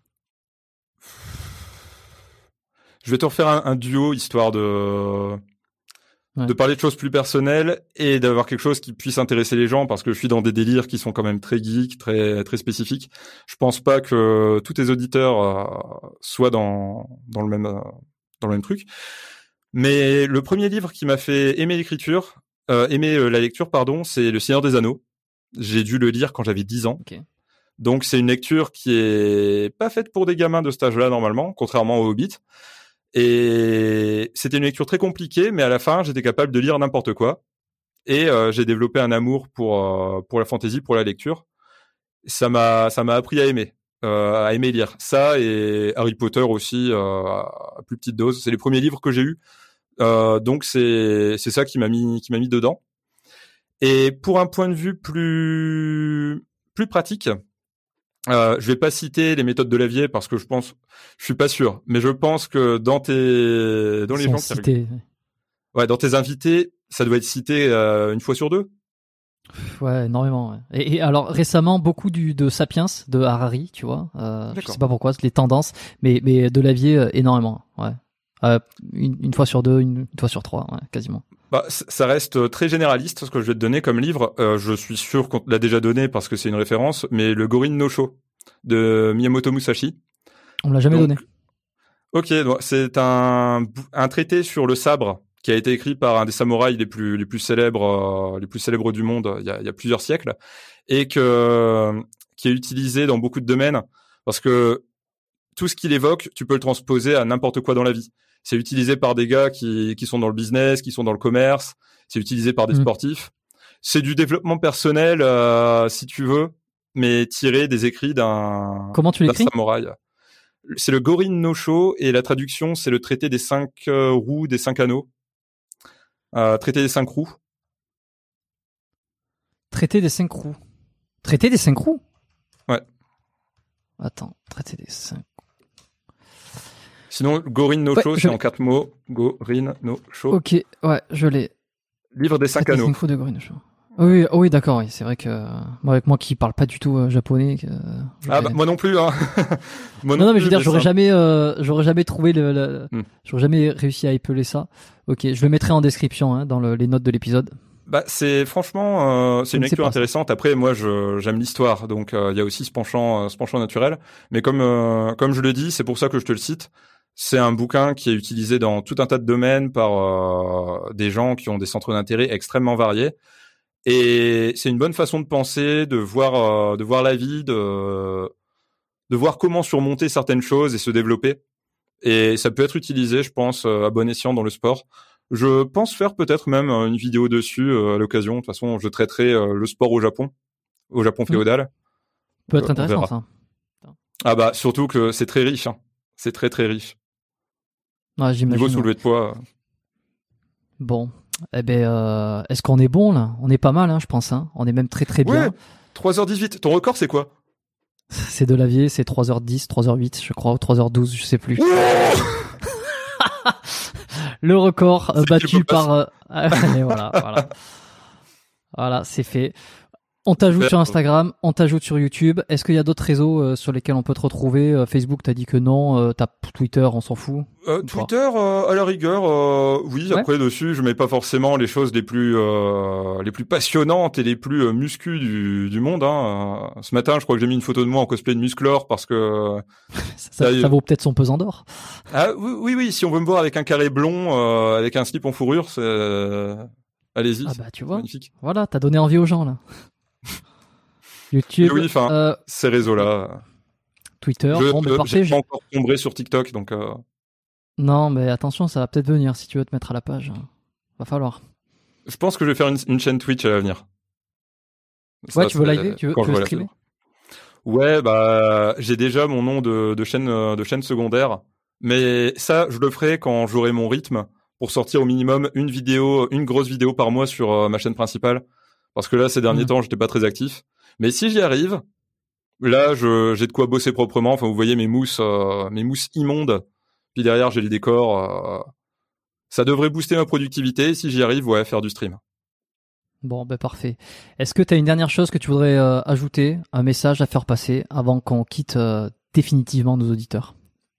Je vais te refaire un duo, histoire de parler de choses plus personnelles et d'avoir quelque chose qui puisse intéresser les gens, parce que je suis dans des délires qui sont quand même très geeks, très, très spécifiques. Je pense pas que tous tes auditeurs soient dans le même truc. Mais le premier livre qui m'a fait aimer la lecture, c'est Le Seigneur des Anneaux. J'ai dû le lire quand j'avais 10 ans. Okay. Donc c'est une lecture qui est pas faite pour des gamins de cet âge-là normalement, contrairement au Hobbit. Et c'était une lecture très compliquée, mais à la fin, j'étais capable de lire n'importe quoi. Et j'ai développé un amour pour la fantasy, pour la lecture. Ça m'a appris à aimer lire. Ça et Harry Potter aussi, à plus petite dose. C'est les premiers livres que j'ai eus. Donc c'est ça qui m'a mis dedans. Et pour un point de vue plus pratique, je vais pas citer les méthodes de Lavier parce que je suis pas sûr, mais je pense que dans tes invités, ça doit être cité une fois sur 2. Ouais, énormément. Ouais. Et alors récemment, beaucoup de Sapiens de Harari, tu vois. Je sais pas pourquoi, c'est les tendances, mais de Lavier énormément. Ouais. Une fois sur 2, une fois sur 3, ouais, quasiment. Bah, ça reste très généraliste ce que je vais te donner comme livre. Je suis sûr qu'on te l'a déjà donné parce que c'est une référence, mais le Gorin no Sho de Miyamoto Musashi. On me l'a jamais donné. Ok, donc c'est un traité sur le sabre qui a été écrit par un des samouraïs les plus célèbres du monde il y a plusieurs siècles et qui est utilisé dans beaucoup de domaines parce que tout ce qu'il évoque, tu peux le transposer à n'importe quoi dans la vie. C'est utilisé par des gars qui sont dans le business, qui sont dans le commerce. C'est utilisé par des sportifs. C'est du développement personnel, si tu veux, mais tiré des écrits d'un samouraï. C'est le Gorin no Sho et la traduction, c'est le traité des 5 roues, des 5 anneaux. Traité des 5 roues. Traité des 5 roues. Traité des 5 roues? Ouais. Attends, traité des 5. Sinon, Gorin no Sho, c'est en 4 mots. Gorin no Sho. Ok, ouais, je l'ai. Livre des 5 anneaux. 5 roues de Gorin no Sho. Oui, d'accord, oui, c'est vrai que avec moi qui parle pas du tout japonais. Moi non plus, hein. Non, mais je veux dire, j'aurais jamais trouvé j'aurais jamais réussi à épeler ça. Ok, je le mettrai en description, hein, dans les notes de l'épisode. Bah, c'est franchement, c'est une lecture intéressante. Après, moi, j'aime l'histoire, donc il y a aussi ce penchant naturel. Mais comme je le dis, c'est pour ça que je te le cite. C'est un bouquin qui est utilisé dans tout un tas de domaines par des gens qui ont des centres d'intérêt extrêmement variés. Et c'est une bonne façon de penser, de voir la vie, de voir comment surmonter certaines choses et se développer. Et ça peut être utilisé, je pense, à bon escient dans le sport. Je pense faire peut-être même une vidéo dessus à l'occasion. De toute façon, je traiterai le sport au Japon féodal. Peut être intéressant, ça. Ah bah, surtout que c'est très riche. Hein. C'est très très riche. Ouais, j'imagine. Niveau soulevé de poids. Bon. Eh ben, est-ce qu'on est bon, là? On est pas mal, hein, je pense, hein. On est même très très bien. Ouais, 3h18. Ton record, c'est quoi? C'est de Lavier, c'est 3h10, 3h08, je crois, ou 3h12, je sais plus. Le record battu par... et voilà. Voilà, c'est fait. On t'ajoute sur Instagram, on t'ajoute sur YouTube. Est-ce qu'il y a d'autres réseaux sur lesquels on peut te retrouver? Facebook, t'as dit que non. T'as Twitter, on s'en fout. Twitter, à la rigueur, oui. Ouais. Après, dessus, je mets pas forcément les choses les plus passionnantes et les plus muscus du monde. Hein. Ce matin, je crois que j'ai mis une photo de moi en cosplay de Musclor parce que ça vaut peut-être son pesant d'or. Ah oui. Si on veut me voir avec un carré blond, avec un slip en fourrure, allez-y. Ah bah tu vois. Magnifique. Voilà, t'as donné envie aux gens là. YouTube, ces réseaux-là. Twitter, j'ai pas encore tombé sur TikTok, donc. Non, mais attention, ça va peut-être venir si tu veux te mettre à la page. Va falloir. Je pense que je vais faire une chaîne Twitch à l'avenir. Ouais, tu veux liver, tu veux streamer. Ouais, bah j'ai déjà mon nom de chaîne secondaire, mais ça, je le ferai quand j'aurai mon rythme pour sortir au minimum une grosse vidéo par mois sur ma chaîne principale. Parce que là, ces derniers temps, j'étais pas très actif. Mais si j'y arrive, là, j'ai de quoi bosser proprement. Enfin, vous voyez mes mousses immondes. Puis derrière, j'ai les décors. Ça devrait booster ma productivité. Si j'y arrive, ouais, faire du stream. Bon, ben parfait. Est-ce que tu as une dernière chose que tu voudrais ajouter, un message à faire passer avant qu'on quitte définitivement nos auditeurs?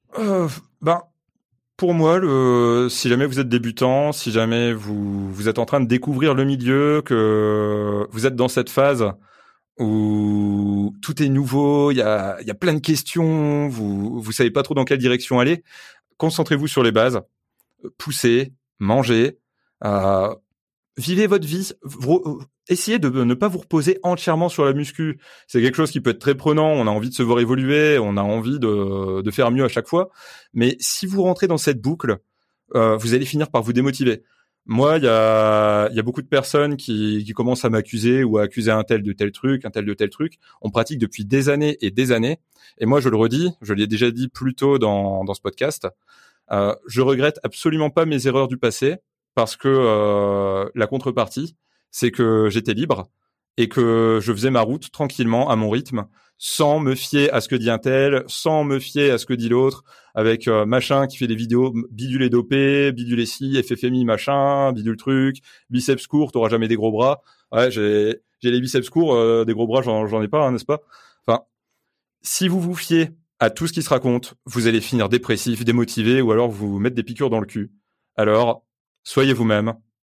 Pour moi, si jamais vous êtes débutant, si jamais vous êtes en train de découvrir le milieu, que vous êtes dans cette phase où tout est nouveau, il y a plein de questions, vous savez pas trop dans quelle direction aller, concentrez-vous sur les bases, poussez, mangez, vivez votre vie, essayez de ne pas vous reposer entièrement sur la muscu. C'est quelque chose qui peut être très prenant, on a envie de se voir évoluer, on a envie de faire mieux à chaque fois. Mais si vous rentrez dans cette boucle, vous allez finir par vous démotiver. Moi, il y a beaucoup de personnes qui commencent à m'accuser ou à accuser un tel de tel truc, un tel de tel truc. On pratique depuis des années et des années. Et moi, je le redis, je l'ai déjà dit plus tôt dans ce podcast, je regrette absolument pas mes erreurs du passé parce que la contrepartie, c'est que j'étais libre et que je faisais ma route tranquillement à mon rythme, sans me fier à ce que dit un tel, sans me fier à ce que dit l'autre, avec machin qui fait des vidéos bidule et dopé, bidule et ci, FFMI machin, bidule truc, biceps courts, t'auras jamais des gros bras. Ouais, j'ai les biceps courts, des gros bras, j'en ai pas, hein, n'est-ce pas? Enfin, si vous vous fiez à tout ce qui se raconte, vous allez finir dépressif, démotivé, ou alors vous mettre des piqûres dans le cul. Alors, soyez vous-même,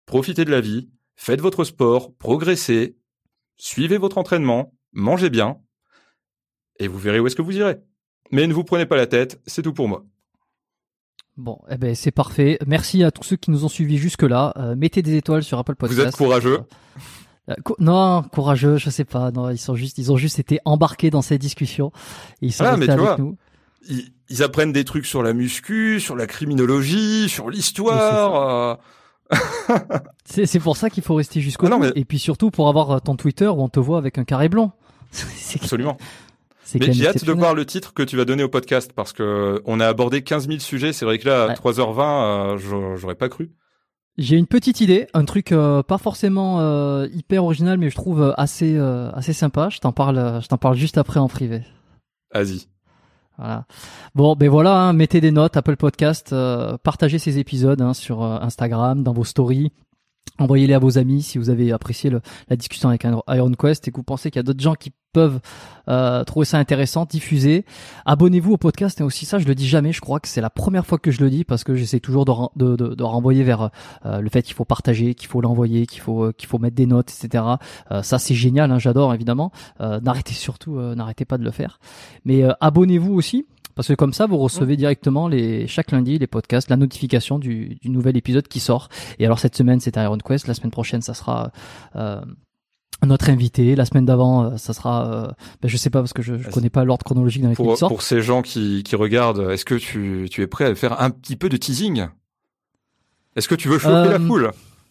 profitez de la vie, faites votre sport, progressez, suivez votre entraînement, mangez bien, et vous verrez où est-ce que vous irez. Mais ne vous prenez pas la tête, c'est tout pour moi. Bon, c'est parfait. Merci à tous ceux qui nous ont suivis jusque-là. Mettez des étoiles sur Apple Podcast. Vous êtes courageux. Non, courageux, je sais pas. Non, ils ont juste été embarqués dans cette discussion. Et ils sont restés avec nous. Ils apprennent des trucs sur la muscu, sur la criminologie, sur l'histoire. C'est pour ça qu'il faut rester jusqu'au bout. Et puis surtout pour avoir ton Twitter où on te voit avec un carré blanc. Absolument. Mais j'ai hâte de voir le titre que tu vas donner au podcast parce que on a abordé 15 000 sujets. C'est vrai que là, à 3h20, j'aurais pas cru. J'ai une petite idée, un truc pas forcément hyper original, mais je trouve assez sympa. Je t'en parle juste après en privé. Vas-y. Voilà. Bon, voilà, mettez des notes, Apple Podcast, partagez ces épisodes sur Instagram, dans vos stories. Envoyez-les à vos amis si vous avez apprécié la discussion avec IronQuest et que vous pensez qu'il y a d'autres gens qui peuvent trouver ça intéressant, diffusez. Abonnez-vous au podcast et aussi ça, je le dis jamais, je crois que c'est la première fois que je le dis parce que j'essaie toujours de renvoyer vers le fait qu'il faut partager, qu'il faut l'envoyer, qu'il faut mettre des notes, etc. Ça c'est génial, hein, j'adore évidemment. N'arrêtez pas de le faire. Mais abonnez-vous aussi. Parce que comme ça, vous recevez directement chaque lundi les podcasts, la notification du nouvel épisode qui sort. Et alors cette semaine, c'était IronQuest. La semaine prochaine, ça sera notre invité. La semaine d'avant, ça sera, je sais pas parce que je connais pas l'ordre chronologique dans lequel il sort. Pour ces gens qui regardent, est-ce que tu es prêt à faire un petit peu de teasing? Est-ce que tu veux choquer la foule?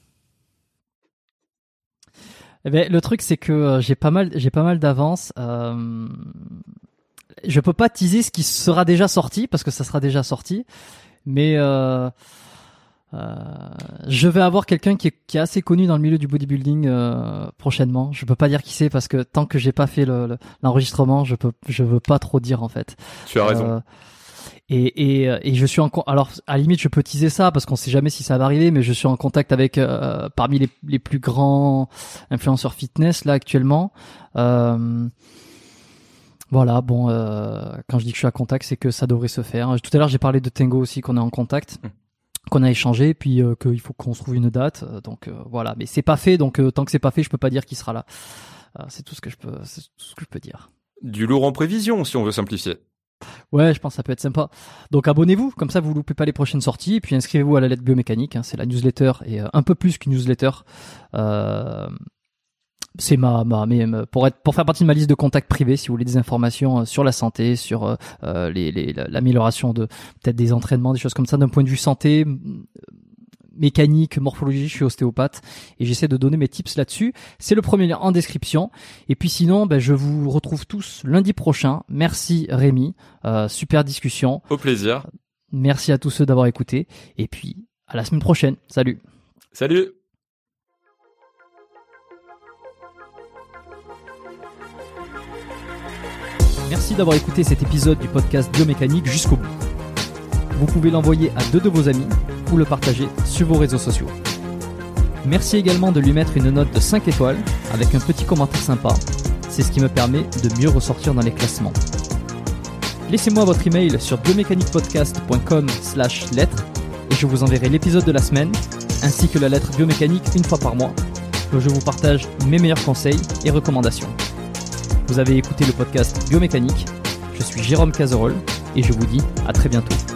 Le truc, c'est que j'ai pas mal d'avance. Je peux pas teaser ce qui sera déjà sorti parce que ça sera déjà sorti, mais je vais avoir quelqu'un qui est assez connu dans le milieu du bodybuilding prochainement. Je peux pas dire qui c'est parce que tant que j'ai pas fait l'enregistrement, je veux pas trop dire en fait. Tu as raison. Et je suis alors à la limite je peux teaser ça parce qu'on sait jamais si ça va arriver, mais je suis en contact avec parmi les plus grands influenceurs fitness là actuellement. Voilà, bon, quand je dis que je suis à contact, c'est que ça devrait se faire. Tout à l'heure, j'ai parlé de Tango aussi, qu'on est en contact, qu'on a échangé, puis qu'il faut qu'on se trouve une date. Donc voilà, mais c'est pas fait, donc tant que c'est pas fait, je peux pas dire qui sera là. C'est tout ce que je peux dire. Du lourd en prévision, si on veut simplifier. Ouais, je pense que ça peut être sympa. Donc abonnez-vous, comme ça vous loupez pas les prochaines sorties, et puis inscrivez-vous à la lettre biomécanique. C'est la newsletter et un peu plus qu'une newsletter. C'est pour faire partie de ma liste de contacts privés si vous voulez des informations sur la santé, sur l'amélioration de peut-être des entraînements, des choses comme ça d'un point de vue santé, mécanique, morphologie. Je suis ostéopathe et j'essaie de donner mes tips là-dessus. C'est le premier lien en description. Et puis sinon, je vous retrouve tous lundi prochain. Merci Rémi, super discussion. Au plaisir. Merci à tous ceux d'avoir écouté et puis à la semaine prochaine. Salut. Salut. Merci d'avoir écouté cet épisode du podcast Biomécanique jusqu'au bout. Vous pouvez l'envoyer à 2 de vos amis ou le partager sur vos réseaux sociaux. Merci également de lui mettre une note de 5 étoiles avec un petit commentaire sympa. C'est ce qui me permet de mieux ressortir dans les classements. Laissez-moi votre email sur biomécaniquepodcast.com/lettre et je vous enverrai l'épisode de la semaine ainsi que la lettre biomécanique une fois par mois où je vous partage mes meilleurs conseils et recommandations. Vous avez écouté le podcast Biomécanique, je suis Jérôme Cazerolle et je vous dis à très bientôt.